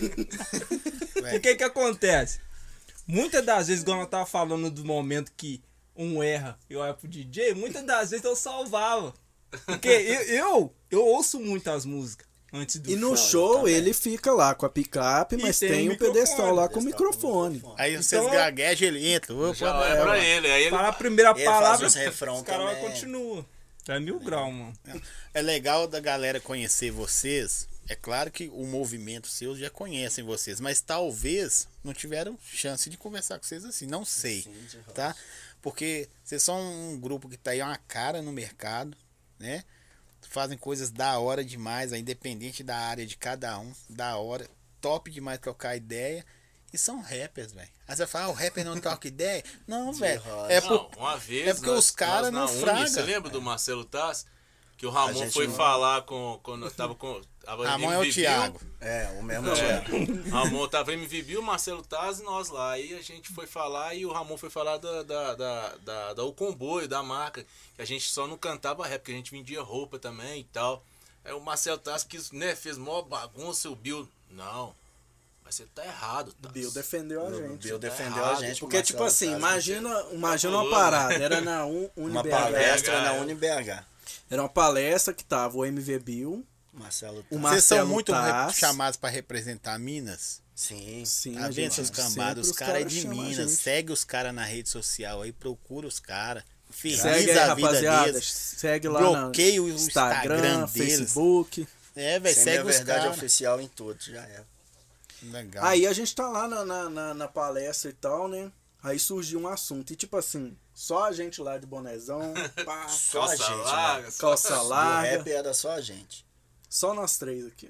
S1: O que que acontece? Muitas das vezes, igual eu tava falando do momento que um erra, eu olho pro D J, muitas das vezes eu salvava. Porque eu, eu, eu ouço muitas músicas antes do
S4: E no
S1: show.
S4: show
S3: também.
S4: ele fica lá com a picape,
S1: E
S4: mas
S1: tem
S4: tem
S1: um
S4: um pedestal lá com o
S3: pedestal com
S4: microfone.
S2: Aí vocês
S1: Então-
S2: gaguejam, ele entra. Opa,
S5: Já
S2: vai,
S5: é pra
S2: vai.
S5: ele. Aí ele
S1: Fala a primeira
S3: Ele
S1: palavra,
S3: faz os refrão
S1: os caras
S3: também.
S1: continuam. É mil grau, mano.
S2: É legal da galera conhecer vocês. É claro que o movimento seu já conhecem vocês, mas talvez não tiveram chance de conversar com vocês assim. Não sei, tá? Porque vocês são um grupo que tá aí uma cara no mercado, né? Fazem coisas da hora demais, é independente da área de cada um, da hora, top demais trocar ideia. E são rappers, velho. Aí você fala, ah, o rapper não troca ideia? Não, velho. É,
S5: Não,
S2: por,
S5: uma vez.
S2: é porque
S5: nós-
S2: os caras
S5: nós
S2: não
S5: na Uni,
S2: fraga.
S5: Você lembra do Marcelo Taz? Que o Ramon
S3: gente
S5: foi
S3: não-
S5: falar com. Quando tava com. Tava
S2: Ramon é
S5: M
S2: o
S5: V Bill.
S2: Thiago.
S3: É, o mesmo
S5: É,
S3: Thiago.
S5: Ramon tava M V Bill, Marcelo Taz e nós lá. Aí a gente foi falar e o Ramon foi falar da, da, da, da, da O Comboio, da marca. Que a gente só não cantava rap, porque a gente vendia roupa também e tal. Aí o Marcelo Taz quis, né, fez mó bagunça, o Bill. Não, mas você tá errado,
S4: O
S5: Taz.
S4: Bill defendeu a
S3: O
S4: gente.
S3: Bill defendeu
S5: errado.
S3: a gente.
S4: Porque,
S3: o
S4: tipo
S3: Marcelo
S4: assim,
S3: Taz,
S4: imagina, imagina uma
S5: Cabuloso,
S4: parada.
S5: né?
S4: Era na Un-
S3: Uma
S4: Unibh.
S3: palestra na
S5: é.
S3: UniBH.
S4: Era uma palestra que tava o M V Bill,
S3: Marcelo
S4: o
S3: Taz.
S4: Marcelo
S2: Vocês são muito
S4: Taz.
S2: re- chamados pra representar Minas.
S3: Sim.
S4: Sim,
S2: Tá
S4: a
S2: vendo
S4: gente
S2: seus
S4: sempre
S2: cambados? Os
S4: os
S2: caras é
S4: caras
S2: de
S4: chamam a
S2: Minas.
S4: gente.
S2: Segue os caras na rede social aí, procura os caras. Feliz
S4: Segue aí,
S2: a vida
S4: rapaziada.
S2: deles.
S4: Segue lá
S2: Bloqueia o
S4: no
S2: Instagram
S4: Instagram,
S2: deles.
S4: Facebook.
S2: É, velho,
S3: Sem a
S2: segue os
S3: verdade
S2: caras.
S3: oficial em tudo, já é.
S2: Legal.
S4: Aí a gente tá lá na, na, na, na palestra e tal, né? Aí surgiu um assunto. E tipo assim, só a gente lá de bonezão, pá,
S3: Só a
S5: Calça
S3: gente,
S5: larga,
S3: né?
S5: só-
S4: calça
S3: O
S4: larga.
S3: rap era só a gente.
S4: Só nós três aqui.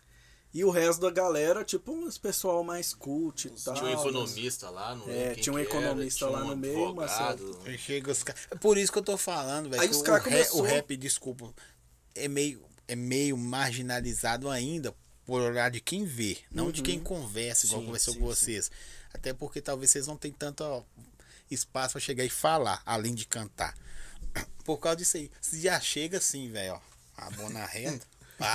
S4: E o resto da galera, tipo, os pessoal mais cult e tal.
S5: Tinha um economista lá no
S4: É,
S5: quem
S4: tinha um
S5: que era,
S4: economista
S5: tinha
S4: lá
S5: um
S4: no meio,
S5: advogado.
S2: Aí chega os caras. É por isso que eu tô falando, velho.
S4: Aí
S2: que
S4: os
S2: o,
S4: caras
S2: rap-
S4: começou-
S2: o rap, desculpa, é meio, é meio marginalizado ainda por olhar de quem vê, não de quem conversa, igual
S3: Sim,
S2: conversou
S3: sim,
S2: com vocês. Até porque talvez vocês não tenham tanto ó, espaço pra chegar e falar, além de cantar. Por causa disso aí. Você já chega assim, velho, ó. A boa na reta. Pá.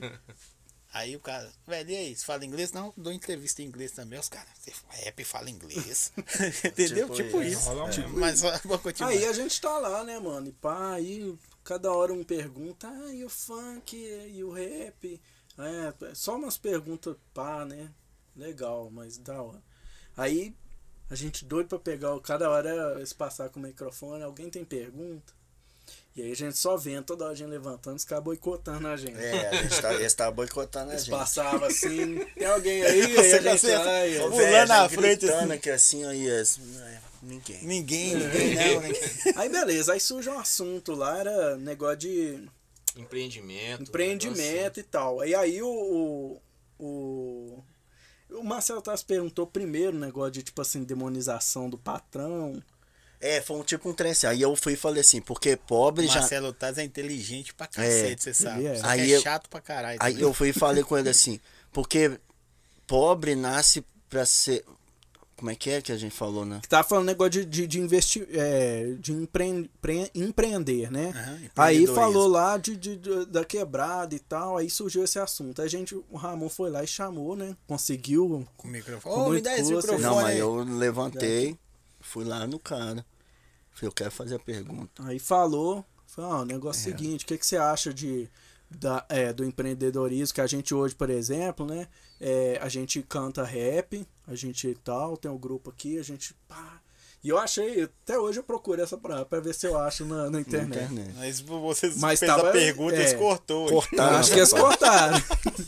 S2: Aí o cara, velho, e aí, você fala inglês? Não, dou entrevista em inglês também. Os caras, você rap e fala inglês. Entendeu?
S3: Tipo
S2: Tipo,
S3: isso.
S2: isso.
S1: Rola
S2: Tipo,
S1: mesmo.
S2: mas ó, vou continuar.
S4: Aí a gente tá lá, né, mano? E pá, aí cada hora um pergunta, ah, e o funk, e o rap? É, só umas perguntas, pá, né? Legal, mas da hora. Aí a gente doido pra pegar, o- cada hora eles passar com o microfone, alguém tem pergunta? E aí a gente só vendo toda hora a gente levantando, os caras boicotando a gente.
S3: É, a gente tá, eles tá boicotando a
S4: Eles
S3: gente.
S4: passavam assim, tem alguém aí? Aí
S2: Você
S4: a gente
S2: tá
S4: vai,
S3: Ô,
S4: ó.
S2: Pulando
S3: velho, a
S2: na
S3: gente
S2: frente,
S3: gritando
S2: assim.
S3: aqui assim, aí, assim, é, ninguém.
S2: Ninguém, ninguém, não, ninguém.
S4: Aí beleza, aí surge um assunto lá, era negócio de
S5: Empreendimento.
S4: empreendimento e tal. E aí o, o, o, o Marcelo Taz perguntou primeiro o negócio de, tipo assim, demonização do patrão.
S3: É, foi um tipo um trem assim. Aí eu fui e falei assim, porque pobre já.
S2: Marcelo Taz é inteligente pra cacete, você sabe.
S4: ele é.
S2: Só que
S3: Aí
S2: é
S3: eu-
S2: chato pra caralho.
S3: Aí
S2: também.
S3: eu fui e falei com ele assim, porque pobre nasce pra ser. Como é que é que a gente falou, né?
S4: Que tava falando negócio de, de, de investir, é, de empre, pre- empreender, né?
S2: Aham,
S4: Aí
S2: empreendedorismo.
S4: falou lá de, de, de- da quebrada e tal, aí surgiu esse assunto. Aí a gente, o Ramon foi lá e chamou, né? Conseguiu.
S2: Com o microfone.
S4: Com
S2: Ô, me
S4: muito
S2: dá esse
S4: custo.
S2: microfone
S3: Não, mas
S2: aí.
S3: eu levantei, fui lá no cara. Eu quero fazer a pergunta.
S4: Aí falou, falou, ah, o negócio é o seguinte, o que, que você acha de, da, é, do empreendedorismo, que a gente hoje, por exemplo, né, é, a gente canta rap, a gente tal, tem um grupo aqui, a gente, pá, e eu achei, até hoje eu procuro essa pra, pra ver se eu acho na, na internet.
S3: Internet.
S2: Mas você
S4: Mas
S2: fez
S4: tava-
S2: a pergunta e
S4: é.
S2: eles cortou.
S3: Cortaram.
S4: Acho que eles cortaram.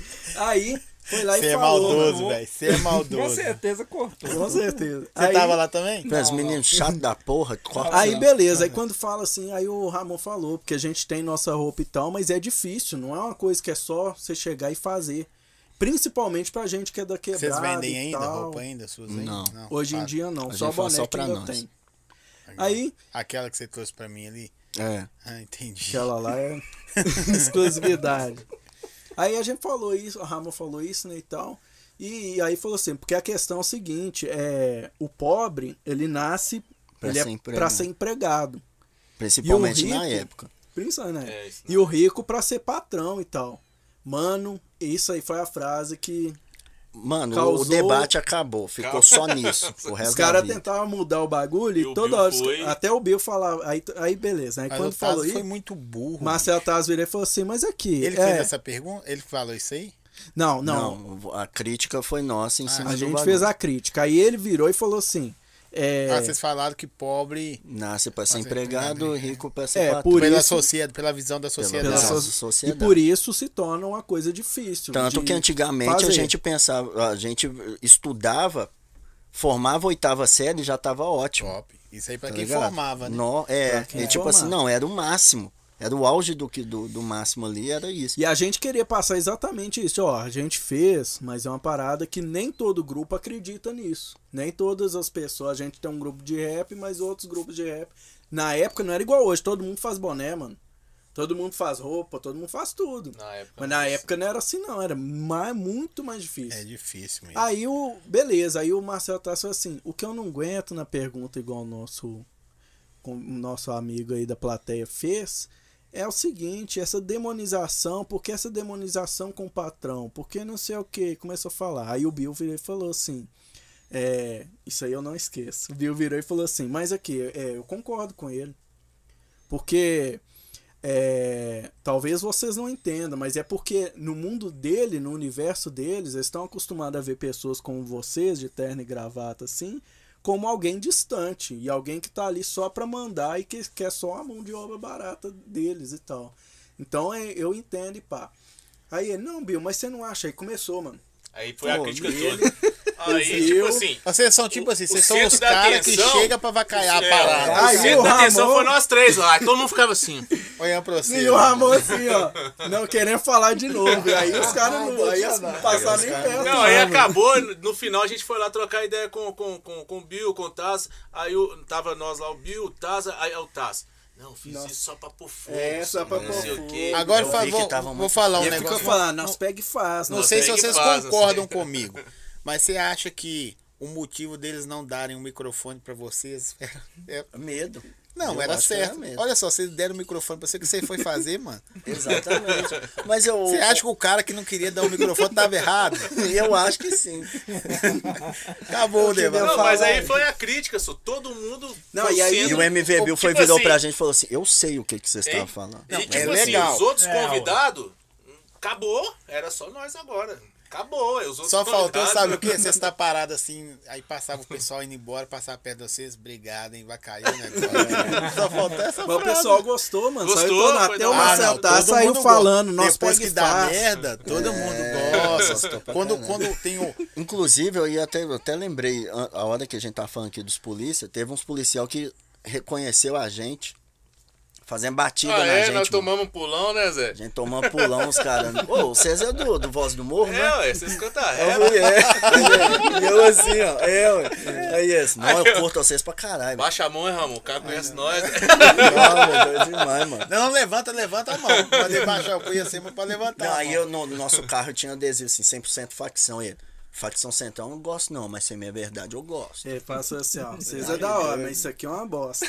S4: Aí, foi lá
S2: Você
S4: e
S2: é
S4: falou.
S2: maldoso,
S1: né?
S2: velho. Você é
S1: Com
S2: maldoso.
S1: certeza cortou.
S4: Com certeza.
S2: Você
S4: Aí-
S2: tava lá também?
S3: Pô, Os meninos chatos da porra. Corta
S4: Aí
S3: não.
S4: beleza, aí quando fala assim, aí o Ramon falou, porque a gente tem nossa roupa e tal, mas é difícil, não é uma coisa que é só você chegar e fazer. Principalmente pra gente que é da quebrada
S2: Vocês vendem
S4: e
S2: ainda
S4: tal.
S2: roupa ainda? Suas aí?
S3: Não.
S4: Hoje em
S2: Ah,
S4: dia não,
S3: A
S4: só
S3: gente faz
S4: boné
S3: só
S4: que
S3: pra
S4: ainda
S3: nós.
S4: tem.
S2: legal.
S4: Aí,
S2: Aquela que você trouxe pra mim ali.
S3: É.
S2: Ah, entendi.
S4: aquela lá é exclusividade. Aí a gente falou isso, o Ramon falou isso, né, e tal. E, e aí falou assim, porque a questão é o seguinte, é, o pobre, ele nasce
S3: Pra
S4: ele
S3: ser
S4: é
S3: empregado.
S4: pra ser empregado.
S3: Principalmente
S4: E o
S3: na
S4: rico?
S3: época.
S4: Principalmente, né?
S5: É, isso
S4: E o rico pra ser patrão e tal. Mano, isso aí foi a frase que
S3: Mano,
S4: Causou-
S3: o debate acabou. Ficou
S5: Cal-
S3: só nisso. O resto
S4: os
S3: da
S4: caras
S3: vida.
S4: tentavam mudar o bagulho e,
S5: E o
S4: toda
S5: Bill
S4: hora.
S5: foi-
S4: Até o Bill falava. Aí, aí beleza. Aí
S2: Mas
S4: quando
S2: o
S4: falou
S2: Tazo
S4: isso,
S2: foi muito burro.
S4: Marcelo Taz virou e falou assim: Mas aqui.
S2: Ele
S4: é...
S2: fez essa pergunta? Ele falou isso aí?
S4: Não, não.
S3: Não, a crítica foi nossa em cima
S4: A
S3: do
S4: gente
S3: bagulho.
S4: fez a crítica. Aí ele virou e falou assim: é,
S2: Ah, vocês falaram que pobre,
S3: Nasce pra ser
S2: Nossa,
S3: empregado,
S2: empregado,
S3: rico pra ser
S4: É,
S3: patrão.
S4: por
S2: pela,
S4: isso-
S2: sociedade, pela visão da
S3: Pela
S2: sociedade.
S4: pela
S3: Pela
S4: so-
S3: sociedade.
S4: E por isso se torna uma coisa difícil.
S3: Tanto
S4: de
S3: que antigamente a
S4: fazer.
S3: gente pensava, a gente estudava, formava a oitava série e já tava ótimo.
S2: Top. Isso aí pra
S3: Tá
S2: quem
S3: ligado?
S2: formava, né?
S3: Nó- é,
S4: Pra quem
S3: e tipo
S4: formava.
S3: assim, não, era o máximo. Era o auge do, que, do, do máximo ali, era isso.
S4: E a gente queria passar exatamente isso. Ó, a gente fez, mas é uma parada que nem todo grupo acredita nisso. Nem todas as pessoas. A gente tem um grupo de rap, mas outros grupos de rap. Na época não era igual hoje. Todo mundo faz boné, mano. Todo mundo faz roupa, todo mundo faz tudo.
S5: Na época.
S4: Mas na época não era assim, não. Era mais, muito mais difícil.
S2: É difícil mesmo.
S4: Aí o. Beleza, aí o Marcelo Tassi falou assim: o que eu não aguento na pergunta, igual o nosso, com o nosso amigo aí da plateia fez, é o seguinte, essa demonização, porque essa demonização com o patrão, porque não sei o que, começou a falar. Aí o Bill virou e falou assim. É, isso aí eu não esqueço. O Bill virou e falou assim, mas aqui, é, eu concordo com ele. Porque. É, talvez vocês não entendam, mas é porque no mundo dele, no universo deles, eles estão acostumados a ver pessoas como vocês, de terno e gravata assim, como alguém distante e alguém que tá ali só pra mandar e que quer só a mão de obra barata deles e tal. Então é, eu entendo e pá. Aí ele, não, Bill, mas você não acha? Aí começou, mano.
S5: Aí foi a
S3: Pô,
S5: crítica
S4: ele-
S5: toda. Aí,
S4: ele
S5: tipo
S4: viu-
S5: assim.
S2: Vocês são tipo
S5: o-
S2: assim,
S5: o
S2: vocês são
S5: centro
S2: os
S5: da
S2: caras que
S5: atenção-
S2: chegam pra vacaiar a
S5: É,
S2: parada.
S5: o
S4: Aí
S5: centro
S4: o
S5: da atenção
S4: Ramon-
S5: foi nós três lá. Todo mundo ficava assim.
S2: Olhando pra você.
S4: E o Ramon assim, ó, não querendo falar de novo. E aí os caras não, aí as- não passaram nem perto.
S5: Não, aí
S4: mano.
S5: acabou, no final a gente foi lá trocar ideia com, com, com, com o Bill, com o Taz. Aí o, tava nós lá, o Bill, o Taz, aí o Taz. Não, fiz
S4: Nossa.
S5: isso só pra pôr fogo.
S4: É, só pra
S5: não
S4: pôr
S5: sei o
S4: fogo.
S5: quê.
S2: Agora
S3: Eu
S2: fa-
S3: vi que
S2: vou,
S3: tava
S2: vou
S3: muito-
S2: falar um
S4: E ele
S2: negócio.
S4: ficou falando, nós pega e faz.
S2: Não
S4: nós
S2: sei
S5: tem
S2: se
S5: que
S2: vocês
S5: faz, não
S2: concordam
S5: sei.
S2: comigo, mas você acha que o motivo deles não darem um microfone pra vocês é- é-
S3: Medo.
S2: não,
S3: Eu
S2: era
S3: acho que
S2: certo.
S3: medo.
S2: Olha só, vocês deram o microfone pra você, o que você foi fazer, mano?
S3: Exatamente. Mas eu,
S2: Você acha que o cara que não queria dar o microfone tava errado?
S3: eu acho que sim.
S2: Acabou o
S3: Eu queria
S2: debate.
S5: Não, mas
S3: falar-
S5: aí foi a crítica, só todo mundo.
S4: Não,
S5: foi
S4: e aí-
S3: E
S5: sendo-
S3: o M V Bill foi
S5: tipo
S3: virou
S5: assim,
S3: pra gente e falou assim: eu sei o que, que vocês
S5: Hein?
S3: estavam falando.
S5: E, tipo
S2: é
S5: assim,
S2: legal.
S5: os outros
S1: É,
S5: convidados, acabou. Era só nós agora. Acabou. Os outros
S2: Só faltou,
S5: convidados-
S2: sabe o que? Você está parado assim, aí passava o pessoal indo embora, passava perto de vocês, obrigado, hein, vai cair o negócio. Só faltou essa
S4: Mas o
S2: frase.
S4: pessoal gostou, mano.
S5: Gostou,
S4: Saiu todo,
S5: foi
S4: até
S5: da
S4: o
S5: hora.
S4: Marcelo
S2: não,
S4: Taz
S2: todo
S4: saiu
S2: mundo
S4: falando,
S2: gosta.
S4: nós
S2: Depois
S4: pega
S2: que
S4: e
S2: dá
S4: faz.
S2: merda, todo
S3: É,
S2: mundo gosta.
S3: gostou pra
S2: Quando,
S3: caralho.
S2: quando tem o...
S3: Inclusive, eu ia até, eu até lembrei, a, a hora que a gente tá falando aqui dos polícia, teve uns policial que reconheceu a gente, fazendo batida
S5: Ah,
S3: na
S5: é,
S3: gente.
S5: nós
S3: mano.
S5: tomamos um pulão, né, Zé?
S3: A gente tomando pulão, os caras. Ô, o César é do, do Voz do Morro,
S5: É,
S3: né?
S5: ué, vocês cantam
S3: Eu
S5: rap.
S3: fui, é. E eu assim, ó. É, ué. Aí esse. Não, eu curto vocês pra caralho.
S5: Baixa a mão, hein, Ramon? O cara conhece nós.
S3: Não, meu Deus, demais, mano.
S2: Não, não, levanta, levanta a mão. Pode baixar o punho assim, mas pode levantar
S3: Não,
S2: a
S3: aí
S2: mão.
S3: eu, no, no nosso carro tinha adesivo assim, cem por cento facção. Ele, facção central eu não gosto não, mas se é minha verdade eu gosto.
S4: Ele passou assim, ó. Vocês é da hora, mas isso aqui é uma bosta.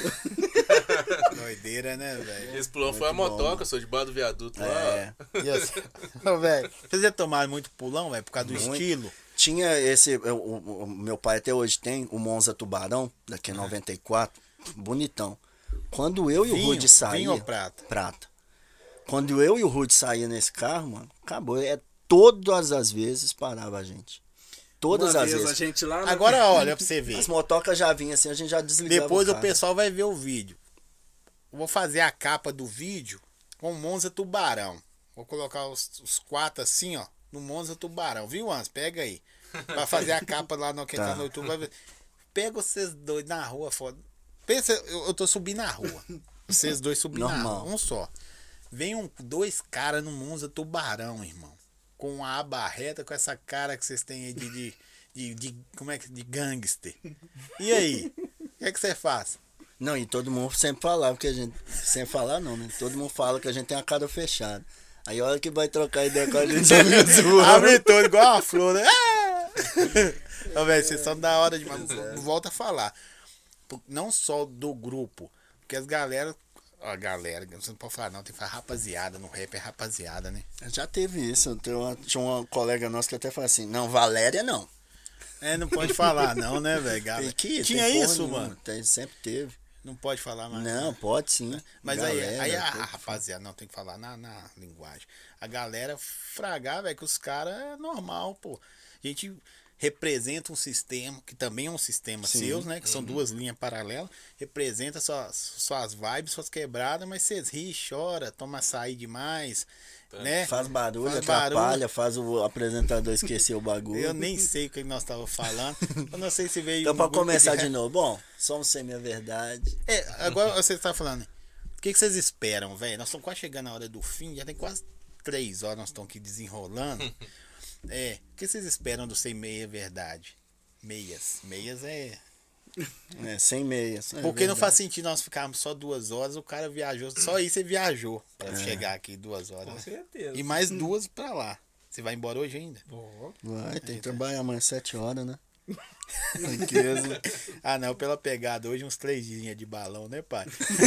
S2: Doideira, né, velho?
S5: Esse pulão foi a
S3: bom,
S5: motoca, sou de baixo do viaduto lá.
S3: É.
S2: E assim, ô, velho, vocês já tomaram muito pulão, velho, por causa do
S3: Muito.
S2: estilo?
S3: Tinha esse, o, o- o meu pai até hoje tem, o Monza Tubarão, daqui em noventa e quatro, bonitão. Quando eu e o
S2: Vinho,
S3: Rude saía...
S2: vinho ou prata?
S3: Prata. Quando eu e o Rude saía nesse carro, mano, acabou. É, todas as vezes parava a gente. Todas
S4: Uma
S3: as
S4: vez
S3: vezes.
S4: a gente lá... na-
S2: Agora olha pra você ver.
S3: As motocas já vinham assim, a gente já desligava
S2: Depois
S3: o
S2: o
S3: carro.
S2: pessoal vai ver o vídeo. Vou fazer a capa do vídeo com o Monza Tubarão. Vou colocar os, os quatro assim, ó, no Monza Tubarão. Viu, Hans? Pega aí. Pra fazer a capa lá no que tá.
S3: Tá.
S2: no YouTube. Vai ver. Pega vocês dois na rua, foda. Pensa, eu, eu tô subindo na rua. Vocês dois subindo na
S3: Normal.
S2: rua. Um só. Vem um, dois caras no Monza Tubarão, irmão. Com a aba reta, com essa cara que vocês têm aí de, de, de, de- como é que, de gangster. E aí? O que é que você faz?
S3: Não, e todo mundo sempre falava que a gente... Sempre falar não, né? Todo mundo fala que a gente tem a cara fechada. Aí a hora que vai trocar ideia com a gente, amiga zoando.
S2: Abre todo igual uma flor, né? Ah! Ô, velho, vocês são da hora de... Volta a falar. Não só do grupo. Porque as galera... A galera, você não pode falar não, tem que falar rapaziada. No rap é rapaziada, né?
S3: Já teve isso. Tem uma- tinha uma colega nossa que até falou assim, não, Valéria não.
S2: É, não pode falar não, né, velho?
S3: Tem que,
S2: Tinha
S3: tem porra
S2: isso,
S3: nenhuma.
S2: mano?
S3: Tem, sempre teve.
S2: Não pode falar mais.
S3: Não, pode sim.
S2: Mas aí,
S3: Galera,
S2: aí a,
S3: tudo.
S2: a rapaziada, não tem que falar na, na linguagem. A galera fragar, velho, que os caras é normal, pô. A gente representa um sistema, que também é um sistema
S3: Sim.
S2: seus, né? Que são duas linhas paralelas. Representa suas, suas vibes, suas quebradas, mas vocês ri, chora, toma açaí demais, né?
S3: Faz barulho,
S2: Faz
S3: atrapalha,
S2: barulho.
S3: faz o apresentador esquecer o bagulho.
S2: Eu nem sei o que nós estávamos falando. Eu não sei se veio.
S3: Então,
S2: um
S3: pra
S2: grupo
S3: começar de
S2: rap.
S3: novo, bom, somos sem minha verdade.
S2: É, agora você tá falando. O que, que vocês esperam, velho? Nós estamos quase chegando na hora do fim, já tem quase três horas, nós estamos aqui desenrolando. É, o que vocês esperam do Sem Meia Verdade? Meias. Meias é.
S3: É, sem meias. É
S2: Porque não
S3: verdade.
S2: faz sentido nós ficarmos só duas horas, o cara viajou, só aí você viajou pra
S3: É.
S2: chegar aqui duas
S1: Com
S2: horas.
S1: certeza.
S2: E mais duas pra lá. Você vai embora hoje ainda?
S1: Vou.
S3: Vai, tem que trabalhar amanhã sete horas, né?
S2: Ah, não, pela pegada hoje, uns três dias de balão, né, pai?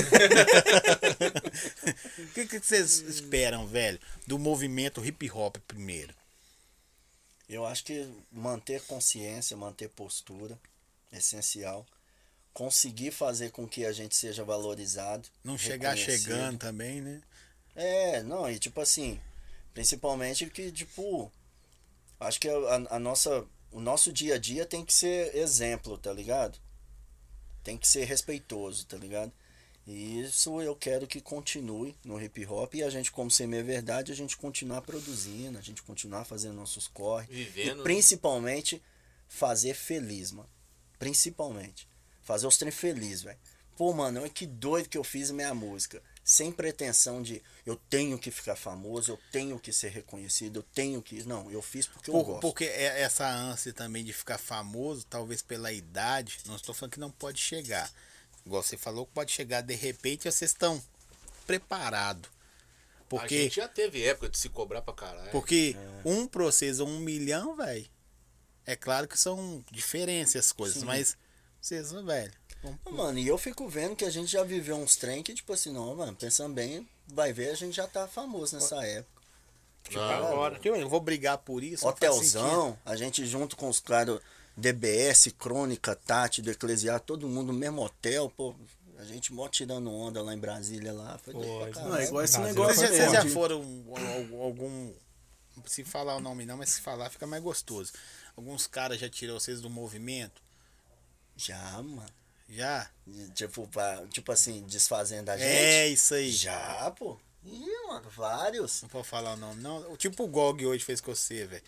S2: O que, que vocês esperam, velho, do movimento hip hop primeiro?
S3: Eu acho que manter consciência, manter postura, é essencial. Conseguir fazer com que a gente seja valorizado.
S2: Não chegar
S3: reconhecido.
S2: chegando também, né?
S3: É, não, e tipo assim, principalmente que, tipo, acho que a, a nossa, o nosso dia a dia tem que ser exemplo, tá ligado? Tem que ser respeitoso, tá ligado? E isso eu quero que continue no hip hop e a gente, como Sem Meia Verdade, a gente continuar produzindo, a gente continuar fazendo nossos corre.
S5: Vivendo,
S3: E principalmente fazer feliz, mano. Principalmente. Fazer os trem feliz, velho. Pô, mano, que doido que eu fiz minha música. Sem pretensão de eu tenho que ficar famoso, eu tenho que ser reconhecido, eu tenho que. Não, eu fiz porque eu
S2: Por-
S3: gosto.
S2: porque é essa ânsia também de ficar famoso, talvez pela idade, não estou falando que não pode chegar. Igual você falou, pode chegar de repente e vocês estão preparados.
S5: A
S2: Porque,
S5: gente já teve época de se cobrar pra caralho.
S2: porque um pra vocês ou um milhão, velho. É claro que são diferentes as coisas,
S3: Sim.
S2: mas vocês, velho. vamos-
S3: Mano, e eu fico vendo que a gente já viveu uns trem que, tipo assim, não, mano, pensando bem, vai ver, a gente já tá famoso nessa época.
S5: Não.
S2: Agora, eu vou brigar por isso. não faz sentido.
S3: Hotelzão, a gente junto com os caras D B S, Crônica, Tati, do Eclesiar, todo mundo no mesmo hotel, pô. A gente mó tirando onda lá em Brasília lá. Foi doido pra
S1: Foi.
S3: caralho.
S4: Não, é igual esse
S1: Brasil
S4: negócio
S2: Vocês
S1: foi
S2: já, vocês já
S4: mesmo.
S2: foram algum, algum. Não precisa falar o nome não, mas se falar fica mais gostoso. Alguns caras já tirou vocês do movimento?
S3: Já, mano.
S2: Já?
S3: Tipo, pra, tipo assim, desfazendo a gente.
S2: É isso aí.
S3: Já, pô. Ih, mano, vários.
S2: Não pode falar o nome, não. O tipo o Gog hoje fez com você, velho.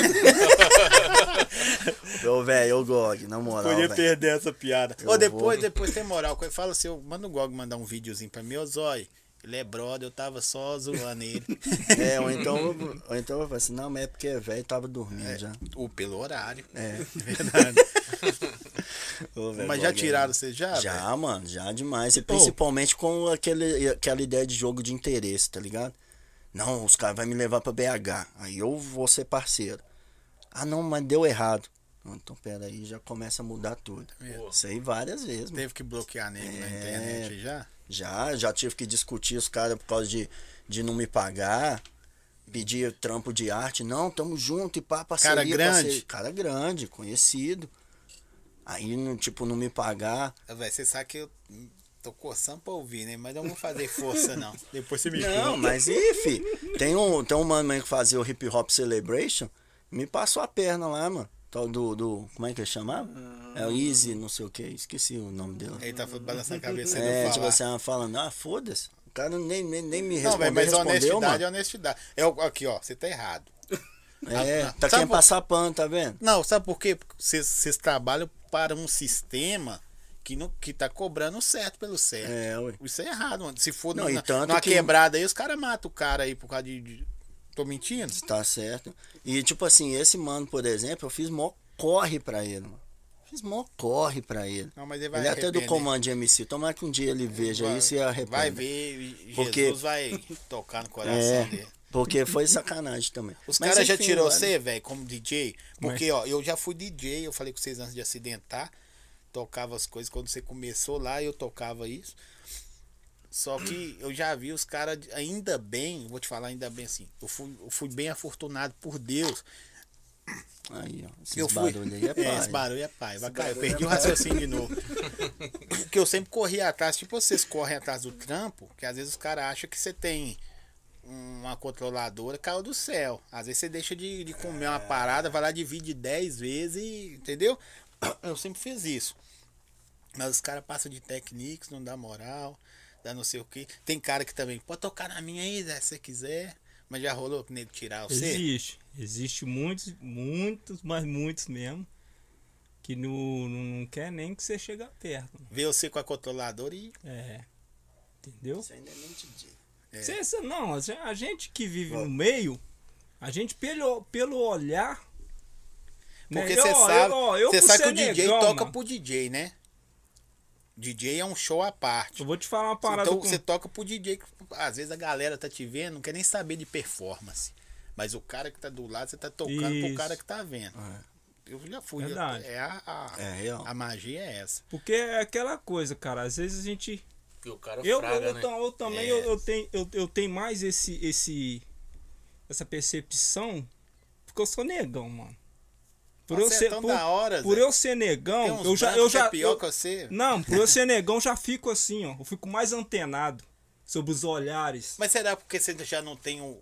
S3: Ô, velho, ô Gog, na moral,
S2: Podia
S3: velho.
S2: perder essa piada.
S3: Eu
S2: Ô, depois,
S3: vou.
S2: depois tem moral. Fala assim, eu- manda o Gog mandar um videozinho pra mim, ô Zói. Ele é brother, eu tava só zoando ele.
S3: É, ou então, ou então eu vou falar assim, não, mas é porque é velho, tava dormindo já.
S2: Ou pelo horário.
S3: É.
S2: Verdade.
S3: Ô, velho,
S2: Mas já
S3: Gog,
S2: tiraram você já?
S3: Já,
S2: velho?
S3: mano, já demais. E principalmente com aquele, aquela ideia de jogo de interesse, tá ligado? Não, os caras vão me levar pra B H. Aí eu vou ser parceiro. Ah, não, mas deu errado. Não, então, pera aí, já começa a mudar tudo.
S2: Pô.
S3: Isso aí várias vezes, mano.
S2: Teve que bloquear nego na
S3: É.
S2: internet já?
S3: Já, já tive que discutir os caras por causa de, de não me pagar. Pedir trampo de arte. Não, tamo junto e pá, parceria.
S2: Cara grande?
S3: parceria. Cara grande, conhecido. Aí, não, tipo, não me pagar.
S2: Véi, você sabe que eu tô coçando pra ouvir, né? Mas eu não vou fazer força, não. Depois você me
S3: Não,
S2: conta.
S3: mas e, fi? Tem um, tem um mano aí que fazia o Hip Hop Celebration. Me passou a perna lá, mano. Tal do, do. Como é que ele chamava? É o Easy, não sei o que. Esqueci o nome dele.
S2: Ele tá balançando a cabeça aí
S3: É,
S2: não
S3: tipo
S2: falar.
S3: assim, ela falando, ah, foda-se. O cara nem, nem, nem me
S2: Não,
S3: respondeu.
S2: velho, mas
S3: respondeu,
S2: honestidade
S3: mano.
S2: é honestidade. É o- aqui, ó, você tá errado.
S3: É,
S2: Ah,
S3: tá
S2: sabe
S3: querendo
S2: por-
S3: passar pano, tá vendo?
S2: Não, sabe por quê? Porque vocês, vocês trabalham para um sistema que, não, que tá cobrando certo pelo certo.
S3: É, ué.
S2: Isso é errado, mano. Se for
S3: Não,
S2: na,
S3: e tanto
S2: numa
S3: que-
S2: quebrada aí, os caras matam o cara aí por causa de. de- Tô mentindo?
S3: Tá certo. E tipo assim, esse mano, por exemplo, eu fiz mó corre pra ele, mano. Fiz mó corre pra ele.
S2: Não, mas ele vai
S3: Ele é até do
S2: arrepender.
S3: comando de M C. Tomara que um dia ele veja
S2: Vai-
S3: isso e arrependa.
S2: Vai ver, e Jesus
S3: Porque-
S2: vai tocar no coração
S3: É,
S2: dele.
S3: porque foi sacanagem também.
S2: Os
S3: Mas,
S2: caras já
S3: enfim,
S2: tirou
S3: velho.
S2: você, velho, como D J? Porque, ó, eu já fui D J, eu falei com vocês antes de acidentar. Tocava as coisas quando você começou lá, eu tocava isso. Só que eu já vi os caras, ainda bem, vou te falar ainda bem assim, eu fui, eu fui bem afortunado por Deus.
S3: Aí, ó. Esses
S2: Eu fui.
S3: barulhos aí é
S2: É,
S3: pai.
S2: esse barulho é pai. Vai cair. Eu
S4: barulho
S2: perdi
S4: é
S2: o raciocínio de novo. Porque eu sempre corri atrás, tipo vocês correm atrás do trampo, que às vezes os caras acham que você tem uma controladora, caiu do céu. Às vezes você deixa de, de comer uma parada, vai lá, divide dez vezes e. Entendeu? Eu sempre fiz isso. Mas os caras passam de técnicos, não dá moral, dá não sei o que. Tem cara que também pode tocar na minha aí, Zé, se você quiser. Mas já rolou que nego tirar você?
S1: Existe. Existe muitos, muitos, mas muitos mesmo. Que não, não quer nem que você chegue perto.
S2: Vê você com a controladora e.
S1: É. Entendeu?
S3: Isso ainda é nem te digo.
S2: É.
S1: Cê- cê- não, a gen- a gente que vive no meio, a gente pelo, pelo olhar. né,
S2: Porque
S1: eu-
S2: você
S1: ó,
S2: sabe,
S1: eu- ó, eu
S2: você
S1: por
S2: sabe que
S1: ser
S2: o D J
S1: negão,
S2: toca
S1: mano,
S2: pro D J, né? D J é um show à parte.
S1: Eu vou te falar uma parada.
S2: Então
S1: com-
S2: você toca pro D J, que às vezes a galera tá te vendo, não quer nem saber de performance. Mas o cara que tá do lado, você tá tocando pro
S1: Isso.
S2: cara que tá vendo. Eu já fui.
S1: Verdade.
S2: É a, a,
S3: É real.
S2: a magia é essa.
S1: Porque é aquela coisa, cara. Às vezes a gente.
S5: Porque o cara
S1: Eu,
S5: fraga,
S1: eu,
S5: né?
S1: tam- eu também
S2: É.
S1: eu, eu tenho, eu, eu tenho mais esse, esse, essa percepção. Porque eu sou negão, mano. Por
S2: Você
S1: eu ser,
S2: é tão
S1: por,
S2: da hora,
S1: por
S2: Zé.
S1: eu ser
S2: Tem
S1: negão,
S2: uns
S1: eu já,
S2: brancos
S1: eu
S2: que é
S1: já,
S2: pior
S1: eu-
S2: que você.
S1: não, por eu ser negão, já fico assim, ó. Eu fico mais antenado sobre os olhares.
S2: Mas será porque você já não tem o.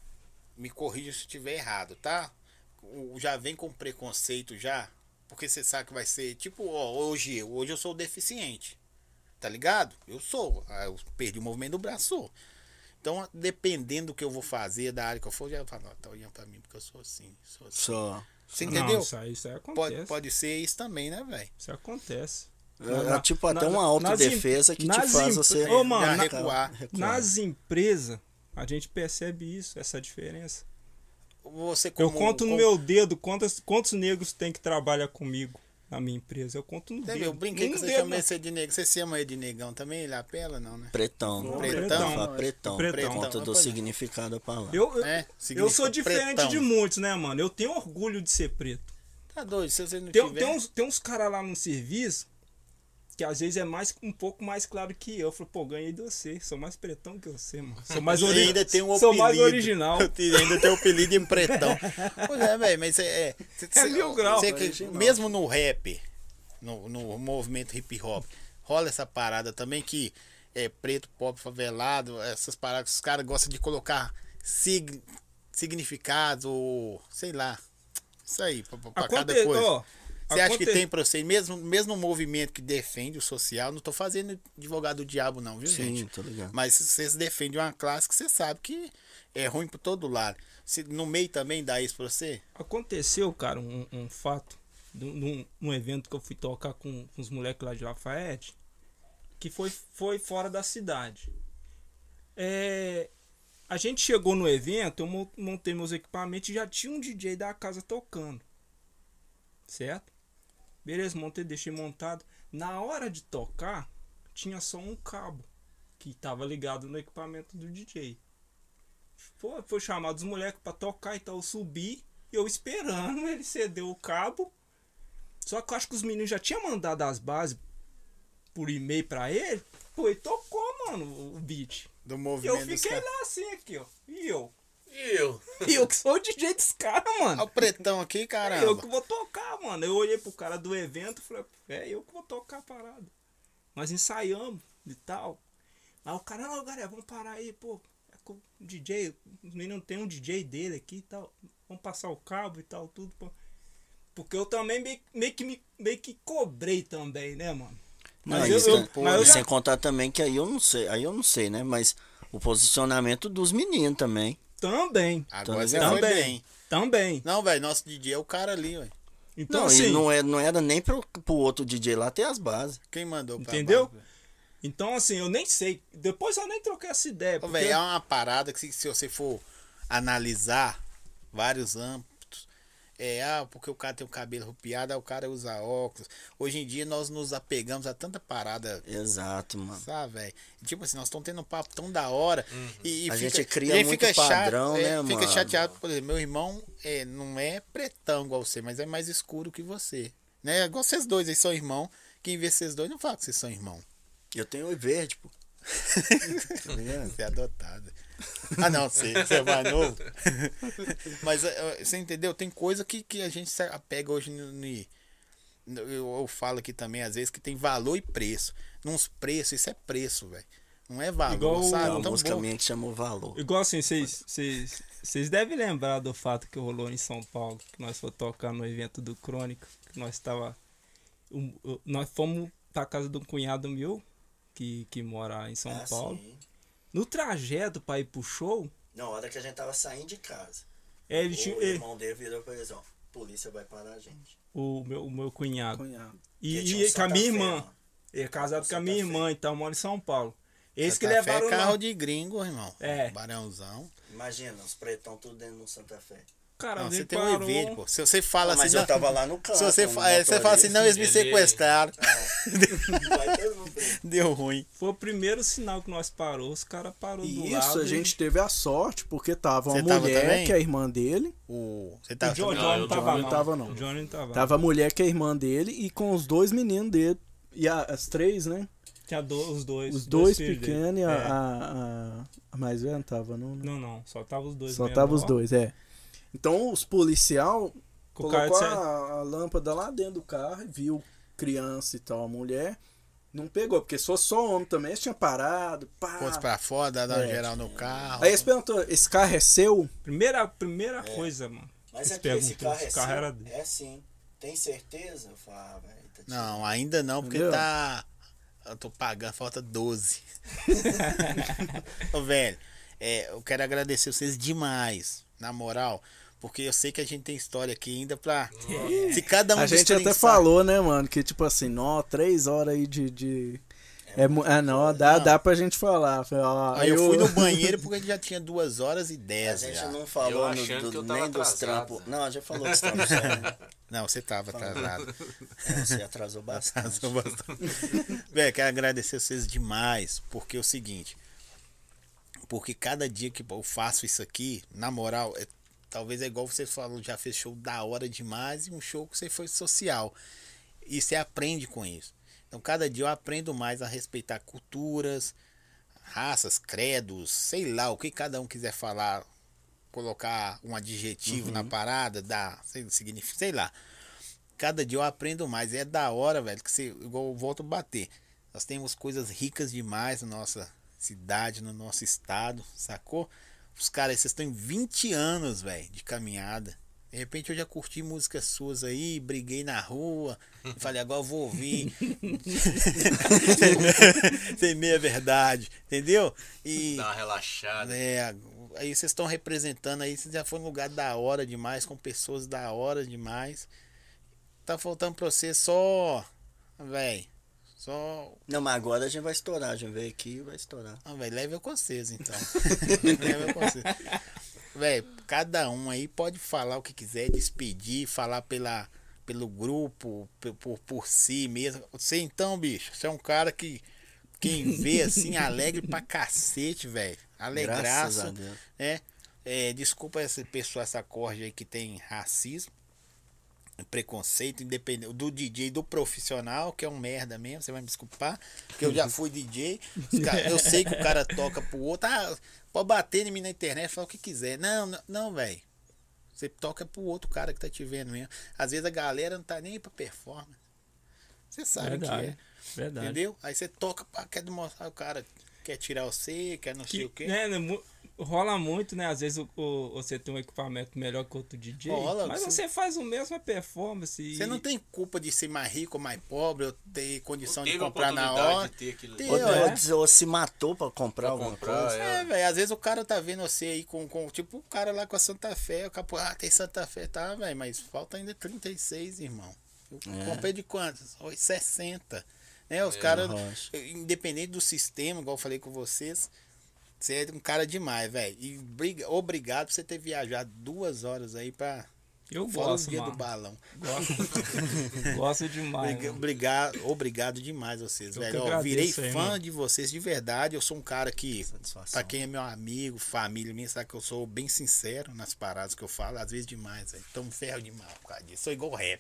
S2: Me corrija se eu estiver errado, tá? O, já vem com preconceito já? Porque você sabe que vai ser. Tipo, ó, hoje, hoje eu sou deficiente. Tá ligado? Eu sou. Ah, eu perdi o movimento do braço. Sou. Então, dependendo do que eu vou fazer, da área que eu for, já falo, ó, tá olhando pra mim porque eu sou assim. Sou assim.
S3: Só.
S2: Você
S1: Não,
S2: entendeu?
S1: isso aí, isso aí acontece.
S2: Pode, pode ser isso também, né, velho?
S1: Isso acontece.
S3: É,
S1: Na-
S3: tipo até
S1: na-
S3: uma
S1: nas
S3: autodefesa
S1: em-
S3: que te
S1: nas
S3: faz
S1: em-
S3: você
S1: Ô, mano,
S2: já
S1: na-
S2: recuar.
S1: Nas empresas, a gente percebe isso, essa diferença.
S2: Você como,
S1: Eu conto no
S2: como-
S1: meu dedo quantos, quantos negros tem que trabalhar comigo na minha empresa. Eu conto no
S2: Entendeu?
S1: dedo.
S2: Eu brinquei
S1: Um
S2: que você
S1: dedo,
S2: chama
S1: não.
S2: você de negro. Você se chama ele de negão também? Ele apela, não, né?
S3: pretão.
S1: Não,
S2: pretão.
S3: Pretão. Fala pretão.
S1: Pretão.
S3: Por conta do
S2: Pois é.
S3: significado da palavra.
S1: Eu, eu,
S2: É,
S1: eu
S2: significa
S1: sou diferente
S2: pretão.
S1: de muitos, né, mano? Eu tenho orgulho de ser preto.
S2: Tá doido, se você não
S1: Tem,
S2: tiver...
S1: tem uns, tem uns caras lá no serviço que às vezes é mais, um pouco mais claro que eu. Eu falo, pô, ganhei de você. Sou mais pretão que você, mano. Sou mais
S2: E
S1: ori-
S2: ainda tem um
S1: Sou
S2: apelido.
S1: mais original.
S2: Eu te- ainda tem o apelido em pretão. Pois é, velho, mas é... é, cê-
S1: É
S2: cê-
S1: mil grau.
S2: cê que-
S4: Original.
S2: mesmo no rap, no, no movimento hip hop, rola essa parada também que é preto, pobre, favelado, essas paradas que os caras gostam de colocar sig, significados ou sei lá. Isso aí, pra, pra pra cada
S1: Aconte-
S2: coisa.
S1: ó,
S2: Você acha que
S1: aconte-
S2: tem pra você, mesmo, mesmo um movimento que defende o social, não tô fazendo advogado do diabo não, viu,
S3: Sim,
S2: gente?
S3: tô ligado.
S2: Mas vocês defendem uma classe que você sabe que é ruim por todo lado. Se, no meio também dá isso pra você?
S1: Aconteceu, cara, um, um fato num, num- num evento que eu fui tocar com, com os moleques lá de Lafayette, que foi, foi fora da cidade. É, a gente chegou no evento, eu mon- montei meus equipamentos e já tinha um D J da casa tocando. Certo? Beleza, montei, deixei montado. Na hora de tocar, tinha só um cabo que estava ligado no equipamento do D J. Foi, foi chamado os moleques pra tocar, então eu subi, eu esperando ele ceder o cabo. Só que eu acho que os meninos já tinham mandado as bases por e-mail pra ele. Pô, ele tocou, mano, o beat.
S2: Do
S1: E eu
S2: movimento dos
S1: fiquei
S2: caras.
S1: lá assim, aqui, ó. E eu?
S5: E eu?
S1: E eu que sou o D J dos caras,
S2: Olha
S1: mano.
S2: o pretão aqui,
S1: É
S2: caramba.
S1: eu que vou tocar, mano. Eu olhei pro cara do evento e falei, é eu que vou tocar a parada. nós ensaiamos e tal. Aí o cara, não, galera, vamos parar aí, pô. É com o D J, o menino tem um D J dele aqui e tal. Vamos passar o cabo e tal, tudo, pô. Porque eu também meio, meio, que, me- meio que cobrei também, né, mano?
S3: Não,
S1: Mas
S3: e
S1: eu-
S3: sem-
S1: eu- mas eu
S3: e
S1: já-
S3: sem contar também que aí eu não sei, aí eu não sei, né? Mas o posicionamento dos meninos também.
S1: Também.
S2: Agora
S3: Tá
S2: você
S3: ligado?
S2: foi
S1: Também.
S2: bem.
S1: Também.
S2: Não, velho, nosso D J é o cara ali, ué.
S1: Então,
S3: Não,
S1: assim,
S3: e não, é, não era nem pro, pro outro D J lá ter as bases.
S2: Quem mandou pra
S1: Entendeu?
S2: baixo, velho?
S1: então, assim, eu nem sei. Depois eu nem troquei essa ideia.
S2: Ô,
S1: Porque...
S2: velho, é uma parada que se, se você for analisar vários âmbitos, é, ah, porque o cara tem o cabelo arrupiado, ah, o cara usa óculos. Hoje em dia nós nos apegamos a tanta parada,
S3: Exato, mano.
S2: sabe, velho? Tipo assim, nós estamos tendo um papo tão da hora. E, e
S3: A
S2: fica,
S3: gente cria
S2: a gente
S3: muito
S2: fica
S3: padrão,
S2: chato, é,
S3: né,
S2: Fica
S3: mano?
S2: chateado, por exemplo, meu irmão é, não é pretão igual você, mas é mais escuro que você. Né? Igual vocês dois aí são irmão. Quem vê vocês dois não fala que vocês são irmão.
S3: Eu tenho oi verde, pô. Tá ligado?
S2: Você é adotado. Ah, não, você, você é mais novo. Mas eh, você entendeu? Tem coisa que, que a gente se apega hoje no, no- no- eu, eu falo aqui também, às vezes, que tem valor e preço. Nos preços, isso é preço, velho. Não é valor,
S1: Igual o-
S2: sabe?
S3: É uma
S2: Então,
S3: música
S2: bom.
S3: minha que chamou Valor.
S1: Igual assim, vocês vocês vocês devem lembrar do fato que rolou em São Paulo, que nós fomos tocar no evento do Crônica, que nós tava um, uh, nós fomos pra casa de um cunhado meu que, que mora em São
S3: Ah,
S1: Paulo.
S3: sim.
S1: No trajeto pra ir pro show,
S3: Na hora que a gente tava saindo de casa,
S1: ele tinha,
S3: o
S1: ele-
S3: irmão dele virou pra eles, ó, polícia vai parar a gente.
S1: o, meu, o meu cunhado.
S4: Cunhado.
S1: E,
S3: Porque tinha um
S1: e com a
S3: Santa
S1: minha
S3: Fé,
S1: irmã.
S3: mano.
S1: Ele é casado com a
S3: Santa
S1: minha
S3: Fé.
S1: irmã, então mora em São Paulo. Eles que
S2: Santa Fé
S1: levaram
S2: é carro
S1: lá.
S2: de gringo, irmão.
S1: É.
S2: Barãozão.
S3: Imagina, os pretão tudo dentro do Santa Fé.
S1: Cara,
S2: Não,
S1: ele
S2: você tem um
S1: parou.
S2: evento, pô. Se você fala
S3: Não, mas
S2: assim,
S3: eu
S2: não,
S3: tava lá no canto.
S2: se você,
S3: no
S2: fa- é, você fala assim, não, eles me
S5: Ele-
S2: sequestraram.
S3: Vai todo mundo preso.
S2: Deu ruim.
S1: Foi o primeiro sinal que nós parou, os caras parou do
S4: E
S1: lado.
S4: isso, a
S1: e-
S4: gente teve a sorte, porque tava uma
S2: Você tava
S4: mulher,
S2: também?
S4: que é a irmã dele.
S2: O, você
S1: O
S2: tá
S1: John,
S5: Não,
S1: John
S5: eu
S1: não tava,
S4: Johnny
S1: não.
S4: tava, não.
S1: O Johnny não tava.
S4: Tava a mulher, que é a irmã dele, e com os dois meninos dele. E a- as três, né?
S1: Tinha do- os dois.
S4: Os dois
S1: filhos dele.
S4: pequenos e a,
S1: É.
S4: a, a, a mais velha não tava, não, né?
S1: Não, não. Só tava os dois
S4: Só
S1: menor.
S4: tava os dois, é. Então os policial
S1: Com o cara
S4: colocou
S1: de ser-
S4: a, a lâmpada lá dentro do carro e viu criança e tal, a mulher. Não pegou, porque se fosse só homem também, eles tinham parado, pá.
S2: Pontos pra fora, dá uma
S4: É.
S2: geral no carro.
S4: Aí eles perguntou, esse carro é seu?
S1: Primeira, primeira coisa, mano.
S3: Mas
S1: Eles
S3: aqui, esse
S1: perguntam
S3: carro
S1: se
S3: é
S1: o carro
S3: seu?
S1: era dele.
S3: É sim. Tem certeza? Eu falo, ah, velho, tá tirando.
S2: Não, ainda não, porque
S4: Entendeu?
S2: tá. Eu tô pagando, falta doze. Ô, velho, é, eu quero agradecer vocês demais, na moral. Porque eu sei que a gente tem história aqui ainda pra. Se cada um
S4: A gente até
S2: destrinçar-
S4: falou, né, mano, que tipo assim, nó, três horas aí de... de... É, mu- ah, não, dá,
S2: Não.
S4: dá pra gente falar. Falei, ó,
S2: Aí eu fui no banheiro porque já tinha duas horas e
S3: A
S2: dez.
S3: gente
S2: Já.
S3: não falou
S5: Eu
S3: no-
S5: achando
S3: do-
S5: que eu tava
S3: nem dos
S5: atrasado.
S3: trampos. Não, já falou dos trampos. né?
S2: Não, você tava atrasado.
S3: É, você atrasou bastante.
S2: Atrasou bastante. Velho, quero agradecer vocês demais. Porque é o seguinte. Porque cada dia que eu faço isso aqui, na moral, é- talvez é igual você falou, já fez show da hora demais e um show que você foi social. E você aprende com isso. Então, cada dia eu aprendo mais a respeitar culturas, raças, credos, sei lá, o que cada um quiser falar, colocar um adjetivo na parada, dá, sei, significa, sei lá. Cada dia eu aprendo mais. E é da hora, velho, que você, igual eu volto a bater. Nós temos coisas ricas demais na nossa cidade, no nosso estado, sacou? Os caras, vocês têm vinte anos, velho, de caminhada. De repente eu já curti músicas suas aí, briguei na rua, falei, agora eu vou ouvir. Sem meia verdade, entendeu? E
S5: Dá uma relaxada.
S2: é, aí vocês estão representando aí, vocês já foram num lugar da hora demais, com pessoas da hora demais. Tá faltando pra você só, velho, só...
S3: Não, mas agora a gente vai estourar. A gente veio aqui e vai estourar.
S2: Ah, velho, leve eu com vocês, então. Leve eu com vocês. Velho, cada um aí pode falar o que quiser, despedir, falar pela, pelo grupo, por, por, por si mesmo. Você então, bicho, você é um cara que quem vê assim, alegre pra cacete, velho.
S3: Graças
S2: Alegraço,
S3: a Deus.
S2: né? É, desculpa essa pessoa, essa corja aí que tem racismo, preconceito, independente do D J, do profissional, que é um merda mesmo, você vai me desculpar, porque eu já fui D J, os cara- eu sei que o cara toca pro outro, ah, pode bater em mim na internet, fala o que quiser. Não, não, não, velho. Você toca pro outro cara que tá te vendo mesmo. Às vezes a galera não tá nem aí pra performance. Você sabe o que
S1: Verdade.
S2: é.
S1: Verdade.
S2: Entendeu? Aí você toca, pá, quer demonstrar o cara, quer tirar você, quer não sei
S1: Que,
S2: o quê.
S1: né, né, mu- rola muito, né? Às vezes o, o- você tem um equipamento melhor que outro D J,
S2: Rola,
S1: mas
S2: você-
S1: você faz o mesmo performance. E...
S2: Você não tem culpa de ser mais rico ou mais pobre, ou ter condição de
S5: Teve a
S2: comprar na
S5: oportunidade
S2: hora.
S5: de ter aquilo
S2: Tem,
S3: Ou,
S2: ó,
S3: ou- ou se matou pra comprar
S5: Pra
S3: alguma
S5: comprar,
S3: coisa.
S2: É, velho, às vezes o cara tá vendo você aí com, com tipo, o cara lá com a Santa Fé, o capo, ah, tem Santa Fé, tá, velho, mas falta ainda trinta e seis, irmão. Eu
S3: É.
S2: comprei de quantos? Oi, sessenta. Né, os caras,
S3: rocha.
S2: independente do sistema, igual eu falei com vocês, você é um cara demais, velho. E briga- obrigado por você ter viajado duas horas aí pra...
S1: Eu
S2: Fora
S1: gosto,
S2: o dia
S1: mano.
S2: do balão.
S1: Gosto, gosto demais.
S2: Briga-
S1: mano.
S2: Obrigado, obrigado demais vocês,
S1: Eu
S2: velho.
S1: que
S2: Ó,
S1: agradeço
S2: virei
S1: aí,
S2: fã
S1: mano.
S2: de vocês de verdade. Eu sou um cara que,
S3: Satisfação.
S2: pra quem é meu amigo, família minha, sabe que eu sou bem sincero nas paradas que eu falo, às vezes demais, velho. Então ferro demais por causa disso. Sou igual rap.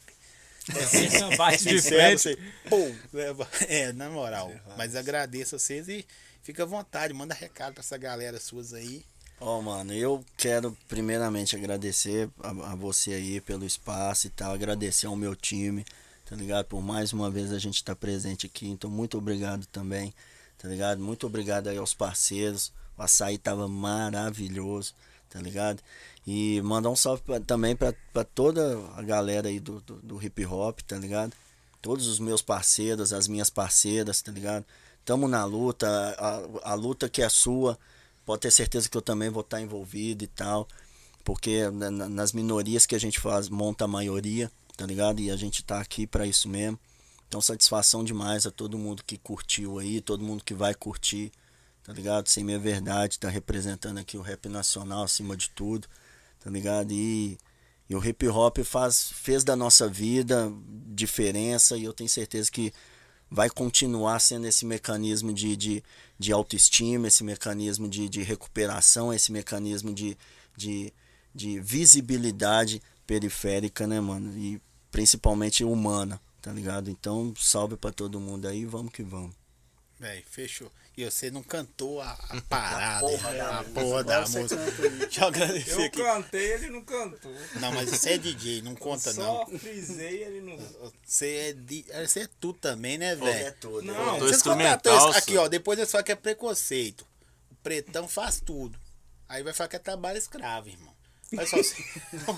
S1: Você bate de
S2: Sincero,
S1: frente.
S2: você, pum, leva- é, na moral. Mas agradeço a vocês e fica à vontade, manda recado pra essa galera suas aí.
S3: Ó, mano, eu quero primeiramente agradecer a, a você aí pelo espaço e tal, agradecer ao meu time, tá ligado? Por mais uma vez a gente tá presente aqui, então muito obrigado também, tá ligado? Muito obrigado aí aos parceiros, o açaí tava maravilhoso, tá ligado? E mandar um salve pra- também pra, pra toda a galera aí do, do, do hip hop, tá ligado? Todos os meus parceiros, as minhas parceiras, tá ligado? Tamo na luta, a, a luta que é sua, pode ter certeza que eu também vou estar envolvido e tal, porque na- na- nas minorias que a gente faz, monta a maioria, tá ligado? E a gente tá aqui pra isso mesmo. Então satisfação demais a todo mundo que curtiu aí, todo mundo que vai curtir, tá ligado? Sem minha verdade, tá representando aqui o rap nacional acima de tudo, tá ligado? E, e o hip hop faz, fez da nossa vida diferença e eu tenho certeza que vai continuar sendo esse mecanismo de, de, de autoestima, esse mecanismo de, de recuperação, esse mecanismo de, de, de visibilidade periférica, né, mano? E principalmente humana, tá ligado? Então, salve pra todo mundo aí, vamos que vamos.
S2: Véi, fechou. E você não cantou a, a parada,
S3: porra
S2: né?
S3: da
S2: a
S3: música.
S2: porra da
S3: Agora você
S2: música.
S3: canta aí.
S2: Deixa eu agradecer
S1: Eu
S2: aqui.
S1: cantei, ele não cantou.
S2: Não, mas você é D J, não conta
S1: Só
S2: não.
S1: frisei, ele não.
S2: Você é, di- você é tu também, né,
S3: É
S2: velho?
S3: tudo.
S1: Não,
S3: é.
S5: Tô
S2: Vocês
S5: instrumental,
S2: contratam isso. Aqui,
S5: só.
S2: ó, depois eles falam que é preconceito. O pretão faz tudo. Aí vai falar que é trabalho escravo, irmão. Olha só, você-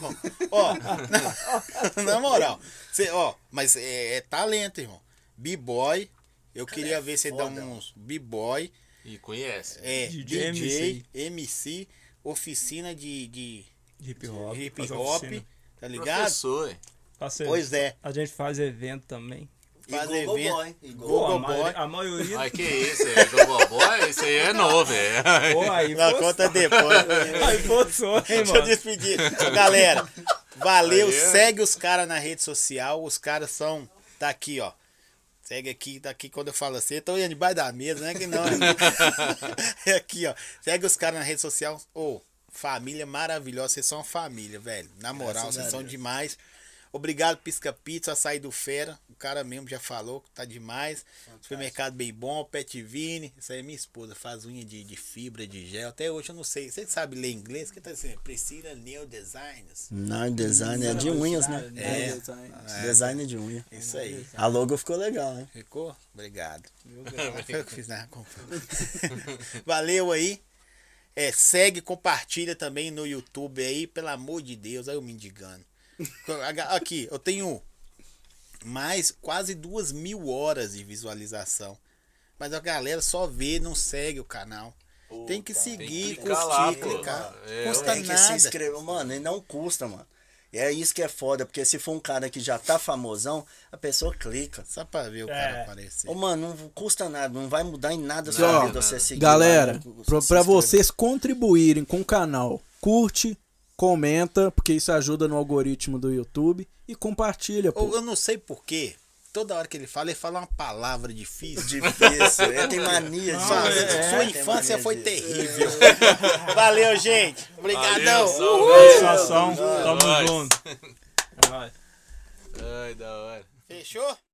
S2: ó, na, na moral, você, ó, mas é, é talento, irmão. B-boy, eu queria
S3: é
S2: ver você dar
S3: foda,
S2: uns B-boy,
S5: E conhece.
S2: é,
S1: D
S2: D
S1: J,
S2: J, M C, oficina de, de
S1: Hip hop.
S2: hip
S1: faz
S2: hop,
S1: oficina.
S2: tá ligado?
S5: Professor, hein?
S1: Faço-
S2: Pois é.
S1: A gente faz evento também.
S3: E
S2: Faz
S3: Google
S2: evento.
S3: Boy, e Google
S2: Google
S1: Pô, a,
S2: Boy.
S1: maioria, a maioria.
S5: Ai, que isso, é Gogoboy? Isso aí é novo, é.
S1: Pô, aí
S2: Na
S1: forçou.
S2: conta depois.
S1: Aí forçou, hein,
S2: Deixa eu
S1: mano.
S2: despedir. Galera, valeu.
S5: Aí é.
S2: Segue os caras na rede social. Os caras são. Tá aqui, ó. Segue aqui, tá aqui quando eu falo assim. Eu tô indo debaixo da mesa, né? Que não. É aqui, ó. Segue os caras na rede social. Ô, família maravilhosa. Vocês são uma família, velho. Na moral,
S3: Graças a
S2: vocês são
S3: Deus.
S2: demais. Obrigado, Pisca Pizza, Açaí do Fera. O cara mesmo já falou que tá demais. Supermercado bem bom, Pet Vini. Isso aí é minha esposa, faz unha de, de fibra, de gel. Até hoje eu não sei. Você sabe ler inglês? Que tá assim? Priscila Neo Designers.
S3: Não, design é de unhas, né?
S2: É.
S4: Design.
S3: Design de unha.
S2: Isso aí.
S3: A logo ficou legal, né?
S2: Ficou? Obrigado. Foi eu que fiz na compra. Valeu aí. É, segue, compartilha também no YouTube aí, pelo amor de Deus. Aí eu me indigando. Aqui, eu tenho mais quase duas mil horas de visualização. Mas a galera só vê, não segue o canal. Tem que seguir,
S5: Tem que clicar lá,
S2: curtir,
S5: pô.
S2: clicar.
S5: É,
S2: Custa
S3: Tem que se
S2: nada.
S3: inscrever, mano, e não custa, mano. E é isso que é foda, porque se for um cara que já tá famosão, a pessoa clica.
S2: Só pra ver o
S1: É.
S2: cara aparecer.
S3: Ô, mano, não custa nada, não vai mudar em nada a
S4: Ó,
S3: sua vida você seguir.
S4: Galera,
S3: lá,
S4: pra,
S3: se
S4: pra
S3: inscrever.
S4: vocês contribuírem com o canal, curte, comenta, porque isso ajuda no algoritmo do YouTube e compartilha,
S2: Ou
S4: pô.
S2: eu não sei porquê. Toda hora que ele fala, ele fala uma palavra difícil.
S3: Difícil, ele tem mania de
S2: Sua,
S3: fazer.
S2: sua
S3: Tem
S2: infância
S3: mania
S2: foi
S3: de-
S2: terrível. Valeu, gente. Obrigadão.
S5: Valeu, salve.
S1: Satisfação, tamo
S5: Nós.
S1: junto. Vai.
S5: Ai, da hora.
S2: Fechou?